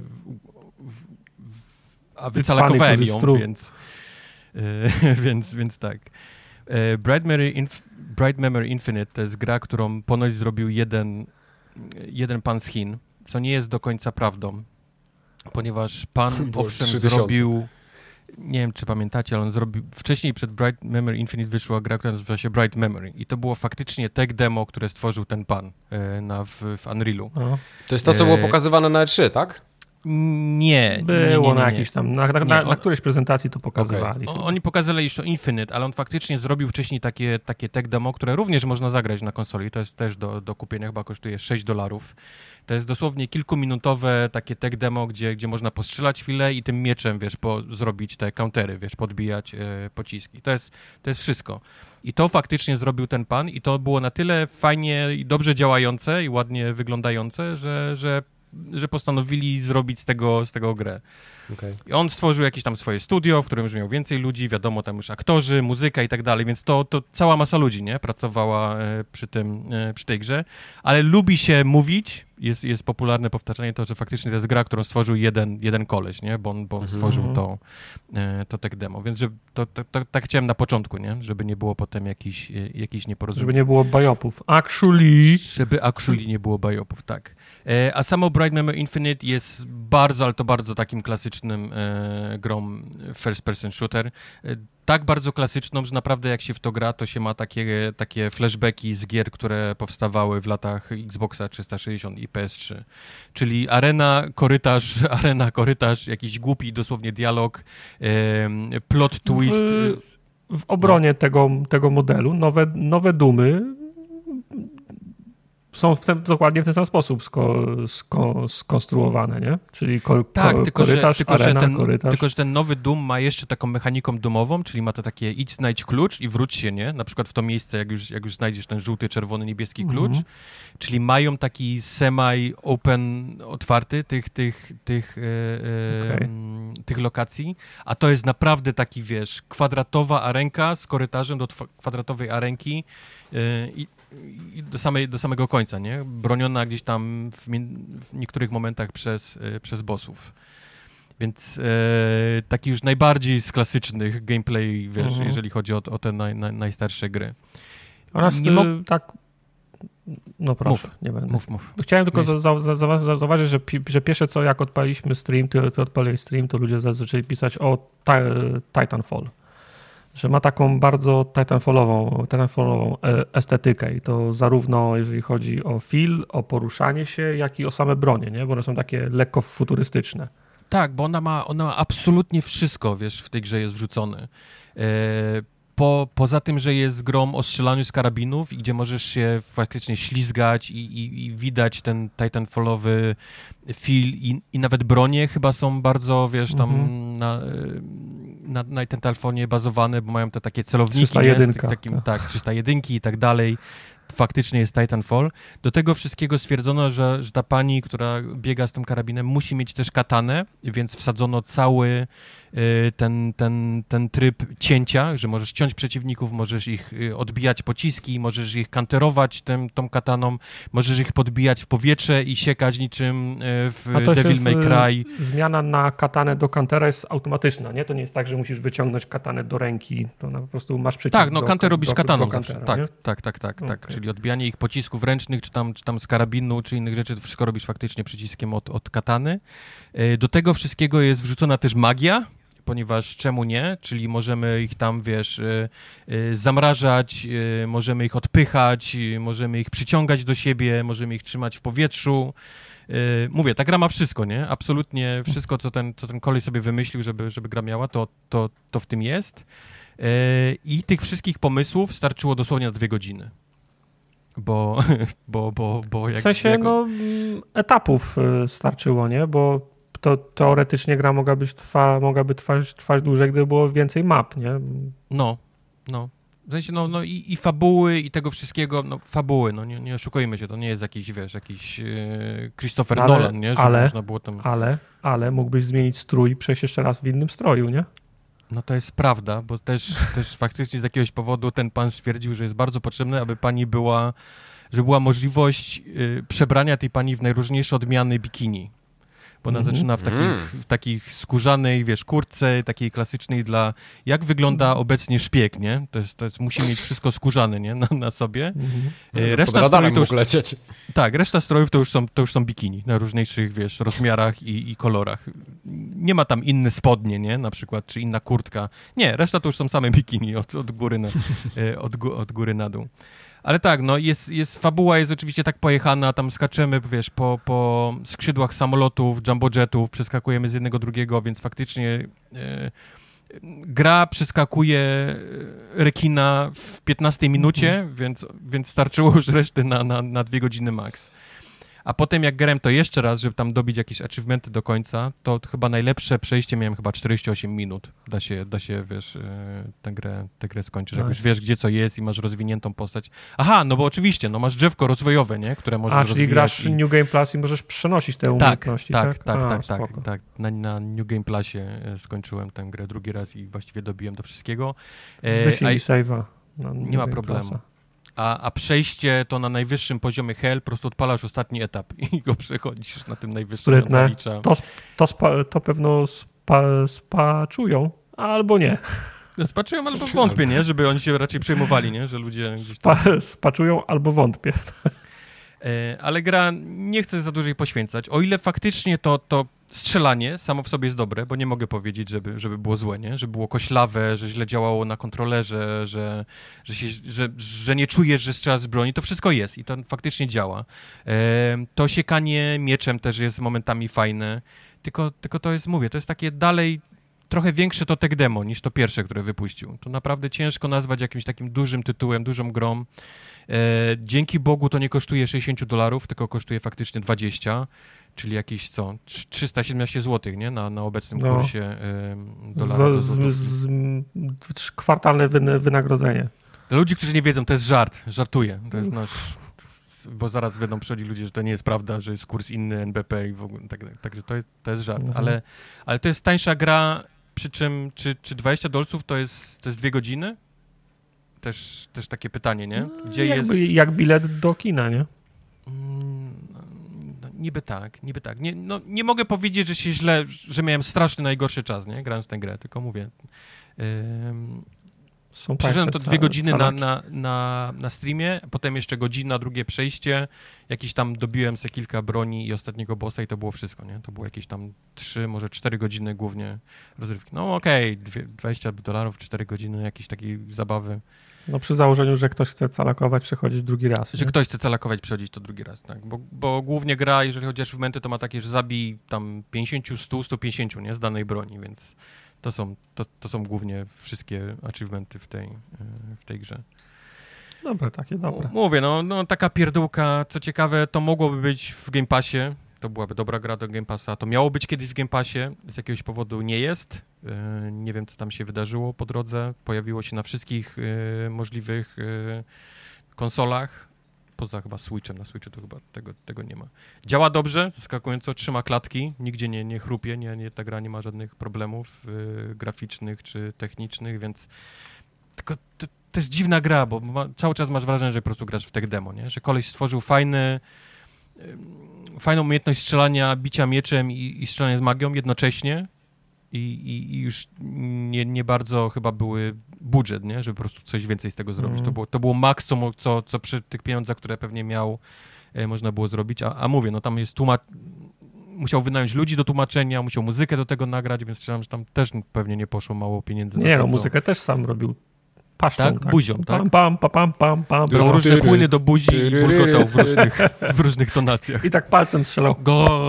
[SPEAKER 3] A wycalakowałem ją, więc, yy, więc, więc tak. Yy, Bright, Memory Inf- Bright Memory Infinite to jest gra, którą ponoć zrobił jeden, jeden pan z Chin, co nie jest do końca prawdą, ponieważ pan owszem zrobił, nie wiem czy pamiętacie, ale on zrobił, wcześniej przed Bright Memory Infinite wyszła gra, która nazywa się Bright Memory i to było faktycznie tech demo, które stworzył ten pan yy, na, w, w Unrealu.
[SPEAKER 2] O.
[SPEAKER 1] To jest to, co było pokazywane na E trzy, tak?
[SPEAKER 3] Nie.
[SPEAKER 2] Było
[SPEAKER 3] nie, nie, nie, nie.
[SPEAKER 2] na jakiejś tam, na, na,
[SPEAKER 3] nie,
[SPEAKER 2] na,
[SPEAKER 3] on,
[SPEAKER 2] na którejś prezentacji to pokazywali.
[SPEAKER 3] Okay. Oni pokazali już to Infinite, ale on faktycznie zrobił wcześniej takie, takie tech demo, które również można zagrać na konsoli. To jest też do, do kupienia, chyba kosztuje sześć dolarów. To jest dosłownie kilkuminutowe takie tech demo, gdzie, gdzie można postrzelać chwilę i tym mieczem, wiesz, po, zrobić te countery, wiesz, podbijać e, pociski. To jest, to jest wszystko. I to faktycznie zrobił ten pan i to było na tyle fajnie i dobrze działające i ładnie wyglądające, że, że że postanowili zrobić z tego, z tego grę.
[SPEAKER 1] Okay.
[SPEAKER 3] I on stworzył jakieś tam swoje studio, w którym już miał więcej ludzi, wiadomo, tam już aktorzy, muzyka i tak dalej, więc to, to cała masa ludzi, nie, pracowała e, przy tym, e, przy tej grze, ale lubi się mówić, jest, jest popularne powtarzanie to, że faktycznie to jest gra, którą stworzył jeden, jeden koleś, nie, bo on, bo on
[SPEAKER 1] mhm.
[SPEAKER 3] stworzył to, e, to tech demo, więc że to, to, to, tak chciałem na początku, nie, żeby nie było potem jakichś jakich nieporozumień.
[SPEAKER 2] Żeby nie było bajopów. Actually...
[SPEAKER 3] Żeby actually nie było bajopów, tak. E, a samo Bright Memory Infinite jest bardzo, ale to bardzo takim klasycznym e, grą first person shooter. E, tak bardzo klasyczną, że naprawdę jak się w to gra, to się ma takie, takie flashbacki z gier, które powstawały w latach Xboxa trzysta sześćdziesiąt i P S trzy. Czyli arena, korytarz, arena, korytarz, jakiś głupi dosłownie dialog, e, plot twist.
[SPEAKER 2] W, w obronie no. tego, tego modelu nowe, nowe Dumy są w ten, dokładnie w ten sam sposób sko, sko, skonstruowane, nie? Czyli ko,
[SPEAKER 3] tak,
[SPEAKER 2] ko,
[SPEAKER 3] tylko,
[SPEAKER 2] korytarz,
[SPEAKER 3] że, tylko,
[SPEAKER 2] arena,
[SPEAKER 3] że ten,
[SPEAKER 2] korytarz.
[SPEAKER 3] tylko, że ten nowy Doom ma jeszcze taką mechaniką dumową, czyli ma to takie idź, znajdź klucz i wróć się, nie? Na przykład w to miejsce, jak już, jak już znajdziesz ten żółty, czerwony, niebieski mm-hmm. klucz. Czyli mają taki semi-open, otwarty tych, tych, tych, e, okay. e, tych lokacji, a to jest naprawdę taki, wiesz, kwadratowa arenka z korytarzem do tw- kwadratowej arenki e, i I do, samej, do samego końca, nie? Broniona gdzieś tam w, w niektórych momentach przez, e, przez bossów. Więc e, taki już najbardziej z klasycznych gameplay, wiesz, mhm. jeżeli chodzi o, o te naj, naj, najstarsze gry.
[SPEAKER 2] Oraz
[SPEAKER 3] nie mo-
[SPEAKER 2] tak... No proszę,
[SPEAKER 3] mów,
[SPEAKER 2] nie będę.
[SPEAKER 3] Mów, mów.
[SPEAKER 2] Chciałem tylko za, za, za, za, zauważyć, że, pi, że pierwsze co, jak odpaliśmy stream, ty, ty odpaliłeś stream, to ludzie zaczęli pisać o ta, Titanfall. Że ma taką bardzo Titanfallową, Titanfallową estetykę i to zarówno jeżeli chodzi o feel, o poruszanie się, jak i o same bronie, nie? Bo one są takie lekko futurystyczne.
[SPEAKER 3] Tak, bo ona ma, ona ma absolutnie wszystko, wiesz, w tej grze jest wrzucone. E, po, poza tym, że jest grą o strzelaniu z karabinów i gdzie możesz się faktycznie ślizgać i, i, i widać ten Titanfallowy feel i, i nawet bronie chyba są bardzo, wiesz, tam mhm. na... na, na Titanfallie bazowane, bo mają te takie celowniki,
[SPEAKER 2] trzysta jeden,
[SPEAKER 3] z takim, tak. tak, trzysta jeden i tak dalej. Faktycznie jest Titanfall. Do tego wszystkiego stwierdzono, że, że ta pani, która biega z tym karabinem, musi mieć też katanę, więc wsadzono cały, ten, ten, ten tryb cięcia, że możesz ciąć przeciwników, możesz ich odbijać pociski, możesz ich kanterować tym, tą kataną, możesz ich podbijać w powietrze i siekać niczym w Devil May Cry.
[SPEAKER 2] Zmiana na katanę do kantera jest automatyczna, nie? To nie jest tak, że musisz wyciągnąć katanę do ręki, to po prostu masz przycisk.
[SPEAKER 3] Tak, no
[SPEAKER 2] do,
[SPEAKER 3] kanter robisz
[SPEAKER 2] do,
[SPEAKER 3] kataną
[SPEAKER 2] do kantera,
[SPEAKER 3] tak,
[SPEAKER 2] nie?
[SPEAKER 3] tak, tak, tak,
[SPEAKER 2] okay.
[SPEAKER 3] tak, czyli odbijanie ich pocisków ręcznych, czy tam, czy tam z karabinu, czy innych rzeczy, to wszystko robisz faktycznie przyciskiem od, od katany. Do tego wszystkiego jest wrzucona też magia, ponieważ czemu nie, czyli możemy ich tam, wiesz, y, y, zamrażać, y, możemy ich odpychać, y, możemy ich przyciągać do siebie, możemy ich trzymać w powietrzu. Y, mówię, ta gra ma wszystko, nie? Absolutnie wszystko, co ten, co ten kolej sobie wymyślił, żeby, żeby gra miała, to, to, to w tym jest. Y, I tych wszystkich pomysłów starczyło dosłownie na dwie godziny. Bo, bo, bo, bo jak...
[SPEAKER 2] W sensie,
[SPEAKER 3] jak...
[SPEAKER 2] no, etapów starczyło, nie? Bo to teoretycznie gra mogła być trwa, mogłaby trwać, trwać dłużej, gdyby było więcej map, nie?
[SPEAKER 3] No, no. W sensie, no, no i, i fabuły, i tego wszystkiego, no fabuły, no nie, nie oszukujmy się, to nie jest jakiś, wiesz, jakiś yy, Christopher
[SPEAKER 2] ale,
[SPEAKER 3] Nolan, nie? Że
[SPEAKER 2] ale,
[SPEAKER 3] można było tam...
[SPEAKER 2] Ale, ale mógłbyś zmienić strój i przejść jeszcze raz w innym stroju, nie?
[SPEAKER 3] No to jest prawda, bo też, też faktycznie z jakiegoś powodu ten pan stwierdził, że jest bardzo potrzebne, aby pani była, że była możliwość yy, przebrania tej pani w najróżniejsze odmiany bikini. Bo ona mm-hmm. zaczyna w takich, mm. w takich skórzanej, wiesz, kurtce, takiej klasycznej dla... Jak wygląda mm. obecnie szpieg, nie? To jest, to jest, musi mieć wszystko skórzane, nie? Na, na sobie.
[SPEAKER 2] Mm-hmm.
[SPEAKER 3] E, reszta strojów to już...
[SPEAKER 1] lecieć.
[SPEAKER 3] Tak, reszta strojów to już są, to już są bikini na różniejszych, wiesz, rozmiarach i, i kolorach. Nie ma tam inne spodnie, nie? Na przykład, czy inna kurtka. Nie, reszta to już są same bikini od, od, góry, na, e, od, od góry na dół. Ale tak, no jest, jest, fabuła jest oczywiście tak pojechana, tam skaczemy, wiesz, po, po skrzydłach samolotów, jumbojetów, przeskakujemy z jednego drugiego, więc faktycznie e, gra przeskakuje rekina w piętnastej minucie, mm-hmm. więc, więc starczyło już reszty na, na, na dwie godziny max. A potem jak grałem to jeszcze raz, żeby tam dobić jakieś achievementy do końca, to chyba najlepsze przejście miałem chyba czterdzieści osiem minut. Da się, da się wiesz, tę grę, tę grę skończyć. Jak już wiesz, gdzie co jest i masz rozwiniętą postać. Aha, no bo oczywiście, no masz drzewko rozwojowe, nie? Które możesz rozwijać. A, czyli
[SPEAKER 2] grasz
[SPEAKER 3] i...
[SPEAKER 2] New Game Plus i możesz przenosić te umiejętności,
[SPEAKER 3] tak?
[SPEAKER 2] Tak,
[SPEAKER 3] tak,
[SPEAKER 2] A,
[SPEAKER 3] tak, tak,
[SPEAKER 2] spoko.
[SPEAKER 3] tak. Na, na New Game Plusie skończyłem tę grę drugi raz i właściwie dobiłem do wszystkiego.
[SPEAKER 2] Wyślij mi save'a.
[SPEAKER 3] Nie ma problemu.
[SPEAKER 2] Plusa.
[SPEAKER 3] A, a przejście to na najwyższym poziomie hell, po prostu odpalasz ostatni etap i go przechodzisz na tym najwyższym.
[SPEAKER 2] Sprytne. To, to, spa, to pewno spa, spaczują, albo nie.
[SPEAKER 3] No, spaczują albo wątpię, nie? Żeby oni się raczej przejmowali, nie? Że ludzie...
[SPEAKER 2] Spa, spaczują albo wątpię.
[SPEAKER 3] E, ale gra nie chce za dłużej poświęcać. O ile faktycznie to, to strzelanie samo w sobie jest dobre, bo nie mogę powiedzieć, żeby, żeby było złe, nie? Że było koślawe, że źle działało na kontrolerze, że, że, się, że, że nie czujesz, że strzelasz z broni. To wszystko jest i to faktycznie działa. E, to siekanie mieczem też jest momentami fajne, tylko, tylko to jest, mówię, to jest takie dalej trochę większe to tech demo niż to pierwsze, które wypuścił. To naprawdę ciężko nazwać jakimś takim dużym tytułem, dużą grą. E, dzięki Bogu to nie kosztuje sześćdziesiąt dolarów, tylko kosztuje faktycznie dwadzieścia, czyli jakieś co, trzysta siedemnaście złotych, nie? Na, na obecnym no. kursie e, dolara.
[SPEAKER 2] Z, z, z, z, kwartalne wy, wynagrodzenie.
[SPEAKER 3] Dla ludzi, którzy nie wiedzą, to jest żart, żartuję. To jest nasz... Bo zaraz będą przychodzić ludzie, że to nie jest prawda, że jest kurs inny N B P i w ogóle, tak, także to jest, to jest żart. Mhm. Ale, ale to jest tańsza gra, przy czym czy, czy dwadzieścia dolców to jest, to jest dwie godziny? Też, też takie pytanie, nie? Gdzie
[SPEAKER 2] jak,
[SPEAKER 3] jest...
[SPEAKER 2] jak bilet do kina, nie?
[SPEAKER 3] No, niby tak, niby tak. Nie, no, nie mogę powiedzieć, że się źle, że miałem straszny najgorszy czas, nie? Grając w tę grę, tylko mówię. Ym... Przeżyłem to dwie godziny na, na, na, na streamie, potem jeszcze godzina, drugie przejście, jakiś tam dobiłem sobie kilka broni i ostatniego bossa i to było wszystko, nie? To było jakieś tam trzy, może cztery godziny głównie rozrywki. No okej, okay, dwadzieścia dolarów, cztery godziny jakiejś takiej zabawy.
[SPEAKER 2] No przy założeniu, że ktoś chce calakować, przechodzić drugi raz.
[SPEAKER 3] Że
[SPEAKER 2] nie?
[SPEAKER 3] ktoś chce calakować, przechodzić to drugi raz, tak. Bo, bo głównie gra, jeżeli chodzi o achievementy, to ma takie, że zabij tam pięćdziesiąt, sto, sto pięćdziesiąt, nie? Z danej broni, więc... To są, to, to są głównie wszystkie achievementy w tej, w tej grze.
[SPEAKER 2] Dobre, takie dobre.
[SPEAKER 3] Mówię, no, no taka pierdółka, co ciekawe, to mogłoby być w Game Passie, to byłaby dobra gra do Game Passa, to miało być kiedyś w Game Passie, z jakiegoś powodu nie jest, yy, nie wiem, co tam się wydarzyło po drodze, pojawiło się na wszystkich yy, możliwych yy, konsolach, poza chyba Switchem, na Switchu to chyba tego, tego nie ma. Działa dobrze, zaskakująco, trzyma klatki, nigdzie nie, nie chrupie, nie, nie, ta gra nie ma żadnych problemów y, graficznych czy technicznych, więc tylko to, to jest dziwna gra, bo ma, cały czas masz wrażenie, że po prostu grasz w tech demo, nie? Że koleś stworzył fajny, y, fajną umiejętność strzelania, bicia mieczem i, i strzelania z magią jednocześnie i, i, i już nie, nie bardzo chyba były budżet, nie? Żeby po prostu coś więcej z tego zrobić. Mm. To, było, to było maks, co, co, co przy tych pieniądzach, które pewnie miał, e, można było zrobić, a, a mówię, no tam jest tłumacz... Musiał wynająć ludzi do tłumaczenia, musiał muzykę do tego nagrać, więc strzelam, że tam też pewnie nie poszło mało pieniędzy.
[SPEAKER 2] Nie,
[SPEAKER 3] na to,
[SPEAKER 2] no
[SPEAKER 3] co...
[SPEAKER 2] muzykę też sam robił. Paszczą,
[SPEAKER 3] tak?
[SPEAKER 2] tak?
[SPEAKER 3] Buzią, tak?
[SPEAKER 2] Pam, pam, pam, pam, pam, pam.
[SPEAKER 3] Brał różne płyny do buzi i bulgotał w różnych, w różnych tonacjach.
[SPEAKER 2] I tak palcem strzelał.
[SPEAKER 3] Go!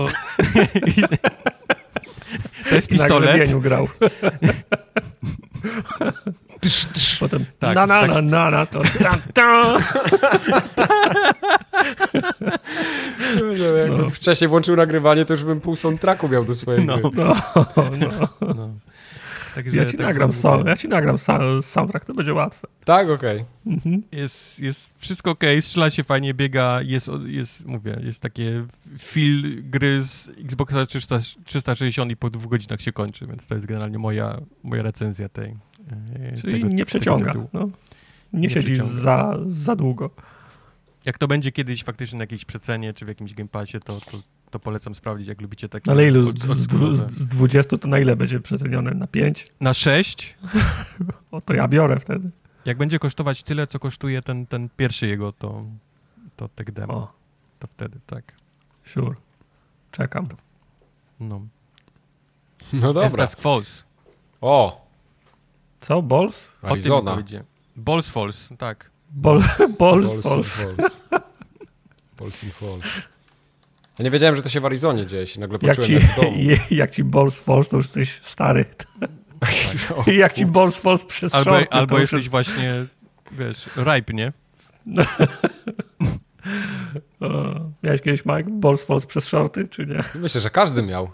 [SPEAKER 3] To jest
[SPEAKER 2] I na
[SPEAKER 3] pistolet.
[SPEAKER 2] grzebieniu grał. Potem
[SPEAKER 3] Tak,
[SPEAKER 2] na na
[SPEAKER 3] tak.
[SPEAKER 2] na na na to tam, tam.
[SPEAKER 1] Jak
[SPEAKER 2] No.
[SPEAKER 1] wcześniej włączył nagrywanie, to już bym pół soundtracku miał do swojej
[SPEAKER 3] No.
[SPEAKER 1] gry.
[SPEAKER 2] No, no.
[SPEAKER 3] No. Także,
[SPEAKER 2] Ja ci
[SPEAKER 3] także
[SPEAKER 2] nagram,
[SPEAKER 3] mówię,
[SPEAKER 2] sound, ja ci nagram sound, soundtrack, to będzie łatwe.
[SPEAKER 1] Tak, okej.
[SPEAKER 2] Mhm.
[SPEAKER 3] Jest, jest wszystko okej, strzela się fajnie, biega, jest, jest, mówię, jest takie feel gry z Xboxa trzysta, trzysta sześćdziesiąt i po dwóch godzinach się kończy, więc to jest generalnie moja, moja recenzja tej. e,
[SPEAKER 2] Czyli
[SPEAKER 3] tego,
[SPEAKER 2] nie przeciąga.
[SPEAKER 3] tego
[SPEAKER 2] No. Nie,
[SPEAKER 3] Nie
[SPEAKER 2] siedzi
[SPEAKER 3] przeciąga.
[SPEAKER 2] za, za długo.
[SPEAKER 3] Jak to będzie kiedyś faktycznie na jakiejś przecenie, czy w jakimś Game Passie, to, to, to polecam sprawdzić, jak lubicie takie...
[SPEAKER 2] Ale ilu? Z,
[SPEAKER 3] od-
[SPEAKER 2] z,
[SPEAKER 3] oldschoolowe.
[SPEAKER 2] z, z dwudziestu to na ile będzie przecenione? Na pięć?
[SPEAKER 3] Na sześć?
[SPEAKER 2] O, to ja biorę wtedy.
[SPEAKER 3] Jak będzie kosztować tyle, co kosztuje ten, ten pierwszy jego, to, to tech demo.
[SPEAKER 2] O,
[SPEAKER 3] To wtedy, tak.
[SPEAKER 2] sure. Czekam.
[SPEAKER 3] No.
[SPEAKER 1] No dobra.
[SPEAKER 3] Estas Falls.
[SPEAKER 1] O,
[SPEAKER 2] Co? Balls?
[SPEAKER 3] O tym
[SPEAKER 1] Arizona.
[SPEAKER 3] powiedzie. Balls Falls, tak.
[SPEAKER 2] Ball, balls,
[SPEAKER 1] Balls
[SPEAKER 2] balls.
[SPEAKER 1] in Falls. Balls in Falls. Ja nie wiedziałem, że to się w Arizonie dzieje, się nagle
[SPEAKER 2] Jak
[SPEAKER 1] poczułem
[SPEAKER 2] ci,
[SPEAKER 1] jak w domu.
[SPEAKER 2] jak ci balls falls, to już jesteś stary.
[SPEAKER 1] O,
[SPEAKER 2] Jak ci
[SPEAKER 1] ups.
[SPEAKER 2] balls falls przez
[SPEAKER 3] Albo,
[SPEAKER 2] shorty,
[SPEAKER 3] albo
[SPEAKER 2] to już
[SPEAKER 3] jesteś
[SPEAKER 2] jest...
[SPEAKER 3] właśnie, wiesz, ripe, nie?
[SPEAKER 2] O, miałeś kiedyś, Mike, balls falls przez shorty, czy nie?
[SPEAKER 1] Myślę, że każdy miał.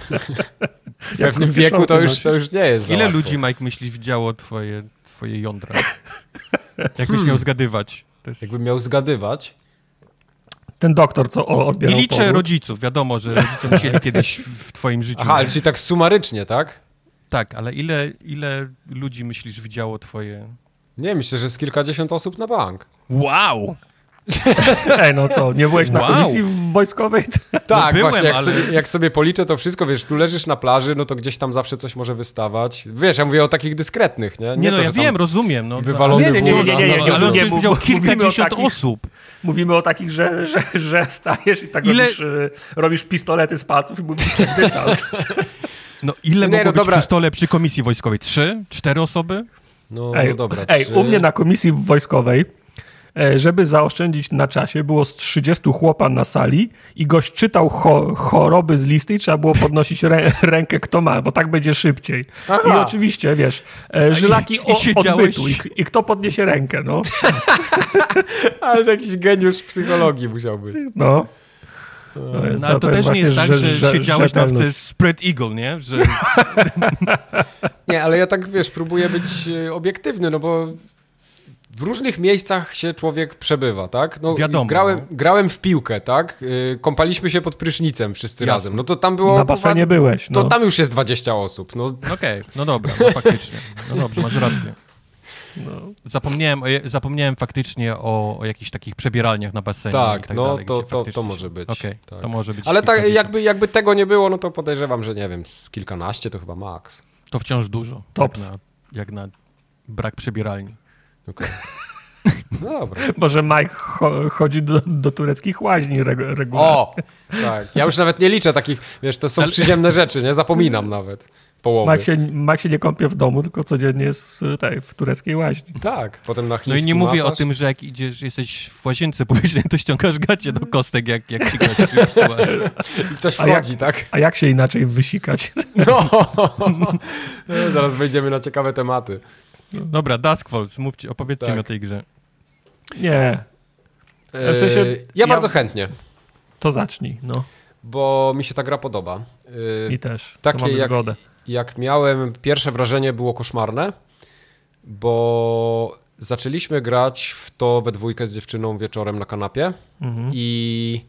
[SPEAKER 1] W
[SPEAKER 2] Jak
[SPEAKER 1] pewnym
[SPEAKER 2] krótkie
[SPEAKER 1] wieku to
[SPEAKER 2] shorty
[SPEAKER 1] już,
[SPEAKER 2] nosisz.
[SPEAKER 1] to już nie jest za
[SPEAKER 3] Ile
[SPEAKER 1] łatwo.
[SPEAKER 3] ludzi, Mike, myślisz, widziało twoje, twoje jądra? Jakbyś miał zgadywać? To jest...
[SPEAKER 1] Jakbym miał zgadywać,
[SPEAKER 2] Ten doktor, co o-
[SPEAKER 3] Nie
[SPEAKER 2] odbierał
[SPEAKER 3] liczę
[SPEAKER 2] powód.
[SPEAKER 3] rodziców, wiadomo, że rodzice musieli kiedyś w, w twoim życiu.
[SPEAKER 1] aha, ale czyli tak sumarycznie, tak?
[SPEAKER 3] Tak, ale ile, ile ludzi, myślisz, widziało twoje...
[SPEAKER 1] Nie, myślę, że z kilkadziesiąt osób na bank.
[SPEAKER 3] Wow!
[SPEAKER 2] Ej, no co, nie byłeś na
[SPEAKER 3] Wow.
[SPEAKER 2] komisji wojskowej?
[SPEAKER 1] Tak,
[SPEAKER 3] byłem,
[SPEAKER 1] właśnie, jak,
[SPEAKER 3] ale-
[SPEAKER 1] sobie, jak sobie policzę to wszystko, wiesz, tu leżysz na plaży, no to gdzieś tam zawsze coś może wystawać. Wiesz, ja mówię o takich dyskretnych, nie?
[SPEAKER 3] Nie, no
[SPEAKER 1] to,
[SPEAKER 3] ja
[SPEAKER 1] że tam
[SPEAKER 3] wiem, rozumiem. No,
[SPEAKER 1] wywalony
[SPEAKER 2] Nie, nie, nie,
[SPEAKER 1] wół
[SPEAKER 2] nie,
[SPEAKER 1] na-
[SPEAKER 2] nie, nie,
[SPEAKER 1] na-
[SPEAKER 2] nie,
[SPEAKER 3] ale on
[SPEAKER 2] nie,
[SPEAKER 3] przecież
[SPEAKER 2] mów-
[SPEAKER 3] widział
[SPEAKER 2] mówimy o
[SPEAKER 3] kilkadziesiąt
[SPEAKER 2] takich-
[SPEAKER 3] osób.
[SPEAKER 2] Mówimy o takich, że, że, że stajesz i tak
[SPEAKER 3] Ile-
[SPEAKER 2] robisz, y, robisz pistolety z palców i mówisz dysalt.
[SPEAKER 3] No ile
[SPEAKER 1] Nie,
[SPEAKER 3] mogło
[SPEAKER 1] no
[SPEAKER 3] być
[SPEAKER 1] dobra.
[SPEAKER 3] przy stole przy komisji wojskowej? Trzy? Cztery osoby?
[SPEAKER 1] No,
[SPEAKER 2] Ej,
[SPEAKER 1] no dobra.
[SPEAKER 2] ej
[SPEAKER 1] trzy.
[SPEAKER 2] u mnie na komisji wojskowej, e, żeby zaoszczędzić na czasie, było z trzydziestu chłopa na sali i gość czytał cho choroby z listy i trzeba było podnosić rę rękę, kto ma, bo tak będzie szybciej.
[SPEAKER 1] Aha.
[SPEAKER 2] I oczywiście, wiesz, e, żylaki
[SPEAKER 3] i
[SPEAKER 2] o,
[SPEAKER 3] siedziałeś-
[SPEAKER 2] odbytu i, i kto podniesie rękę, no.
[SPEAKER 1] Ale to jakiś geniusz psychologii musiał być.
[SPEAKER 2] No. To jest-
[SPEAKER 3] No, ale to,
[SPEAKER 2] jest
[SPEAKER 3] też nie jest
[SPEAKER 2] właśnie
[SPEAKER 3] tak, że,
[SPEAKER 2] rze-
[SPEAKER 3] siedziałeś na
[SPEAKER 2] rzetelność.
[SPEAKER 3] w spread eagle, nie? Że
[SPEAKER 1] Nie, ale ja tak, wiesz, próbuję być e, obiektywny, no bo w różnych miejscach się człowiek przebywa, tak? No,
[SPEAKER 3] Wiadomo,
[SPEAKER 1] Grałem,
[SPEAKER 3] no.
[SPEAKER 1] grałem w piłkę, tak? Y, Kąpaliśmy się pod prysznicem wszyscy
[SPEAKER 3] Jasne.
[SPEAKER 1] razem. No to tam było...
[SPEAKER 2] Na basenie byłeś,
[SPEAKER 1] To
[SPEAKER 2] no.
[SPEAKER 1] tam już jest dwadzieścia osób. No,
[SPEAKER 3] okej, no dobra, no faktycznie. No dobrze, masz rację.
[SPEAKER 2] No.
[SPEAKER 3] Zapomniałem, o, je- zapomniałem faktycznie o, o jakichś takich przebieralniach na basenie
[SPEAKER 1] tak,
[SPEAKER 3] i tak
[SPEAKER 1] no
[SPEAKER 3] dalej,
[SPEAKER 1] to,
[SPEAKER 3] gdzie
[SPEAKER 1] to,
[SPEAKER 3] faktycznie
[SPEAKER 1] to
[SPEAKER 3] się-
[SPEAKER 1] może być.
[SPEAKER 3] Okej,
[SPEAKER 1] tak.
[SPEAKER 3] to może być.
[SPEAKER 1] Ale tak,
[SPEAKER 3] kilkadziesiąt.
[SPEAKER 1] jakby, jakby tego nie było, no to podejrzewam, że nie wiem, z kilkanaście to chyba maks.
[SPEAKER 3] To wciąż dużo.
[SPEAKER 2] Tops.
[SPEAKER 3] Jak na, jak na brak przebieralni.
[SPEAKER 1] Okay. No dobra.
[SPEAKER 2] Może Mike cho chodzi do, do tureckich łaźni reg regularnie.
[SPEAKER 1] O! Tak. Ja już nawet nie liczę takich, wiesz, to są
[SPEAKER 3] Ale-
[SPEAKER 1] przyziemne rzeczy, nie? Zapominam nawet połowy.
[SPEAKER 2] Mike się, Mike się nie kąpie w domu, tylko codziennie jest w, tej, w tureckiej łaźni.
[SPEAKER 1] Tak, potem na
[SPEAKER 3] No
[SPEAKER 1] chiński
[SPEAKER 3] i nie mówię
[SPEAKER 1] masaż.
[SPEAKER 3] o tym, że jak idziesz, jesteś w łazience publicznej, to ściągasz gacie do kostek, jak, jak ci grasz.
[SPEAKER 1] I ktoś
[SPEAKER 2] A jak-
[SPEAKER 1] wchodzi, tak?
[SPEAKER 2] A jak się inaczej wysikać?
[SPEAKER 1] No! Zaraz wejdziemy na ciekawe tematy.
[SPEAKER 3] Dobra, Duskfalls, mówcie, opowiedzcie
[SPEAKER 1] Tak.
[SPEAKER 3] mi o tej grze.
[SPEAKER 2] Nie, W sensie,
[SPEAKER 1] Eee, ja,
[SPEAKER 2] ja-
[SPEAKER 1] bardzo chętnie,
[SPEAKER 2] to zacznij, no.
[SPEAKER 1] bo mi się ta gra podoba. Eee,
[SPEAKER 2] I też,
[SPEAKER 1] takie
[SPEAKER 2] to mamy
[SPEAKER 1] jak-
[SPEAKER 2] zgodę.
[SPEAKER 1] jak miałem, pierwsze wrażenie było koszmarne, bo zaczęliśmy grać w to we dwójkę z dziewczyną wieczorem na kanapie mhm. i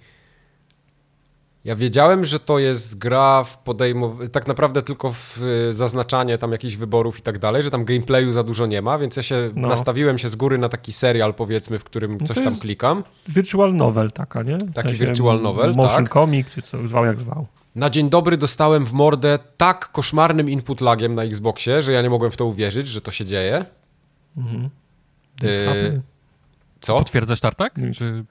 [SPEAKER 1] ja wiedziałem, że to jest gra w podejmowanie, tak naprawdę tylko w zaznaczanie tam jakichś wyborów i tak dalej, że tam gameplayu za dużo nie ma, więc ja się no. nastawiłem się z góry na taki serial, powiedzmy, w którym no coś tam klikam.
[SPEAKER 2] Virtual novel taka, nie? W
[SPEAKER 1] taki
[SPEAKER 2] sensie
[SPEAKER 1] virtual novel,
[SPEAKER 2] motion
[SPEAKER 1] tak.
[SPEAKER 2] comic, czy co, zwał jak zwał.
[SPEAKER 1] Na dzień dobry dostałem w mordę tak koszmarnym input lagiem na Xboxie, że ja nie mogłem w to uwierzyć, że to się dzieje.
[SPEAKER 2] Mhm.
[SPEAKER 1] Yy, co?
[SPEAKER 3] Potwierdzasz tartak? Czy...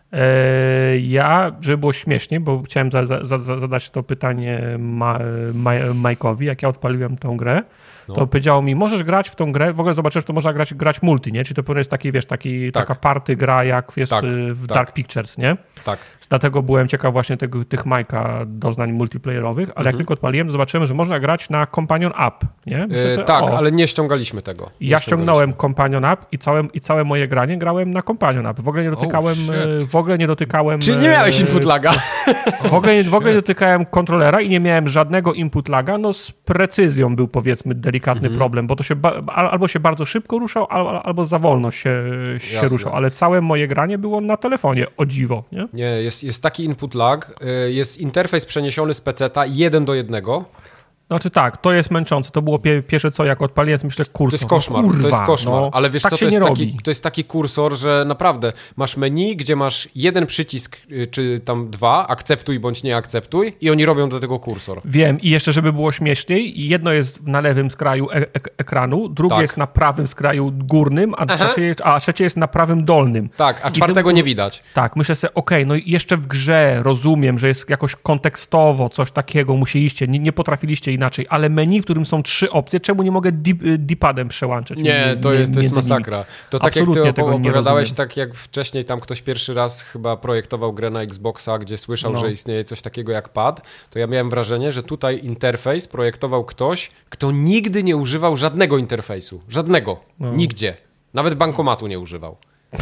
[SPEAKER 2] Ja, żeby było śmiesznie, bo chciałem za, za, za, zadać to pytanie Ma, Ma, Majkowi, jak ja odpaliłem tą grę, no. to powiedział mi, możesz grać w tą grę, w ogóle zobaczysz, że to można grać, grać multi, nie? Czyli to pewnie jest taki, wiesz, taki, tak. taka party gra, jak jest tak, w Dark tak. Pictures, nie?
[SPEAKER 1] Tak.
[SPEAKER 2] Dlatego byłem ciekaw właśnie tego, tych Majka doznań multiplayerowych, ale mhm. jak tylko odpaliłem, zobaczyłem, że można grać na Companion App, nie?
[SPEAKER 1] Yy, sobie, tak, o, ale nie ściągaliśmy tego. Nie
[SPEAKER 2] ja ściągnąłem Companion App i całe, i całe moje granie grałem na Companion App. W ogóle nie dotykałem... Oh, w ogóle nie dotykałem...
[SPEAKER 1] Czyli nie miałeś input laga?
[SPEAKER 2] W ogóle, w ogóle nie dotykałem kontrolera i nie miałem żadnego input laga. No z precyzją był, powiedzmy, delikatny mm-hmm. problem, bo to się ba- albo się bardzo szybko ruszał, albo, albo za wolno się, się ruszał. Ale całe moje granie było na telefonie, o dziwo. Nie,
[SPEAKER 1] nie jest, jest taki input lag, jest interfejs przeniesiony z peceta jeden do jednego.
[SPEAKER 2] Znaczy tak, to jest męczące. To było pie- pierwsze co, jak odpaliłem, myślę, kursor.
[SPEAKER 1] To jest koszmar,
[SPEAKER 2] no, kurwa,
[SPEAKER 1] to jest koszmar.
[SPEAKER 2] No,
[SPEAKER 1] ale wiesz
[SPEAKER 2] tak
[SPEAKER 1] co, to jest, taki, to jest taki kursor, że naprawdę masz menu, gdzie masz jeden przycisk, czy tam dwa, akceptuj bądź nie akceptuj i oni robią do tego kursor.
[SPEAKER 2] Wiem i jeszcze, żeby było śmieszniej, jedno jest na lewym skraju e- e- ekranu, drugie tak. jest na prawym skraju górnym, a trzecie, a trzecie jest na prawym dolnym.
[SPEAKER 1] Tak, a czwartego nie widać.
[SPEAKER 2] Tak, myślę sobie, okej, okay, no jeszcze w grze rozumiem, że jest jakoś kontekstowo coś takiego, musieliście, nie, nie potrafiliście inaczej, ale menu, w którym są trzy opcje, czemu nie mogę D-padem przełączać?
[SPEAKER 1] Nie, to jest, to jest masakra. To tak
[SPEAKER 2] Absolutnie
[SPEAKER 1] jak ty op- opowiadałeś,
[SPEAKER 2] rozumiem.
[SPEAKER 1] tak jak wcześniej tam ktoś pierwszy raz chyba projektował grę na Xboxa, gdzie słyszał, no. że istnieje coś takiego jak pad, to ja miałem wrażenie, że tutaj interfejs projektował ktoś, kto nigdy nie używał żadnego interfejsu. Żadnego. No. Nigdzie. Nawet bankomatu nie używał.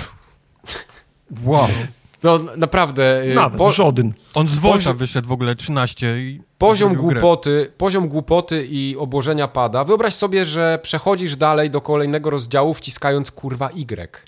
[SPEAKER 3] Wow.
[SPEAKER 1] To naprawdę...
[SPEAKER 2] Nawet, po... żaden.
[SPEAKER 3] On z Volta Pozi... wyszedł w ogóle trzynaście i...
[SPEAKER 1] Poziom głupoty, poziom głupoty i obłożenia pada. Wyobraź sobie, że przechodzisz dalej do kolejnego rozdziału wciskając kurwa Y.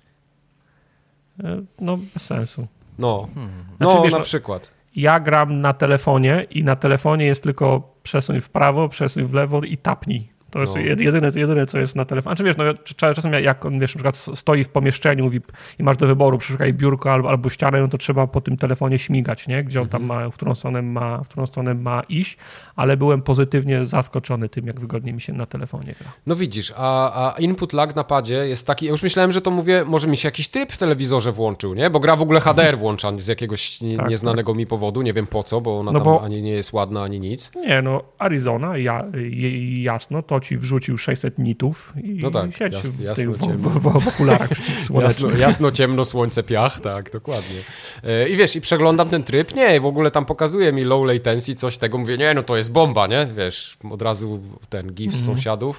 [SPEAKER 2] No, bez sensu.
[SPEAKER 1] No,
[SPEAKER 2] hmm.
[SPEAKER 1] no
[SPEAKER 2] znaczy, wiesz,
[SPEAKER 1] na przykład.
[SPEAKER 2] Ja gram na telefonie i na telefonie jest tylko przesuń w prawo, przesuń w lewo i tapnij. To jest no. jedyne, jedyne, co jest na telefonie. Znaczy wiesz, no, czasem jak on, wiesz, na przykład stoi w pomieszczeniu i, i masz do wyboru, przeszukaj biurko albo, albo ścianę, no to trzeba po tym telefonie śmigać, nie? Gdzie on tam ma, w którą stronę ma, w którą stronę ma iść, ale byłem pozytywnie zaskoczony tym, jak wygodnie mi się na telefonie gra.
[SPEAKER 1] No widzisz, a, a input lag na padzie jest taki, ja już myślałem, że to mówię, może mi się jakiś tryb w telewizorze włączył, nie? Bo gra w ogóle H D R włącza z jakiegoś nie, tak, nieznanego tak. mi powodu, nie wiem po co, bo ona no tam bo, ani nie jest ładna, ani nic.
[SPEAKER 2] Nie, no Arizona, ja, jasno, to ci wrzucił sześćset nitów i
[SPEAKER 1] no tak,
[SPEAKER 2] siedź
[SPEAKER 1] jasno,
[SPEAKER 2] w,
[SPEAKER 1] jasno,
[SPEAKER 2] tych, w, w, w, w okularach
[SPEAKER 1] jasno, jasno, ciemno, słońce, piach, tak, dokładnie. I wiesz, i przeglądam ten tryb, nie, w ogóle tam pokazuje mi low latency, coś tego, mówię, nie, no to jest bomba, nie, wiesz, od razu ten gif z mm. sąsiadów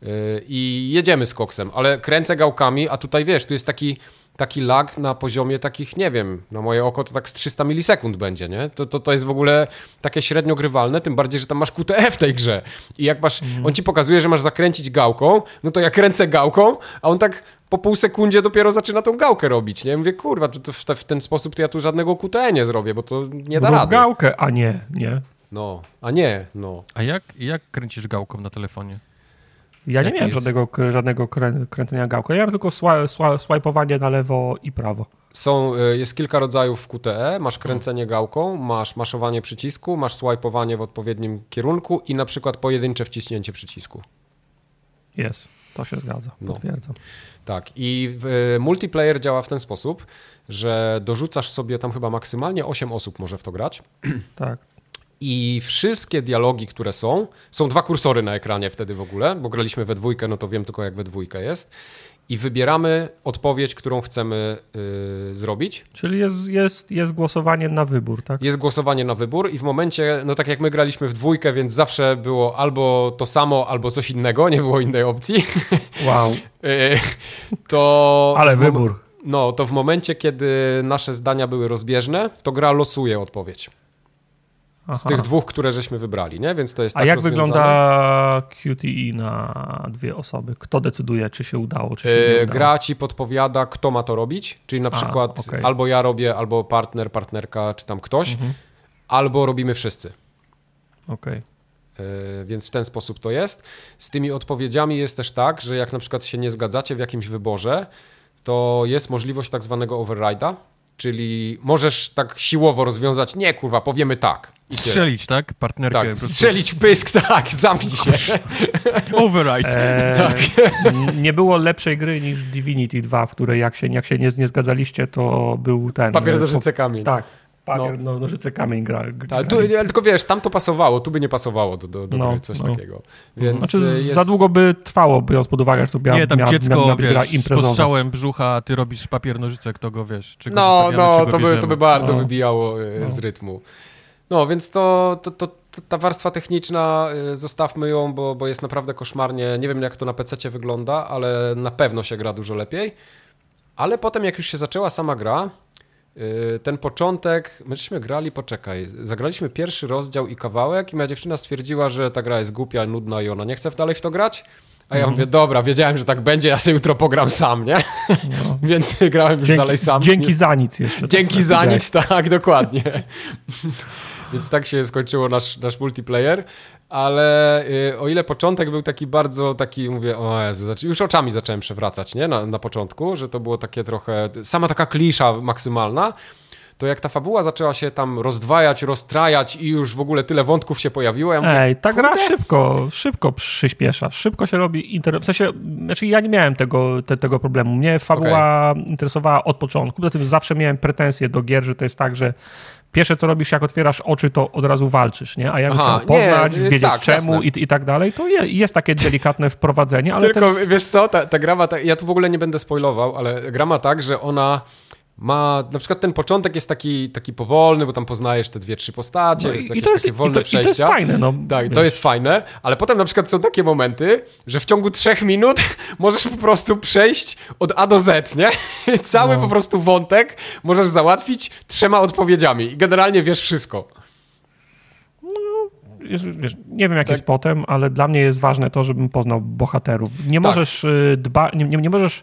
[SPEAKER 1] i jedziemy z koksem, ale kręcę gałkami, a tutaj wiesz, tu jest taki taki lag na poziomie takich, nie wiem, na moje oko to tak z trzysta milisekund będzie, nie? To, to, to jest w ogóle takie średnio grywalne, tym bardziej, że tam masz Q T E w tej grze. I jak masz, mm. on ci pokazuje, że masz zakręcić gałką, no to ja kręcę gałką, a on tak po pół sekundzie dopiero zaczyna tą gałkę robić, nie? Mówię, kurwa, to, to w, te, w ten sposób to ja tu żadnego Q T E nie zrobię, bo to nie da
[SPEAKER 2] Rób
[SPEAKER 1] rady.
[SPEAKER 2] gałkę, a nie, nie.
[SPEAKER 1] No, a nie, no.
[SPEAKER 3] A jak, jak kręcisz gałką na telefonie?
[SPEAKER 2] Ja nie miałem jest... żadnego, żadnego krę, kręcenia gałką. Ja miałem tylko swa, swa, swajpowanie na lewo i prawo.
[SPEAKER 1] Są, jest kilka rodzajów Q T E. Masz kręcenie gałką, masz maszowanie przycisku, masz swajpowanie w odpowiednim kierunku i na przykład pojedyncze wciśnięcie przycisku.
[SPEAKER 2] Jest, to się zgadza,
[SPEAKER 1] no.
[SPEAKER 2] potwierdzam.
[SPEAKER 1] Tak i w, multiplayer działa w ten sposób, że dorzucasz sobie tam chyba maksymalnie osiem osób może w to grać.
[SPEAKER 2] Tak.
[SPEAKER 1] I wszystkie dialogi, które są, są dwa kursory na ekranie wtedy w ogóle, bo graliśmy we dwójkę, no to wiem tylko jak we dwójkę jest. I wybieramy odpowiedź, którą chcemy yy, zrobić.
[SPEAKER 2] Czyli jest, jest, jest głosowanie na wybór, tak?
[SPEAKER 1] Jest głosowanie na wybór i w momencie, no tak jak my graliśmy w dwójkę, więc zawsze było albo to samo, albo coś innego, nie było innej opcji.
[SPEAKER 2] Wow.
[SPEAKER 1] yy, to
[SPEAKER 2] Ale wybór.
[SPEAKER 1] No, to w momencie, kiedy nasze zdania były rozbieżne, to gra losuje odpowiedź. z tych dwóch, które żeśmy wybrali, nie? Więc to jest
[SPEAKER 2] A
[SPEAKER 1] tak
[SPEAKER 2] jak
[SPEAKER 1] rozwiązane.
[SPEAKER 2] wygląda Q T E na dwie osoby? Kto decyduje, czy się udało, czy się nie udało?
[SPEAKER 1] Gra ci podpowiada, kto ma to robić, czyli na
[SPEAKER 2] A,
[SPEAKER 1] przykład
[SPEAKER 2] okay.
[SPEAKER 1] albo ja robię, albo partner, partnerka, czy tam ktoś, mhm. albo robimy wszyscy.
[SPEAKER 2] Okej.
[SPEAKER 1] Okay. Więc w ten sposób to jest. Z tymi odpowiedziami jest też tak, że jak na przykład się nie zgadzacie w jakimś wyborze, to jest możliwość tak zwanego override'a, czyli możesz tak siłowo rozwiązać, nie kurwa, powiemy tak.
[SPEAKER 3] I strzelić, tak? Partnerkę.
[SPEAKER 1] Tak, strzelić w pysk, tak, zamknij się.
[SPEAKER 3] Override.
[SPEAKER 2] Eee, tak. Nie było lepszej gry niż Divinity dwa, w której jak się, jak się nie, nie zgadzaliście, to był ten...
[SPEAKER 1] Papier, nożyce, kamień.
[SPEAKER 2] Tak. Papier, no. nożyce, kamień gra. gra
[SPEAKER 1] tu, tylko wiesz, tam to pasowało, tu by nie pasowało do, do, do
[SPEAKER 2] no,
[SPEAKER 1] gry, coś
[SPEAKER 2] no.
[SPEAKER 1] takiego. Więc
[SPEAKER 2] znaczy
[SPEAKER 1] jest...
[SPEAKER 2] za długo by trwało, biorąc pod uwagę, że to miała,
[SPEAKER 3] nie, tam
[SPEAKER 2] miała,
[SPEAKER 3] dziecko,
[SPEAKER 2] miała być gra
[SPEAKER 3] wiesz,
[SPEAKER 2] imprezowa.
[SPEAKER 3] z postrzałem brzucha, a ty robisz papier, nożyce, kto go, wiesz, czy go
[SPEAKER 1] No, no, to by, to by bardzo
[SPEAKER 2] no.
[SPEAKER 1] wybijało no. z rytmu. No, więc to, to, to, to ta warstwa techniczna, zostawmy ją, bo, bo jest naprawdę koszmarnie. Nie wiem, jak to na pececie wygląda, ale na pewno się gra dużo lepiej. Ale potem, jak już się zaczęła sama gra, ten początek, myśmy grali, poczekaj, zagraliśmy pierwszy rozdział i kawałek i moja dziewczyna stwierdziła, że ta gra jest głupia, nudna i ona nie chce dalej w to grać. A ja mm-hmm. mówię, dobra, wiedziałem, że tak będzie, ja sobie jutro pogram sam, nie? No. Więc grałem już
[SPEAKER 2] dzięki,
[SPEAKER 1] dalej sam.
[SPEAKER 2] Dzięki za nic jeszcze.
[SPEAKER 1] Dzięki tak, za nic, tak, dokładnie. Więc tak się skończyło nasz, nasz multiplayer, ale y, o ile początek był taki bardzo taki, mówię, o Jezu, znaczy już oczami zacząłem przewracać, nie? Na, na początku, że to było takie trochę, sama taka klisza maksymalna, to jak ta fabuła zaczęła się tam rozdwajać, roztrajać i już w ogóle tyle wątków się pojawiło, ja mówię,
[SPEAKER 2] Ej, ta gra szybko, szybko przyspiesza, szybko się robi, inter... w sensie, znaczy ja nie miałem tego, te, tego problemu, mnie fabuła okay. interesowała od początku, poza tym zawsze miałem pretensje do gier, że to jest tak, że pierwsze co robisz, jak otwierasz oczy, to od razu walczysz, nie? A ja bym chciał poznać, nie, wiedzieć tak, czemu i, i tak dalej, to je, jest takie delikatne wprowadzenie, ale
[SPEAKER 1] tylko
[SPEAKER 2] też...
[SPEAKER 1] wiesz co, ta, ta gra ma, ta, ja tu w ogóle nie będę spoilował, ale gra ma tak, że ona ma, na przykład ten początek jest taki, taki powolny, bo tam poznajesz te dwie, trzy postacie,
[SPEAKER 2] no
[SPEAKER 1] jest
[SPEAKER 2] i
[SPEAKER 1] jakieś
[SPEAKER 2] to jest,
[SPEAKER 1] takie wolne
[SPEAKER 2] i to,
[SPEAKER 1] przejścia.
[SPEAKER 2] I to jest fajne, no.
[SPEAKER 1] Tak, to jest fajne, ale potem na przykład są takie momenty, że w ciągu trzech minut możesz po prostu przejść od A do Z, nie? Cały no. po prostu wątek możesz załatwić trzema odpowiedziami i generalnie wiesz wszystko.
[SPEAKER 2] No, jest, wiesz, nie wiem jak
[SPEAKER 1] tak.
[SPEAKER 2] jest potem, ale dla mnie jest ważne to, żebym poznał bohaterów. Nie tak. możesz dba, nie, nie, nie możesz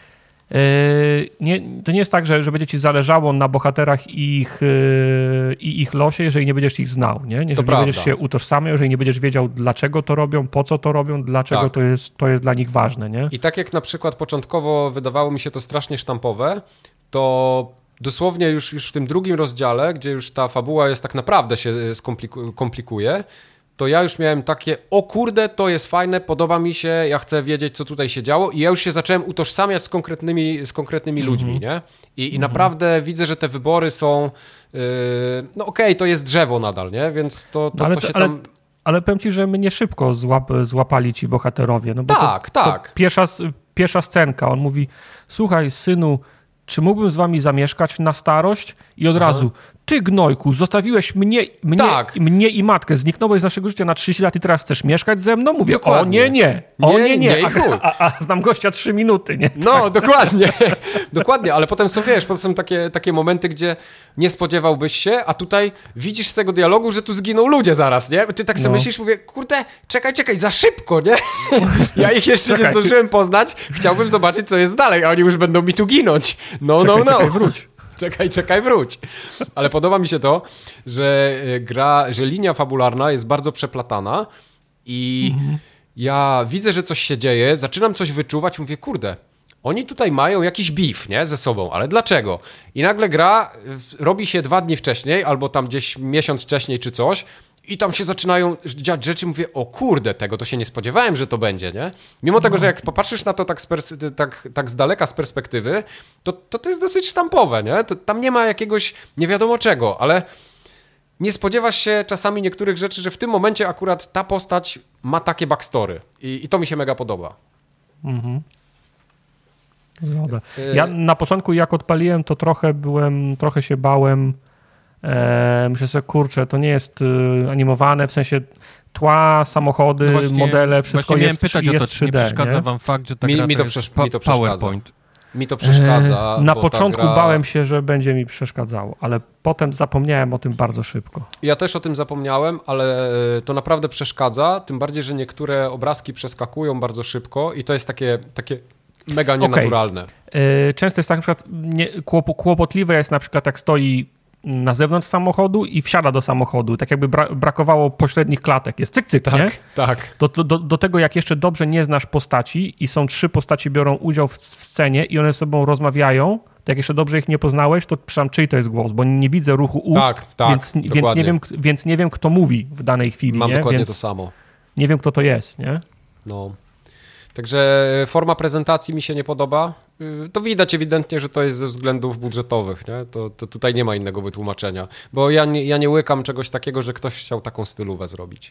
[SPEAKER 2] Yy, nie, to nie jest tak, że, że będzie ci zależało na bohaterach i ich, yy, i ich losie, jeżeli nie będziesz ich znał, nie? Jeżeli nie będziesz się utożsamiał, jeżeli nie będziesz wiedział, dlaczego to robią, po co to robią, dlaczego tak. to, jest, to jest dla nich ważne, nie?
[SPEAKER 1] I tak jak na przykład początkowo wydawało mi się to strasznie sztampowe, to dosłownie już, już w tym drugim rozdziale, gdzie już ta fabuła jest tak naprawdę się skompliku- komplikuje, to ja już miałem takie, o kurde, to jest fajne, podoba mi się, ja chcę wiedzieć, co tutaj się działo i ja już się zacząłem utożsamiać z konkretnymi, z konkretnymi mm-hmm. ludźmi, nie? I, i mm-hmm. naprawdę widzę, że te wybory są, yy, no okej, okay, to jest drzewo nadal, nie? Więc to, to,
[SPEAKER 2] no ale
[SPEAKER 1] to się
[SPEAKER 2] to, ale,
[SPEAKER 1] tam...
[SPEAKER 2] Ale powiem ci, że mnie szybko złap, złapali ci bohaterowie. No bo
[SPEAKER 1] tak,
[SPEAKER 2] to,
[SPEAKER 1] tak.
[SPEAKER 2] To pierwsza, pierwsza scenka, on mówi, słuchaj, synu, czy mógłbym z wami zamieszkać na starość? I od Aha. razu, ty gnojku, zostawiłeś mnie, mnie,
[SPEAKER 1] tak.
[SPEAKER 2] mnie i matkę, zniknąłeś z naszego życia na trzydzieści lat i teraz chcesz mieszkać ze mną? Mówię,
[SPEAKER 1] dokładnie.
[SPEAKER 2] o nie, nie, o nie, nie,
[SPEAKER 1] nie, nie
[SPEAKER 2] a, a, a znam gościa trzy minuty, nie?
[SPEAKER 1] No, tak. dokładnie, dokładnie, ale potem są, wiesz, potem są takie, takie momenty, gdzie nie spodziewałbyś się, a tutaj widzisz z tego dialogu, że tu zginą ludzie zaraz, nie? Ty tak sobie no. myślisz, mówię, kurde, czekaj, czekaj, za szybko, nie? Ja ich jeszcze czekaj, nie zdążyłem ty... poznać, chciałbym zobaczyć, co jest dalej, a oni już będą mi tu ginąć. No,
[SPEAKER 2] czekaj,
[SPEAKER 1] no, no.
[SPEAKER 2] Czekaj, wróć.
[SPEAKER 1] Czekaj, czekaj, wróć. Ale podoba mi się to, że gra, że linia fabularna jest bardzo przeplatana i mhm. ja widzę, że coś się dzieje, zaczynam coś wyczuwać, mówię, kurde, oni tutaj mają jakiś beef, nie, ze sobą, ale dlaczego? I nagle gra robi się dwa dni wcześniej, albo tam gdzieś miesiąc wcześniej czy coś, i tam się zaczynają dziać rzeczy, mówię, o kurde, tego to się nie spodziewałem, że to będzie, nie? Mimo no. tego, że jak popatrzysz na to tak z, pers- tak, tak z daleka, z perspektywy, to, to to jest dosyć sztampowe, nie? To, tam nie ma jakiegoś nie wiadomo czego, ale nie spodziewasz się czasami niektórych rzeczy, że w tym momencie akurat ta postać ma takie backstory i, i to mi się mega podoba. Mhm.
[SPEAKER 2] Ja na początku jak odpaliłem, to trochę byłem, trochę się bałem. Eee, myślę sobie, kurczę, to nie jest y, animowane, w sensie tła, samochody, no właśnie, modele, wszystko
[SPEAKER 3] właśnie
[SPEAKER 2] jest,
[SPEAKER 3] pytać
[SPEAKER 2] jest
[SPEAKER 3] o to, czy
[SPEAKER 2] trzy D.
[SPEAKER 3] Nie przeszkadza
[SPEAKER 2] nie?
[SPEAKER 3] wam fakt, że ta
[SPEAKER 1] mi,
[SPEAKER 3] gra
[SPEAKER 1] mi
[SPEAKER 3] to
[SPEAKER 1] to
[SPEAKER 3] jest
[SPEAKER 1] mi to
[SPEAKER 3] PowerPoint?
[SPEAKER 1] Mi to przeszkadza.
[SPEAKER 2] Eee, na
[SPEAKER 1] bo
[SPEAKER 2] początku
[SPEAKER 1] gra...
[SPEAKER 2] bałem się, że będzie mi przeszkadzało, ale potem zapomniałem o tym bardzo szybko.
[SPEAKER 1] Ja też o tym zapomniałem, ale to naprawdę przeszkadza, tym bardziej, że niektóre obrazki przeskakują bardzo szybko i to jest takie, takie mega nienaturalne.
[SPEAKER 2] Okay. Eee, często jest tak, na przykład nie, kłop, kłopotliwe jest na przykład jak stoi na zewnątrz samochodu i wsiada do samochodu. Tak jakby bra- brakowało pośrednich klatek. Jest cyk, cyk,
[SPEAKER 1] tak,
[SPEAKER 2] nie?
[SPEAKER 1] Tak,
[SPEAKER 2] do, do, do tego, jak jeszcze dobrze nie znasz postaci i są trzy postaci, biorą udział w, w scenie i one ze sobą rozmawiają, to jak jeszcze dobrze ich nie poznałeś, to pytam, czyj to jest głos, bo nie widzę ruchu ust,
[SPEAKER 1] tak, tak,
[SPEAKER 2] więc, więc, nie wiem, więc nie wiem, kto mówi w danej chwili.
[SPEAKER 1] Mam
[SPEAKER 2] nie?
[SPEAKER 1] dokładnie
[SPEAKER 2] więc
[SPEAKER 1] to samo.
[SPEAKER 2] Nie wiem, kto to jest, nie?
[SPEAKER 1] No. Także forma prezentacji mi się nie podoba. To widać ewidentnie, że to jest ze względów budżetowych, nie? To, to tutaj nie ma innego wytłumaczenia. Bo ja nie, ja nie łykam czegoś takiego, że ktoś chciał taką stylówę zrobić.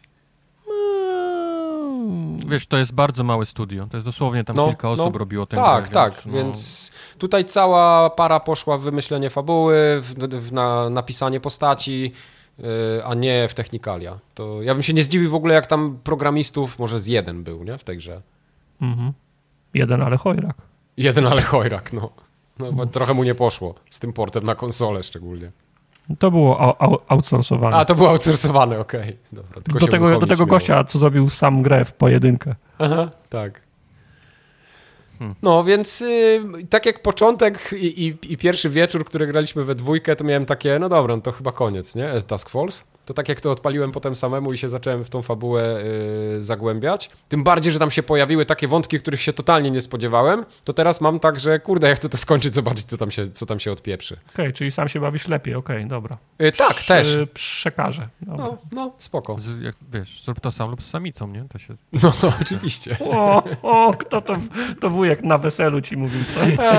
[SPEAKER 3] Wiesz, to jest bardzo małe studio. To jest dosłownie tam
[SPEAKER 1] no,
[SPEAKER 3] kilka osób
[SPEAKER 1] no,
[SPEAKER 3] robiło tę
[SPEAKER 1] tak,
[SPEAKER 3] grę.
[SPEAKER 1] Tak,
[SPEAKER 3] więc,
[SPEAKER 1] tak.
[SPEAKER 3] no...
[SPEAKER 1] Więc tutaj cała para poszła w wymyślenie fabuły, w, w na, napisanie postaci, yy, a nie w technikalia. To ja bym się nie zdziwił w ogóle, jak tam programistów może z jeden był, nie? W tej grze.
[SPEAKER 2] Mhm. Jeden, ale chojrak.
[SPEAKER 1] Jeden, ale chojrak, no. no bo trochę mu nie poszło z tym portem na konsolę szczególnie.
[SPEAKER 2] To było au- au- outsourcowane.
[SPEAKER 1] A, to było outsourcowane, okej. Okay. Dobra, tylko
[SPEAKER 2] do,
[SPEAKER 1] się
[SPEAKER 2] tego, do tego
[SPEAKER 1] śmiało.
[SPEAKER 2] gościa, co zrobił sam grę w pojedynkę.
[SPEAKER 1] Aha, tak. Hmm. No, więc y, tak jak początek i, i, i pierwszy wieczór, który graliśmy we dwójkę, to miałem takie, no dobra, no to chyba koniec, nie? As Dusk Falls. To tak jak to odpaliłem potem samemu i się zacząłem w tą fabułę y, zagłębiać. Tym bardziej, że tam się pojawiły takie wątki, których się totalnie nie spodziewałem, to teraz mam tak, że kurde, ja chcę to skończyć, zobaczyć, co tam się, co tam się odpieprzy.
[SPEAKER 2] Okej, okay, czyli sam się bawisz lepiej, okej, okay, dobra.
[SPEAKER 1] Y, tak,
[SPEAKER 2] Prze-
[SPEAKER 1] też.
[SPEAKER 2] Przekażę. Dobra.
[SPEAKER 1] No, no, spoko.
[SPEAKER 3] Z, jak, wiesz, zrób to sam lub z samicą, nie? To się...
[SPEAKER 1] No, oczywiście.
[SPEAKER 2] O, o, kto to, to wujek na weselu ci mówił, co?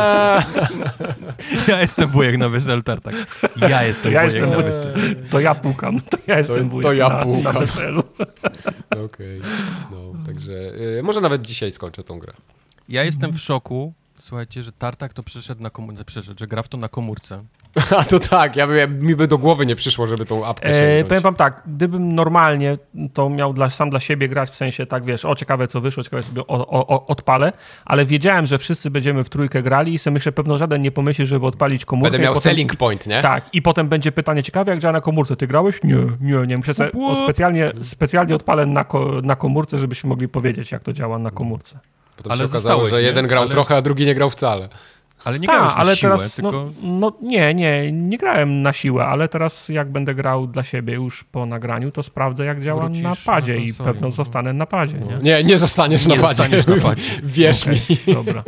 [SPEAKER 3] Ja jestem wujek na weselu, Tartak. Ja jestem
[SPEAKER 2] to ja
[SPEAKER 3] wujek
[SPEAKER 2] jestem
[SPEAKER 3] na
[SPEAKER 2] wuj-
[SPEAKER 3] weselu.
[SPEAKER 2] To ja pukam, to ja jestem
[SPEAKER 1] To,
[SPEAKER 2] wujek
[SPEAKER 1] to ja
[SPEAKER 2] na,
[SPEAKER 1] pukam.
[SPEAKER 2] na weselu.
[SPEAKER 1] Okej, okay. No, także y, może nawet dzisiaj skończę tą grę.
[SPEAKER 3] Ja jestem w szoku, słuchajcie, że Tartak to przyszedł na komórce, przyszedł, że gra w to na komórce.
[SPEAKER 1] A to tak, ja by, mi by do głowy nie przyszło, żeby tą apkę sięgnąć.
[SPEAKER 2] E, powiem wam tak, gdybym normalnie to miał dla, sam dla siebie grać, w sensie tak, wiesz, o ciekawe co wyszło, ciekawe sobie o, o, o, odpalę, ale wiedziałem, że wszyscy będziemy w trójkę grali i sobie myślę, pewno żaden nie pomyśli, żeby odpalić komórkę.
[SPEAKER 1] Będę miał
[SPEAKER 2] potem,
[SPEAKER 1] selling point, nie?
[SPEAKER 2] Tak, i potem będzie pytanie, ciekawe jak działa na komórce, ty grałeś? Nie, nie, nie, muszę sobie o, specjalnie, specjalnie odpalę na, ko, na komórce, żebyśmy mogli powiedzieć, jak to działa na komórce.
[SPEAKER 1] Potem
[SPEAKER 3] ale
[SPEAKER 1] się okazało,
[SPEAKER 3] zostałeś,
[SPEAKER 1] że
[SPEAKER 3] nie?
[SPEAKER 1] jeden grał
[SPEAKER 3] ale...
[SPEAKER 1] trochę, a drugi nie grał wcale.
[SPEAKER 3] Ale nie
[SPEAKER 2] Ta,
[SPEAKER 3] grałeś na
[SPEAKER 2] ale
[SPEAKER 3] siłę,
[SPEAKER 2] teraz,
[SPEAKER 3] tylko...
[SPEAKER 2] no, no nie, nie, nie grałem na siłę, ale teraz jak będę grał dla siebie już po nagraniu, to sprawdzę jak działa
[SPEAKER 3] Wrócisz
[SPEAKER 2] na padzie
[SPEAKER 3] na
[SPEAKER 2] i
[SPEAKER 3] konsoli,
[SPEAKER 2] pewno
[SPEAKER 3] no.
[SPEAKER 2] zostanę na padzie, nie?
[SPEAKER 1] Nie, nie zostaniesz
[SPEAKER 3] Nie
[SPEAKER 1] na padzie.
[SPEAKER 3] zostaniesz na padzie.
[SPEAKER 1] Wierz
[SPEAKER 2] Okay,
[SPEAKER 1] mi.
[SPEAKER 2] dobra.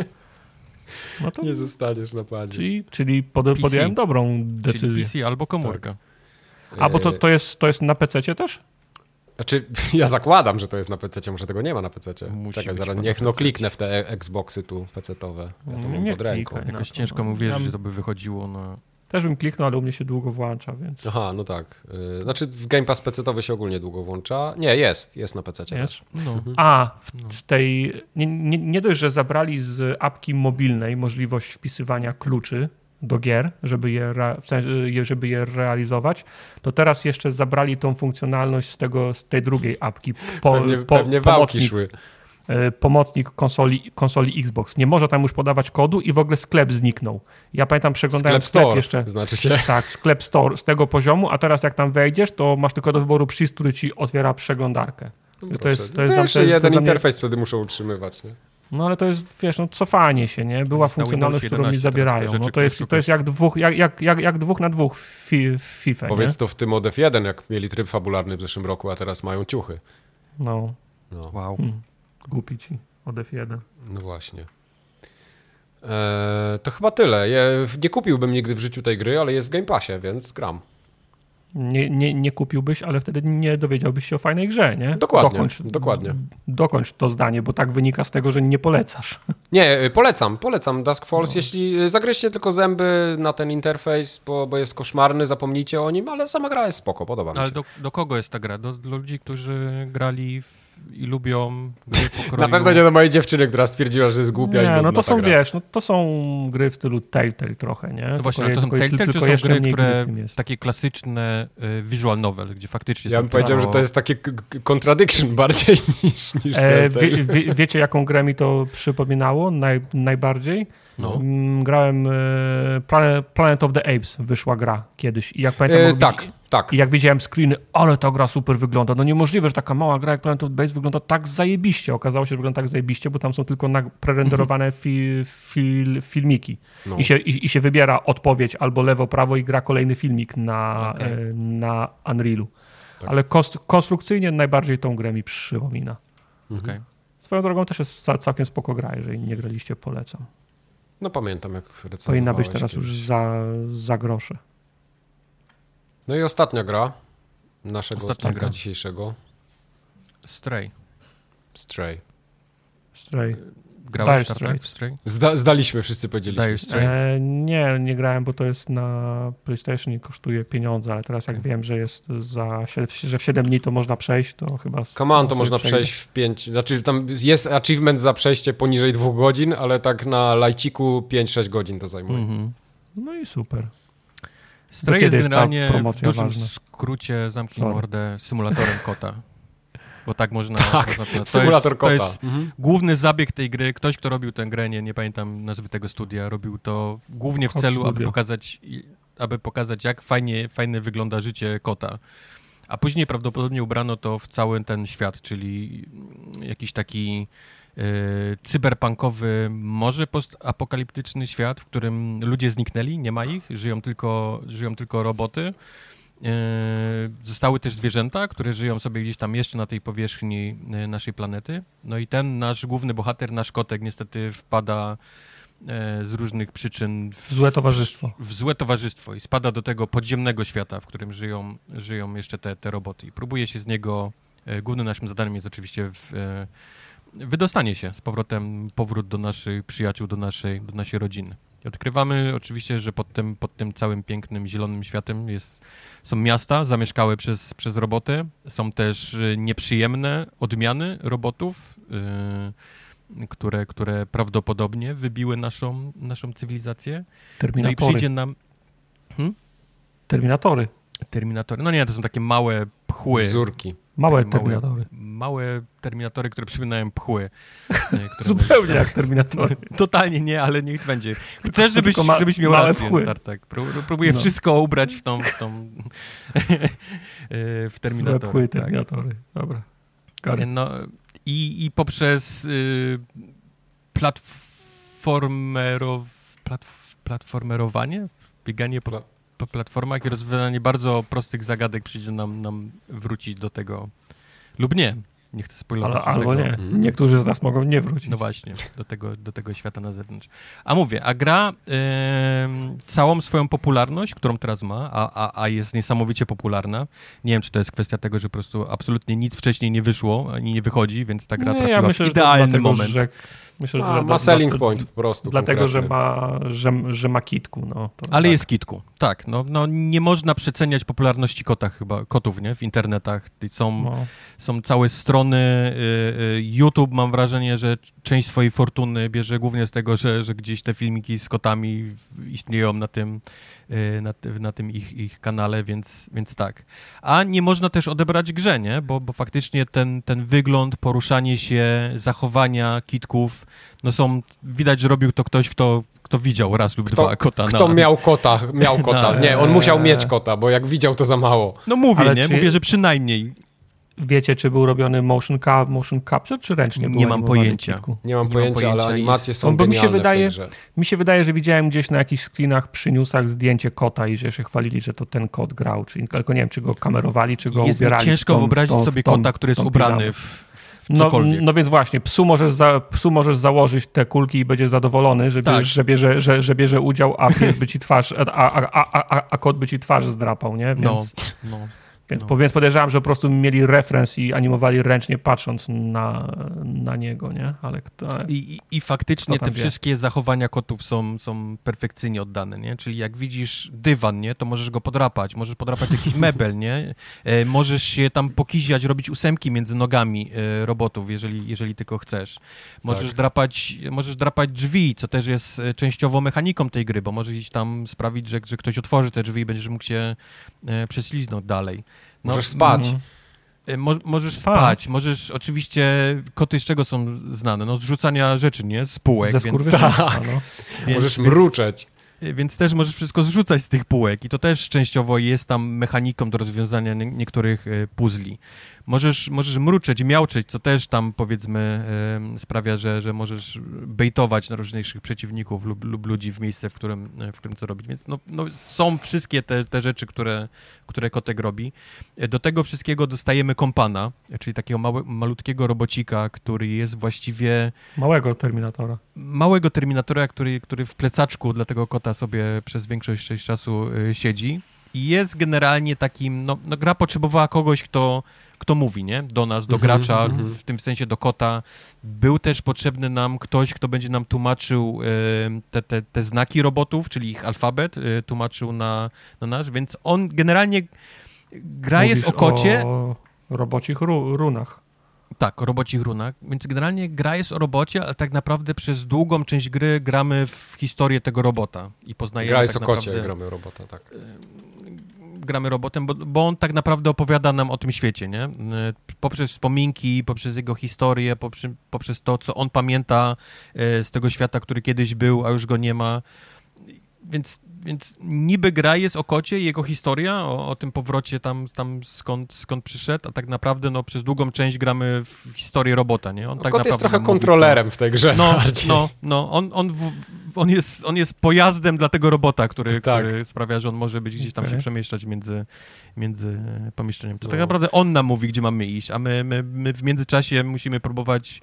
[SPEAKER 2] No to,
[SPEAKER 1] Nie zostaniesz na padzie.
[SPEAKER 2] czyli czyli pod,
[SPEAKER 3] P C.
[SPEAKER 2] podjąłem dobrą
[SPEAKER 3] Czyli
[SPEAKER 2] decyzję.
[SPEAKER 3] P C albo komórka.
[SPEAKER 2] A bo to, to, jest, to jest na pececie też?
[SPEAKER 1] Znaczy, ja zakładam, że to jest na pececie, może tego nie ma na pececie.
[SPEAKER 3] Musi
[SPEAKER 1] Czekaj,
[SPEAKER 3] być
[SPEAKER 1] zaraz
[SPEAKER 3] chyba
[SPEAKER 1] niech
[SPEAKER 3] na
[SPEAKER 1] no
[SPEAKER 3] pececie.
[SPEAKER 1] kliknę w te Xboxy tu pecetowe. Ja to mam
[SPEAKER 2] Nie
[SPEAKER 1] pod ręką.
[SPEAKER 2] klikaj.
[SPEAKER 3] Jakoś
[SPEAKER 2] No,
[SPEAKER 3] ciężko
[SPEAKER 2] no,
[SPEAKER 3] mu wierzyć,
[SPEAKER 2] ja-
[SPEAKER 3] że to by wychodziło na...
[SPEAKER 2] Też bym kliknął, ale u mnie się długo włącza, więc
[SPEAKER 1] Aha, no tak. Yy, Znaczy w Game Pass pecetowy się ogólnie długo włącza. Nie, jest, jest na pececie
[SPEAKER 2] jest.
[SPEAKER 1] też.
[SPEAKER 3] No.
[SPEAKER 2] A, w, z tej, nie, nie, nie dość, że zabrali z apki mobilnej możliwość wpisywania kluczy do gier, żeby je, re, w sensie, żeby je realizować, to teraz jeszcze zabrali tą funkcjonalność z, tego, z tej drugiej apki. Po,
[SPEAKER 1] Pewnie,
[SPEAKER 2] po,
[SPEAKER 1] pewnie wałki
[SPEAKER 2] pomocnik,
[SPEAKER 1] szły.
[SPEAKER 2] y, pomocnik konsoli, konsoli Xbox. Nie może tam już podawać kodu i w ogóle sklep zniknął. Ja pamiętam, przeglądałem
[SPEAKER 1] Sklep
[SPEAKER 2] sklep,
[SPEAKER 1] Store,
[SPEAKER 2] jeszcze.
[SPEAKER 1] znaczy się.
[SPEAKER 2] Tak, sklep Store z tego poziomu, a teraz jak tam wejdziesz, to masz tylko do wyboru przycisk, który ci otwiera przeglądarkę.
[SPEAKER 1] No
[SPEAKER 2] to jest, to jest,
[SPEAKER 1] Wiesz,
[SPEAKER 2] to jest,
[SPEAKER 1] jeden
[SPEAKER 2] to dla mnie-
[SPEAKER 1] interfejs wtedy muszą utrzymywać, nie?
[SPEAKER 2] No ale to jest, wiesz, no cofanie się, nie? Była
[SPEAKER 3] Na
[SPEAKER 2] funkcjonalność,
[SPEAKER 3] Windowsie
[SPEAKER 2] którą mi
[SPEAKER 3] jedenaście teraz te
[SPEAKER 2] zabierają.
[SPEAKER 3] rzeczy,
[SPEAKER 2] No to
[SPEAKER 3] które
[SPEAKER 2] jest, to
[SPEAKER 3] szukasz.
[SPEAKER 2] jest jak, dwóch, jak, jak, jak, jak dwóch na dwóch w, fi, w FIFA,
[SPEAKER 1] Powiedz
[SPEAKER 2] nie?
[SPEAKER 1] to w tym od F jeden, jak mieli tryb fabularny w zeszłym roku, a teraz mają ciuchy.
[SPEAKER 2] No,
[SPEAKER 1] No,
[SPEAKER 3] Wow.
[SPEAKER 2] hmm, głupi ci od F jeden.
[SPEAKER 1] no właśnie. Eee, to chyba tyle. Ja nie kupiłbym nigdy w życiu tej gry, ale jest w Game Passie, więc gram.
[SPEAKER 2] Nie, nie, nie kupiłbyś, ale wtedy nie dowiedziałbyś się o fajnej grze, nie?
[SPEAKER 1] Dokładnie,
[SPEAKER 2] Dokończ,
[SPEAKER 1] dokładnie.
[SPEAKER 2] Dokończ to zdanie, bo tak wynika z tego, że nie polecasz.
[SPEAKER 1] Nie, y, polecam, polecam Dusk Falls, jeśli y, zagryźcie tylko zęby na ten interfejs, bo, bo jest koszmarny, zapomnijcie o nim, ale sama gra jest spoko, podoba mi
[SPEAKER 3] Ale
[SPEAKER 1] się.
[SPEAKER 3] do, do kogo jest ta gra? Do, do ludzi, którzy grali w, i lubią gry pokroju...
[SPEAKER 1] Na pewno nie do mojej dziewczyny, która stwierdziła, że jest głupia i
[SPEAKER 2] Nie,
[SPEAKER 1] nudna
[SPEAKER 2] no to
[SPEAKER 1] ta
[SPEAKER 2] są,
[SPEAKER 1] gra.
[SPEAKER 2] wiesz, no to są gry w stylu Telltale trochę, nie?
[SPEAKER 3] No właśnie,
[SPEAKER 2] Tylko
[SPEAKER 3] ale to są
[SPEAKER 2] je-
[SPEAKER 3] Telltale, czy
[SPEAKER 2] tylko
[SPEAKER 3] są
[SPEAKER 2] jeszcze
[SPEAKER 3] gry,
[SPEAKER 2] mniej gry w
[SPEAKER 3] które
[SPEAKER 2] tym jest.
[SPEAKER 3] takie klasyczne y, visual novel, gdzie faktycznie
[SPEAKER 1] Ja
[SPEAKER 3] są
[SPEAKER 1] bym powiedział,
[SPEAKER 3] tylko-
[SPEAKER 1] że to jest takie k- k- contradiction bardziej niż, niż
[SPEAKER 2] E,
[SPEAKER 1] Telltale.
[SPEAKER 2] wie, wie, wiecie, jaką grę mi to przypominało naj, najbardziej?
[SPEAKER 1] No.
[SPEAKER 2] Mm, Grałem e, Planet, Planet of the Apes, wyszła gra kiedyś i jak pamiętam...
[SPEAKER 1] E,
[SPEAKER 2] jak
[SPEAKER 1] tak,
[SPEAKER 2] widzi-
[SPEAKER 1] tak.
[SPEAKER 2] I jak widziałem screeny, ale ta gra super wygląda. No niemożliwe, że taka mała gra jak Planet of the Apes wygląda tak zajebiście. Okazało się, że wygląda tak zajebiście, bo tam są tylko na- prerenderowane fi, fil, filmiki.
[SPEAKER 1] No.
[SPEAKER 2] I, się, i, I się wybiera odpowiedź albo lewo, prawo i gra kolejny filmik na,
[SPEAKER 3] Okay.
[SPEAKER 2] e, na Unrealu.
[SPEAKER 1] Tak.
[SPEAKER 2] Ale kost, konstrukcyjnie najbardziej tą grę mi przypomina.
[SPEAKER 1] Mhm.
[SPEAKER 3] Okej.
[SPEAKER 2] Swoją drogą też jest ca- całkiem spoko gra, jeżeli nie graliście, polecam.
[SPEAKER 1] No pamiętam, jak recenzowałeś
[SPEAKER 2] Powinna być teraz
[SPEAKER 1] kiedyś.
[SPEAKER 2] już za, za grosze.
[SPEAKER 1] No i ostatnia gra naszego
[SPEAKER 3] Ostatnia
[SPEAKER 1] odcinka
[SPEAKER 3] gra.
[SPEAKER 1] dzisiejszego.
[SPEAKER 3] Stray.
[SPEAKER 1] Stray.
[SPEAKER 2] Stray.
[SPEAKER 3] Grałeś
[SPEAKER 2] Dire
[SPEAKER 3] w Star
[SPEAKER 2] Straits.
[SPEAKER 3] Trek Stray?
[SPEAKER 1] Zda zdaliśmy, wszyscy powiedzieliśmy.
[SPEAKER 3] Dire Stray.
[SPEAKER 2] E, nie, nie grałem, bo to jest na PlayStation i kosztuje pieniądze, ale teraz jak
[SPEAKER 3] Okay.
[SPEAKER 2] wiem, że jest za, że w siedem dni to można przejść, to chyba...
[SPEAKER 1] Come on, to
[SPEAKER 2] sobie
[SPEAKER 1] można
[SPEAKER 2] przejdę.
[SPEAKER 1] przejść w pięć. Znaczy tam jest achievement za przejście poniżej dwóch godzin, ale tak na lajciku pięć sześć godzin to zajmuje.
[SPEAKER 3] Mhm.
[SPEAKER 2] No i super.
[SPEAKER 3] Stray
[SPEAKER 2] kiedy
[SPEAKER 3] jest
[SPEAKER 2] jest ta
[SPEAKER 3] generalnie w
[SPEAKER 2] promocja
[SPEAKER 3] dużym
[SPEAKER 2] ważna?
[SPEAKER 3] skrócie, zamknij
[SPEAKER 2] Sorry.
[SPEAKER 3] mordę, symulatorem kota. Bo tak można...
[SPEAKER 1] Tak,
[SPEAKER 3] można to, to
[SPEAKER 1] symulator
[SPEAKER 3] jest,
[SPEAKER 1] kota.
[SPEAKER 3] To jest
[SPEAKER 1] Mhm.
[SPEAKER 3] główny zabieg tej gry. Ktoś, kto robił tę grę, nie, nie pamiętam nazwy tego studia, robił to głównie w
[SPEAKER 2] Hot
[SPEAKER 3] celu, aby
[SPEAKER 2] Studio.
[SPEAKER 3] pokazać, aby pokazać, jak fajnie, fajnie wygląda życie kota. A później prawdopodobnie ubrano to w cały ten świat, czyli jakiś taki e, cyberpunkowy, może postapokaliptyczny świat, w którym ludzie zniknęli, nie ma ich, żyją tylko, żyją tylko roboty. E, zostały też zwierzęta, które żyją sobie gdzieś tam jeszcze na tej powierzchni e, naszej planety. No i ten nasz główny bohater, nasz kotek, niestety wpada e, z różnych przyczyn w
[SPEAKER 2] Złe towarzystwo.
[SPEAKER 3] w złe towarzystwo i spada do tego podziemnego świata, w którym żyją, żyją jeszcze te, te roboty. I próbuje się z niego, e, głównym naszym zadaniem jest oczywiście w, e, wydostanie się z powrotem, powrót do naszych przyjaciół, do naszej, do naszej rodziny. I odkrywamy oczywiście, że pod tym, pod tym całym pięknym, zielonym światem jest, są miasta zamieszkałe przez, przez roboty, są też e, nieprzyjemne odmiany robotów, e, które, które prawdopodobnie wybiły naszą, naszą cywilizację. No i
[SPEAKER 2] Terminatory.
[SPEAKER 3] przyjdzie nam...
[SPEAKER 2] Terminatory.
[SPEAKER 3] Terminatory. No nie, to są takie małe pchły.
[SPEAKER 1] Zurki.
[SPEAKER 2] Małe
[SPEAKER 3] Takie małe-
[SPEAKER 2] terminatory.
[SPEAKER 3] Małe terminatory, które przypominają pchły. e, które
[SPEAKER 2] Zupełnie
[SPEAKER 3] my-
[SPEAKER 2] jak terminatory.
[SPEAKER 3] Totalnie nie, ale niech będzie. Chcesz, żebyś,
[SPEAKER 2] Tylko ma-
[SPEAKER 3] żebyś miał
[SPEAKER 2] małe
[SPEAKER 3] rację.
[SPEAKER 2] pchły.
[SPEAKER 3] Tartak. Pró- Próbuję
[SPEAKER 2] No.
[SPEAKER 3] wszystko ubrać w tą... W, tą e, w
[SPEAKER 2] Złe
[SPEAKER 3] terminatory.
[SPEAKER 2] pły,
[SPEAKER 3] tak.
[SPEAKER 2] terminatory. Dobra. Got it.
[SPEAKER 3] No, i, I poprzez y, platformerow, platf, platformerowanie, bieganie po,
[SPEAKER 1] Pla-
[SPEAKER 3] po platformach i rozwiązanie bardzo prostych zagadek przyjdzie nam, nam wrócić do tego lub nie. Nie chcę spoilować.
[SPEAKER 2] Ale,
[SPEAKER 3] do
[SPEAKER 2] albo
[SPEAKER 3] tego.
[SPEAKER 2] nie.
[SPEAKER 1] Mhm.
[SPEAKER 2] Niektórzy z nas mogą nie wrócić.
[SPEAKER 3] No właśnie, do tego, do tego świata na zewnątrz. A mówię, a gra em, całą swoją popularność, którą teraz ma, a, a, a jest niesamowicie popularna, nie wiem, czy to jest kwestia tego, że po prostu absolutnie nic wcześniej nie wyszło, ani nie wychodzi, więc ta gra
[SPEAKER 2] Nie,
[SPEAKER 3] trafiła
[SPEAKER 2] ja myślę,
[SPEAKER 3] w
[SPEAKER 2] że to
[SPEAKER 3] idealny
[SPEAKER 2] dlatego,
[SPEAKER 3] moment.
[SPEAKER 2] Że, myślę,
[SPEAKER 1] A,
[SPEAKER 2] że
[SPEAKER 1] ma selling point po prostu.
[SPEAKER 2] Dlatego, że
[SPEAKER 1] konkretny.
[SPEAKER 2] ma, że, że ma kitku. No, to
[SPEAKER 3] Ale
[SPEAKER 2] tak.
[SPEAKER 3] jest kitku, tak. No, no nie można przeceniać popularności kota chyba, kotów, nie? W internetach. I Są,
[SPEAKER 2] No.
[SPEAKER 3] są całe strony, y, y, YouTube mam wrażenie, że część swojej fortuny bierze głównie z tego, że, że gdzieś te filmiki z kotami w- istnieją na tym, y, na, ty- na tym ich, ich kanale, więc, więc tak. A nie można też odebrać grze, nie? Bo, bo faktycznie ten, ten wygląd, poruszanie się, zachowania kitków, no są, widać, że robił to ktoś, kto, kto widział raz lub
[SPEAKER 1] Kto,
[SPEAKER 3] dwa kota.
[SPEAKER 1] kto
[SPEAKER 3] na,
[SPEAKER 1] miał kota? Miał kota.
[SPEAKER 3] Na-
[SPEAKER 1] Nie, on musiał mieć kota, bo jak widział, to za mało.
[SPEAKER 3] No mówię,
[SPEAKER 2] Ale
[SPEAKER 3] nie?
[SPEAKER 2] czy-
[SPEAKER 3] Mówię, że przynajmniej.
[SPEAKER 2] Wiecie, czy był robiony motion, ca- motion capture, czy ręcznie
[SPEAKER 3] Nie
[SPEAKER 2] było
[SPEAKER 3] mam
[SPEAKER 2] animowane
[SPEAKER 3] pojęcia.
[SPEAKER 2] kitku?
[SPEAKER 1] Nie mam
[SPEAKER 3] Nie mam
[SPEAKER 1] pojęcia, ale
[SPEAKER 3] pojęcia,
[SPEAKER 1] animacje
[SPEAKER 3] jest-
[SPEAKER 1] są
[SPEAKER 2] Bo mi się
[SPEAKER 1] genialne
[SPEAKER 2] wydaje-
[SPEAKER 1] w tej grze.
[SPEAKER 2] Mi się wydaje, że widziałem gdzieś na jakichś screenach przy newsach zdjęcie kota i że się chwalili, że to ten kot grał. Czyli, tylko nie wiem, czy go kamerowali, czy go
[SPEAKER 3] Jest mi
[SPEAKER 2] ubierali.
[SPEAKER 3] ciężko
[SPEAKER 2] w tą,
[SPEAKER 3] wyobrazić
[SPEAKER 2] w tą,
[SPEAKER 3] sobie
[SPEAKER 2] w tą,
[SPEAKER 3] kota, który
[SPEAKER 2] w tą
[SPEAKER 3] jest ubrany
[SPEAKER 2] piżamę.
[SPEAKER 3] w, w
[SPEAKER 2] No,
[SPEAKER 3] cokolwiek.
[SPEAKER 2] no więc właśnie, psu możesz, za, psu możesz założyć te kulki i będzie zadowolony, że,
[SPEAKER 3] Tak.
[SPEAKER 2] bierze, że, bierze, że, że bierze udział, a pies by ci twarz, a, a, a, a, a kot by ci twarz zdrapał, nie? Więc,
[SPEAKER 3] No, no.
[SPEAKER 2] więc,
[SPEAKER 3] no.
[SPEAKER 2] po, więc podejrzewam, że po prostu mieli referens i animowali ręcznie patrząc na, na niego, nie? Ale kto...
[SPEAKER 3] I, i, I faktycznie
[SPEAKER 2] Kto tam
[SPEAKER 3] te
[SPEAKER 2] wie?
[SPEAKER 3] wszystkie zachowania kotów są, są perfekcyjnie oddane, nie? Czyli jak widzisz dywan, nie? To możesz go podrapać, możesz podrapać jakiś mebel, nie? E, możesz się tam pokiziać, robić ósemki między nogami e, robotów, jeżeli, jeżeli tylko chcesz. Możesz,
[SPEAKER 1] Tak.
[SPEAKER 3] drapać, możesz drapać drzwi, co też jest e, częściowo mechaniką tej gry, bo możesz iść tam sprawić, że, że ktoś otworzy te drzwi i będziesz mógł się e, prześliznąć dalej. No,
[SPEAKER 1] Możesz spać.
[SPEAKER 2] Mhm.
[SPEAKER 3] Mo- możesz spać, możesz, oczywiście, koty z czego są znane? No z rzucania rzeczy, nie? Z półek.
[SPEAKER 2] Ze skurwysyństwa,
[SPEAKER 1] Tak.
[SPEAKER 2] no.
[SPEAKER 1] Więc, możesz mruczeć.
[SPEAKER 3] Więc, więc też możesz wszystko zrzucać z tych półek i to też częściowo jest tam mechaniką do rozwiązania nie- niektórych y, puzli. Możesz, możesz mruczeć, miauczeć, co też tam, powiedzmy, y, sprawia, że, że możesz bejtować na różniejszych przeciwników lub, lub ludzi w miejsce, w którym, w którym co robić. Więc no, no, są wszystkie te, te rzeczy, które, które kotek robi. Do tego wszystkiego dostajemy kompana, czyli takiego małe, malutkiego robocika, który jest właściwie...
[SPEAKER 2] Małego Terminatora.
[SPEAKER 3] Małego Terminatora, który, który w plecaczku dla tego kota sobie przez większość część czasu y, siedzi. I jest generalnie takim, no, no gra potrzebowała kogoś, kto, kto mówi, nie? Do nas, do gracza,
[SPEAKER 1] mm-hmm.
[SPEAKER 3] w tym sensie do kota. Był też potrzebny nam ktoś, kto będzie nam tłumaczył y, te, te, te znaki robotów, czyli ich alfabet, y, tłumaczył na, na nasz, więc on generalnie, gra
[SPEAKER 2] Mówisz
[SPEAKER 3] jest o kocie.
[SPEAKER 2] o robocich ru, runach.
[SPEAKER 3] Tak, o robocich runach, więc generalnie gra jest o robocie, ale tak naprawdę przez długą część gry gramy w historię tego robota i poznajemy
[SPEAKER 1] Gra jest
[SPEAKER 3] tak
[SPEAKER 1] o kocie,
[SPEAKER 3] naprawdę,
[SPEAKER 1] gramy robota, tak.
[SPEAKER 3] gramy robotem, bo, bo on tak naprawdę opowiada nam o tym świecie, nie? Poprzez wspominki, poprzez jego historię, poprzez, poprzez to, co on pamięta z tego świata, który kiedyś był, a już go nie ma. Więc, więc niby gra jest o kocie, jego historia, o, o tym powrocie tam, tam skąd, skąd przyszedł, a tak naprawdę no, przez długą część gramy w historię robota, nie? On
[SPEAKER 1] No,
[SPEAKER 3] tak
[SPEAKER 1] kot jest trochę
[SPEAKER 3] mówi,
[SPEAKER 1] kontrolerem
[SPEAKER 3] co...
[SPEAKER 1] w tej grze.
[SPEAKER 3] No,
[SPEAKER 1] bardziej.
[SPEAKER 3] no, no, on, on, w, on, jest, on jest pojazdem dla tego robota, który,
[SPEAKER 1] Tak.
[SPEAKER 3] który sprawia, że on może być gdzieś tam
[SPEAKER 2] Okay.
[SPEAKER 3] się przemieszczać między, między pomieszczeniami. To
[SPEAKER 1] No.
[SPEAKER 3] tak naprawdę on nam mówi, gdzie mamy iść, a my, my, my w międzyczasie musimy próbować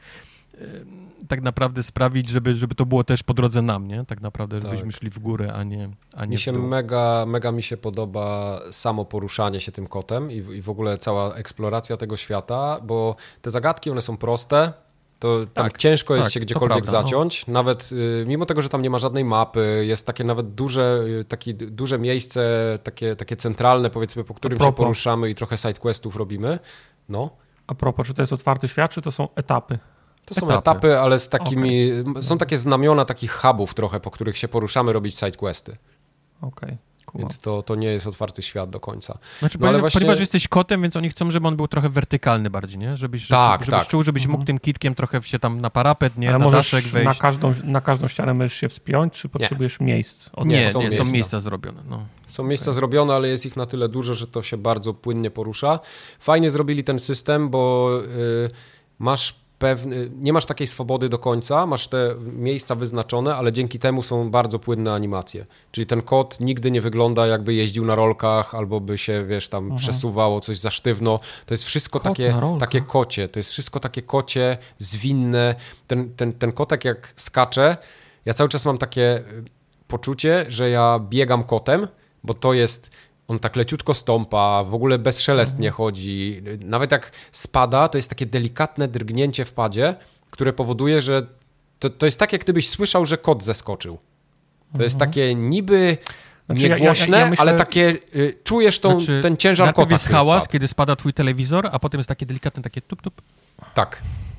[SPEAKER 3] tak naprawdę sprawić, żeby, żeby to było też po drodze nam, nie? Tak naprawdę, żebyśmy
[SPEAKER 1] Tak.
[SPEAKER 3] szli w górę, a nie, a nie
[SPEAKER 1] Mi
[SPEAKER 3] w
[SPEAKER 1] się
[SPEAKER 3] dół.
[SPEAKER 1] mega, mega mi się podoba samo poruszanie się tym kotem i, i w ogóle cała eksploracja tego świata, bo te zagadki, one są proste, to tam
[SPEAKER 3] Tak,
[SPEAKER 1] ciężko jest
[SPEAKER 3] tak,
[SPEAKER 1] się
[SPEAKER 3] to
[SPEAKER 1] gdziekolwiek
[SPEAKER 3] prawda, no.
[SPEAKER 1] zaciąć, nawet y, mimo tego, że tam nie ma żadnej mapy, jest takie nawet duże, y, takie duże miejsce, takie, takie centralne, powiedzmy, po którym się poruszamy i trochę sidequestów robimy, no.
[SPEAKER 2] A propos, czy to jest otwarty świat, czy to są etapy?
[SPEAKER 1] To są
[SPEAKER 3] Etapy.
[SPEAKER 1] etapy, ale z takimi, są takie znamiona takich hubów trochę, po których się poruszamy, robić sidequesty.
[SPEAKER 2] Okej, okay, cool.
[SPEAKER 1] Więc to, to nie jest otwarty świat do końca.
[SPEAKER 3] Znaczy,
[SPEAKER 1] No, ale
[SPEAKER 3] ponieważ,
[SPEAKER 1] właśnie-
[SPEAKER 3] ponieważ jesteś kotem, więc oni chcą, żeby on był trochę wertykalny bardziej, nie? Żebyś,
[SPEAKER 1] Tak,
[SPEAKER 3] żebyś
[SPEAKER 1] tak.
[SPEAKER 3] czuł, żebyś
[SPEAKER 2] Mhm.
[SPEAKER 3] mógł tym kitkiem trochę się tam na parapet, nie?
[SPEAKER 2] Ale
[SPEAKER 3] Na
[SPEAKER 2] możesz
[SPEAKER 3] daszek wejść.
[SPEAKER 2] na każdą, na każdą ścianę możesz się wspiąć, czy potrzebujesz miejsc? Od...
[SPEAKER 3] Nie, nie,
[SPEAKER 1] są
[SPEAKER 3] są, miejsca.
[SPEAKER 1] miejsca.
[SPEAKER 3] zrobione. No.
[SPEAKER 1] Są miejsca zrobione, ale jest ich na tyle dużo, że to się bardzo płynnie porusza. Fajnie zrobili ten system, bo y, masz pewny, nie masz takiej swobody do końca, masz te miejsca wyznaczone, ale dzięki temu są bardzo płynne animacje. Czyli ten kot nigdy nie wygląda, jakby jeździł na rolkach, albo by się, wiesz, tam
[SPEAKER 2] Aha.
[SPEAKER 1] przesuwało coś za sztywno. To jest wszystko
[SPEAKER 2] Kot
[SPEAKER 1] takie,
[SPEAKER 2] na rolkach.
[SPEAKER 1] takie kocie, to jest wszystko takie kocie, zwinne. Ten, ten, ten kotek jak skacze, ja cały czas mam takie poczucie, że ja biegam kotem, bo to jest... On tak leciutko stąpa, w ogóle bezszelestnie chodzi. Nawet jak spada, to jest takie delikatne drgnięcie w padzie, które powoduje, że to, to jest tak, jak gdybyś słyszał, że kot zeskoczył. To jest takie niby
[SPEAKER 2] Znaczy, ja- ja-
[SPEAKER 1] niegłośne,
[SPEAKER 2] ja myślę-
[SPEAKER 1] ale takie y, czujesz tą,
[SPEAKER 3] Znaczy,
[SPEAKER 1] ten ciężar
[SPEAKER 3] najpierw
[SPEAKER 1] kota,
[SPEAKER 3] jest
[SPEAKER 1] który
[SPEAKER 3] hałas,
[SPEAKER 1] spadł.
[SPEAKER 3] kiedy spada twój telewizor, a potem jest takie delikatne, takie tup, tup.
[SPEAKER 1] Tak.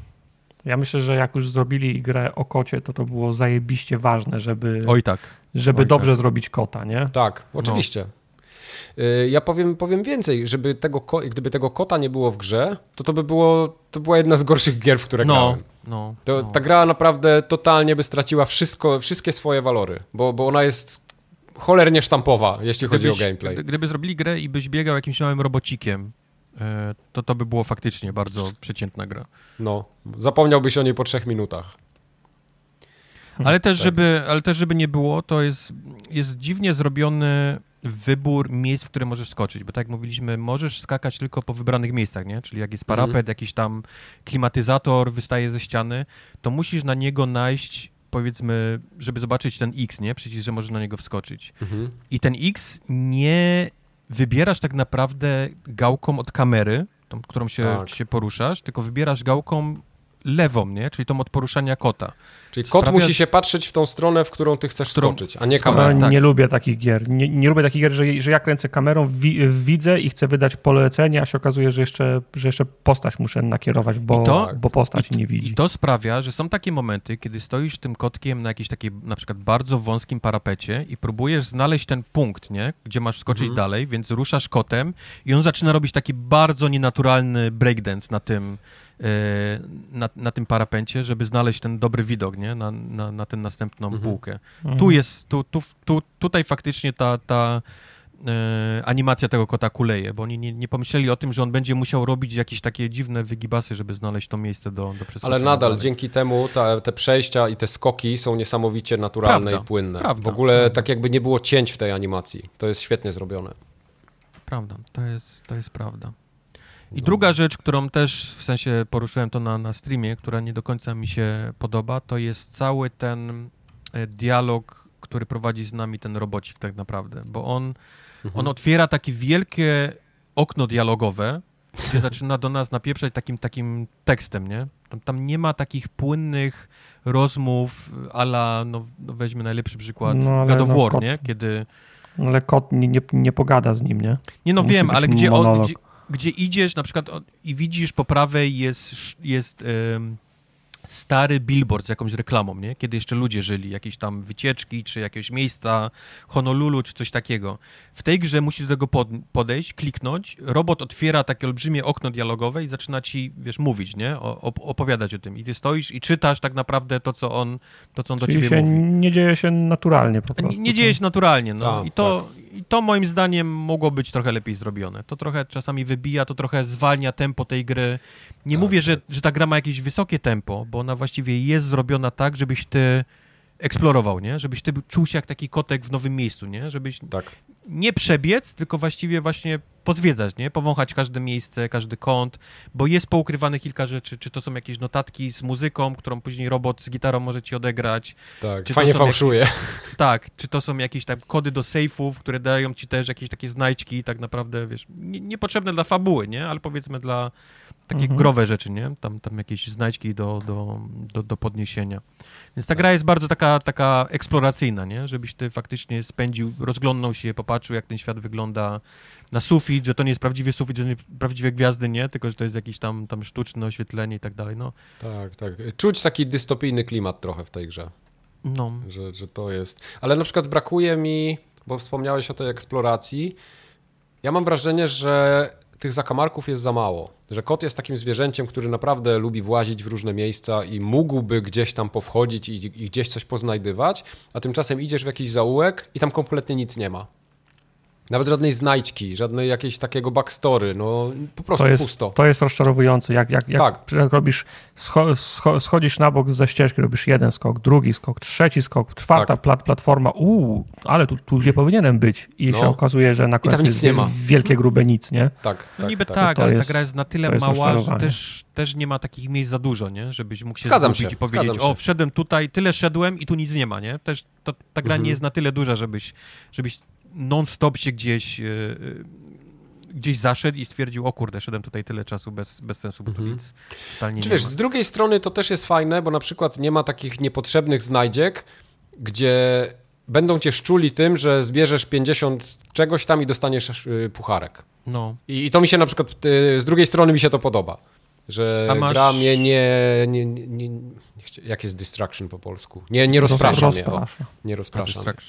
[SPEAKER 2] Ja myślę, że jak już zrobili grę o kocie, to to było zajebiście ważne, żeby,
[SPEAKER 3] Oj tak.
[SPEAKER 2] żeby
[SPEAKER 3] oj
[SPEAKER 2] dobrze
[SPEAKER 3] tak.
[SPEAKER 2] zrobić kota, nie?
[SPEAKER 1] Tak, oczywiście. Y, Ja powiem, powiem więcej, żeby tego ko- gdyby tego kota nie było w grze, to to by było, to była jedna z gorszych gier, w które
[SPEAKER 3] No,
[SPEAKER 1] grałem.
[SPEAKER 3] no.
[SPEAKER 1] To,
[SPEAKER 3] no.
[SPEAKER 1] ta gra naprawdę totalnie by straciła wszystko, wszystkie swoje walory, bo, bo ona jest cholernie sztampowa, jeśli chodzi o
[SPEAKER 3] Gdybyś-
[SPEAKER 1] gameplay.
[SPEAKER 3] gdy- Gdyby zrobili grę i byś biegał jakimś małym robocikiem, e, to to by było faktycznie bardzo przeciętna gra.
[SPEAKER 1] No, zapomniałbyś o niej po trzech minutach.
[SPEAKER 3] Ale też,
[SPEAKER 1] tak.
[SPEAKER 3] żeby, ale też, żeby nie było, to jest, jest dziwnie zrobiony wybór miejsc, w które możesz skoczyć, bo tak jak mówiliśmy, możesz skakać tylko po wybranych miejscach, nie? Czyli jak jest parapet,
[SPEAKER 1] Mhm.
[SPEAKER 3] jakiś tam klimatyzator wystaje ze ściany, to musisz na niego najść, powiedzmy, żeby zobaczyć ten X, nie? Przycisk, że możesz na niego wskoczyć.
[SPEAKER 1] Mhm.
[SPEAKER 3] I ten X nie wybierasz tak naprawdę gałką od kamery, tą, którą się,
[SPEAKER 1] Tak.
[SPEAKER 3] się poruszasz, tylko wybierasz gałką lewą, nie? Czyli tą od poruszania kota.
[SPEAKER 1] Czyli kot
[SPEAKER 3] Sprawia...
[SPEAKER 1] musi się patrzeć w tą stronę, w którą ty chcesz
[SPEAKER 3] którą...
[SPEAKER 1] skoczyć, a nie
[SPEAKER 3] Skoro-
[SPEAKER 1] kamerą.
[SPEAKER 2] No,
[SPEAKER 3] tak.
[SPEAKER 2] nie lubię takich gier. Nie, nie lubię takich gier, że, że ja kręcę kamerą, wi, widzę i chcę wydać polecenie, a się okazuje, że jeszcze, że jeszcze postać muszę nakierować, bo,
[SPEAKER 3] to-
[SPEAKER 2] bo postać
[SPEAKER 3] I,
[SPEAKER 2] nie widzi.
[SPEAKER 3] I to sprawia, że są takie momenty, kiedy stoisz tym kotkiem na jakiejś takiej na przykład bardzo wąskim parapecie i próbujesz znaleźć ten punkt, nie? Gdzie masz skoczyć
[SPEAKER 1] Mhm.
[SPEAKER 3] dalej, więc ruszasz kotem i on zaczyna robić taki bardzo nienaturalny breakdance na tym, e, na, na tym parapencie, żeby znaleźć ten dobry widok, nie? Na, na, na tę następną
[SPEAKER 1] Mhm.
[SPEAKER 3] półkę.
[SPEAKER 2] Mhm.
[SPEAKER 3] Tu jest, tu, tu, tu, tutaj faktycznie ta, ta e, animacja tego kota kuleje, bo oni nie, nie pomyśleli o tym, że on będzie musiał robić jakieś takie dziwne wygibasy, żeby znaleźć to miejsce do, do przeskoczenia.
[SPEAKER 1] Ale nadal
[SPEAKER 3] dalej.
[SPEAKER 1] dzięki temu ta, te przejścia i te skoki są niesamowicie naturalne
[SPEAKER 3] Prawda,
[SPEAKER 1] i płynne.
[SPEAKER 3] prawda,
[SPEAKER 1] w ogóle
[SPEAKER 3] prawda.
[SPEAKER 1] tak jakby nie było cięć w tej animacji. To jest świetnie zrobione.
[SPEAKER 3] Prawda, to jest, to jest prawda. I druga rzecz, którą też w sensie poruszyłem to na, na streamie, która nie do końca mi się podoba, to jest cały ten e, dialog, który prowadzi z nami ten robocik tak naprawdę, bo on,
[SPEAKER 1] Mhm.
[SPEAKER 3] on otwiera takie wielkie okno dialogowe, gdzie zaczyna do nas napieprzać takim, takim tekstem, nie? Tam, tam nie ma takich płynnych rozmów a la, no, no weźmy najlepszy przykład,
[SPEAKER 2] No, ale
[SPEAKER 3] God of
[SPEAKER 2] no,
[SPEAKER 3] War,
[SPEAKER 2] kot-
[SPEAKER 3] nie? Kiedy...
[SPEAKER 2] Ale kot nie, nie, nie pogada z nim, nie?
[SPEAKER 3] Nie no
[SPEAKER 2] Musi
[SPEAKER 3] wiem,
[SPEAKER 2] być
[SPEAKER 3] ale gdzie, on,
[SPEAKER 2] monolog.
[SPEAKER 3] gdzie, gdzie idziesz na przykład o, i widzisz po prawej jest, sz- jest em, stary billboard z jakąś reklamą, nie? Kiedy jeszcze ludzie żyli, jakieś tam wycieczki, czy jakieś miejsca, Honolulu, czy coś takiego. W tej grze musisz do tego pod, podejść, kliknąć, robot otwiera takie olbrzymie okno dialogowe i zaczyna ci, wiesz, mówić, nie? O, op- opowiadać o tym. I ty stoisz i czytasz tak naprawdę to, co on, to, co on do
[SPEAKER 2] Czyli
[SPEAKER 3] ciebie
[SPEAKER 2] się
[SPEAKER 3] mówi.
[SPEAKER 2] nie dzieje się naturalnie po
[SPEAKER 3] Nie,
[SPEAKER 2] prostu.
[SPEAKER 3] nie dzieje się naturalnie, no.
[SPEAKER 1] Tak,
[SPEAKER 3] I, to, I to moim zdaniem mogło być trochę lepiej zrobione. To trochę czasami wybija, to trochę zwalnia tempo tej gry. Nie
[SPEAKER 1] Tak,
[SPEAKER 3] mówię, że,
[SPEAKER 1] tak.
[SPEAKER 3] że ta gra ma jakieś wysokie tempo, bo ona właściwie jest zrobiona tak, żebyś ty eksplorował, nie? Żebyś ty czuł się jak taki kotek w nowym miejscu, nie? Żebyś
[SPEAKER 1] Tak.
[SPEAKER 3] nie przebiec, tylko właściwie właśnie pozwiedzać, nie? Powąchać każde miejsce, każdy kąt, bo jest poukrywane kilka rzeczy, czy to są jakieś notatki z muzyką, którą później robot z gitarą może ci odegrać,
[SPEAKER 1] Tak,
[SPEAKER 3] Czy to
[SPEAKER 1] fajnie
[SPEAKER 3] są
[SPEAKER 1] fałszuje.
[SPEAKER 3] tak, czy to są jakieś tam kody do sejfów, które dają ci też jakieś takie znajdźki, tak naprawdę, wiesz, nie, niepotrzebne dla fabuły, nie? Ale powiedzmy dla takie
[SPEAKER 2] Mhm.
[SPEAKER 3] growe rzeczy, nie? Tam, tam jakieś znajdźki do, do, do, do podniesienia. Więc ta gra jest bardzo taka, taka eksploracyjna, nie? Żebyś ty faktycznie spędził, rozglądnął się, popatrzył, jak ten świat wygląda na sufit, że to nie jest prawdziwy sufit, że nie prawdziwe gwiazdy, nie? Tylko, że to jest jakieś tam, tam sztuczne oświetlenie i tak dalej, no.
[SPEAKER 1] Tak, tak. Czuć taki dystopijny klimat trochę w tej grze.
[SPEAKER 3] No,
[SPEAKER 1] Że, że to jest. Ale na przykład brakuje mi, bo wspomniałeś o tej eksploracji, ja mam wrażenie, że tych zakamarków jest za mało. Że kot jest takim zwierzęciem, który naprawdę lubi włazić w różne miejsca i mógłby gdzieś tam powchodzić i, i gdzieś coś poznajdywać, a tymczasem idziesz w jakiś zaułek i tam kompletnie nic nie ma. Nawet żadnej znajdźki, żadnej jakiejś takiego backstory, no po prostu
[SPEAKER 2] To jest,
[SPEAKER 1] pusto.
[SPEAKER 2] to jest rozczarowujące. Jak, jak, jak,
[SPEAKER 1] Tak.
[SPEAKER 2] jak robisz, scho, scho, schodzisz na bok ze ścieżki, robisz jeden skok, drugi skok, trzeci skok, czwarta
[SPEAKER 1] Tak.
[SPEAKER 2] plat, platforma, uuu, ale tu, tu nie powinienem być. I
[SPEAKER 1] No.
[SPEAKER 2] się okazuje, że na
[SPEAKER 1] tam
[SPEAKER 2] końcu
[SPEAKER 1] nic
[SPEAKER 2] jest
[SPEAKER 1] nie ma.
[SPEAKER 2] wielkie grube nic, nie?
[SPEAKER 1] Tak,
[SPEAKER 3] no
[SPEAKER 1] tak,
[SPEAKER 3] niby
[SPEAKER 1] tak.
[SPEAKER 3] tak,
[SPEAKER 2] To
[SPEAKER 3] ale
[SPEAKER 2] jest-
[SPEAKER 3] ta gra jest na tyle
[SPEAKER 2] to jest
[SPEAKER 3] mała, że
[SPEAKER 2] rozczarowanie.
[SPEAKER 3] też, też nie ma takich miejsc za dużo, nie? Żebyś mógł się
[SPEAKER 1] Zgadzam
[SPEAKER 3] zgubić
[SPEAKER 1] się,
[SPEAKER 3] i powiedzieć,
[SPEAKER 1] zgadzam
[SPEAKER 3] o,
[SPEAKER 1] się.
[SPEAKER 3] wszedłem tutaj, tyle szedłem i tu nic nie ma, nie? Też to, ta gra
[SPEAKER 1] Mhm.
[SPEAKER 3] nie jest na tyle duża, żebyś, żebyś non-stop się gdzieś, yy, yy, gdzieś zaszedł i stwierdził, o kurde, szedłem tutaj tyle czasu bez, bez sensu, bo tu
[SPEAKER 1] Mhm.
[SPEAKER 3] nic totalnie
[SPEAKER 1] Czy
[SPEAKER 3] nie
[SPEAKER 1] wiesz,
[SPEAKER 3] ma.
[SPEAKER 1] z drugiej strony to też jest fajne, bo na przykład nie ma takich niepotrzebnych znajdziek, gdzie będą cię szczuli tym, że zbierzesz pięćdziesiąt czegoś tam i dostaniesz y, pucharek.
[SPEAKER 3] No,
[SPEAKER 1] I, I to mi się na przykład, y, z drugiej strony mi się to podoba. Że
[SPEAKER 3] A masz-
[SPEAKER 1] gra mnie nie, nie, nie, nie, nie... Jak jest distraction po polsku? Nie, nie rozprasza mnie. O,
[SPEAKER 2] Rozprasza.
[SPEAKER 1] nie rozprasza mnie.
[SPEAKER 3] Distraction.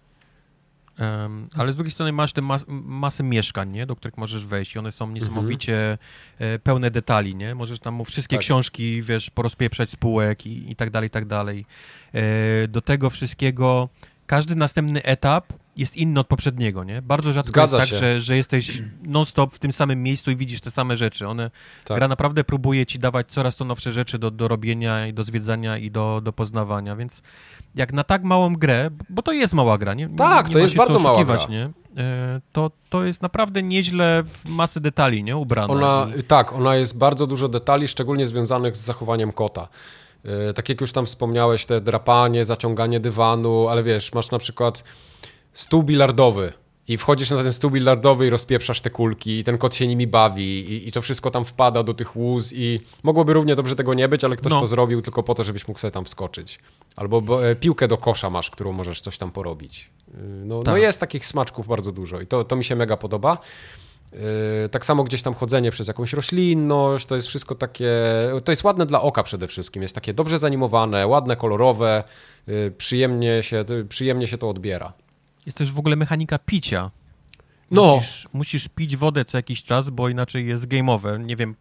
[SPEAKER 3] Um, ale z drugiej strony masz te mas masy mieszkań, nie? Do których możesz wejść i one są niesamowicie e, pełne detali, nie? Możesz tam mu wszystkie
[SPEAKER 1] Tak.
[SPEAKER 3] książki, wiesz, porozpieprzać spółek i, i tak dalej, i tak dalej. E, do tego wszystkiego każdy następny etap jest inny od poprzedniego, nie? Bardzo rzadko
[SPEAKER 1] Zgadza
[SPEAKER 3] jest
[SPEAKER 1] się.
[SPEAKER 3] tak, że, że jesteś non-stop w tym samym miejscu i widzisz te same rzeczy. One,
[SPEAKER 1] Tak.
[SPEAKER 3] gra naprawdę próbuje ci dawać coraz to nowsze rzeczy do, do robienia i do zwiedzania i do, do poznawania, więc jak na tak małą grę, bo to jest mała gra, nie?
[SPEAKER 1] Tak,
[SPEAKER 3] nie
[SPEAKER 1] to
[SPEAKER 3] ma
[SPEAKER 1] jest
[SPEAKER 3] się
[SPEAKER 1] bardzo
[SPEAKER 3] co
[SPEAKER 1] mała
[SPEAKER 3] oszukiwać,
[SPEAKER 1] gra.
[SPEAKER 3] nie? E, to, to jest naprawdę nieźle w masę detali, nie? Ubrana.
[SPEAKER 1] Ona,
[SPEAKER 3] I,
[SPEAKER 1] tak, ona jest bardzo dużo detali, szczególnie związanych z zachowaniem kota. Yy, tak jak już tam wspomniałeś, te drapanie, zaciąganie dywanu, ale wiesz, masz na przykład stół bilardowy I wchodzisz na ten stół bilardowy i rozpieprzasz te kulki i ten kot się nimi bawi i, i to wszystko tam wpada do tych łuz i mogłoby równie dobrze tego nie być, ale ktoś
[SPEAKER 3] No.
[SPEAKER 1] to zrobił tylko po to, żebyś mógł sobie tam wskoczyć. Albo bo, e, piłkę do kosza masz, którą możesz coś tam porobić. Yy, No, no
[SPEAKER 3] Tak.
[SPEAKER 1] jest takich smaczków bardzo dużo i to, to mi się mega podoba. Yy, tak samo gdzieś tam chodzenie przez jakąś roślinność, to jest wszystko takie, to jest ładne dla oka przede wszystkim, jest takie dobrze zanimowane, ładne, kolorowe, yy, przyjemnie się, przyjemnie się to odbiera.
[SPEAKER 3] Jest też w ogóle mechanika picia.
[SPEAKER 1] No.
[SPEAKER 3] Musisz, musisz pić wodę co jakiś czas, bo inaczej jest game over. Nie wiem,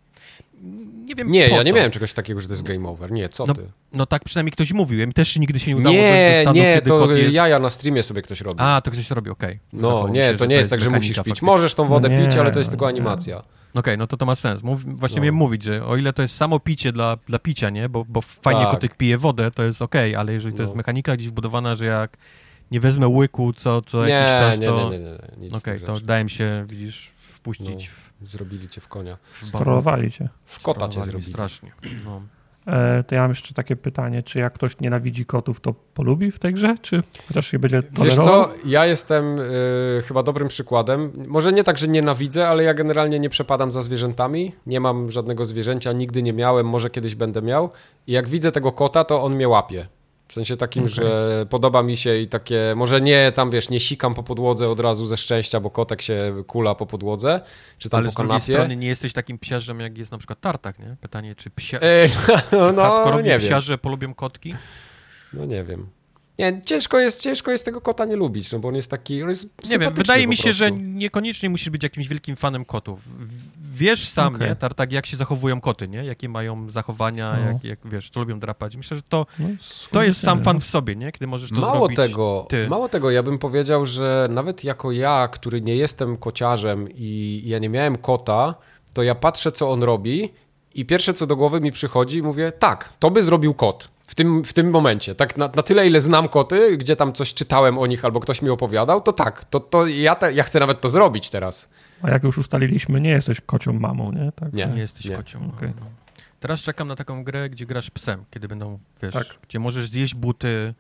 [SPEAKER 3] nie wiem
[SPEAKER 1] Nie,
[SPEAKER 3] po
[SPEAKER 1] ja nie
[SPEAKER 3] co.
[SPEAKER 1] miałem czegoś takiego, że to jest game over. Nie, co
[SPEAKER 3] No,
[SPEAKER 1] ty?
[SPEAKER 3] no tak przynajmniej ktoś mówił. Mi też nigdy się nie udało dojść do
[SPEAKER 1] Nie,
[SPEAKER 3] stanu,
[SPEAKER 1] nie,
[SPEAKER 3] kiedy
[SPEAKER 1] to
[SPEAKER 3] kot jest...
[SPEAKER 1] jaja na streamie sobie ktoś robi.
[SPEAKER 3] A, to ktoś to robi, okej.
[SPEAKER 1] No,
[SPEAKER 3] to
[SPEAKER 1] nie,
[SPEAKER 3] myślę,
[SPEAKER 1] to
[SPEAKER 3] że
[SPEAKER 1] nie jest tak, że
[SPEAKER 3] mechanika
[SPEAKER 1] musisz pić.
[SPEAKER 3] faktycznie.
[SPEAKER 1] Możesz tą wodę
[SPEAKER 2] No nie,
[SPEAKER 1] pić, ale to jest tylko
[SPEAKER 2] nie.
[SPEAKER 1] animacja.
[SPEAKER 3] Okej, no to to ma sens. Mów, właśnie
[SPEAKER 1] No.
[SPEAKER 3] miałem mówić, że o ile to jest samo picie dla, dla picia, nie? Bo, bo fajnie
[SPEAKER 1] Tak.
[SPEAKER 3] kotek pije wodę, to jest okej, ale jeżeli to
[SPEAKER 1] No.
[SPEAKER 3] jest mechanika gdzieś wbudowana, że jak nie wezmę łyku co, co
[SPEAKER 1] Nie,
[SPEAKER 3] jakiś czas,
[SPEAKER 1] nie,
[SPEAKER 3] to...
[SPEAKER 1] nie, nie, nie, nie, nic z
[SPEAKER 3] Okej,
[SPEAKER 1] tych
[SPEAKER 3] to
[SPEAKER 1] rzeczy.
[SPEAKER 3] dałem się, widzisz, wpuścić
[SPEAKER 1] No.
[SPEAKER 3] w,
[SPEAKER 1] Zrobili cię w konia.
[SPEAKER 3] w
[SPEAKER 2] Strollowali cię.
[SPEAKER 1] W kota cię
[SPEAKER 3] Strolowali
[SPEAKER 1] zrobili.
[SPEAKER 3] strasznie. No.
[SPEAKER 2] E, to ja mam jeszcze takie pytanie, czy jak ktoś nienawidzi kotów, to polubi w tej grze, czy chociaż je będzie
[SPEAKER 1] Wiesz
[SPEAKER 2] tolerował?
[SPEAKER 1] co, ja jestem y, chyba dobrym przykładem. Może nie tak, że nienawidzę, ale ja generalnie nie przepadam za zwierzętami. Nie mam żadnego zwierzęcia, nigdy nie miałem, może kiedyś będę miał. I jak widzę tego kota, to on mnie łapie. W sensie takim,
[SPEAKER 2] Okej.
[SPEAKER 1] że podoba mi się i takie, może nie tam wiesz, nie sikam po podłodze od razu ze szczęścia, bo kotek się kula po podłodze, czy tam
[SPEAKER 3] Ale
[SPEAKER 1] po
[SPEAKER 3] z drugiej
[SPEAKER 1] kanapie.
[SPEAKER 3] strony nie jesteś takim psiarzem, jak jest na przykład Tartak, nie? Pytanie, czy psia...
[SPEAKER 1] E, no, no
[SPEAKER 3] hardkorowi
[SPEAKER 1] nie wiem.
[SPEAKER 3] psiarze polubią kotki?
[SPEAKER 1] No nie wiem. Nie, ciężko jest, ciężko jest tego kota nie lubić, no bo on jest taki, on jest
[SPEAKER 3] Nie wiem,
[SPEAKER 1] sympatyczny
[SPEAKER 3] wydaje
[SPEAKER 1] po
[SPEAKER 3] mi się,
[SPEAKER 1] prostu.
[SPEAKER 3] że niekoniecznie musisz być jakimś wielkim fanem kotów. W- Wiesz sam,
[SPEAKER 2] Okej.
[SPEAKER 3] nie, Tartak, jak się zachowują koty, nie? Jakie mają zachowania,
[SPEAKER 2] No.
[SPEAKER 3] jak, jak, wiesz, co lubią drapać. Myślę, że to,
[SPEAKER 2] No,
[SPEAKER 3] to jest sam
[SPEAKER 2] no.
[SPEAKER 3] fan w sobie, nie? Kiedy możesz to
[SPEAKER 1] Mało
[SPEAKER 3] zrobić.
[SPEAKER 1] tego,
[SPEAKER 3] ty.
[SPEAKER 1] mało tego, ja bym powiedział, że nawet jako ja, który nie jestem kociarzem i ja nie miałem kota, to ja patrzę, co on robi i pierwsze, co do głowy mi przychodzi, mówię, tak, to by zrobił kot. W tym, w tym momencie. Tak na, na tyle, ile znam koty, gdzie tam coś czytałem o nich albo ktoś mi opowiadał, to tak, to, to ja, te, ja chcę nawet to zrobić teraz.
[SPEAKER 2] A jak już ustaliliśmy, nie jesteś kocią mamą, nie? Tak,
[SPEAKER 1] Nie.
[SPEAKER 2] że-
[SPEAKER 3] Nie jesteś
[SPEAKER 1] Nie.
[SPEAKER 3] kocią.
[SPEAKER 2] Okej.
[SPEAKER 3] No. Teraz czekam na taką grę, gdzie grasz psem, kiedy będą, wiesz,
[SPEAKER 2] Tak.
[SPEAKER 3] gdzie możesz zjeść buty,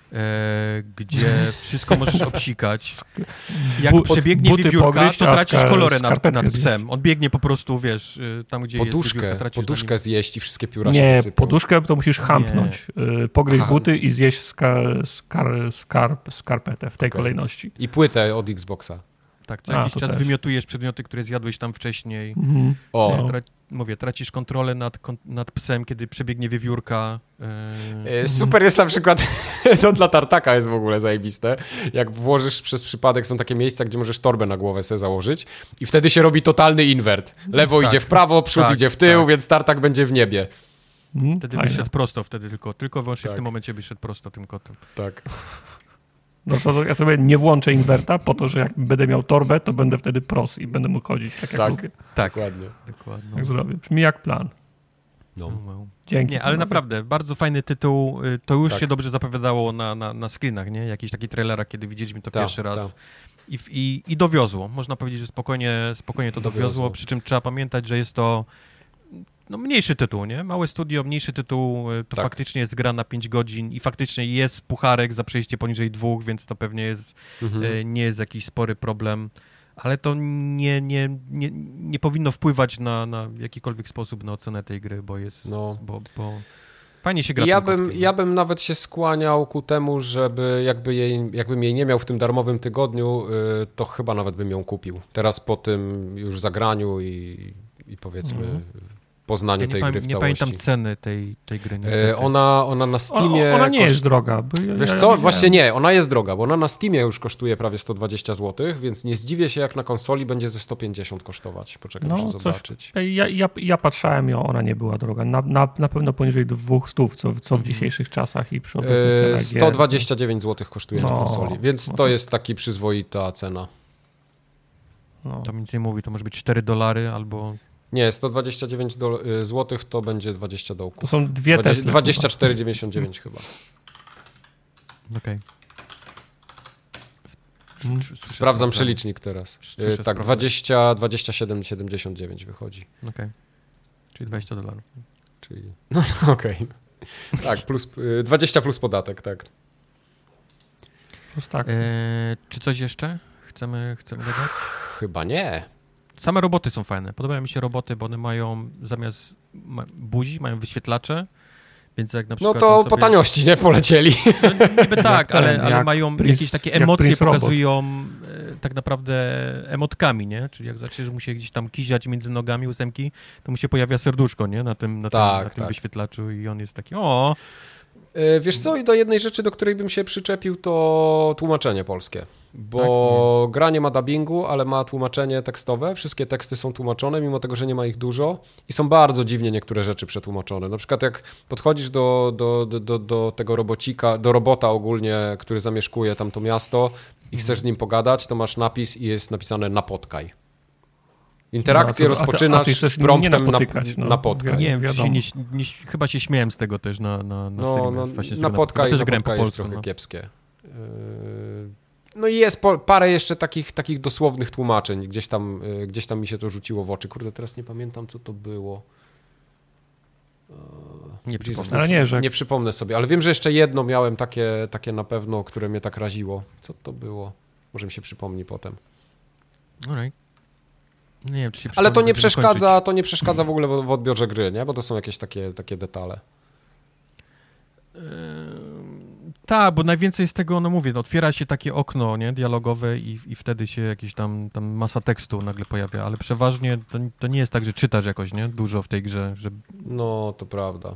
[SPEAKER 3] e, gdzie wszystko możesz obsikać. Jak
[SPEAKER 2] Bu-
[SPEAKER 3] przebiegnie
[SPEAKER 2] buty
[SPEAKER 3] wiewiórka,
[SPEAKER 2] pogryźć,
[SPEAKER 3] to
[SPEAKER 2] a
[SPEAKER 3] tracisz
[SPEAKER 2] skar-
[SPEAKER 3] kolorę nad,
[SPEAKER 2] skarpetkę
[SPEAKER 3] nad
[SPEAKER 2] zjeść.
[SPEAKER 3] psem. On biegnie po prostu, wiesz, y, tam gdzie jest
[SPEAKER 1] Poduszkę,
[SPEAKER 3] wiewiórka, tracisz
[SPEAKER 1] poduszkę zjeść i wszystkie pióra się
[SPEAKER 2] Nie,
[SPEAKER 1] wysypią.
[SPEAKER 2] poduszkę to musisz champnąć. Y, Pogryźć
[SPEAKER 1] Aha.
[SPEAKER 2] buty i zjeść ska, skar, skarp, skarpetę w tej
[SPEAKER 1] Okej.
[SPEAKER 2] kolejności.
[SPEAKER 1] I płytę od Xboxa.
[SPEAKER 3] Tak, co
[SPEAKER 2] A,
[SPEAKER 3] jakiś
[SPEAKER 2] to
[SPEAKER 3] czas
[SPEAKER 2] też.
[SPEAKER 3] wymiotujesz przedmioty, które zjadłeś tam wcześniej.
[SPEAKER 2] Mhm.
[SPEAKER 1] O,
[SPEAKER 2] No.
[SPEAKER 3] Tra- mówię, tracisz kontrolę nad, kon- nad psem, kiedy przebiegnie wiewiórka. e,
[SPEAKER 1] E, Super jest na przykład, to dla tartaka jest w ogóle zajebiste, jak włożysz przez przypadek, są takie miejsca, gdzie możesz torbę na głowę sobie założyć i wtedy się robi totalny inwert. Lewo
[SPEAKER 3] Tak.
[SPEAKER 1] idzie w prawo, przód
[SPEAKER 3] Tak,
[SPEAKER 1] idzie w tył,
[SPEAKER 3] tak.
[SPEAKER 1] więc tartak będzie w niebie.
[SPEAKER 2] Mhm.
[SPEAKER 3] Wtedy
[SPEAKER 2] Fajne.
[SPEAKER 3] byś szedł prosto, wtedy tylko, tylko wyłącznie
[SPEAKER 1] Tak.
[SPEAKER 3] w tym momencie byś szedł prosto tym kotem.
[SPEAKER 1] Tak.
[SPEAKER 2] No to ja sobie nie włączę inwerta po to, że jak będę miał torbę, to będę wtedy pros i będę mógł chodzić tak jak
[SPEAKER 1] Tak.
[SPEAKER 2] lubię.
[SPEAKER 3] Tak,
[SPEAKER 1] Dokładnie.
[SPEAKER 3] dokładnie.
[SPEAKER 2] Tak zrobię. Brzmi jak plan.
[SPEAKER 1] No.
[SPEAKER 3] No.
[SPEAKER 2] Dzięki.
[SPEAKER 3] Nie, ale naprawdę, bardzo fajny tytuł. y, To już
[SPEAKER 1] Tak.
[SPEAKER 3] się dobrze zapowiadało na, na, na screenach, nie? Jakiś taki trailerach, kiedy widzieliśmy to
[SPEAKER 1] Ta,
[SPEAKER 3] pierwszy raz.
[SPEAKER 1] ta.
[SPEAKER 3] I, w- i, I dowiozło. Można powiedzieć, że spokojnie, spokojnie to dowiozło.
[SPEAKER 1] Dowiozło.
[SPEAKER 3] Przy czym trzeba pamiętać, że jest to no, mniejszy tytuł, nie? Małe studio, mniejszy tytuł. y, To
[SPEAKER 1] Tak.
[SPEAKER 3] faktycznie jest gra na pięć godzin i faktycznie jest pucharek za przejście poniżej dwóch, więc to pewnie jest,
[SPEAKER 1] Mhm.
[SPEAKER 3] y, nie jest jakiś spory problem. Ale to nie, nie, nie, nie powinno wpływać na, na jakikolwiek sposób na ocenę tej gry, bo jest.
[SPEAKER 1] No.
[SPEAKER 3] Bo, bo fajnie się gra.
[SPEAKER 1] Ja
[SPEAKER 3] tym
[SPEAKER 1] bym,
[SPEAKER 3] kotkiem,
[SPEAKER 1] ja bym nawet się skłaniał ku temu, żeby jakby jej, jakbym jej nie miał w tym darmowym tygodniu, y, to chyba nawet bym ją kupił. Teraz po tym już zagraniu i, i powiedzmy
[SPEAKER 2] Mhm.
[SPEAKER 1] poznaniu
[SPEAKER 3] Ja nie,
[SPEAKER 1] tej
[SPEAKER 3] pamię-
[SPEAKER 1] gry w
[SPEAKER 3] nie
[SPEAKER 1] całości.
[SPEAKER 3] pamiętam ceny tej, tej gry. Niestety.
[SPEAKER 1] Y, ona, ona na Steamie...
[SPEAKER 2] O, ona nie
[SPEAKER 1] koszt-
[SPEAKER 2] jest droga. Bo ja,
[SPEAKER 1] Wiesz
[SPEAKER 2] ja
[SPEAKER 1] co?
[SPEAKER 2] widziałem.
[SPEAKER 1] Właśnie nie, ona jest droga, bo ona na Steamie już kosztuje prawie sto dwadzieścia złotych, więc nie zdziwię się, jak na konsoli będzie ze sto pięćdziesiąt kosztować. Poczekaj,
[SPEAKER 2] No,
[SPEAKER 1] muszę
[SPEAKER 2] coś-
[SPEAKER 1] zobaczyć.
[SPEAKER 2] Ja, ja, ja patrzałem ją, ona nie była droga. Na, na, na pewno poniżej dwóch stów, co, co w
[SPEAKER 3] Mhm.
[SPEAKER 2] dzisiejszych czasach i przy obecnych
[SPEAKER 1] Yy,
[SPEAKER 2] cenach gier.
[SPEAKER 1] sto dwadzieścia dziewięć złotych kosztuje na
[SPEAKER 2] No,
[SPEAKER 1] konsoli, więc
[SPEAKER 2] no
[SPEAKER 1] to
[SPEAKER 2] to-
[SPEAKER 1] jest taki przyzwoita cena.
[SPEAKER 2] No.
[SPEAKER 3] To nic nie mówi, to może być cztery dolary albo...
[SPEAKER 1] Nie, sto dwadzieścia dziewięć do, y, złotych to będzie dwadzieścia dołków.
[SPEAKER 2] To są dwie
[SPEAKER 1] Dwadzieścia-
[SPEAKER 2] Tesly.
[SPEAKER 1] dwadzieścia cztery dziewięćdziesiąt dziewięć chyba.
[SPEAKER 3] Okej.
[SPEAKER 2] Mm.
[SPEAKER 3] Słyszę- słyszę
[SPEAKER 1] Sprawdzam
[SPEAKER 3] sprawdzam.
[SPEAKER 1] przelicznik teraz.
[SPEAKER 3] Słyszę
[SPEAKER 1] Y, tak,
[SPEAKER 3] sprawdzam.
[SPEAKER 1] dwadzieścia, dwadzieścia siedem siedemdziesiąt dziewięć wychodzi.
[SPEAKER 3] Okej. Czyli dwadzieścia dolarów.
[SPEAKER 1] Czyli. No, okej. Tak, plus, y, dwadzieścia plus podatek, tak.
[SPEAKER 2] Plus tak.
[SPEAKER 3] Eee, czy coś jeszcze Chcemy, chcemy dodać?
[SPEAKER 1] Chyba nie.
[SPEAKER 3] Same roboty są fajne. Podobają mi się roboty, bo one mają zamiast ma, buzi, mają wyświetlacze, więc jak na
[SPEAKER 1] No
[SPEAKER 3] przykład...
[SPEAKER 1] to
[SPEAKER 3] sobie...
[SPEAKER 1] po taniości, nie? Polecieli.
[SPEAKER 3] No, niby tak,
[SPEAKER 2] ten,
[SPEAKER 3] ale, ale
[SPEAKER 2] jak
[SPEAKER 3] mają
[SPEAKER 2] Prince-
[SPEAKER 3] jakieś takie
[SPEAKER 2] jak
[SPEAKER 3] emocje,
[SPEAKER 2] Prince Robot.
[SPEAKER 3] pokazują e, tak naprawdę emotkami, nie? Czyli jak zaczniesz mu się gdzieś tam kiziać między nogami ósemki, to mu się pojawia serduszko, nie? Na tym, na tym,
[SPEAKER 1] Tak,
[SPEAKER 3] na tym
[SPEAKER 1] tak.
[SPEAKER 3] wyświetlaczu i on jest taki, o,
[SPEAKER 1] E, Wiesz co, i do jednej rzeczy, do której bym się przyczepił, to tłumaczenie polskie. Bo gra nie ma dubbingu, ale ma tłumaczenie tekstowe. Wszystkie teksty są tłumaczone, mimo tego, że nie ma ich dużo. I są bardzo dziwnie niektóre rzeczy przetłumaczone. Na przykład jak podchodzisz do, do, do, do, do tego robocika, do robota ogólnie, który zamieszkuje tamto miasto i chcesz z nim pogadać, to masz napis i jest napisane napotkaj. Interakcję
[SPEAKER 2] No, a ty- a ty-
[SPEAKER 1] rozpoczynasz
[SPEAKER 2] a ty chcesz nie
[SPEAKER 1] promptem
[SPEAKER 2] napotykać,
[SPEAKER 1] na,
[SPEAKER 2] no.
[SPEAKER 1] napotkaj.
[SPEAKER 3] nie wiem, czy się
[SPEAKER 2] wiadomo.
[SPEAKER 3] nie, nie, chyba się śmiałem z tego też na, na, na
[SPEAKER 1] No,
[SPEAKER 3] streamie.
[SPEAKER 1] no
[SPEAKER 3] właśnie z tego
[SPEAKER 1] napotka
[SPEAKER 3] na,
[SPEAKER 1] i
[SPEAKER 3] też grałem po
[SPEAKER 1] napotka jest
[SPEAKER 3] polsku.
[SPEAKER 1] trochę
[SPEAKER 3] No.
[SPEAKER 1] kiepskie. Yy, No i jest po, parę jeszcze takich, takich dosłownych tłumaczeń. Gdzieś tam, yy, gdzieś tam mi się to rzuciło w oczy. Kurde, teraz nie pamiętam, co to było.
[SPEAKER 3] Nie
[SPEAKER 1] Jesus,
[SPEAKER 3] przypomnę.
[SPEAKER 2] Ale nie, że
[SPEAKER 1] Nie przypomnę sobie, ale wiem, że jeszcze jedno miałem takie, takie na pewno, które mnie tak raziło. Co to było? Może mi się przypomni potem.
[SPEAKER 3] Alright. Nie wiem, czy się
[SPEAKER 1] Ale to
[SPEAKER 3] przypomni,
[SPEAKER 1] nie
[SPEAKER 3] będziemy
[SPEAKER 1] przeszkadza,
[SPEAKER 3] kończyć.
[SPEAKER 1] to nie przeszkadza w ogóle w, w odbiorze gry, nie? Bo to są jakieś takie, takie detale.
[SPEAKER 3] Tak, bo najwięcej z tego, no mówię, no, otwiera się takie okno, nie, dialogowe i, i wtedy się jakieś tam, tam masa tekstu nagle pojawia, ale przeważnie to, to nie jest tak, że czytasz jakoś, nie, dużo w tej grze, że...
[SPEAKER 1] No, to prawda.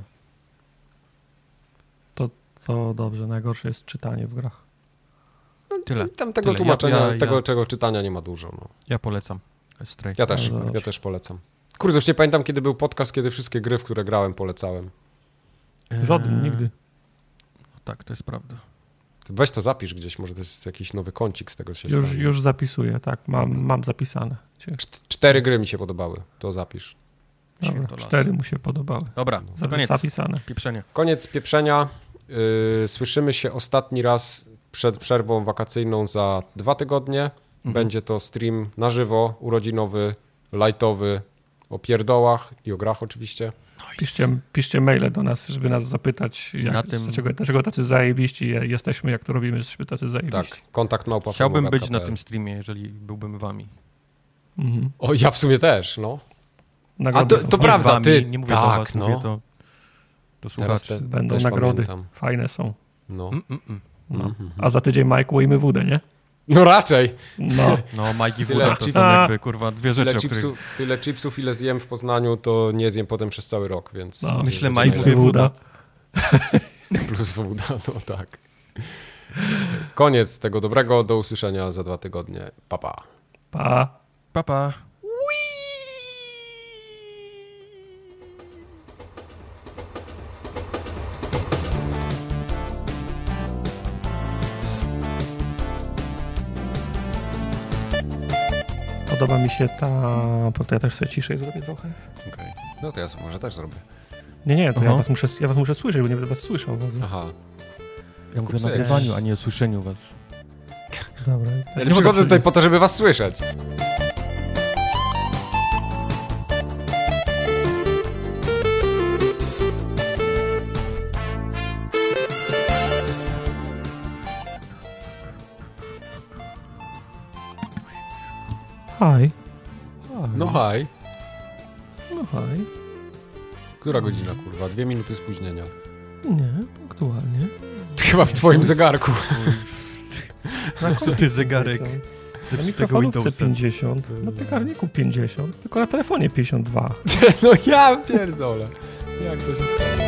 [SPEAKER 2] to dobrze, najgorsze jest czytanie w grach.
[SPEAKER 3] Tyle.
[SPEAKER 1] Tam tego
[SPEAKER 3] Tyle.
[SPEAKER 1] tłumaczenia,
[SPEAKER 3] Ja- ja-
[SPEAKER 1] tego
[SPEAKER 3] ja-
[SPEAKER 1] czego czytania nie ma dużo. No.
[SPEAKER 3] Ja polecam Stray.
[SPEAKER 1] Ja też,
[SPEAKER 2] Bardzo
[SPEAKER 1] ja
[SPEAKER 2] dobrze.
[SPEAKER 1] też polecam. Kurde, już nie pamiętam, kiedy był podcast, kiedy wszystkie gry, w które grałem, polecałem.
[SPEAKER 2] Żaden,
[SPEAKER 3] Eee,
[SPEAKER 2] nigdy.
[SPEAKER 3] Tak, to jest prawda.
[SPEAKER 1] Weź to zapisz gdzieś, może to jest jakiś nowy kącik z tego się
[SPEAKER 2] Już,
[SPEAKER 1] stanie.
[SPEAKER 2] już zapisuję, tak, mam, mam zapisane. Cie-
[SPEAKER 1] Czt- Cztery gry mi się podobały, to zapisz.
[SPEAKER 2] Dobra,
[SPEAKER 3] Święto lasu.
[SPEAKER 2] cztery mu się podobały.
[SPEAKER 3] Dobra,
[SPEAKER 2] Za-
[SPEAKER 3] koniec.
[SPEAKER 2] Zapisane.
[SPEAKER 3] Pieprzenie.
[SPEAKER 1] Koniec pieprzenia. Yy, słyszymy się ostatni raz przed przerwą wakacyjną za dwa tygodnie.
[SPEAKER 3] Mhm.
[SPEAKER 1] Będzie to stream na żywo, urodzinowy, lightowy, o pierdołach i o grach oczywiście.
[SPEAKER 2] Piszcie, piszcie maile do nas, żeby nas zapytać, jak,
[SPEAKER 3] Na tym-
[SPEAKER 2] dlaczego, dlaczego tacy zajebiści je- jesteśmy, jak to robimy, jesteśmy tacy zajebiści.
[SPEAKER 1] Tak, kontakt małpa
[SPEAKER 3] Chciałbym
[SPEAKER 1] formogatka
[SPEAKER 3] być
[SPEAKER 1] kropka
[SPEAKER 3] na
[SPEAKER 1] p l.
[SPEAKER 3] tym streamie, jeżeli byłbym wami.
[SPEAKER 2] Mhm.
[SPEAKER 1] O, ja w sumie też, no.
[SPEAKER 2] Nagrody
[SPEAKER 1] A to-
[SPEAKER 2] są
[SPEAKER 1] to
[SPEAKER 2] fajne.
[SPEAKER 1] prawda,
[SPEAKER 3] wami,
[SPEAKER 1] ty-
[SPEAKER 3] nie mówię
[SPEAKER 1] tak,
[SPEAKER 3] do was,
[SPEAKER 1] no.
[SPEAKER 3] mówię do, do
[SPEAKER 1] Teraz
[SPEAKER 3] słuchaczy.
[SPEAKER 1] te,
[SPEAKER 2] Będą
[SPEAKER 1] też
[SPEAKER 2] nagrody.
[SPEAKER 1] pamiętam.
[SPEAKER 2] Fajne są.
[SPEAKER 1] No.
[SPEAKER 3] Mm, mm, mm.
[SPEAKER 2] No.
[SPEAKER 1] Mhm.
[SPEAKER 2] A za tydzień Mike ujmy wódę, nie?
[SPEAKER 1] no raczej.
[SPEAKER 2] No,
[SPEAKER 3] No, Mike i
[SPEAKER 1] Tyle
[SPEAKER 3] Wuda to
[SPEAKER 1] chip-
[SPEAKER 3] są
[SPEAKER 2] A.
[SPEAKER 3] jakby, kurwa, dwie rzeczy,
[SPEAKER 1] Tyle,
[SPEAKER 3] o których...
[SPEAKER 1] chipsów, tyle chipsów, ile zjem w Poznaniu, to nie zjem potem przez cały rok, więc...
[SPEAKER 2] No,
[SPEAKER 3] Myślę,
[SPEAKER 1] będzie
[SPEAKER 3] Mike
[SPEAKER 1] najlepiej.
[SPEAKER 3] mówi Wuda.
[SPEAKER 1] Plus woda, no tak. Koniec tego dobrego, do usłyszenia za dwa tygodnie. Pa, pa.
[SPEAKER 2] pa.
[SPEAKER 3] Pa, pa.
[SPEAKER 2] Podoba mi się ta... bo to ja też sobie ciszej zrobię trochę.
[SPEAKER 1] Okej. No to ja sobie może też zrobię.
[SPEAKER 2] Nie, nie, to ja
[SPEAKER 3] Aha.
[SPEAKER 2] was, muszę, ja was muszę słyszeć, bo nie będę was słyszał w ogóle.
[SPEAKER 1] Aha.
[SPEAKER 3] Ja mówię o
[SPEAKER 1] sobie.
[SPEAKER 3] nagrywaniu, a nie o słyszeniu was.
[SPEAKER 2] Dobra.
[SPEAKER 1] Ja
[SPEAKER 2] nie
[SPEAKER 1] nie
[SPEAKER 2] mogę
[SPEAKER 1] przychodzę tutaj
[SPEAKER 2] przy-
[SPEAKER 1] po to, żeby was słyszeć.
[SPEAKER 2] Hi.
[SPEAKER 1] No haj.
[SPEAKER 2] No hi.
[SPEAKER 1] Która godzina, kurwa? Dwie minuty spóźnienia.
[SPEAKER 2] Nie, punktualnie.
[SPEAKER 1] Chyba w twoim zegarku.
[SPEAKER 3] Co ty zegarek?
[SPEAKER 2] Na
[SPEAKER 3] Tego
[SPEAKER 2] mikrofalówce
[SPEAKER 3] Windowsa.
[SPEAKER 2] pięćdziesiąt, na piekarniku pięćdziesiąt, tylko na telefonie pięćdziesiąt dwa.
[SPEAKER 1] No ja pierdolę. Jak to się stało?